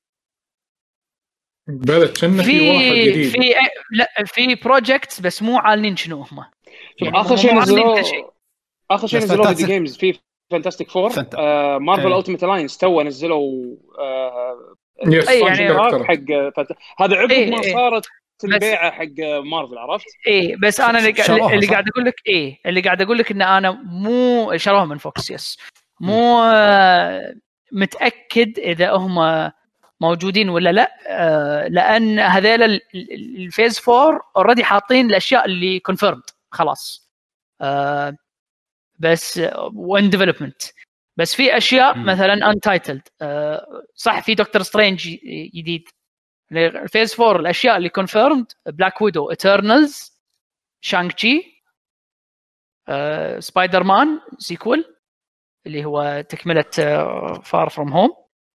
بلد كنا في واحد جديد في لا في بروجكتس بس مو عالنين شنو هم. اخر شيء نزلوا اخر شيء نزلوا في جيمز في فانتاستيك فور فانت... آه مارفل التيمت الاينس تو نزلوا آه يس أي يعني حق فت... هذا عقب أي ما صارت البيعه حق مارفل عرفت. اي بس انا اللي, قا... اللي قاعد اقول لك ايه اللي قاعد اقول لك ان انا مو شروها من فوكس يس مو آه متاكد اذا هم موجودين ولا لا آه لان هذول الفيز فور اوريدي حاطين الاشياء اللي كونفيرمد خلاص آه بس وان ديفلوبمنت بس في اشياء م. مثلا انتايتلد آه صح في دكتور سترينج جديد الفيز فور الاشياء اللي كونفيرمد بلاك ويدو ايترنالز شانغ تشي آه سبايدر مان سيكول اللي هو تكمله فار فروم هوم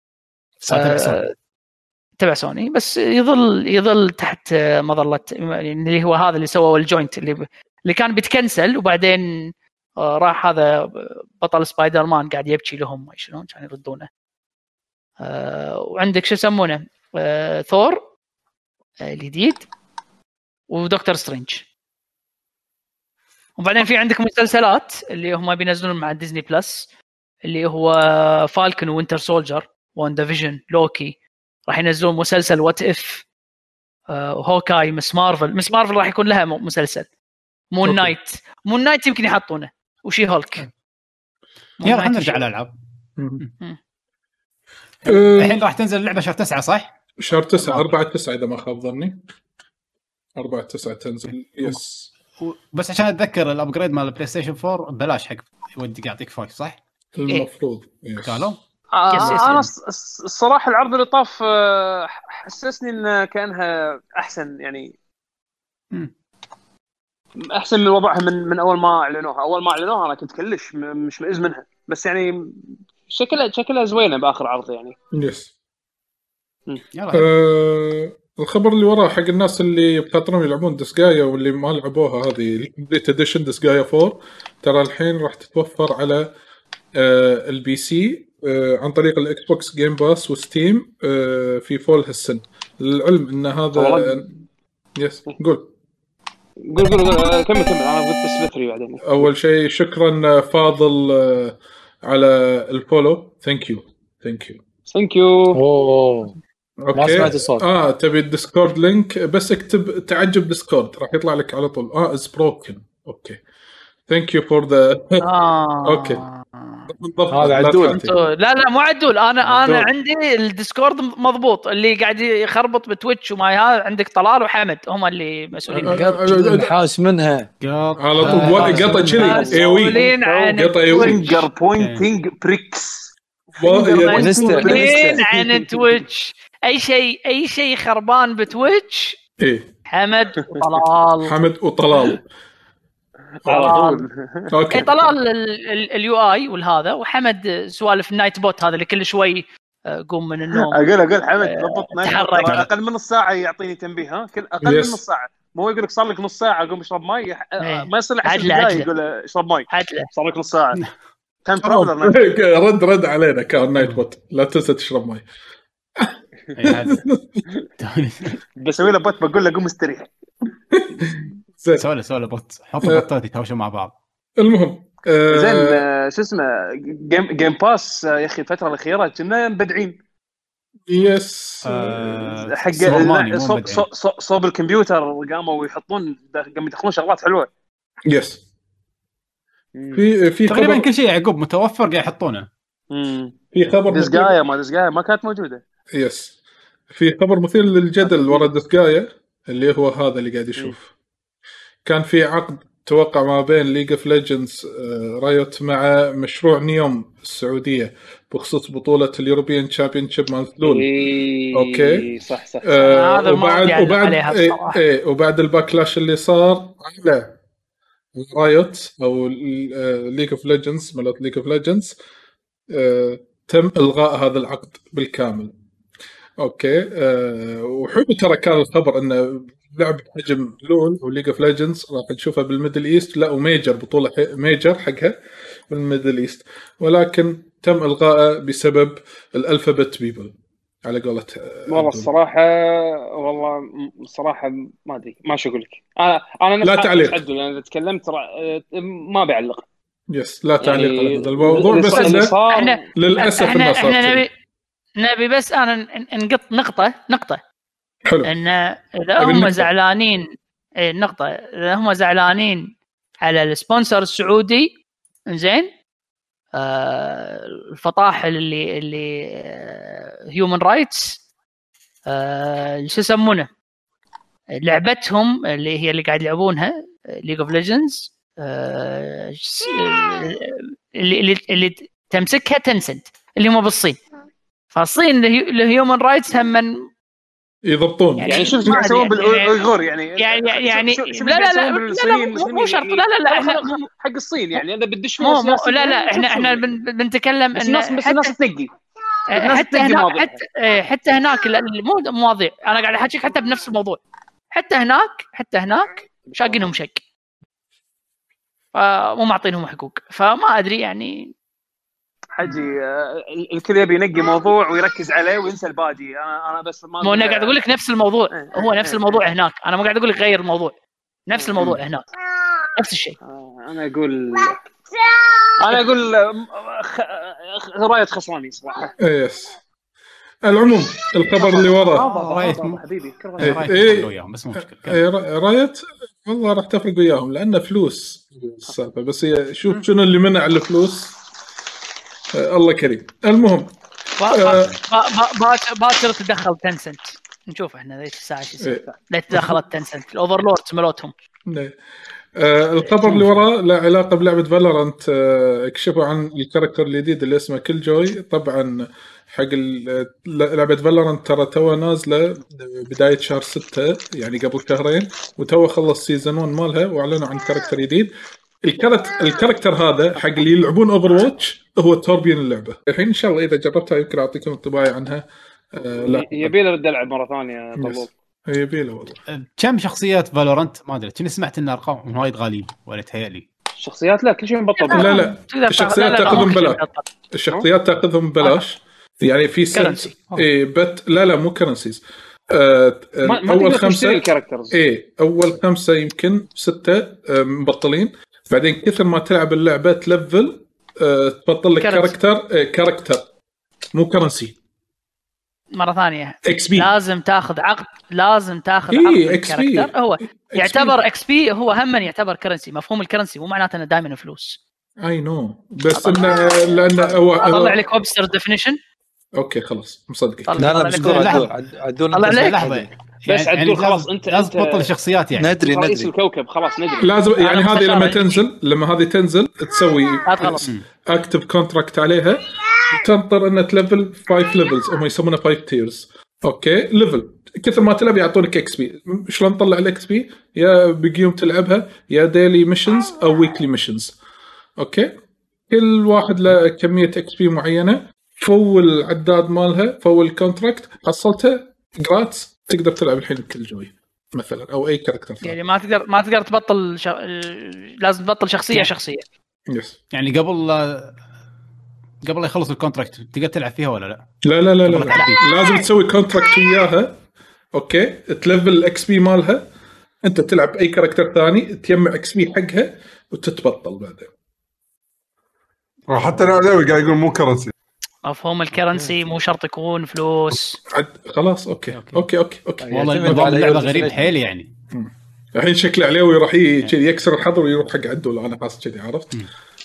تبع سوني بس يظل يظل تحت مظله اللي هو هذا اللي سووا الجوينت اللي ب... اللي كان بيتكنسل وبعدين راح هذا بطل سبايدر مان قاعد يبكي لهم ما شلون كانوا يردونه أه وعندك شو يسمونه أه ثور الجديد ودكتور سترينج وبعدين في عندك مسلسلات اللي هم بينزلون مع ديزني بلس اللي هو فالكون وينتر سولجر واندا فيجن لوكي راح ينزلون مسلسل وات اف أه هوكاي مس مارفل مس مارفل راح يكون لها مسلسل مون نايت مون نايت يمكن يحطونه وشي هولك يلا خلينا نرجع للألعاب الحين راح تنزل اللعبة شهر تسعة صح؟ شهر تسعة أربعة تسعة إذا ما خاب ظني أربعة تسعة تنزل يس بس عشان أتذكر الأبجريد مال البلاي ستيشن فور بلاش حق يودي يعطيك فايف صح؟ المفروض يس. قالوا آه أنا الصراحة العرض اللي طاف حسسني إن كأنها أحسن يعني م. احسن من وضعها من من اول ما اعلنوها اول ما اعلنوها انا كنت كلش مش مئز منها بس يعني شكلها شكلها زوينه باخر عرض يعني يس آه الخبر اللي وراه حق الناس اللي بخاطرهم يلعبون دسقايا واللي ما لعبوها هذه الكومبليت اديشن دسقايا فور ترى الحين راح تتوفر على آه البي سي آه عن طريق الاكس بوكس جيم باس وستيم آه في فول هالسنه للعلم ان هذا يس قول قول قول كمل كمل انا قلت بس بثري بعدين. اول شيء شكرا فاضل على الفولو ثانك يو ثانك يو ثانك يو اوه ما سمعت الصوت اه تبي الديسكورد لينك بس اكتب تعجب ديسكورد راح يطلع لك على طول اه از بروكن اوكي ثانك يو فور ذا اوكي هذا عدول لا لا مو عدول انا انا عندي الديسكورد مضبوط اللي قاعد يخربط بتويتش وما هذا عندك طلال وحمد هم اللي مسؤولين حاس منها على طول قطع كذي ايوي قطع ايوي فينجر بوينتينج بريكس مسؤولين عن تويتش اي شيء اي شيء خربان بتويتش ايه حمد وطلال حمد وطلال طلال اوكي طلال اليو اي والهذا وحمد سوالف النايت بوت هذا اللي كل شوي قوم من النوم اقول اقول حمد ضبط نايت اقل من نص ساعه يعطيني تنبيه ها كل اقل من نص ساعه مو يقول لك صار لك نص ساعه قوم اشرب ماي ما يصير عشر دقائق يقول اشرب ماي صار لك نص ساعه كان ترافلر رد رد علينا كان نايت بوت لا تنسى تشرب ماي بسوي له بوت بقول له قوم استريح سؤال سؤال بوت حط بطات يتهاوشوا مع بعض المهم آه زين آه شو اسمه جيم جيم باس آه يا اخي الفتره الاخيره كنا مبدعين يس آه حق صوب, صوب, صوب الكمبيوتر قاموا يحطون قاموا يدخلون شغلات حلوه يس في في تقريبا كل شيء يعقوب متوفر قاعد يحطونه في خبر دسقايا ما دسقايا ما كانت موجوده يس في خبر مثير للجدل ورا دسقايا اللي هو هذا اللي قاعد يشوف كان في عقد توقع ما بين ليج اوف ليجندز رايوت مع مشروع نيوم السعوديه بخصوص بطوله اليوروبيان تشامبيونشيب مانثلون إيه اوكي صح صح, صح. آه هذا وبعد وبعد ايه, ايه وبعد الباكلاش اللي صار على رايوت او ليج اوف ليجندز مالت ليج اوف ليجندز تم الغاء هذا العقد بالكامل. اوكي أه وحلو ترى كان الخبر انه لعبه حجم لول وليج اوف ليجندز راح نشوفها بالميدل ايست، لا وميجر بطوله ميجر حقها بالميدل ايست، ولكن تم الغائه بسبب الالفابت بيبل على قولة. والله الصراحه والله الصراحه ما ادري ما شو اقول لك. انا انا لا تعليق، انا تكلمت ما بعلق. يس لا تعليق يعني على هذا الموضوع، بس احنا للاسف احنا, احنا نبي نبي بس انا نقط نقطه نقطه حلو. ان اذا هم زعلانين النقطه اذا هم زعلانين على السبونسر السعودي زين آه الفطاحل اللي اللي هيومن رايتس آه شو يسمونه لعبتهم اللي هي اللي قاعد يلعبونها ليج اوف ليجندز آه اللي اللي اللي تمسكها تنسنت اللي هم بالصين، فالصين الهيومن رايتس هم من يضبطون يعني, يعني شوف شو يسوون بالايغور يعني يعني يعني شو شو لا لا لا لا مو شرط لا لا لا احنا حق الصين يعني اذا بدش فيها سياسه لا لا احنا احنا بنتكلم ان الناس بس الناس تنقي حتى هناك حتى حتى هناك مو مواضيع انا قاعد احكيك حتى بنفس الموضوع حتى هناك حتى هناك شاقينهم شق فمو معطينهم حقوق، فما ادري يعني حجي الكل يبي ينقي موضوع ويركز عليه وينسى الباقي. انا انا بس ما مو انا قاعد اقول لك نفس الموضوع هو نفس الموضوع هناك، انا ما قاعد اقول لك غير الموضوع نفس الموضوع هناك نفس الشيء. انا اقول انا اقول رايه خسراني صراحه. يس العموم الخبر اللي وراه رايه حبيبي رايه بس مو مشكله رايه والله راح تفرق وياهم لانه فلوس السالفه، بس هي شوف شنو اللي منع الفلوس. الله كريم. المهم باكر تدخل تنسنت نشوف احنا ذيك الساعه شو يصير لا تدخلت تنسنت الاوفرلورد ملوتهم. آه الخبر اللي وراه له علاقه بلعبه فالورانت. آه اكشفوا عن الكاركتر الجديد اللي اسمه كل جوي. طبعا حق لعبه فالورانت ترى توها نازله بدايه شهر ستة يعني قبل شهرين، وتوه خلص سيزون واحد مالها واعلنوا عن كاركتر جديد. الكاركتر الكاركتر هذا حق اللي يلعبون اوفر واتش هو توربين اللعبه. الحين ان شاء الله اذا جربتها يمكن اعطيكم انطباعي عنها. آه لا يبي له رد العب مره ثانيه طلول. يبي له والله. كم شخصيات فالورانت ما ادري كني سمعت ان ارقام وايد غاليين ولا تهيألي الشخصيات لا كل شيء مبطل. لا لا الشخصيات تاخذهم بلاش الشخصيات تاخذهم بلاش يعني في سنس اي بت لا لا مو كرنسيز. آه اول خمسه اي اول خمسه يمكن ستة مبطلين، بعدين كثر ما تلعب اللعبه تلفل أه تبطل لك كاركتر أه كاركتر مو كرنسي مره ثانيه. إكس بي. لازم تاخذ عقد لازم تاخذ إيه عقد الكاركتر. هو يعتبر اكس بي هو هم يعتبر كرنسي. مفهوم الكرنسي مو معناته انه دائما فلوس. اي نو بس انه لانه هو اطلع لك ويبستر ديفينيشن. اوكي خلاص مصدق. لا لا مشكور عدول عدول لحظه بس يعني عدول خلاص انت لازم تبطل شخصيات يعني ندري رئيس ندري الكوكب خلاص ندري لازم يعني هذه لما تنزل لما هذه تنزل تسوي اكتب كونتراكت عليها تنطر انها تلفل خمسة ليفلز هم يسمونها خمسة تيرز. اوكي ليفل كثر ما تلعب يعطونك اكس بي. شلون نطلع الاكس بي؟ يا بقيوم تلعبها يا ديلي ميشنز او ويكلي ميشنز. اوكي كل واحد له كميه اكس بي معينه. فول العداد مالها فول الكونتراكت حصلته جراتس تقدر تلعب الحين كل جوي مثلا او اي كاركتر يعني ما تقدر ما تقدر تبطل ش... لازم تبطل شخصيه شخصيه. يس يعني قبل قبل لا يخلص الكونتراكت تقدر تلعب فيها ولا لا؟ لا لا لا, لا, لا. لازم تسوي كونتراكت وياها. اوكي تلفل الاكس بي مالها انت تلعب اي كاركتر ثاني تجمع اكس بي حقها وتتبطل بعدين. حتى العلاوي قاعد يقول مو كرنسي. مفهوم الكرنسي مو شرط يكون فلوس. خلاص أوكي. أوكي أوكي أوكي, أوكي. والله النظام اللعبة غريب حيل يعني. الحين شكله عليه راح يكسر الحظر ويروح حق عدول. أنا خاص كذي عرفت.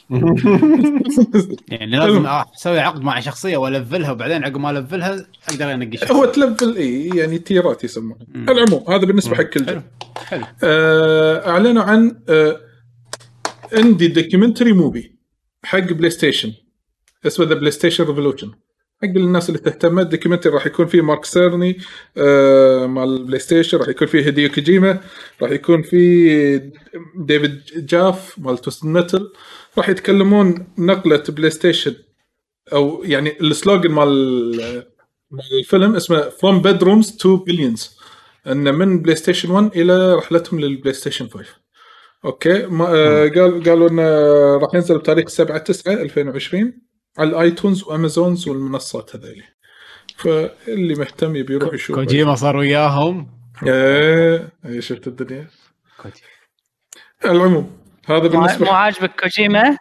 يعني لازم أسوي عقد مع شخصية ولفلها وبعدين عقب ما لفلها أقدر أنقي شخصية. هو تلفل إيه يعني تيرات يسمونه. العموم هذا بالنسبة حق كل حلو. حلو. آه أعلنوا عن آه اندي دوكيومنتري موفي حق بلاي ستيشن اسمه ذا بلاي ستيشن ريفولوشن. حق الناس اللي تهتم الدوكيومنتري راح يكون فيه مارك سيرني آه مع البلاي ستيشن، راح يكون فيه هيديو كوجيما، راح يكون فيه ديفيد جاف مال توست ميتل، راح يتكلمون نقلة بلاي ستيشن او يعني السلوغن مال مال الفيلم اسمه From Bedrooms to Billions، ان من بلاي ستيشن واحد الى رحلتهم للبلاي ستيشن خمسة. اوكي ما آه قال قالوا انه راح ينزل بتاريخ سبعة تسعة ألفين وعشرين على الايتونز وامازونز والمنصات هذيلي، فاللي مهتم يبي يروح يشوف. كوجيما صار وياهم. ايه شفت الدنيا. العموم هذا بالنسبه مو عاجبك كوجيما؟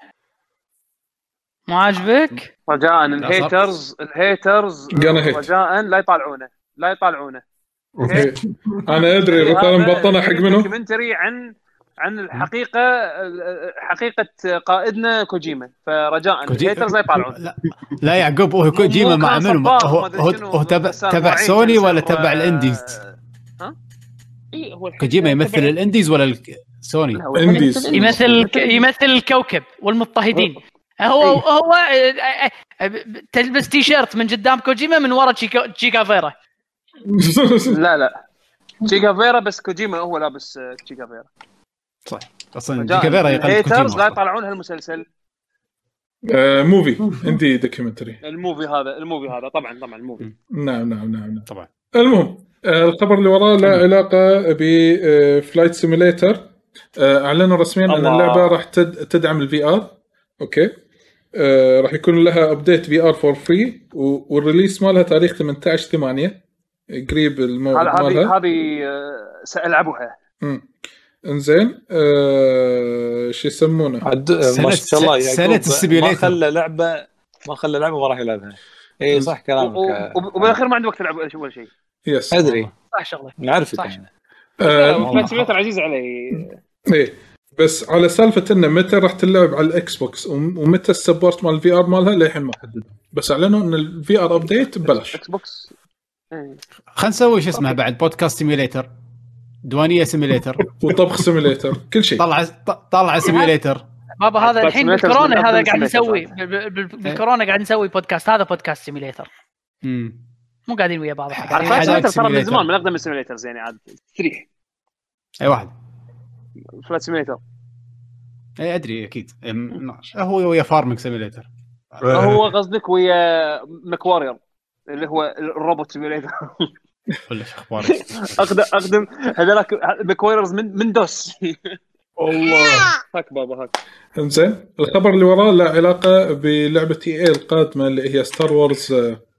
مو عاجبك؟ رجاء الهيترز الهيترز رجاء لا يطالعونه لا يطالعونه. انا ادري رتانا مبطنه حق منه دوكيومنتري عن عن الحقيقه حقيقه قائدنا كوجيما، فرجاء الهيترز لا يطالعون. لا, لا يعقوب هو كوجيما مع منو؟ هو هو تبع تبع سوني ولا تبع الانديز؟ ها اي هو كوجيما يمثل الانديز ولا سوني؟ الانديز يمثل يمثل الكوكب والمضطهدين. هو هو تلبس تي شيرت من قدام كوجيما، من ورا تشيكافيرا. لا لا تشيكافيرا بس كوجيما هو لابس تشيكافيرا. صح اصلا تشيكافيرا يقلد كوجيما. لا يطلعون هالمسلسل آه موفي عندي دوكيومنتري. الموفي هذا الموفي هذا طبعا طبعا الموفي. نعم نعم نعم طبعا. المهم آه الخبر اللي وراه له علاقه بفلايت سيميليتر. آه اعلنوا رسميا ان اللعبه راح تد... تدعم الفي ار. اوكي آه راح يكون لها ابديت في ار فور فري، والريليس مالها تاريخ ثمانية عشر ثمانية قريب. الموعد مالها هذه سألعبها. امم انزين آه شو يسمونه ما شاء الله سنة السيميليتر ما خلى لعبه ما خلى لعبه ما راح يلعبها. اي صح كلامك. وبالاخير ما عندك وقت تلعب ولا شيء. يس ادري صح شغله نعرفك يعني. فلايت سيميليتر عزيز علي. ايه بس على سالفه انه متى راح تلعب على الاكس بوكس ومتى السبورت مال الفي ار مالها للحين ما حددوا، بس اعلنوا ان الفي ار ابديت ببلاش. اكس بوكس خلينا نسوي شو اسمه بعد بودكاست سيميليتر، دوانيه سيميليتر وطبخ سيميليتر كل شيء. طلع طلع سيميليتر بابا. هذا الحين بالكورونا هذا قاعد نسوي بالكورونا قاعد نسوي بودكاست. هذا بودكاست سيميليتر. امم مو قاعدين ويا بعض. فلايت ترى من زمان من اقدم السيميليترز يعني عاد تريح. اي واحد فلايت سيميليتر اي ادري اكيد. هو ويا فارمينج سيميليتر. هو قصدك ويا ماكوارير اللي هو الروبوت سيميليتر ولا شو اخبارك؟ اقدم اقدم هذاك ماكواريرز من من دوس. والله هاك بابا هاك. انزين الخبر اللي وراه له علاقه بلعبه اي اي القادمه اللي هي ستار وورز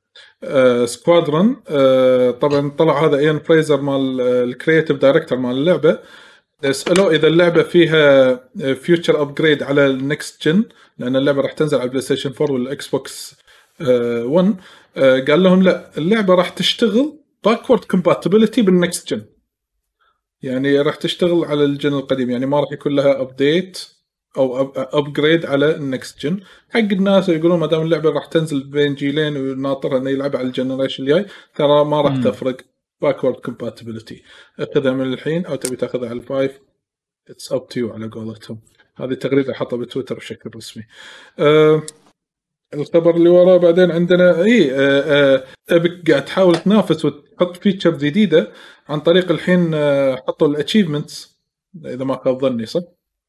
سكوادرون. طبعا طلع هذا ايان فريزر مال الكرييتيف دايركتور مال اللعبه، سألوا إذا اللعبة فيها فيوتشر أبجريد على النكست جن، لأن اللعبة راح تنزل على البلاي ستيشن فور والإكس بوكس ون. قال لهم لا، اللعبة راح تشتغل باكورد كومباتيبلتي بالنكست جن، يعني راح تشتغل على الجن القديم، يعني ما راح يكون لها أبديت أو أبجريد على النكست جن. حق الناس يقولون ما دام اللعبة راح تنزل بين جيلين وناطرها إنه يلعب على الجنريشن الجاي، ترى ما راح تفرق باكورد كومباتيبلتي. اخذها من الحين او تبي تاخذها على الفايف اتس اب تو يو على قولتهم. هذه تغريده حطها بتويتر بشكل رسمي. أه الخبر اللي وراه بعدين عندنا اي أه ابيك قاعد تحاول تنافس وتحط فيتشر جديده عن طريق الحين أه حطوا الاتشيفمنتس اذا ما خاب ظني صح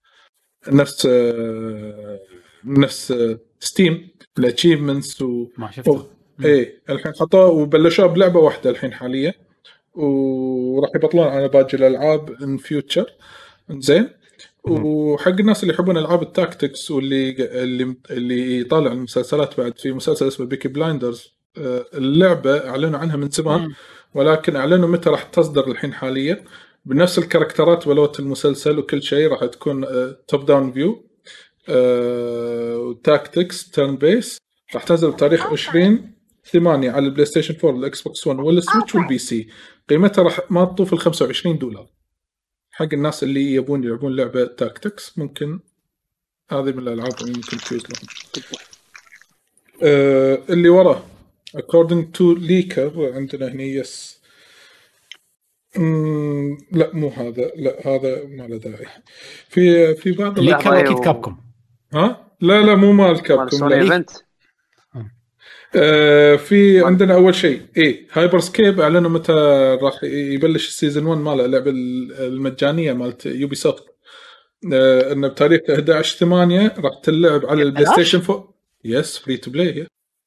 نفس أه نفس أه ستيم الاتشيفمنتس و ما شفته. اي الحين حطوا وبلشوا بلعبه واحده الحين حاليا، وراح يبطلون على باقي الالعاب ان فيوتشر. زين وحق الناس اللي يحبون العاب التاكتكس واللي اللي اللي يطالع المسلسلات، بعد في مسلسل اسمه بيكي بلايندرز اللعبه اعلنوا عنها من زمان، ولكن اعلنوا متى راح تصدر الحين حاليا بنفس الكاركترات ولوت المسلسل وكل شيء. راح تكون توب داون فيو وتاكتكس تيرن بيس. راح تنزل بتاريخ عشرين ثمانية على البلاي ستيشن فور والإكس بوكس ون والسويتش والبي سي. قيمتها راح ما تطوف ال خمسة وعشرين دولار. حق الناس اللي يبون يلعبون لعبة تاكتكس ممكن هذه من الألعاب اللي ممكن تفيد لهم. أه اللي وراه according to leaker عندنا هنا يس مم... لا مو هذا، لا هذا ما له داعي. في في بعض الليكر اكيد كابكم. ها لا لا مو مال كابكم. آه في عندنا اول شيء ايه هايبر سكيب اعلنوا متى راح يبلش السيزون واحد ماله، اللعبه المجانيه مالت يوبي سوفت. آه انه بتاريخ احد عشر ثمانية راح تلعب على البلاي ستيشن فور. يس فري تو بلاي.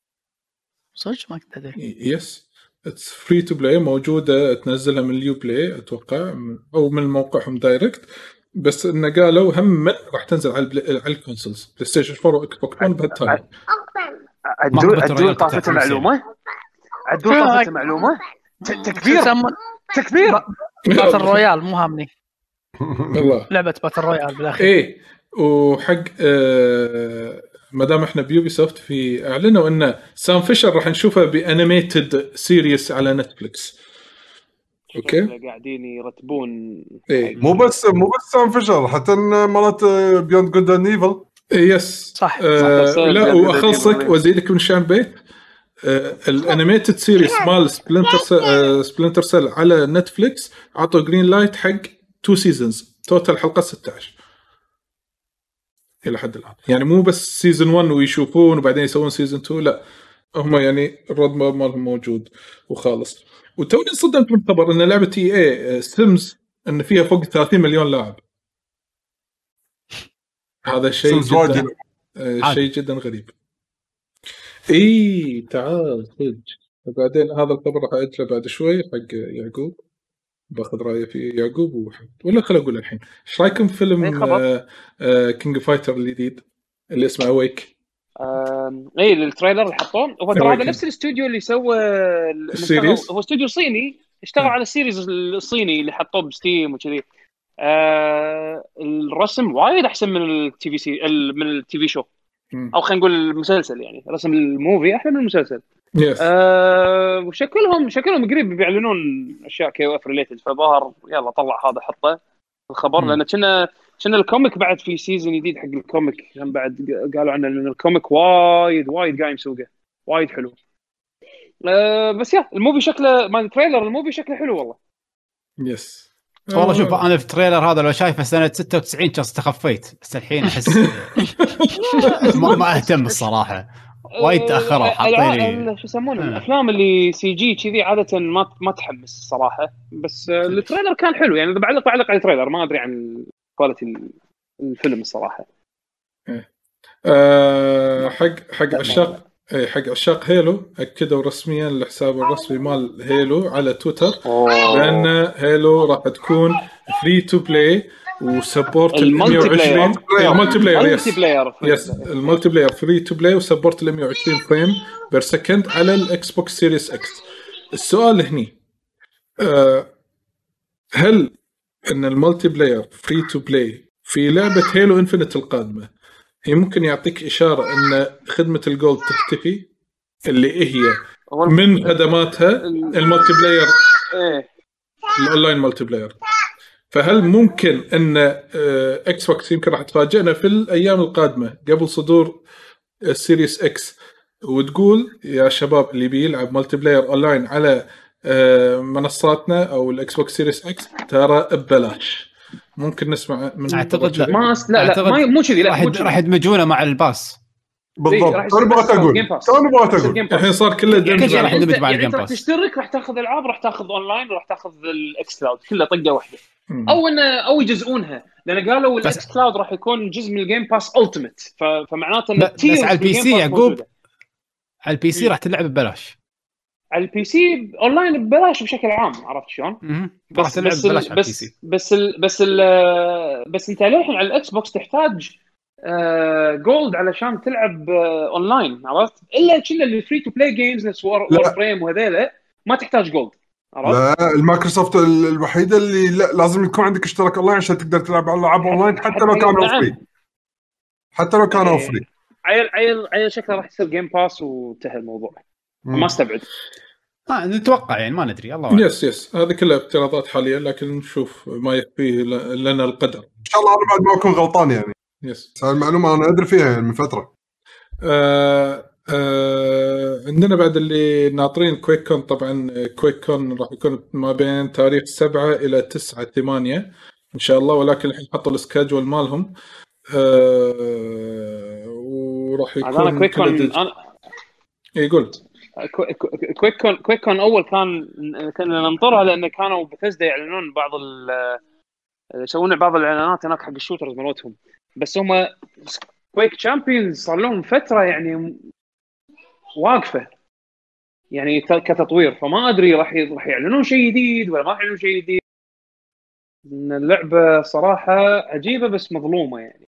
صدق ما كنت ادري. يس اتس فري تو بلاي، موجوده تنزلها من اليو بلاي اتوقع او من موقعهم دايركت، بس انه قالوا هم من راح تنزل على البلاي... على الكونسولز بلاي ستيشن فور واكس بوكس ون بهالتايم. عدول عدول طافته معلومه عدول طافته معلومه تكبير تكبير باتل رويال مو هامني والله لعبه باتل رويال بالاخير. ايه وحق آه ما دام احنا بيوبي سوفت في اعلنوا ان سام فيشر راح نشوفه بانيميتد سيريس على نتفليكس. اوكي قاعدين يرتبون إيه. مو بس مو بس سام فيشر، حتى مالت بيوند جود اند ايفل. يس صح, آه صح. لا واخلصك وازيدك من شان بيت آه الانيميتد سيريس مال سبلنتر س... آه سبلنتر سيل على نتفليكس عطوا جرين لايت حق تو سيزونز توتال حلقه ستة عشر الى حد الان، يعني مو بس سيزون واحد ويشوفون وبعدين يسوون سيزون اثنين، لا هم يعني الرود ماب مالهم موجود وخالص. وتوني صدمت من خبر ان لعبه اي اي سيمز ان فيها فوق ثلاثين مليون لاعب. هذا شيء جدا آه شيء جدا غريب. اي تعال صدق بعدين هذا الخبر راح اجله بعد شوي حق يعقوب، باخذ رايه في يعقوب وحد. ولا خل اقول الحين ايش رايكم فيلم آه آه كينج فايتر الجديد اللي اسمه اويك؟ اي التريلر اللي حطوه هو ترى هذا نفس الاستوديو اللي سوى السيريز، هو استوديو صيني اشتغل م. على السيريز الصيني اللي حطوه بستيم وكذي. آه الرسم وايد احسن من التي في سي من التي في شو م. او خلينا نقول المسلسل، يعني رسم الموفي احلى من المسلسل. yes. آه وشكلهم شكلهم قريب بيعلنون اشياء كي او اف ريليتد، فظهر يلا طلع هذا حطه الخبر م. لان كنا كنا الكوميك بعد في سيزون جديد حق الكوميك هم بعد قالوا عنه ان الكوميك وايد وايد قايم سوقه وايد حلو. أه بس يا الموفي شكله مال التريلر الموفي شكله حلو والله. يس والله شوف انا في التريلر هذا لو شايفه سنه ستة وتسعين كنت تخفيت، بس الحين احس ما, ما اهتم الصراحه وايد تاخروا حاطين شو يسمونه الافلام اللي سي جي كذي عاده ما ما تحمس الصراحه، بس التريلر كان حلو يعني. بعلق بعلق على التريلر ما ادري عن كواليتي الفيلم الصراحه. أه حق حق عشاق اي حق عشاق هيلو اكدوا رسميا الحساب الرسمي مال هيلو على تويتر بان هيلو راح تكون فري تو بلاي وسبورت ال مية وعشرين الملتي بلاير. يس يس الملتي بلاير فري تو بلاي وسبورت ال مية وعشرين فريم بير سكند على الاكس بوكس سيريس اكس. السؤال هني أه هل ان الملتي بلاير فري تو بلاي في لعبه هيلو انفينيت القادمه هي ممكن يعطيك إشارة أن خدمة الجولد تختفي اللي هي من خدماتها الملتي بلاير الأونلاين ملتي بلاير؟ فهل ممكن أن إكس بوكس يمكن راح تفاجئنا في الأيام القادمة قبل صدور السيريس إكس وتقول يا شباب اللي بيلعب ملتي بلاير أونلاين على منصاتنا أو الإكس بوكس سيريس إكس ترى ببلاش؟ ممكن نسمع من اعتقد لا ما لا لا ما مو كذي، لا راح راح يدمجونه مع الباس بالضبط. انا بغيت اقول انا بغيت اقول الحين صار كله دمج راح يدمج مع يعني الجيم باس. تشترك راح تاخذ العاب راح تاخذ اونلاين وراح تاخذ الاكس كلاود كله طقه واحده م. او ان او يجزئونها لان قالوا الاكس كلاود راح يكون جزء من الجيم باس التيمت فمعناته ان بس على البي سي يعقوب على البي سي راح تلعب ببلاش على البي سي اونلاين ببلاش بشكل عام، عرفت شلون؟ بس بس بس بس بس ال بس ال بس انت الحين على الاكس بوكس تحتاج آه جولد علشان تلعب آه اونلاين، عرفت؟ الا كل اللي فري تو بلاي جيمز نفس وور فريم وهذيله ما تحتاج جولد، عرفت؟ لا المايكروسوفت الوحيده اللي لا لازم يكون عندك اشتراك اونلاين عشان تقدر تلعب العاب اونلاين حتى لو كانوا فري حتى لو كانوا فري. عيل عيل عيل شكله راح يصير جيم باس وانتهى الموضوع. ما استبعد آه نتوقع يعني ما ندري الله يس يس هذه كلها افتراضات حاليا لكن نشوف ما يكفيه لنا القدر ان شاء الله. انا بعد ما اكون غلطان يعني يس هاي المعلومه انا ادري فيها من فتره. آه آه عندنا بعد اللي ناطرين كويك كون. طبعا كويك كون راح يكون ما بين تاريخ سبعة الى تسعة ثمانية ان شاء الله، ولكن الحين حطوا السكادجول مالهم آه وراح يكون انا كويك كون انا يقول كويك كون كويك كون اول كان كنا ننطرها لان كانوا بثزدا يعلنون بعض يسوون بعض الاعلانات هناك حق الشوترز مالتهم، بس هم كويك تشامبيونز صار لهم فتره يعني واقفه يعني كتطوير، فما ادري راح راح يعلنون شيء جديد ولا ما راح يعلنون شيء جديد. ان اللعبه صراحه عجيبه بس مظلومه يعني.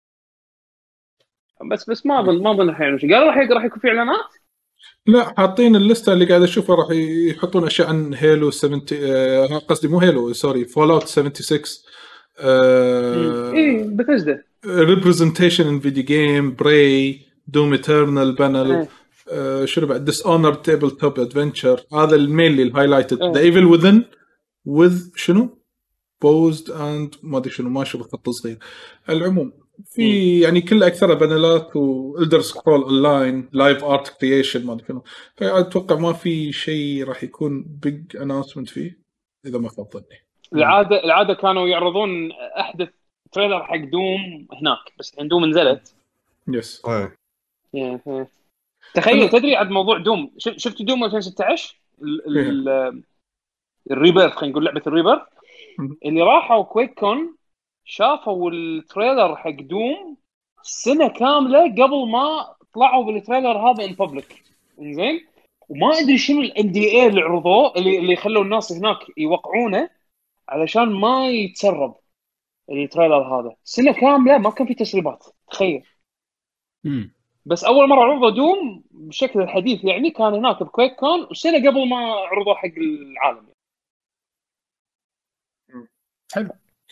بس بس ما اظن ما اظن راح يعلنون شيء. قالوا راح راح يكون في اعلانات. لا حاطين الليسته اللي قاعد اشوفها راح يحطون اشياء عن هيلو سبعين آه قصدي مو هيلو سوري فول اوت ستة وسبعين آه ايه بثزدا ريبريزنتيشن ان فيديو جيم براي دوم ايترنال بانل آه شنو بعد ديس اونر تيبل توب ادفنتشر. هذا المينلي الهايلايتد ذا ايفل وذن وذ شنو بوزد اند ما ادري شنو ما اشوف خط صغير. العموم في يعني كل اكثرها بانلات والدر سكرول اونلاين لايف ارت كرييشن ما ادري شنو. فاتوقع ما في شيء راح يكون بيج اناونسمنت فيه اذا ما فضلني. العاده العاده كانوا يعرضون احدث تريلر حق دوم هناك بس الحين دوم نزلت. يس ايه yeah. تخيل أنا... تدري عاد موضوع دوم. شفت دوم ألفين وستة عشر ال... الريبيرث خلينا نقول لعبه الريبيرث اللي راحوا كويك كون شافوا التريلر حق دوم سنه كامله قبل ما طلعوا بالتريلر هذا ان بابليك. انزين وما ادري شنو الان دي اي اللي عرضوه اللي اللي خلوا الناس هناك يوقعونه علشان ما يتسرب التريلر هذا. سنه كامله ما كان في تسريبات تخيل. امم بس اول مره عرضوا دوم بشكل الحديث يعني كان هناك بكويك كون وسنه قبل ما عرضوه حق العالم. حلو.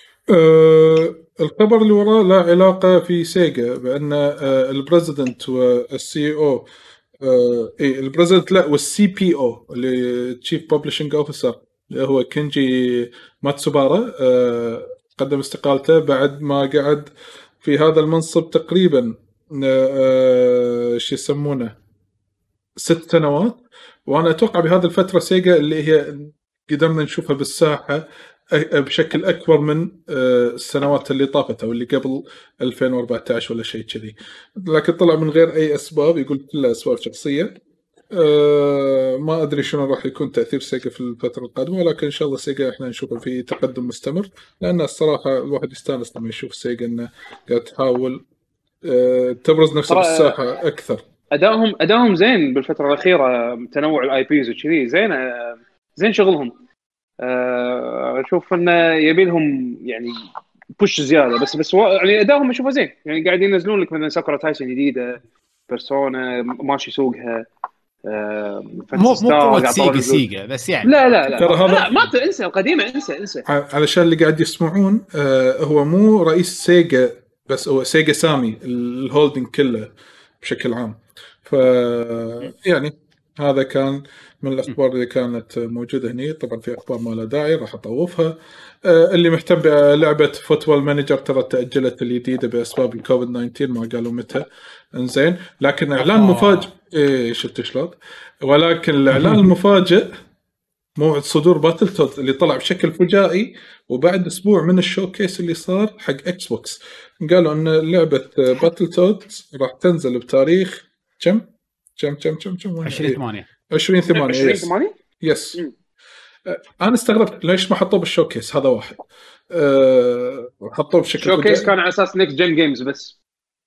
أه الخبر اللي وراه لا علاقة في سيجا بأن أه البريزيدنت والسي او أه إيه البريزيدنت لا والسي بي او اللي تشيف ببلشنج اوفيسر اللي هو كينجي ماتسوبارا أه قدم استقالته بعد ما قعد في هذا المنصب تقريبا أه شو يسمونه ست سنوات. وأنا أتوقع بهذه الفترة سيجا اللي هي قدرنا نشوفها بالساحة بشكل أكبر من السنوات اللي طافت أو اللي قبل ألفين وأربعة عشر ولا شيء كذي. لكن طلع من غير أي أسباب يقول كلها أسباب شخصية. ما أدري شنو راح يكون تأثير سيجا في الفترة القادمة ولكن إن شاء الله سيجا إحنا نشوفه في تقدم مستمر لأن الصراحة الواحد يستانس لما يشوف سيجا إنه قاعد تحاول تبرز نفسها بالساحة أكثر. أدائهم أدائهم زين بالفترة الأخيرة تنوع الآي بيز وكذي زين زين شغلهم. اشوف انه يبي لهم يعني بوش زياده بس بس يعني ادائهم اشوفه زين يعني قاعدين ينزلون لك مثلا ساكورا تايسون جديده بيرسونا ماشي سوقها مو مو قوه سيجا سيجا بس يعني لا لا لا, لا, لا ما تنسى القديمه انسى انسى علشان اللي قاعد يسمعون هو مو رئيس سيجا بس هو سيجا سامي الهولدنج كله بشكل عام. ف يعني هذا كان من الأخبار اللي كانت موجودة هنا. طبعا في أخبار ما لا داعي راح أطوفها. آه اللي مهتم بلعبة فوتبول مانجر ترى تأجلت الجديدة بأسباب الكوفيد تسعة عشر ما قالوا متى. إنزين لكن إعلان مفاجئ إيه شفت شلون. ولكن الإعلان المفاجئ موعد صدور باتل تود اللي طلع بشكل فجائي وبعد أسبوع من الشوكيس اللي صار حق إكس بوكس قالوا أن لعبة باتل تود راح تنزل بتاريخ كم كم كم كم كم عشرين ثمانية عشرين ثمانية يس يس. أنا استغربت ليش ما حطوه بالشوكيس. هذا واحد أه... حطوه بشكل شوكيس كان على أساس نيكست جيم جيمز بس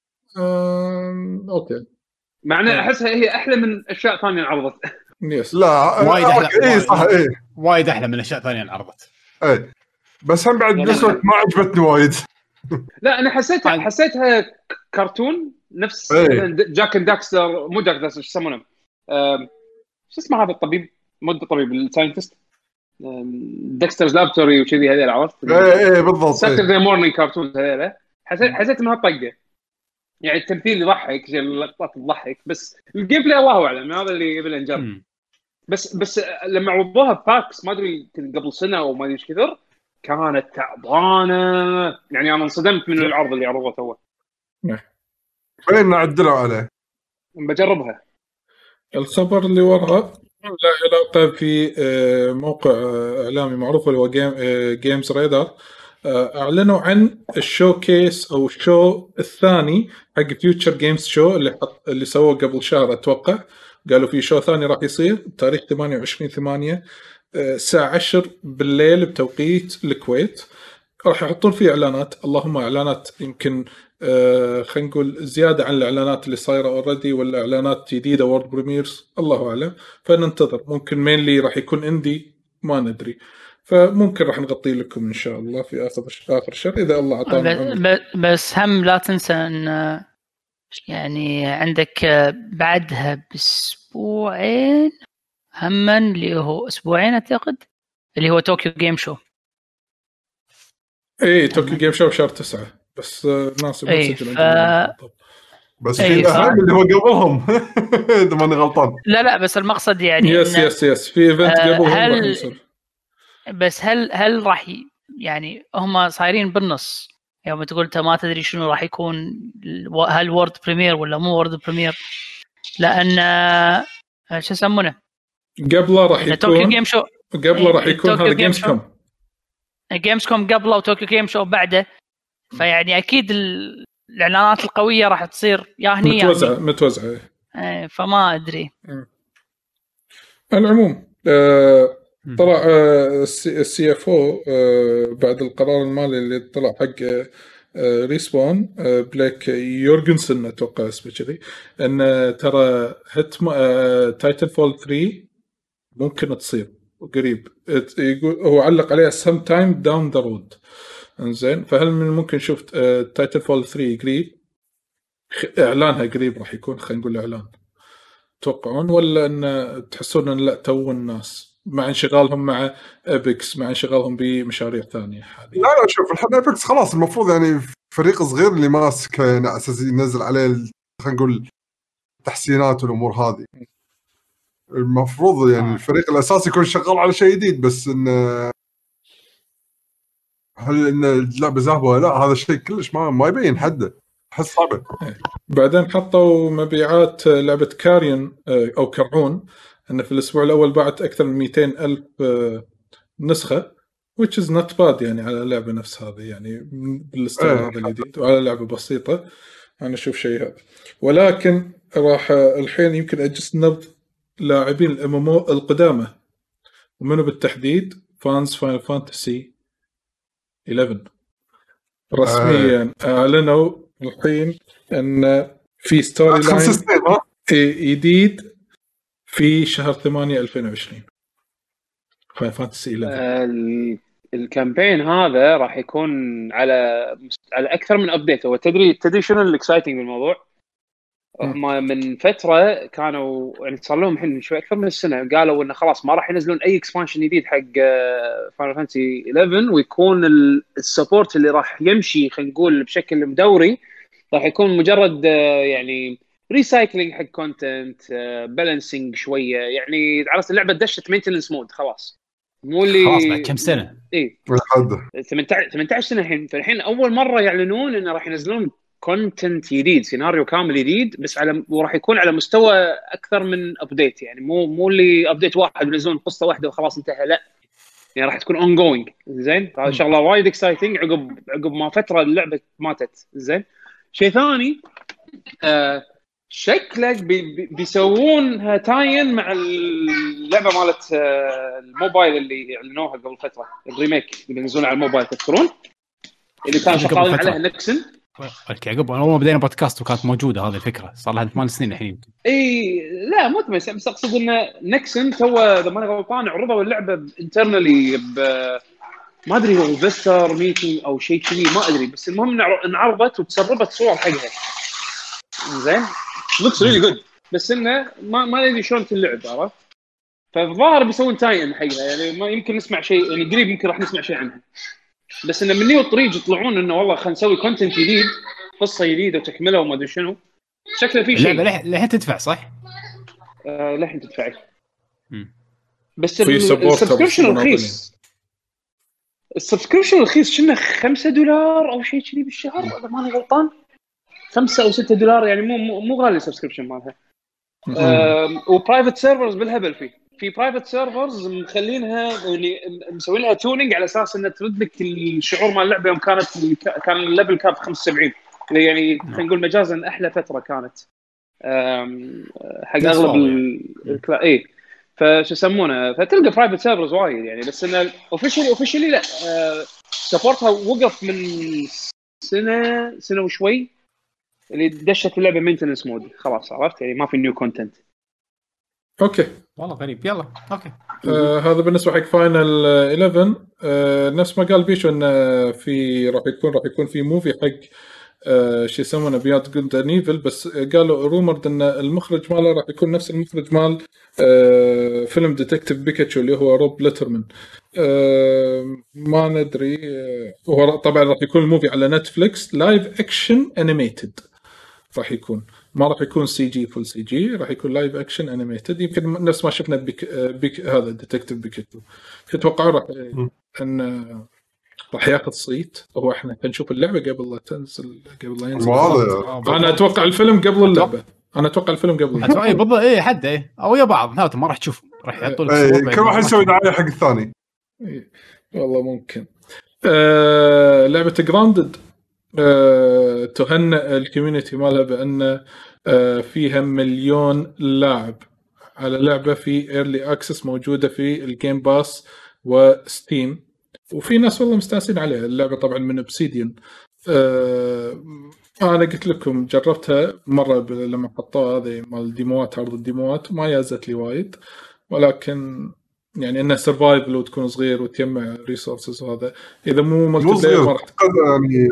أه... أوكي معناه أحسها هي أحلى من أشياء ثانية انعرضت. يس لا وايد أحلى إيه صح إيه وايد أحلى من أشياء ثانية انعرضت إيه بس هم بعد بس ما عجبتني وايد. لا أنا حسيتها حسيتها كرتون نفس إيه. جاك اند داكستر مو جاك داكستر شو يسمونه أه... شو اسمه هذا الطبيب مو الطبيب الساينتست ديكسترز لابتوري وكذي هذول عرفت ايه ايه بالضبط ساتردي مورنينج كارتونز هذول حسيت حسيت انها طقه يعني التمثيل يضحك اللقطات تضحك بس الجيم بلاي الله اعلم هذا اللي قبل نجرب. بس بس لما عرضوها باكس ما ادري قبل سنه او ما ادري ايش كثر كانت تعبانه يعني انا انصدمت من العرض اللي عرضوه تو. وين نعدلوا عليه بجربها. الخبر اللي وراء لا علاقة في موقع إعلامي معروف اللي هو جيم جيمز ريدر. أعلنوا عن الشوكيس أو الشو الثاني حق فيوتشر جيمز شو اللي حط اللي سووه قبل شهر أتوقع. قالوا في شو ثاني راح يصير بتاريخ ثمانية وعشرين ثمانية الساعة عشرة بالليل بتوقيت الكويت. راح يحطون فيه اعلانات، اللهم اعلانات يمكن آه خلينا نقول زياده عن الاعلانات اللي صايره اوريدي، ولا اعلانات جديده وورد بريميرز الله اعلم. فننتظر، ممكن مينلي راح يكون اندي ما ندري، فممكن راح نغطي لكم ان شاء الله في اخر اخر شهر اذا الله اعطانا. بس هم لا تنسى ان يعني عندك بعدها باسبوعين هما اللي هو اسبوعين اعتقد اللي هو طوكيو جيم شو. ايه طوكيو جيم شو بشهر تسعة، بس ناس ما ايه سجلوا ف... بس في اهم اللي هو قبلهم اذا ماني غلطان. لا لا بس المقصد يعني يس يس يس في ايفنت قبلهم هل... راح يصير. بس هل هل راح ي... يعني هم صايرين بالنص يوم تقول انت ما تدري شنو راح يكون، هل وورد بريمير ولا مو وورد بريمير، لان شو يسمونه قبله راح يكون طوكيو جيم شو، قبله راح يكون هذا جيمز كوم جيمز كوم قبله وطوكيو جيم شو بعده، فيعني اكيد الاعلانات القويه راح تصير يا هني متوزعه يعني. متوزعه ايه فما ادري. العموم آه طلع آه السي اف او آه بعد القرار المالي اللي طلع حق آه ريسبون آه بليك يورغنسن اتوقع اسمه كذي، ان ترى هيت آه تايتن فول ثري ممكن تصير قريب. يقول هو علق عليها سم تايم داون ذا رود. انزين فهل من ممكن نشوف تايتن فول ثري قريب، اعلانها قريب راح يكون، خلينا نقول اعلان توقعون، ولا ان تحسون ان لا تو الناس مع انشغالهم مع ابيكس مع انشغالهم بمشاريع ثانيه حاليا؟ لا لا شوف الحين ابيكس خلاص المفروض يعني فريق صغير اللي ماسك يعني على اساس ينزل عليه خلينا نقول تحسينات والامور هذه، المفروض يعني الفريق الاساسي يكون شغال على شيء جديد. بس ان هل ان اللعبه ذهبه ولا لا هذا الشيء كلش ما ما يبين حده، احس صعبه. بعدين حطوا مبيعات لعبه كاريون او كرعون ان في الاسبوع الاول باعت اكثر من مئتين ألف نسخه which is not bad يعني على لعبه نفس هذه يعني بالستايل هذا الجديد وعلى لعبه بسيطه. انا اشوف شيء هذا، ولكن راح الحين يمكن اجلس نبض لاعبين الام ام او القدامى، ومنه بالتحديد فانز فاينل فانتسي إحدى عشر رسميا اعلنوا الحين ان في ستوري لاين جديد في شهر ثمانية ألفين وعشرين فاينل فانتسي إحدى عشر. الكامبين هذا راح يكون على على اكثر من ابديت. هو تدري تدري شنو الاكسايتنج بالموضوع؟ هم من فتره كانوا يعني صار لهم الحين شوي اكثر من السنه قالوا انه خلاص ما راح ينزلون اي اكسبانشن جديد حق فاينل فانتسي إحدى عشر، ويكون السبورت اللي راح يمشي خلينا نقول بشكل مدوري راح يكون مجرد يعني ريسايكلينج حق كونتنت بالانسنج شويه، يعني عرفت اللعبه دشت مينتنس مود خلاص، مو اللي خلاص بعد كم سنه اي ثمانية عشر سنه الحين. فالحين اول مره يعلنون انه راح ينزلون كونتنت جديد، سيناريو كامل جديد، بس على وراح يكون على مستوى اكثر من ابديت، يعني مو مو اللي ابديت واحد ينزلون قصه واحده وخلاص انتهى، لا يعني راح تكون اون جوينج. زين هذا شغله وايد اكسايتنج عقب عقب ما فتره اللعبه ماتت. زين شيء ثاني آه شكلك بي بيسوونها تاين مع اللعبه مالت آه الموبايل اللي اعلنوها قبل فتره، الريميك اللي نزلوا على الموبايل تذكرون اللي كان شغالين عليها نكسن. اوكي عقب اول ما بدينا بودكاست وكانت موجوده هذه الفكره، صار لها ثمان سنين الحين. اي لا مو بس بس اقصد ان نكسن تو اذا ماني غلطان عرضوا اللعبه انترنالي ب ما ادري هو فيستر ميتنج او شيء كذي ما ادري، بس المهم انعرضت وتسربت صور حقها. زين لوكس ريلي جود، بس انه ما ما ادري شلون اللعب عرفت، فالظاهر بيسوون تاين حقها يعني ما يمكن نسمع شيء يعني قريب، يمكن راح نسمع شيء عنها، بس انه مني والطريق يطلعون انه والله خلينا نسوي كونتنت جديد قصه جديده وتكمله وما ادري شنو. شكله في شيء اللعبه لحين تدفع صح؟ آه لحين تدفعي بس السبسكريبشن رخيص. السبسكريبشن رخيص شنو خمسة دولار او شيء كذي بالشهر اذا ماني غلطان، خمسة او ستة دولار يعني مو مو غالي السبسكريبشن مالها. آه وبرايفت سيرفرز بالهبل فيه في برايفت سيرفرز مخلينها يعني مسوين لها تونينج على اساس انها ترد لك الشعور مال اللعبه يوم كانت كان الليفل كاب خمسة وسبعين اللي يعني خلينا نقول مجازا احلى فتره كانت حق اغلب الكلا اي فشو يسمونه، فتلقى برايفت سيرفرز وايد يعني، بس انه اوفيشلي اوفيشلي لا سبورتها وقف من سنه سنه وشوي اللي دشت اللعبه مينتنس مود خلاص عرفت يعني ما في نيو كونتنت. اوكي والله غريب. يلا اوكي آه هذا بالنسبه حق فاينل إحدى عشر. آه نفس ما قال بيشو انه في راح يكون راح يكون في موفي حق آه شو يسمونه بياد جولد نيفل، بس قالوا رومرد ان المخرج ماله راح يكون نفس المخرج مال آه فيلم ديتكتيف بيكاتشو اللي هو روب ليترمان. آه ما ندري. آه هو طبعا راح يكون الموفي على نتفليكس لايف اكشن انيميتد، راح يكون ما راح يكون سي جي فول سي جي، راح يكون لايف اكشن انيميتد يمكن نفس ما شفنا بيك, بيك هذا ديتكتيف بيكاتشو. تتوقعوا راح ان راح ياخذ صيت؟ هو احنا نشوف اللعبه قبل لا تنزل قبل لا ينزل؟ انا اتوقع الفيلم قبل اللعبه. انا اتوقع الفيلم قبل اتوقع اي بالضبط اي حد ايه او يا بعض هذا ما راح تشوف راح يحطوا لك صور كل واحد يسوي دعايه حق الثاني. والله ممكن. آه لعبه جراندد آه تهنئ الكوميونتي مالها بان آه فيها مليون لاعب على لعبه في ايرلي اكسس موجوده في الجيم باس وستيم، وفي ناس والله مستانسين عليها. اللعبه طبعا من اوبسيديان. آه انا قلت لكم جربتها مره لما حطوها هذه مال ديموات عرض الديموات ما يازت لي وايد، ولكن يعني انها سرفايفل وتكون صغير وتجمع ريسورسز وهذا اذا مو ملتي بلاير ما راح يعني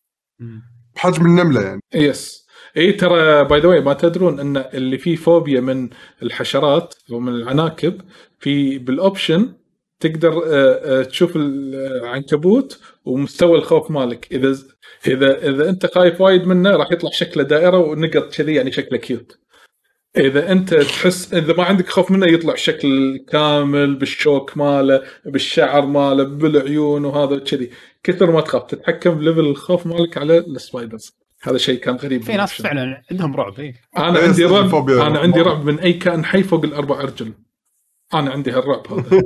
بحجم النمله يعني. يس اي ترى باي ذا واي ما تدرون ان اللي فيه فوبيا من الحشرات ومن العناكب في بالاوبشن تقدر تشوف العنكبوت ومستوى الخوف مالك. اذا اذا اذا انت خايف وايد منه راح يطلع شكله دائره ونقط كذي يعني شكله كيوت. اذا انت تحس اذا ما عندك خوف منه يطلع شكل كامل بالشوك ماله بالشعر ماله بالعيون وهذا كذي. كثر ما تخاف تتحكم بليفل الخوف مالك على السبايدرز. هذا شيء كان غريب. في ناس فعلا عندهم رعب. ايه انا عندي رعب انا عندي رعب من اي كائن حي فوق الاربع ارجل. انا عندي هالرعب هذا.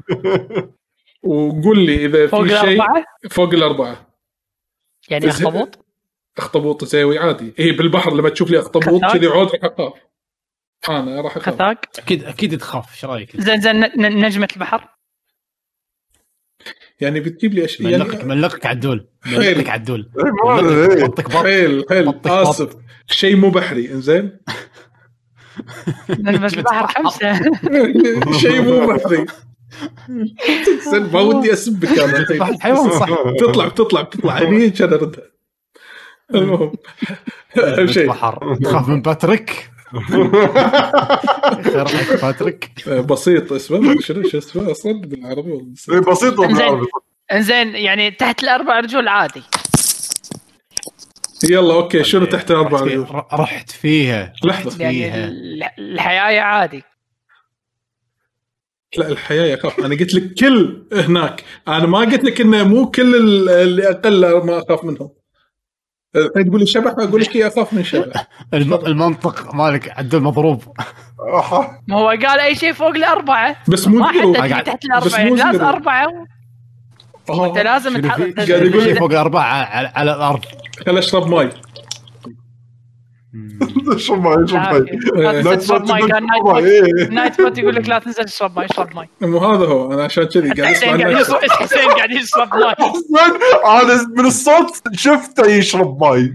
وقول لي اذا في شيء فوق الاربعه يعني اخطبوط اخطبوط زاوي عادي. ايه بالبحر لما تشوف لي اخطبوط كذي عود راح اخاف. انا راح اخاف. خثاق اكيد اكيد تخاف. ايش رايك؟ زين زين نجمه البحر يعني بتجيب لي اشياء ملقك يعني ملقك عدول ملقك عدول بطك حيل حيل اسف شيء مو بحري. انزين نجمه البحر خمسه شيء مو بحري. ما ودي اسبك انا حيوان صح. تطلع بتطلع بتطلع عيني كذا ردها. المهم اهم شيء بحر تخاف من باتريك. خير باتريك بسيط اسمه شنو شو اسمه اصلا بالعربي ولا بسيط بالعربي؟ انزين يعني تحت الاربع رجول عادي. يلا اوكي شنو تحت الاربع رجول؟ رحت فيها لحظه يعني الحياه عادي. لا الحياة يا أخاف. أنا قلت لك كل هناك. أنا ما قلت لك إنه مو كل اللي أقل ما أخاف منهم. الحين تقول لي شبح أقول لك أخاف من شبح. المنطق مالك عدل مضروب. ما هو قال أي شيء فوق الأربعة بس مو حتى تحت الأربعة يعني لازم أربعة. أنت لازم تحط. قاعد يقول لي فوق الأربعة على, على الأرض. خل أشرب ماي. اشرب ماي اشرب ماي لا تشرب ماي. كان نايت نايت بوت يقول لك لا تنزل تشرب ماي اشرب ماي. مو هذا هو. انا عشان كذي قاعد اسمع حسين قاعد يشرب ماي. انا من الصوت شفته يشرب ماي.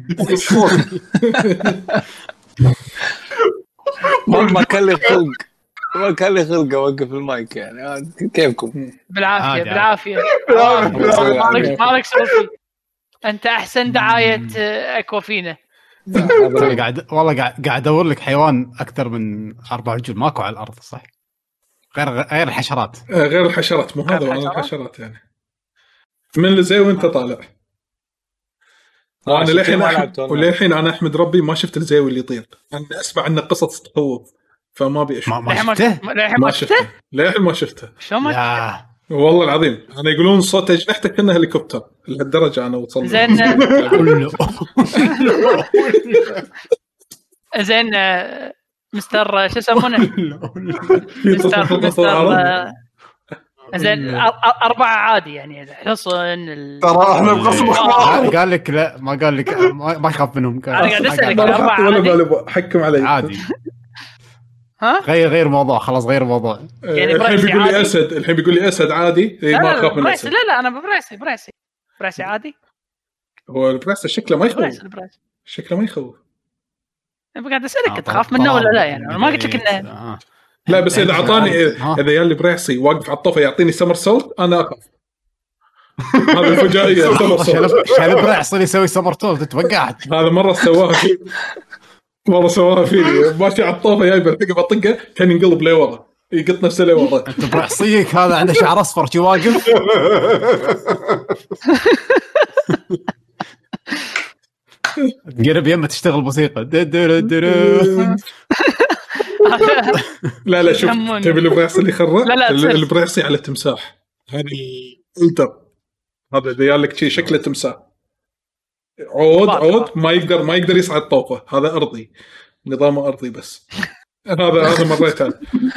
ما كان لي خلق ما كان لي خلق اوقف المايك يعني كيفكم. بالعافيه بالعافيه مالك شغل فيه. انت احسن دعايه اكوافينا. قاعد والله قاعد قاعد ادور لك حيوان اكثر من اربع رجول ماكو على الارض صح؟ غير غير الحشرات. غير الحشرات مو هذا ولا الحشرات يعني من اللي زي وانت طالع. وانا للحين وللحين انا احمد ربي ما شفت الزاوي اللي يطير. انا اسمع عنه قصص تخوف فما ابي اشوف. ما شفته ما شفته للحين ما شفته. شو ما والله العظيم انا يقولون صوت اجنحته كأنه هليكوبتر لهالدرجه انا وصلت. زين زين مستر شو يسمونه مستر مستر زين أربعة عادي يعني حصن ترى احنا بقسم اخبار. قال لك لا ما قال لك ما يخاف منهم. انا قاعد اسالك أربعة ولا حكم علي عادي. ها غير غير موضوع خلاص غير موضوع. يعني الحين بيقول لي اسد الحين بيقول لي اسد عادي. ما اخاف من الاسد. لا لا انا ببريسي بريسي. براسي عادي. هو البراس شكله ما يخوف شكله ما يخوف انا قاعد اسالك تخاف منه ولا لا يعني انا ما قلت لك انه آه. لا بس اذا اعطاني اذا يالي براسي واقف على الطوفه يعطيني سمر سولت انا اخاف. هذا الفجائيه سمر سولت شال براسي يسوي سمر سولت توقعت. هذا مره سواها في مره سواها فيني ماشي على الطوفه جايب الحق بطقه كان ينقلب لي ورا يقط نفسه لي ورا. انت براسيك هذا عنده شعر اصفر شي واقف قرب يمه تشتغل موسيقى لا لا شوف تبي البراسي اللي خرّ البراسي على التمساح هذا الالتر هذا ديالك شيء شكله تمساح عود عود ما يقدر ما يقدر يصعد طوفه هذا ارضي نظامه ارضي بس هذا هذا مريته.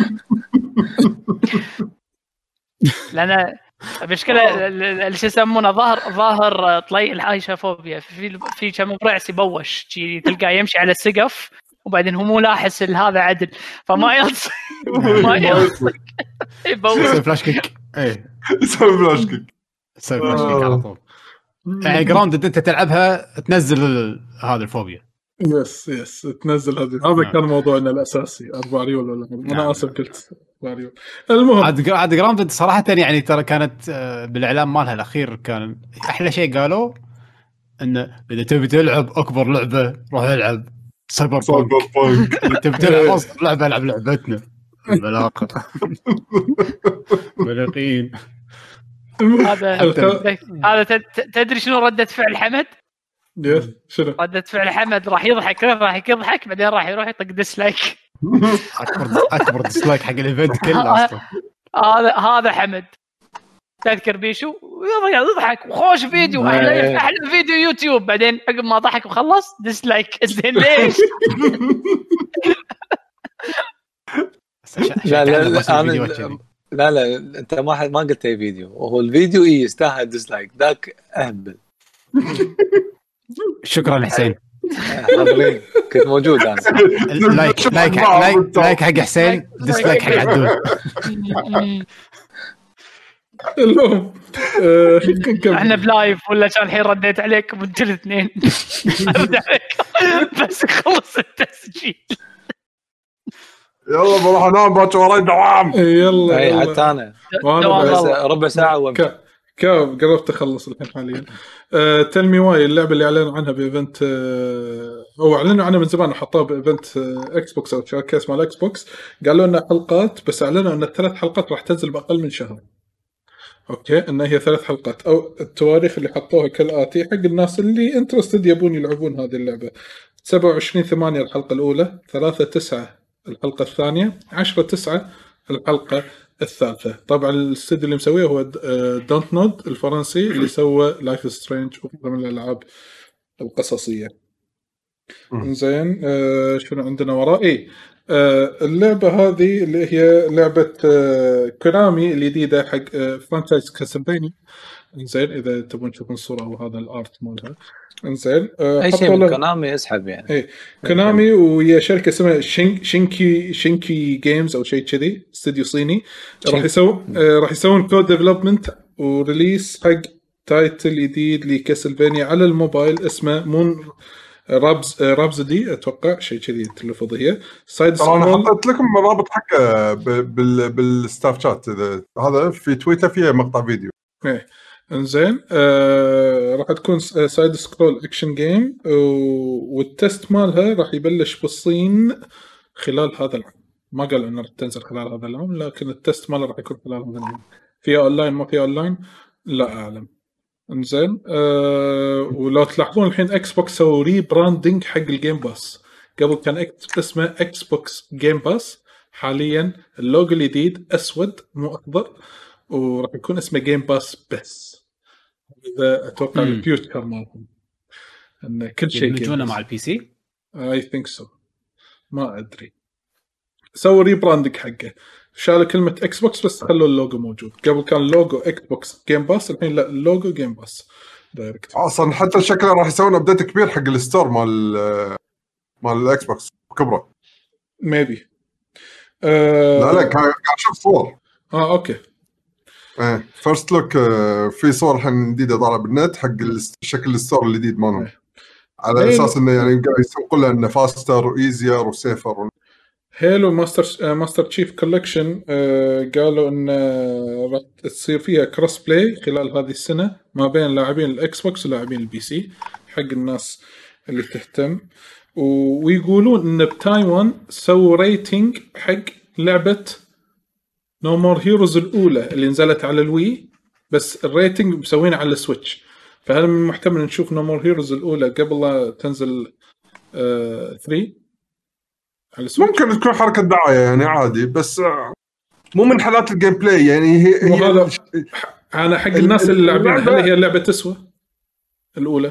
لأن المشكلة اللي يسمونه ظاهر ظاهر طلي العايشة فوبيا في في كم برعس يبوش شي تلقاه يمشي على السقف وبعدين هو مو لاحس هذا عدل فما يلصق ما يلصق يبوش يسوي فلاش كيك ايه يسوي فلاش كيك يسوي فلاش كيك على طول. يعني جراوند انت تلعبها تنزل هذا الفوبيا. يس يس تنزل هذا هذا كان موضوعنا الاساسي أربع ريول ولا انا اسف قلت ريول. المهم عاد عاد جراوند صراحه يعني ترى كانت بالاعلان مالها الاخير كان احلى شيء قالوا انه اذا تبي تلعب اكبر لعبه روح العب سايبر بانك تبي تلعب اصغر لعبه العب لعبتنا بالعلاقه ملقين. هذا هذا تدري شنو ردة فعل حمد؟ يس شنو ردة فعل حمد راح يضحك راح يضحك بعدين راح يروح يطق ديسلايك. اكبر اكبر ديسلايك حق الايفنت كله اصلا. هذا هذا حمد تذكر بيشو يضحك وخوش فيديو احلى احلى فيديو يوتيوب بعدين عقب ما ضحك وخلص ديسلايك زين ليش؟ لا لا أنا لا لا انت ما ما قلت اي فيديو وهو الفيديو اي يستاهل ديسلايك ذاك اهبل. شكرا حسين حاضرين كنت موجود انا. لايك لايك لايك لايك حق حسين ديسلايك حق عدول. المهم احنا بلايف ولا كان الحين رديت عليك وانتوا الاثنين بس خلص التسجيل يلا بروح انام باكر وراي دوام. يلا اي حتى انا ربع ساعه وامشي كاب قربت اخلص الحين حاليا. أه تلمي واي اللعبه اللي اعلنوا عنها بايفنت أه او اعلنوا عنها من زمان وحطوها بايفنت أه اكس بوكس او شوكيس مال اكس بوكس قالوا لنا حلقات بس اعلنوا ان الثلاث حلقات راح تنزل باقل من شهر. اوكي ان هي ثلاث حلقات او التواريخ اللي حطوها كالاتي حق الناس اللي انترستد يبون يلعبون هذه اللعبه. سبعة وعشرين ثمانية الحلقه الاولى ثلاثة تسعة الحلقه الثانيه عشرة تسعة الحلقه الثالثة. طبعا الاستوديو اللي مسويه هو دونت نود الفرنسي اللي سوى لايف سترينج وغيرها من الألعاب القصصية. زين آه شنو عندنا وراء إيه آه اللعبة هذه اللي هي لعبة آه كونامي الجديدة حق آه فرانشايز كاسلفينيا. زين إذا تبون تشوفون الصورة أو هذا الآرت مالها. انزين آه اي شيء من كونامي يسحب يعني. اي كونامي وهي شركه اسمها شين شينكي شينكي جيمز او شيء كذي استوديو صيني راح يسوون آه راح يسوون كود ديفلوبمنت وريليس حق تايتل جديد لكاسلفينيا على الموبايل اسمه مون رابز آه رابزدي اتوقع شيء كذي التلفظ هي سايد سكرول. انا حطيت لكم الرابط حقه بال بالستاف شات هذا في تويتر فيه مقطع فيديو. ايه انزين آه، راح تكون سايد سكرول اكشن جيم والتست مالها راح يبلش بالصين خلال هذا العام. ما قال انه راح تنزل خلال هذا العام لكن التست ماله راح يكون خلال هذا العام. فيها اونلاين ما فيها اونلاين لا اعلم. انزين آه، ولو تلاحظون الحين اكس بوكس سووا ري براندنج حق الجيم باس. قبل كان اكس اسمه اكس بوكس جيم باس حاليا اللوجو الجديد اسود مو اخضر وراح يكون اسمه جيم باس بس. إذا أتوقع الفيوتشر مالهم إن كل شيء يدمجونه مع البي سي. I think so ما أدري. سووا ريبراندنج حقه شالوا كلمة إكس بوكس بس خلوا اللوجو موجود. قبل كان اللوجو إكس بوكس جيم باس الحين لا اللوجو جيم باس دايركت. أصلا حتى شكله راح يسوون أبديت كبير حق الستور مال مال الإكس بوكس كبره. maybe. أه لا لا كان شوف صور. آه أوكي. ايه فيرست لوك في صور الحين جديده طالعه بالنت حق الشكل الستور الجديد مالهم على اساس انه يعني قاعد يسوقوا له انه فاستر وايزير وسيفر. هيلو ماستر ماستر تشيف كولكشن قالوا ان راح تصير فيها كروس بلاي خلال هذه السنه ما بين لاعبين الاكس بوكس ولاعبين البي سي حق الناس اللي تهتم. ويقولون ان بتايوان سووا ريتنج حق لعبه نو مور هيروز الاولى اللي نزلت على الوي بس الريتنج مسوينه على السويتش. فهل من محتمل نشوف نو مور هيروز الاولى قبل لا تنزل ثري على السويتش؟ ممكن تكون حركه دعايه يعني عادي بس مو من حالات الجيم بلاي يعني هي, هي انا حق الناس اللي لاعبين هل هي اللعبه تسوى الاولى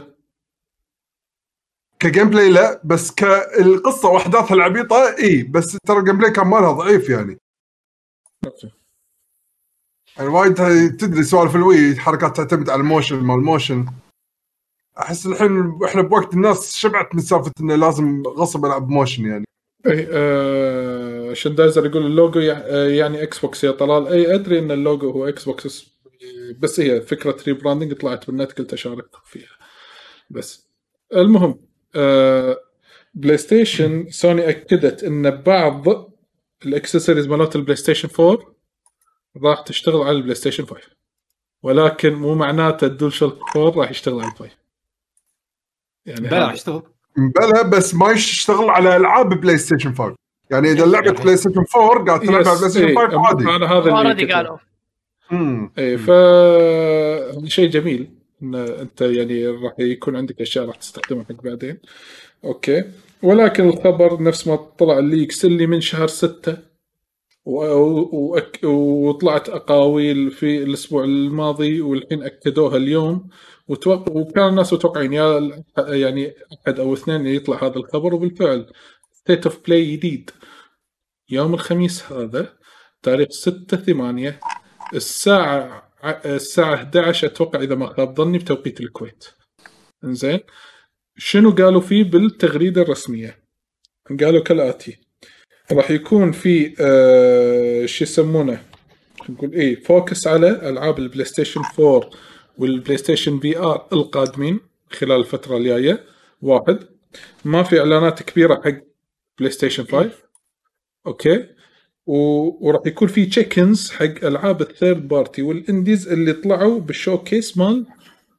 كجيم بلاي؟ لا بس كالقصه واحداثها العبيطه اي بس ترى الجيم بلاي كان مالها ضعيف يعني. اوكي يعني وايد تدري سوالف الوي حركات تعتمد على الموشن مال الموشن. احس الحين احنا بوقت الناس شبعت من سالفه انه لازم غصب العب موشن يعني. اي آه شندايزر يقول اللوجو يعني اكس بوكس يا طلال. اي ادري ان اللوجو هو اكس بوكس بس هي فكره ريبراندنج طلعت بالنت قلت اشارك فيها. بس المهم آه بلاي ستيشن سوني اكدت ان بعض الاكسسوارز مالت البلاي ستيشن فور راح تشتغل على البلاي ستيشن فايف ولكن مو معناته الدول شوك فور راح يشتغل على الفايف يعني بلا يشتغل بلا بس ما يشتغل على العاب بلاي ستيشن فايف يعني اذا لعبه بلاي ستيشن فور قاعد تلعب على بلاي ستيشن فايف عادي. انا هذا اللي قالوا امم اي ف شيء جميل ان انت يعني راح يكون عندك اشياء راح تستخدمها حق بعدين. اوكي ولكن الخبر نفس ما طلع الليكس اللي من شهر ستة وطلعت أقاويل في الأسبوع الماضي والحين أكدوها اليوم وتوقع وكان الناس متوقعين يا يعني أحد أو اثنين يطلع هذا الخبر. وبالفعل State of Play جديد يوم الخميس هذا تاريخ ستة ثمانية الساعة الساعة أحد عشر أتوقع إذا ما خاب ظني بتوقيت الكويت. إنزين شنو قالوا فيه بالتغريدة الرسمية؟ قالوا كالآتي راح يكون في آه شو يسمونه نقول ايه فوكس على العاب البلاي ستيشن فور والبلاي ستيشن في ار القادمين خلال الفتره الجايه. واحد ما في اعلانات كبيره حق بلاي ستيشن فايف. اوكي وراح يكون في تشيكنز حق العاب الثيرد بارتي والانديز اللي طلعوا بالشو كيس مال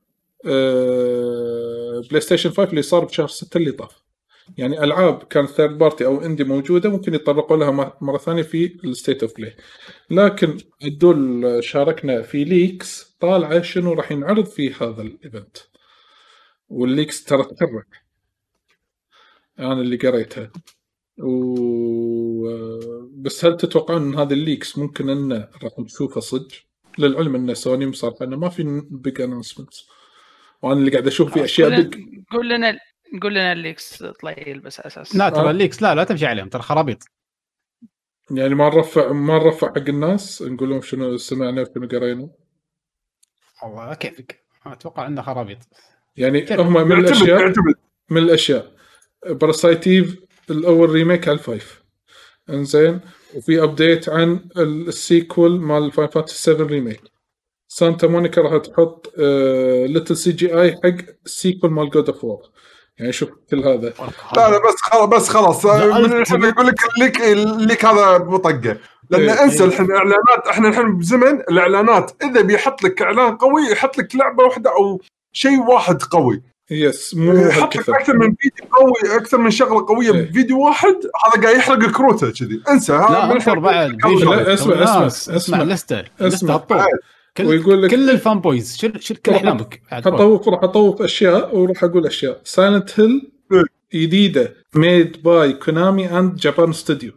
آه بلاي ستيشن فايف اللي صار بشهر ستة اللي طاف. يعني ألعاب كانت ثيرد بارتي أو إندي موجودة ممكن يطرقوا لها مرة ثانية في الستيت اوف بلاي. لكن الدول شاركنا في ليكس طالعة شنو راح ينعرض في هذا الإيفنت والليكس ترى تحرك أنا يعني اللي قريتها و... بس هل تتوقعون أن هذا الليكس ممكن أنه راح نشوفه صدق؟ للعلم أن سوني مصارحة أنه ما في بيج أناونسمنتس وأنا اللي قاعد أشوف في أشياء بيج. قول لنا قول لنا الليكس طلع يلبس اساس. لا ترى الليكس لا لا تمشي عليهم ترى خرابيط يعني ما نرفع ما نرفع حق الناس نقول لهم شنو سمعنا وشنو قرينا. والله كيفك اتوقع انه خرابيط يعني هم من الاشياء من الاشياء باراسايتيف الاول ريميك على الفايف. انزين وفي ابديت عن السيكول مال فاينل فانتسي سفن ريميك. سانتا مونيكا راح تحط ليتل سي جي اي حق السيكول مال جود اوف وور. يعني شوف كل هذا لا لا بس خلاص بس خلاص من الحين يقول لك ليك ليك هذا بطقه لان إيه انسى إيه. الحين اعلانات احنا الحين بزمن الاعلانات اذا بيحط لك اعلان قوي يحط لك لعبه واحده او شيء واحد قوي. يس مو يحط لك اكثر من فيديو قوي اكثر من شغله قويه إيه. بفيديو واحد هذا قاعد يحرق كروته كذي انسى هذا من بعد لا اسمع اسمع اسمع لسته اسمع كل ويقول لك كل الفان بويز شر شركه احلامك حطوف راح اطوف اشياء وراح اقول اشياء سايلنت هيل جديده ميد باي كونامي اند جابان ستوديو.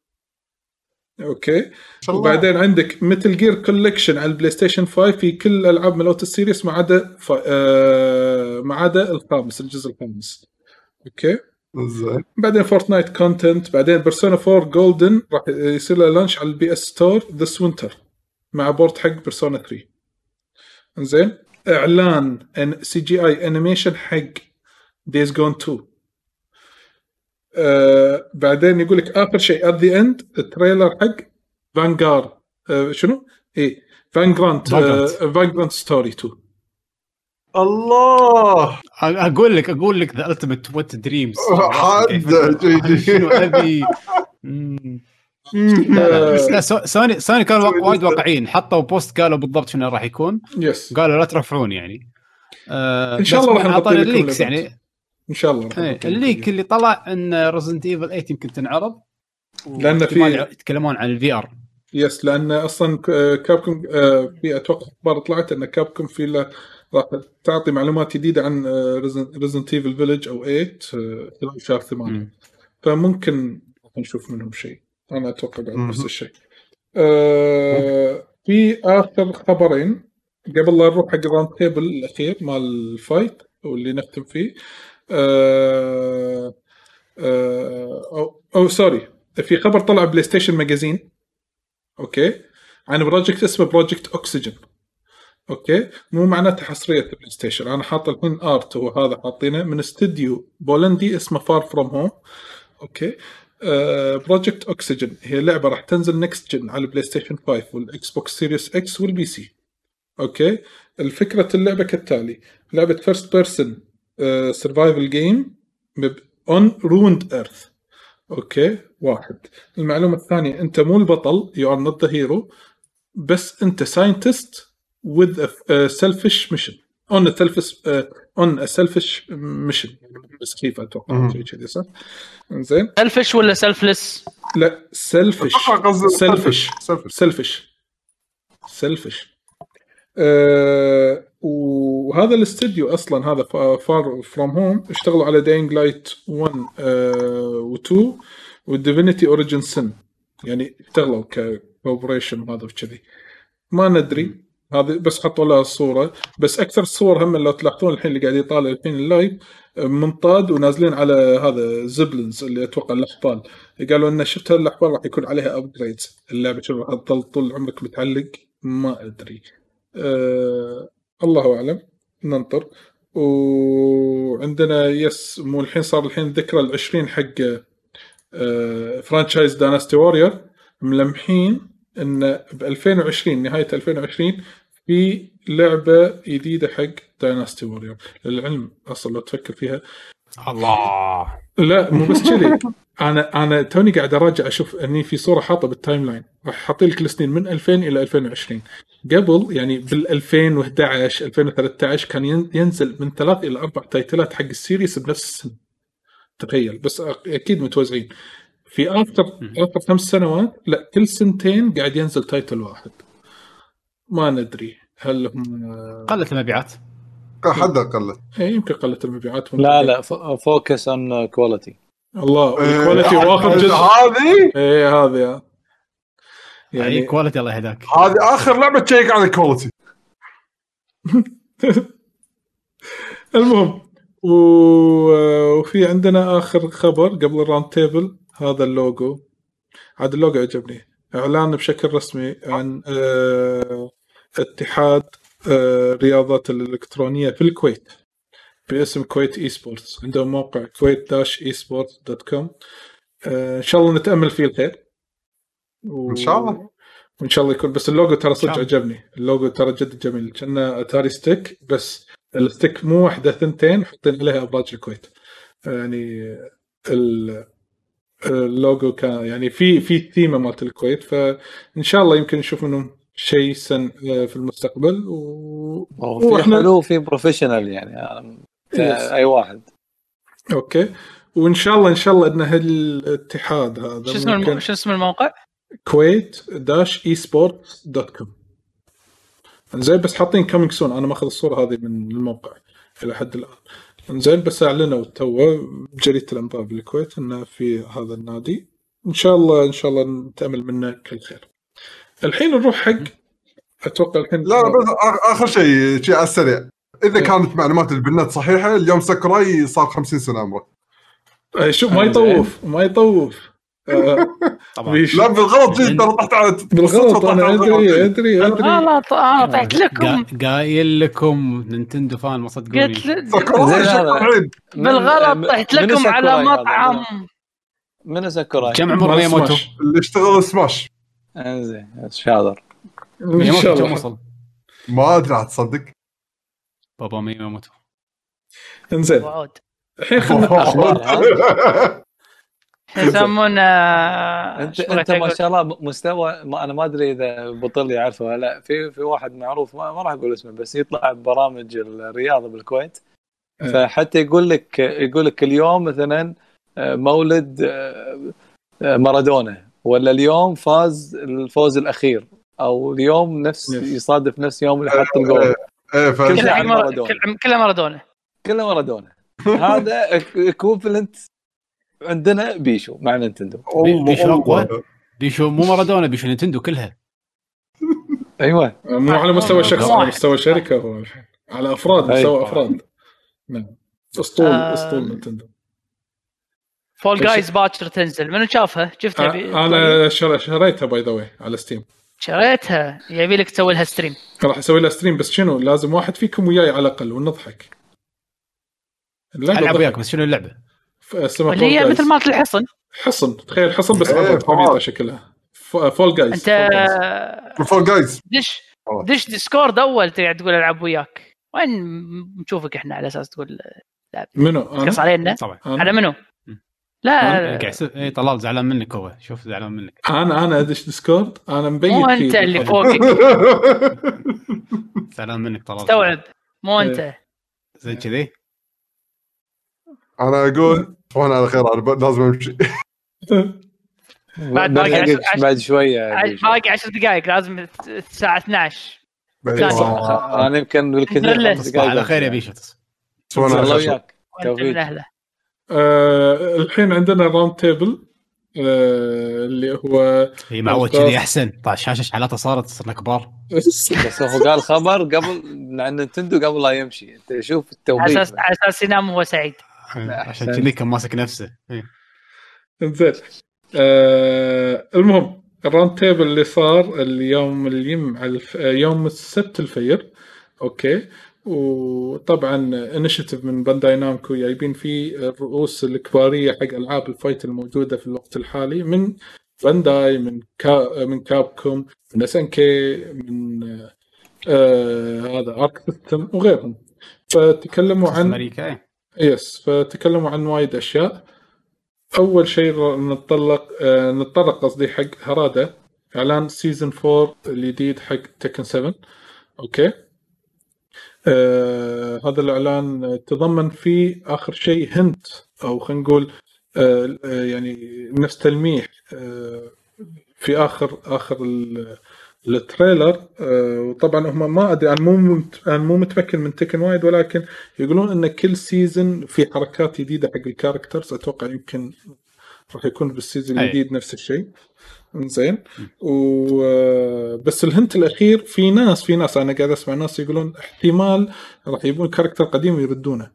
اوكي وبعدين عندك ميتل جير كولكشن على البلاي ستيشن فايف في كل الالعاب مالوت السيريس ما عدا ف... آه... ما عدا الخامس الجزء الخامس. اوكي زين بعدين فورتنايت كونتنت بعدين بيرسونا فور جولدن راح يصير له لانش على البي اس ستور ذس وينتر مع بورت حق بيرسونا ثري. انزين اعلان ان سي جي اي انيميشن حق دايز جون تو. آه بعدين يقول لك اخر شيء at the end التريلر حق فانغارد. آه شنو ايه فانجرانت فانجرانت ستوري تو. الله اقول لك اقول لك ذا التيمت وات دريمز حد شنو ابي. لا سوني سوني كانوا وايد واقعيين، حطوا بوست قالوا بالضبط شنو راح يكون. يس قالوا لا ترفعون يعني. آه ان شاء الله راح نعطي الليكس يعني ان شاء الله. ايه الليك اللي طلع ان ريزنت ايفل ثمانية يمكن تنعرض لان في يتكلمون عن الفي ار. يس لان اصلا كابكم في اتوقع اخبار طلعت ان كابكم في له راح تعطي معلومات جديده عن ريزنت ايفل فيلج او ثمانية خلال شهر ثمانية، فممكن نشوف منهم شيء. انا اتوقع بعد نفس الشيء. أه في اخر خبرين قبل لا نروح حق الراوند تيبل الاخير مال الفايت واللي نختم فيه. أه أه او, أو سوري، في خبر طلع بلاي ستيشن ماجازين اوكي عن بروجكت اسمه بروجكت اوكسجين. اوكي مو معناته حصريه بلاي ستيشن، انا حاط الحين ارت وهذا حاطينه من استوديو بولندي اسمه فار فروم هوم. اوكي بروجكت uh, اوكسجين هي لعبه راح تنزل نكست جن على البلاي ستيشن خمسة والاكس بوكس سيريس اكس والبي سي. اوكي الفكره اللعبه كالتالي، لعبه فيرست بيرسون سرفايفل جيم اون روند ايرث. اوكي واحد. المعلومه الثانيه انت مو البطل، يو ار نوت ذا هيرو، بس انت ساينتست with a uh, selfish mission on a selfish uh, on a selfish mission يعني بس كيف اتوقع شيء كذا صح. زين selfish ولا selfless؟ لا selfish selfish selfish selfish أه وهذا الاستوديو اصلا هذا فار فروم هوم اشتغلوا على داينج لايت واحد و اثنين وديفينيتي اوريجين سن، يعني اشتغلوا ككوبريشن وهذا وكذي ما ندري. هذه بس حطوا لها الصورة، بس أكثر الصور هم لو تلاحظون الحين اللي قاعد يطالع الحين اللايف منطاد ونازلين على هذا زبلنز اللي أتوقع الأحبال. قالوا إن شفت هالأحبال راح يكون عليها أبجريدز، اللعبة شو راح تظل طول عمرك متعلق ما أدري. أه الله أعلم ننطر. وعندنا يس مو الحين صار الحين ذكرى العشرين حق أه فرانشايز داناستي وورير، ملمحين إن بألفين وعشرين نهاية ألفين وعشرين في لعبة جديدة حق دايناستي وورير. للعلم أصلا لو تفكر فيها الله لا مو بس كذي، أنا أنا توني قاعد أراجع أشوف أني في صورة حاطة بالتايم لاين راح حاطي لك السنين من ألفين إلى ألفين وعشرين. قبل يعني بالألفين وإحدى عشر ألفين وثلاثة عشر كان ينزل من ثلاث إلى أربع تايتلات حق السيريس بنفس السنة، تخيل. بس أكيد متوزعين في آخر آخر خمس سنوات، لا كل سنتين قاعد ينزل تايتل واحد. ما ندري هل هم قلت المبيعات حدا قلت اي يمكن قلت المبيعات. لا لا فوكس اون كواليتي. الله الكواليتي واخر جزء هذه اي هذه يعني كواليتي الله يهداك. هذه اخر لعبه تشيك على الكواليتي. المهم وفي عندنا اخر خبر قبل الراوند تيبل، هذا اللوجو. هذا اللوجو عجبني، اعلان بشكل رسمي عن اه اتحاد اه رياضات الالكترونيه في الكويت باسم كويت اي سبورتس. عندهم موقع كويت داش اي سبورتس دوت كوم. اه ان شاء الله نتامل فيه الخير و... ان شاء الله وان شاء الله يكون. بس اللوجو ترى صدق عجبني، اللوجو ترى جد جميل، كأنه اتاري ستيك بس الستيك مو واحدة ثنتين حاطين عليها أبراج الكويت. يعني اللوجو كان يعني في في ثيمة مالت الكويت، فإن شاء الله يمكن نشوف منهم شيء سن في المستقبل. و وفي حلو في بروفيشنال يعني أي واحد. أوكي وإن شاء الله إن شاء الله إن هالاتحاد هذا شو اسمه شو اسم الموقع؟ كويت داش اي سبورتس دوت كوم. زين بس حاطين كومينج سون، انا ماخذ الصوره هذه من الموقع الى حد الان. زين بس اعلنوا تو بجريده الانباء بالكويت انه في هذا النادي. ان شاء الله ان شاء الله نتامل منه كل خير. الحين نروح حق اتوقع الحين لا بس اخر شيء شيء على السريع، اذا كانت معلومات البنات صحيحه اليوم ساكوراي صار خمسين سنه عمره. شوف ما يطوف ما يطوف طبعا. لا بالغلط جدا ترى طحت على بالغلط. انا ادري ادري ادري انا طحت لكم قايل لكم نينتندو فان ما صدقوني. بالغلط طحت لكم على مطعم من ساكوراي جمع مياموتو اللي اشتغل سماش. انزين شاطر. ان شاء الله وصل. ما ادري هتصدق بابا ميموتو. انزين الحين خلنا اخبار يسمونا انت انت ما شاء الله مستوى ما انا ما ادري اذا بطل يعرفه ولا لا. في في واحد معروف ما, ما راح اقول اسمه بس يطلع ببرامج الرياضه بالكويت فحتى يقول لك يقول لك اليوم مثلا مولد مارادونا ولا اليوم فاز الفوز الاخير او اليوم نفس يصادف نفس يوم اللي حط الجول كله مارادونا كله مارادونا كله مارادونا. هذا اكوفلنت عندنا بيشو مع نينتندو. بيشو اقوى. بيشو مو مارادونا بيشو نينتندو كلها. ايوه مو على مستوى شخص على مستوى شركه هو على افراد مستوى افراد. نعم اسطول اسطول نينتندو. فول جايز باكر تنزل منو شافها شفتها بي... انا شريتها باي ذا واي على ستيم. شريتها يبي لك تسوي لها ستريم. راح اسوي لها ستريم بس شنو لازم واحد فيكم وياي على الاقل ونضحك. العب وياك بس شنو اللعبه اللي هي مثل مالت الحصن حصن تخيل حصن بس عبيطه شكلها فول جايز. انت فول جايز دش دش ديسكورد اول تقعد تقول العب وياك وين نشوفك احنا على اساس تقول لعب منو قص علينا طبعا على منو لا اي طلال زعلان منك هو شوف زعلان منك. انا انا ادش ديسكورد انا مبين مو انت اللي فوقك زعلان منك طلال استوعب مو انت زين كذي. انا اقول وانا على خير انا لازم امشي. بعد باقي عشر بعد شويه باقي عشر دقائق لازم الساعه اثناشر. انا يمكن بالكثير على خير يا بيشو الله وياك توفيق. آه الحين عندنا راوند تيبل آه اللي هو هي معود كذي احسن. طيب الشاشه شحالاته صارت صرنا كبار بس هو قال خبر قبل عن نينتندو قبل لا يمشي. انت شوف التوفيق على اساس على اساس ينام وهو سعيد عشان كذي كان ماسك نفسه. زين آه المهم الراوند تيبل اللي صار اليوم اليوم على الف... يوم السبت الفير اوكي. وطبعا انيشيتيف من بانداي نامكو جايبين فيه الرؤوس الكباريه حق العاب الفايت الموجوده في الوقت الحالي من بانداي من كا من كابكوم من اس ان كي من آه هذا ارك سيستم وغيرهم. فتكلموا عن امريكا يس فتكلموا عن وايد اشياء. اول شيء نتطرق آه نتطرق قصدي حق هرادا اعلان سيزون فور الجديد حق تكن سبعة اوكي. آه هذا الإعلان تضمن فيه آخر شيء هنت أو خلينا نقول آه يعني نفس تلميح آه في آخر آخر التريلر. آه وطبعا هم ما أدري أنا مو أنا مو متمكن من تكن وايد ولكن يقولون إن كل سيزن في حركات جديدة حق الكاركترز. أتوقع يمكن راح يكون بالسيزن الجديد نفس الشيء. زين وبس الهنت الأخير في ناس في ناس أنا قاعد أسمع ناس يقولون احتمال راح يبون كاركتر قديم ويردونه.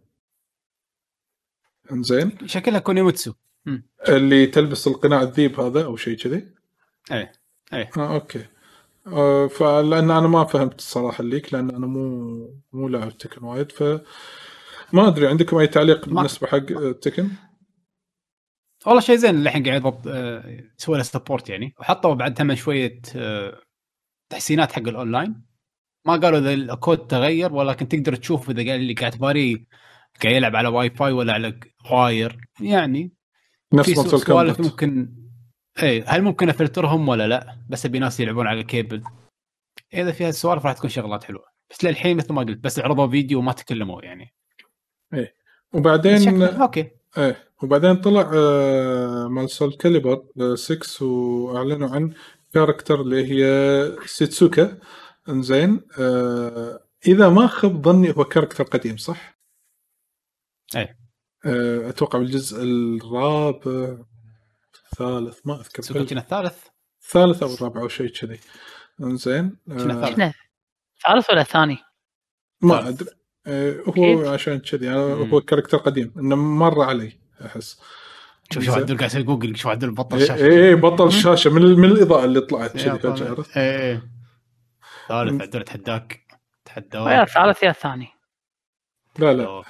زين شكلها كونيموتسو اللي تلبس القناع الذيب هذا أو شيء كذي. إيه إيه آه أوكي. آه فلأن أنا ما فهمت الصراحة الليك لأن أنا مو مو لاعب تكن وايد فما أدري عندكم أي تعليق بالنسبة حق تكن؟ والله شيء زين اللي الحين قاعد يضبط يسوي له سبورت يعني. وحطوا بعد تم شويه تحسينات حق الاونلاين. ما قالوا اذا الكود تغير ولكن تقدر تشوف اذا قال اللي قاعد باري قاعد يلعب على واي فاي ولا على واير يعني نفس سوالف ممكن اي هل ممكن افلترهم ولا لا. بس ابي ناس يلعبون على الكيبل اذا فيها السوالف راح تكون شغلات حلوه. بس للحين مثل ما قلت بس عرضوا فيديو وما تكلموا يعني. اي وبعدين اوكي ايه وبعدين طلع آه مال سول كاليبر آه ستة واعلنوا عن كاركتر اللي هي سيتسوكا. انزين آه اذا ما خاب ظني هو كاركتر قديم صح؟ ايه آه اتوقع بالجزء الرابع الثالث ما اذكر سوكا الثالث الثالث او الرابع او شيء كذي. انزين آه ثالث ولا ثاني ما ادري آه هو عشان كذي يعني هو كاركتر قديم انه مر علي احس. شوف شو عدل قاعد يسوي جوجل شو عدل بطل الشاشه. ايه بطل الشاشه من من الاضاءه اللي طلعت كذي فجاه عرفت. ايه ثالث عدل تحداك تحداك يا ثالث يا ثاني. لا لا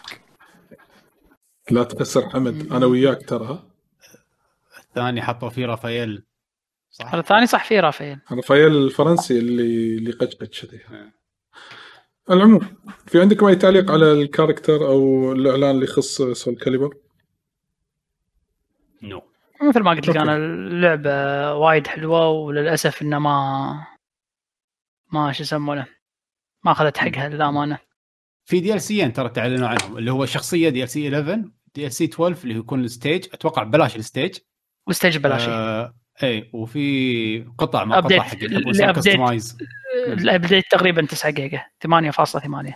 لا تكسر حمد انا وياك ترى. الثاني حطوا فيه رافائيل صح الثاني صح فيه رافائيل رافائيل الفرنسي اللي اللي قجقج كذي. العموم في عندكم اي تعليق على الكاركتر او الاعلان اللي يخص سول كاليبر؟ نو no. مثل ما قلت لك انا اللعبه وايد حلوه وللاسف انه ما ما شو يسمونه ما اخذت حقها للامانه. في دي ال سي ترى تعلنوا عنهم اللي هو شخصيه دي ال سي إحدى عشر دي ال سي اثنا عشر اللي يكون الستيج اتوقع ببلاش الستيج والستيج ببلاش آه اي وفي قطع ما قطع حق الكستمايز الابديت تقريبا تسعة جيجا ثمانية فاصلة ثمانية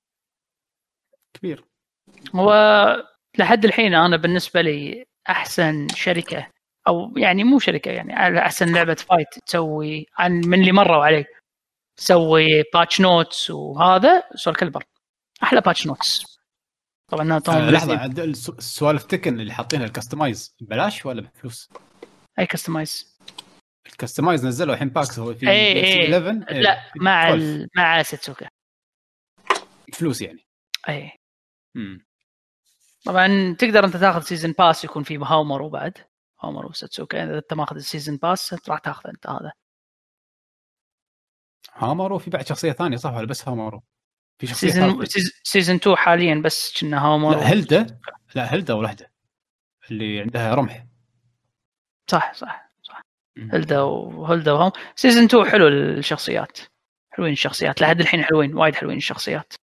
كبير. هو لحد الحين انا بالنسبه لي احسن شركه او يعني مو شركه يعني احسن لعبه فايت تسوي عن من اللي مروا عليه تسوي باتش نوتس وهذا سول كاليبر احلى باتش نوتس طبعا. آه لحظه السوالف تكن اللي حاطينها الكستمايز ببلاش ولا بفلوس؟ اي كستمايز الكستمايز نزلوا الحين باكس هو في اي اي إحدى عشر لا مع ال... مع سيتسوكا فلوس يعني. اي امم طبعا تقدر انت تاخذ سيزن باس يكون فيه هاومر وبعد هاومر وسيتسوكا اذا انت ماخذ السيزن باس راح تاخذ انت هذا هامارو. في بعد شخصيه ثانيه صح ولا بس هامارو؟ في شخصيه سيزن سيزن اثنين حاليا بس كنا هامارو. لا هلدا لا هلدا وحده اللي عندها رمح. صح صح صح هلدا وهلدا وهم. سيزن اثنين حلو الشخصيات حلوين الشخصيات لحد الحين حلوين وايد حلوين الشخصيات.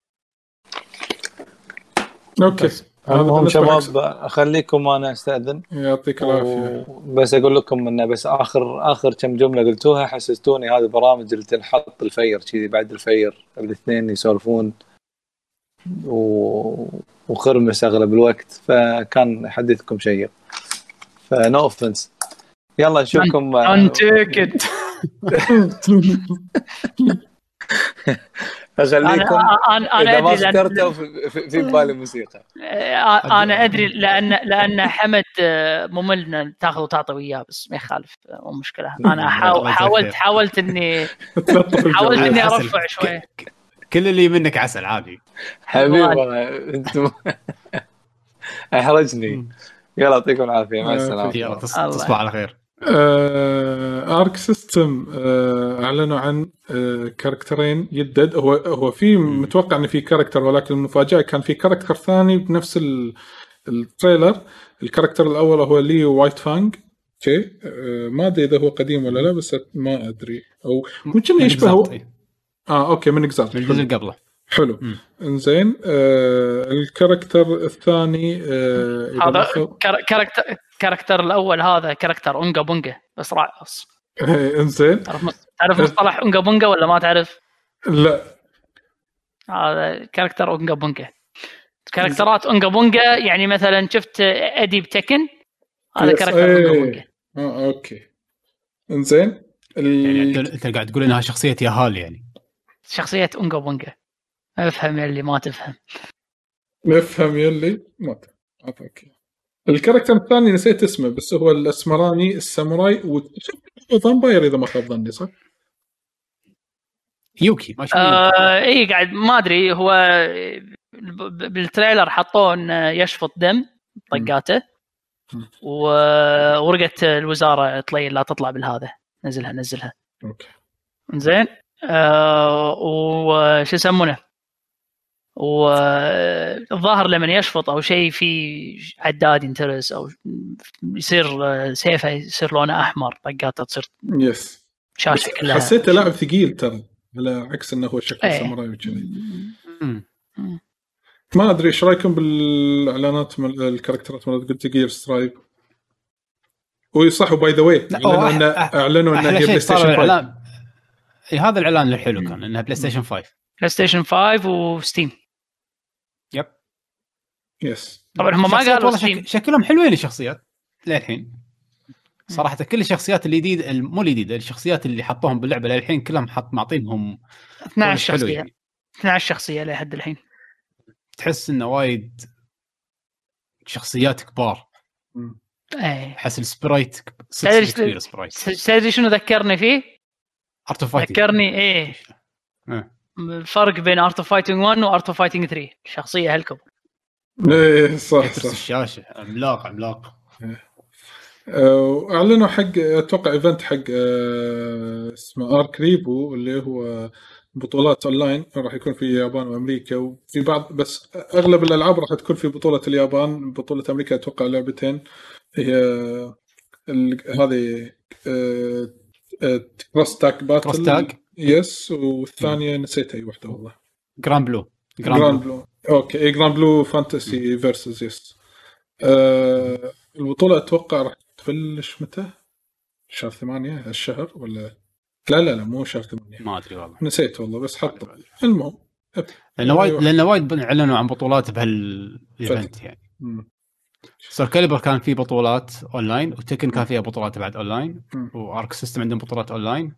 اوكي المهم شباب اخليكم انا استاذن يعطيك العافيه و... بس اقول لكم انه بس اخر اخر كم جمله قلتوها حسستوني هذه البرامج اللي تنحط الفير كذي بعد الفير الاثنين يسولفون و... وخرمس اغلب الوقت فكان حديثكم شيق فنو اوفنس. يلا نشوفكم انتكت أخليكم أنا أنا أدري لأن في, في بالي موسيقى. أنا أدري لأن لأن حمد مملنا تأخذ وتعطي وياه بس ما يخالف مو مشكلة. أنا حاولت حاولت إني حاولت إني أرفع شوي. كل اللي منك عسل عادي حبيبي أنتم أحرجني. يلا يعطيكم العافية مع السلامة. يلا تصبح على خير. ارك سيستم اعلنوا عن كاركترين جدد. هو هو في متوقع ان في كاركتر ولكن المفاجاه كان في كاركتر ثاني بنفس التريلر. الكاركتر الاول هو لي وايت فانج. اوكي ما ادري اذا هو قديم ولا لا بس ما ادري او ممكن يشبهه. اه اوكي من اكزارت من الجزء قبله. حلو انزين. آه الكاركتر الثاني آه هذا كاركتر كاركتر الاول هذا كاركتر اونجا بونجا بس راقص. انزين تعرف تعرف مصطلح اونجا بونجا ولا ما تعرف؟ لا هذا كاركتر اونجا بونجا. كاركترات اونجا بونجا يعني مثلا شفت ادي بتكن هذا كاركتر اونجا بونجا. اه اوكي انزين ال... يعني انت قاعد تقول انها شخصيه ياهال يعني شخصيه اونجا بونجا. افهم يلي ما تفهم نفهم يلي ما تفهم. اوكي الكاركتر الثاني نسيت اسمه بس هو الاسمراني الساموراي وفامباير اذا ما خاب ظني صح. يوكي ما شاء الله. آه اي قاعد ما ادري هو بالتريلر حطون يشفط دم طقاته وورقه الوزاره طليل لا تطلع بالهذا نزلها نزلها. اوكي زين. آه وش يسمونه والظاهر لما يشفط او شيء في عداد ينترس او يصير سيفه يصير لونه احمر طقاته تصير يس شاشه كلها. حسيته لاعب ثقيل ترى على عكس انه هو شكل ساموراي وكذي. ما ادري ايش رايكم بالاعلانات من الكاركترات مالت قلت جير سترايب ويصحوا باي ذا واي اعلنوا انه اعلنوا انه هي بلاي ستيشن خمسة. هذا الاعلان الحلو كان انها بلاي ستيشن خمسة بلاي ستيشن خمسة وستيم. يب يس طبعا هم ما قالوا شك... شكلهم حلوين الشخصيات للحين صراحه. كل الشخصيات الجديده مو الجديده الشخصيات اللي حطوهم باللعبه للحين كلهم حط معطينهم اثنا عشر شخصيه يعني. اثنا عشر شخصيه لحد الحين تحس انه وايد شخصيات كبار. ايه حس السبرايت كبير سبرايت. تدري شنو ذكرني فيه؟ ارت اوف فايتنج. ذكرني ايه اه الفرق بين ارت اوف فايتنج واحد وارت اوف فايتنج ثلاثة. شخصيه هالكبر. ايه صح صح الشاشه عملاق عملاق. اعلنوا حق اتوقع ايفنت حق أه اسمه ارك ريبو اللي هو بطولات اونلاين راح يكون في اليابان وامريكا وفي بعض بس اغلب الالعاب راح تكون في بطوله اليابان. بطوله امريكا اتوقع لعبتين هي هذه كروس تاك باتل يس والثانيه نسيت اي واحده والله. جراند بلو جراند بلو اوكي جراند بلو فانتسي فيرسز يس. أه البطوله اتوقع راح تبلش متى؟ شهر ثمانية الشهر ولا لا لا لا مو شهر ثمانية ما ادري والله نسيت والله بس حطه. المهم لانه وايد لانه وايد اعلنوا عن بطولات بهالايفنت يعني. سول كاليبر كان فيه بطولات اونلاين وتكن كان فيها بطولات بعد اونلاين وارك سيستم عندهم بطولات اونلاين.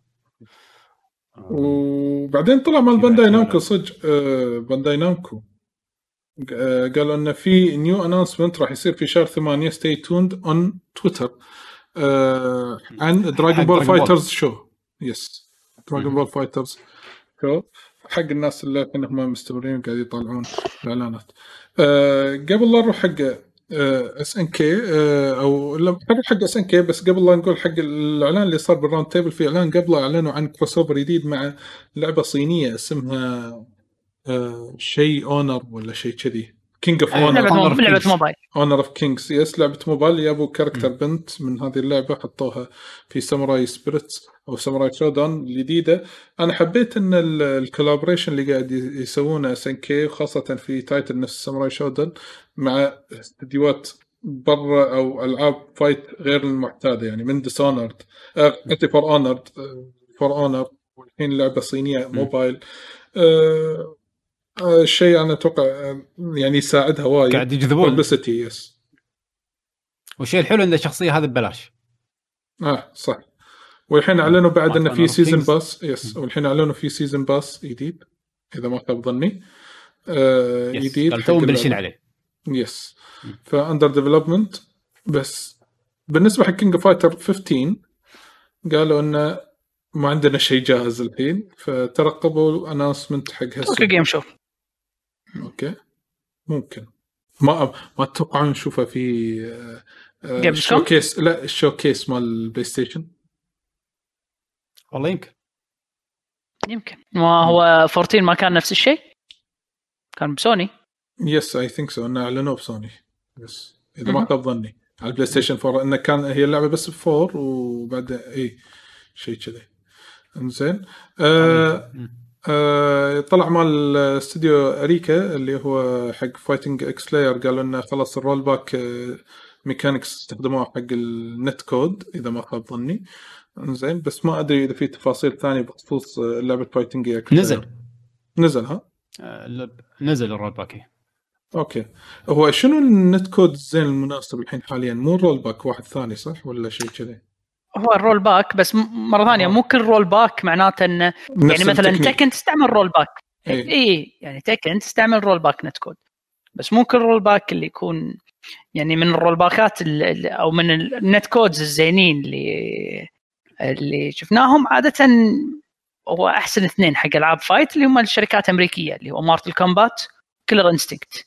وبعدين طلع مال بانداي نامكو صدق آه بانداي نامكو آه قالوا انه في نيو اناونسمنت راح يصير في شهر ثمانية ستي توند اون تويتر آه عن دراغون بول فايترز شو. يس دراغون بول فايترز شو حق الناس اللي كانوا مستمرين قاعد يطلعون الاعلانات. آه قبل لا نروح حق اس ان كي او لا نروح حق اس ان كي بس قبل لا نقول حق الاعلان اللي صار بالراوند تيبل في اعلان قبله اعلنوا عن كروس اوفر جديد مع لعبه صينيه اسمها آه شيء اونر ولا شيء كذي كينج اوف اونر لعبه موبايل اونر اوف كينجز يس لعبه موبايل يابو كاركتر بنت من هذه اللعبه حطوها في ساموراي سبيريتس او ساموراي شودان الجديده. انا حبيت ان الكولابوريشن اللي قاعد يسوونه اس ان كي وخاصه في تايتل نفس ساموراي شودان مع استديوهات برا او العاب فايت غير المعتاده يعني من ديسونرد انتي فور اونرد فور اونر والحين لعبه صينيه موبايل أه الشيء أنا أتوقع يعني يساعدها وايد قاعد يجذبون ببلسيتي يس. والشيء الحلو إن الشخصية هذه ببلاش. آه صح. والحين أعلنوا بعد إن في سيزن باس يس والحين أعلنوا في سيزن باس جديد إذا ما خاب ظني آه جديد. قال توم بلشين عليه. يس فأندر ديفلوبمنت بس بالنسبة حق كينج فايتر خمستاشر قالوا إنه ما عندنا شيء جاهز الحين فترقبوا أناونسمنت حق توكي جيم شو. اوكي ممكن ما ما اتوقع نشوفه في شوكيس لا الشوكيس مال البلاي ستيشن والله يمكن يمكن ما هو أربعتاشر ما كان نفس الشيء كان بسوني يس اي ثينك سو انه اعلنوه بسوني بس اذا ما خاب ظني على البلاي ستيشن فور انه كان هي اللعبه بس بفور وبعد اي شيء كذا انزين آه آه طلع مال استوديو أريكا اللي هو حق فايتنج اكس لاير قالوا انه خلاص الرول باك آه ميكانيكس استخدموه حق النت كود اذا ما خاب ظني زين بس ما ادري اذا في تفاصيل ثانيه بخصوص لعبه فايتنج اكس نزل نزل ها آه نزل الرول باك اوكي. هو شنو النت كود زين المناسب الحين حاليا مو رول باك واحد ثاني صح ولا شيء كذا؟ هو الرول باك بس مرة ثانية مو كل رول باك معناته انه يعني مثلا تكن تستعمل رول باك اي إيه يعني تكن تستعمل رول باك نت كود بس مو كل رول باك اللي يكون يعني من الرول باكات او من النت كودز الزينين اللي اللي شفناهم عادة هو احسن اثنين حق العاب فايت اللي هم الشركات الامريكية اللي هو مارتل كومبات كيلر انستينكت.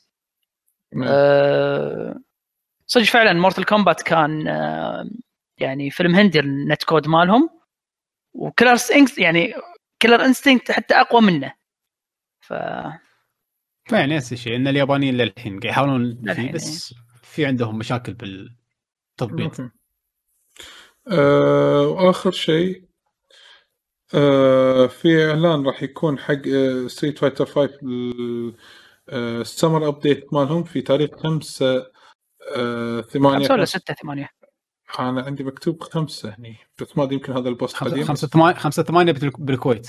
أه صدق فعلا مارتل كومبات كان أه يعني فيلم هندي النت كود مالهم وكيلر انستينكت يعني كيلر انستينكت حتى اقوى منه ف يعني نفس الشيء ان اليابانيين للحين قاعد يحاولون فيه بس في عندهم مشاكل بالتضبيط. آه واخر شيء آه في اعلان راح يكون حق ستريت فايتر خمسة السمر ابديت مالهم في تاريخ خمسة ثمانية خمسة ولا ستة ثمانية أنا عندي مكتوب خمسة هني بس ما أدري يمكن هذا البوست قديم خمسة ثمانية خمسة ثمانية بالكويت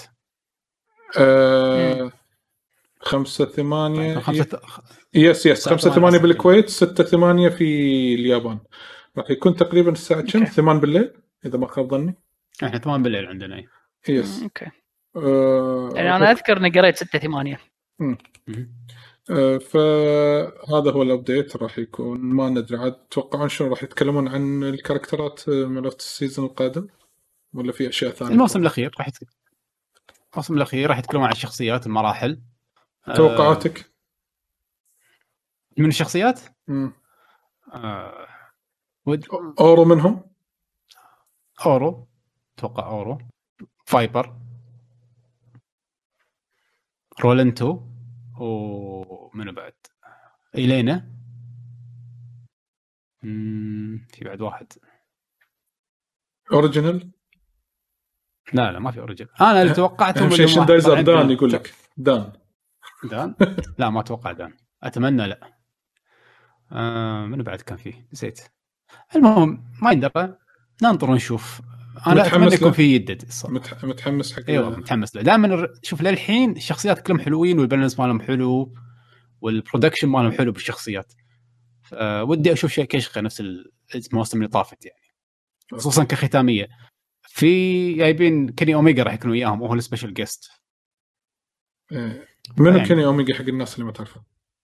آه خمسة ثمانية خمسة يس يس خمسة ثمانية بالكويت ستة ثمانية في اليابان راح يكون تقريبا الساعة كم ثمان بالليل إذا ما خاب ظني إحنا ثمان بالليل عندنا يس أوكي آه يعني أنا أذكر إني قريت ستة ثمانية آه فهذا هو الابديت راح يكون ما ندري عاد تتوقعون شنو راح يتكلمون عن الكاركترات مالت السيزون القادم ولا في اشياء ثانيه؟ الموسم الاخير راح يتكلم الموسم الاخير راح يتكلمون عن الشخصيات المراحل. توقعاتك آه من الشخصيات؟ امم آه ود... اورو منهم اورو اتوقع اورو فايبر رولنتو ومنو بعد إلينا مم... في بعد واحد اوريجينال. لا لا ما في اوريجينال. انا اللي توقعتهم اهم شيء شندايزر دان يقول لك دان دان لا ما اتوقع دان اتمنى لا. آه من بعد كان فيه نسيت. المهم ما يندرى ننطر نشوف. انا اتمنى يكون في يدد متح... متحمس حق ايوه متحمس له دائما. شوف للحين الشخصيات كلهم حلوين والبالانس مالهم حلو والبرودكشن مالهم حلو بالشخصيات. أه ودي اشوف شيء كشخه نفس المواسم اللي طافت يعني خصوصا كختاميه. في جايبين كيني اوميجا راح يكونوا وياهم وهو السبيشال جيست. إيه. منو كيني اوميجا حق الناس اللي ما تعرفه؟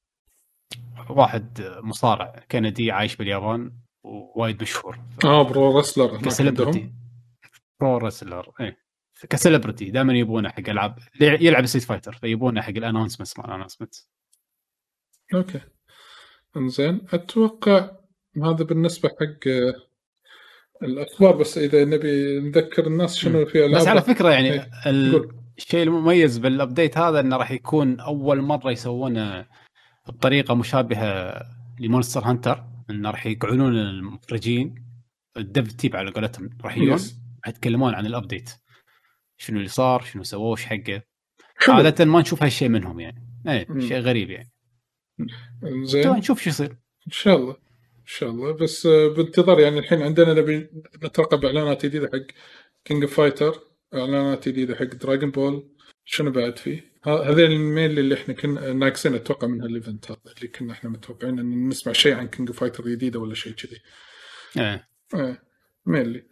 واحد مصارع كندي عايش باليابان ووايد مشهور. اه برو رسلر كسليبرتي. برو رسلر ايه كسليبرتي دائما يبونه حق العاب يلعب ستريت فايتر فيبونه حق الانونسمنت مال الانونسمنت. اوكي انزين اتوقع هذا بالنسبه حق الاخبار. بس اذا نبي نذكر الناس شنو في العاب. بس على فكره يعني إيه. الشيء المميز بالابديت هذا انه راح يكون اول مره يسوونه بطريقه مشابهه لمونستر هانتر. انه راح يقعدون المخرجين الديف تيب على قولتهم راح يجون يتكلمون عن الابديت شنو اللي صار شنو سووه وش حقه. عاده ما نشوف هالشيء منهم يعني ايه شيء غريب يعني. زين نشوف شو يصير ان شاء الله ان شاء الله. بس بانتظار يعني الحين عندنا نبي نترقب اعلانات جديده حق كينج اوف فايتر اعلانات جديده حق دراغون بول شنو بعد فيه. هذا الميل اللي احنا كنا ناقصين اتوقع من هالايفنت هذا اللي كنا احنا متوقعين ان نسمع شيء عن كينج اوف فايتر جديده ولا شيء كذي. ايه ايه ميل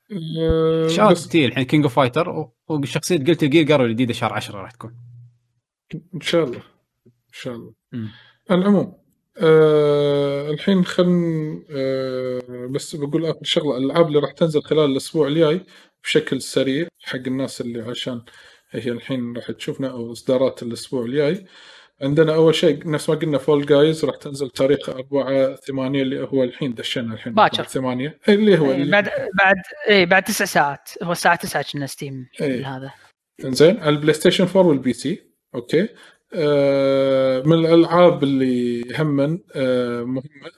شهر كتير الحين كينج اوف فايتر وشخصيه قلت الجير قالوا الجديده شهر عشرة راح تكون ان شاء الله ان شاء الله. م. العموم أه الحين خلنا أه بس بقول اخر شغله الالعاب اللي راح تنزل خلال الاسبوع الجاي بشكل سريع حق الناس اللي عشان هي الحين راح تشوفنا او اصدارات الاسبوع الجاي. عندنا اول شيء نفس ما قلنا فول جايز راح تنزل تاريخ أربعة ثمانية اللي هو الحين دشنا الحين باكر ثمانية اللي هو اللي بعد بعد اي بعد تسع ساعات هو الساعه تسعة كنا ستيم هذا. زين البلاي ستيشن فور والبي سي اوكي. آه من الالعاب اللي همن آه مهمه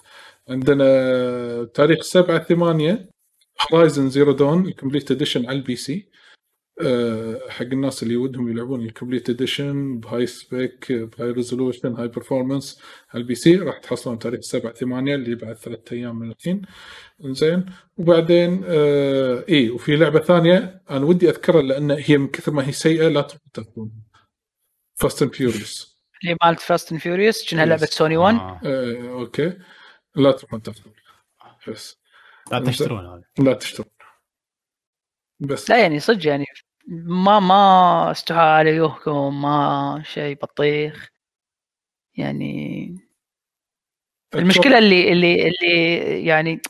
عندنا تاريخ سبعة ثمانية هورايزن زيرو دون الكمبليت اديشن على البي سي. أه حق الناس اللي ودهم يلعبون الكمبليت اديشن بهاي سبيك بهاي ريزولوشن هاي برفورمانس على البي سي راح تحصلون تاريخ سبعة ثمانية اللي بعد ثلاثة ايام من الحين. زين وبعدين أه اي وفي لعبه ثانيه انا ودي اذكرها لان هي من كثر ما هي سيئه لا تكون فاست اند فيوريوس اللي مالت فاست اند فيوريوس كأنها لعبه سوني واحد. آه. أه اوكي لا تروحون تاخذون بس لا تشترون هذا لا تشترون بس لا يعني صدق يعني ما ما استحى عليكم ما شيء بطيخ يعني. المشكلة اللي اللي اللي يعني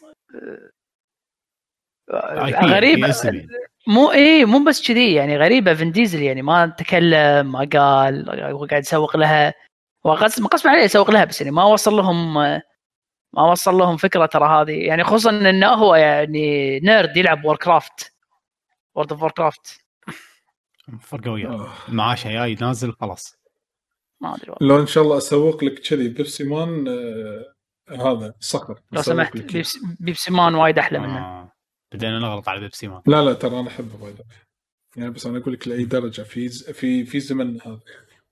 غريب مو ايه مو بس كذي يعني غريبة. فين ديزل يعني ما تكلم ما قال هو قاعد يسوق لها وقسم قسم عليه يسوق لها بس يعني ما وصل لهم ما وصل لهم فكرة ترى هذه يعني خصوصا انه هو يعني نيرد يلعب ووركرافت وورد اوف ووركرافت فرق وياه معاشه جاي نازل خلاص ما ادري لو ان شاء الله اسوق لك كذي بيبسي مان آه هذا صخر لو سمحت بيبسي, بيبسي مان وايد احلى منه. آه. بدينا نغلط على بيبسي مان. لا لا ترى انا احبه وايد يعني بس انا اقول لك لاي درجه في في في زمن هذا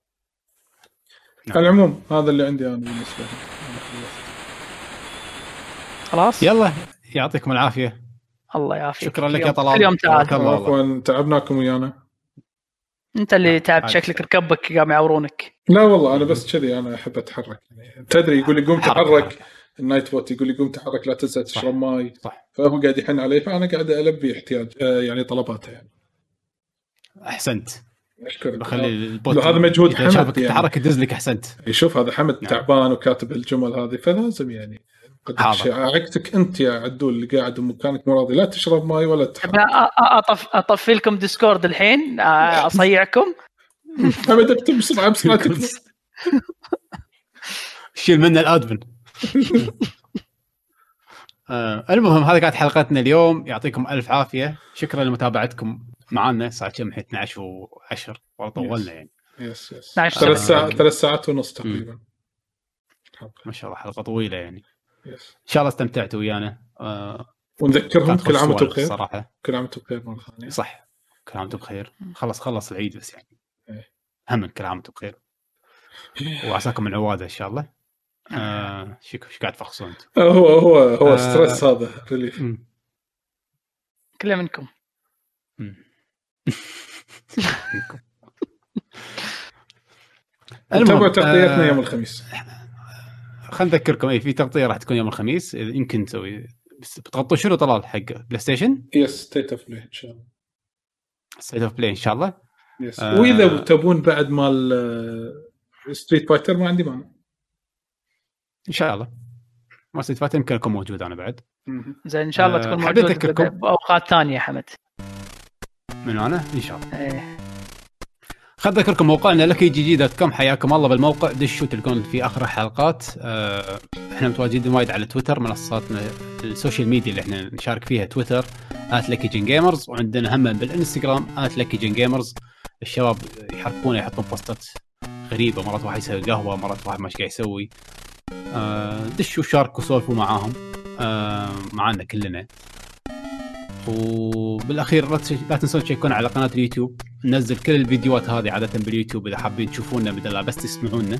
نعم. العموم هذا اللي عندي انا بالنسبه لي. خلاص يلا يعطيكم العافيه. الله يعافيك. شكرا لك يا طلال. اليوم تعال. عفوا تعبناكم ويانا. انت اللي تعب شكلك ركبك قام يعورونك. لا والله انا بس كذي انا احب اتحرك يعني تدري يقول لي قوم تحرك النايت بوت يقول لي قوم تحرك لا تنسى تشرب ماي فهو قاعد يحن علي فانا قاعد البي احتياج آه يعني طلباته يعني. احسنت اشكرك. بخلي البوت هذا مجهود حمد يعني تحرك يدز لك احسنت. يشوف هذا حمد نعم. تعبان وكاتب الجمل هذه فلازم يعني عقتك انت يا عدول اللي قاعد بمكانك مراضي لا تشرب ماي ولا تحرك. اطف اطفي لكم ديسكورد الحين اصيعكم. حمد اكتب بسرعه بسرعه شيل منا الادمن. آه المهم هذه كانت حلقتنا اليوم، يعطيكم الف عافيه، شكرا لمتابعتكم معنا. صار كم الحين اثنا عشر وعشرة والله طولنا يعني. يس يس ثلاث ساعات ثلاث ساعات ونص تقريبا. ما شاء الله حلقه طويله يعني. يس. ان شاء الله استمتعتوا ويانا. آه ونذكرهم كل عام وانتم بخير صراحه. كل عام وانتم بخير مره ثانيه. صح كل عام وانتم بخير. خلص خلص العيد بس يعني إيه. هم كل عام وانتم بخير وعساكم من عواده ان شاء الله. آه شو شو قاعد تفخصون انتم؟ هو هو هو آه ستريس هذا ريليف كله منكم. تابعوا تغطيتنا يوم الخميس. خلينا نذكركم اي في تغطيه راح تكون يوم الخميس يمكن نسوي. بس بتغطوا شنو طلال حق بلاي ستيشن؟ يس ستيت اوف بلاي ان شاء الله. ستيت اوف بلاي ان شاء الله. يس آه واذا تبون بعد مال ستريت فايتر ما عندي مانع ان شاء الله. ما ستريت فايتر يمكن اكون موجود انا بعد. زين ان شاء الله تكون موجود باوقات ثانيه حمد. من انا ان شاء الله. ايه خلنا اذكركم موقعنا لكي جي جي دوت كوم. حياكم الله بالموقع، دشوا تلقون في اخر حلقات. أه احنا متواجدين وايد على تويتر، منصاتنا السوشيال ميديا اللي احنا نشارك فيها تويتر آت لكي جين جيمرز، وعندنا هم بالانستغرام آت لكي جين جيمرز. الشباب يحركون يحطون بوستات غريبه، مرات واحد يسوي قهوه، مرات واحد مش قاعد يسوي. أه دشوا شاركوا سولفوا معاهم أه معنا كلنا. وبالاخير لا تنسون تشيكون على قناه اليوتيوب، ننزل كل الفيديوهات هذه عاده باليوتيوب اذا حابين تشوفونا بدل لا بس تسمعونا.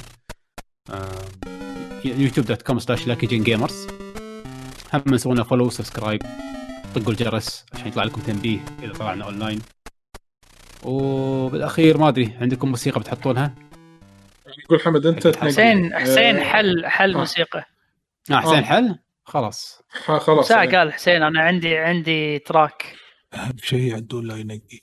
يوتيوب دوت كوم سلاش لاكي جين جيمرز. هم نسوينا فولو سبسكرايب، طقوا الجرس عشان يطلع لكم تنبيه اذا طلعنا اونلاين. وبالاخير ما ادري عندكم موسيقى بتحطونها؟ يقول حمد انت حسين حسين حل حل آه. موسيقى اه حسين حل خلاص خلاص ساعة قال حسين أنا عندي عندي تراك. أهم شيء عدول لا ينقي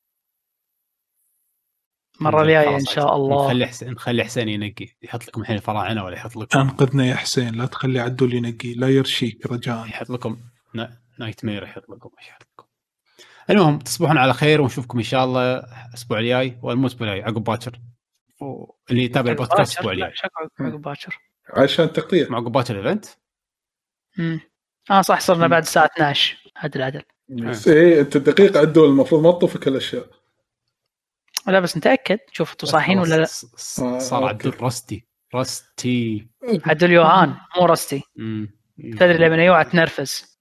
مرة الجاية إن شاء الله. نخلي حسين نخلي حسين ينقي، يحط لكم الحين الفراعنة ولا يحط لكم. أنقذنا يا حسين، لا تخلي عدول ينقي، لا يرشيك رجاء. يحط لكم نا... نايت مير، يحط لكم ايش يحط لكم. المهم تصبحون على خير ونشوفكم إن شاء الله الأسبوع الجاي، والمو الأسبوع الجاي عقب باكر. اللي يتابع البودكاست الأسبوع الجاي عقب باكر عشان تغطية مع عقب باكر الإيفنت. امم اه صح صرنا بعد الساعة اثنا عشر عدل عدل. ايه انت الدقيقة عدول المفروض ما تطوفك الاشياء. لا بس نتأكد شوف انتوا صاحيين ولا لا. صار عدل رستي رستي عدل يوهان مو رستي. تدري لمن يوعى تنرفز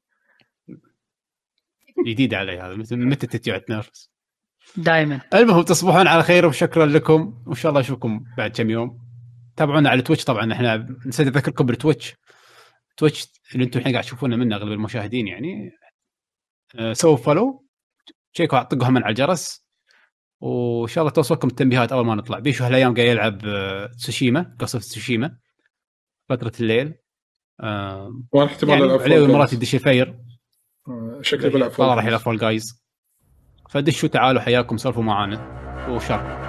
جديد علي هذا، متى تتيوع تنرفز دائما. المهم تصبحون على خير وشكرا لكم، وان شاء الله اشوفكم بعد كم يوم. تابعونا على تويتش طبعا، احنا نسيت اذكركم بالتويتش تويتش اللي انتم الحين قاعد تشوفونا منه اغلب المشاهدين يعني. أه سووا فولو، تشيكوا طقوا هم على الجرس، وان شاء الله توصلكم التنبيهات اول ما نطلع. بيشو هالايام قاعد يلعب تسوشيما، قصة تسوشيما فترة الليل. أه وانا احتمال العب عليه مرات يدش الفير. أه شكله بيلعب فول راح يلعب فول جايز. فدشوا تعالوا حياكم سولفوا معانا وشاركوا.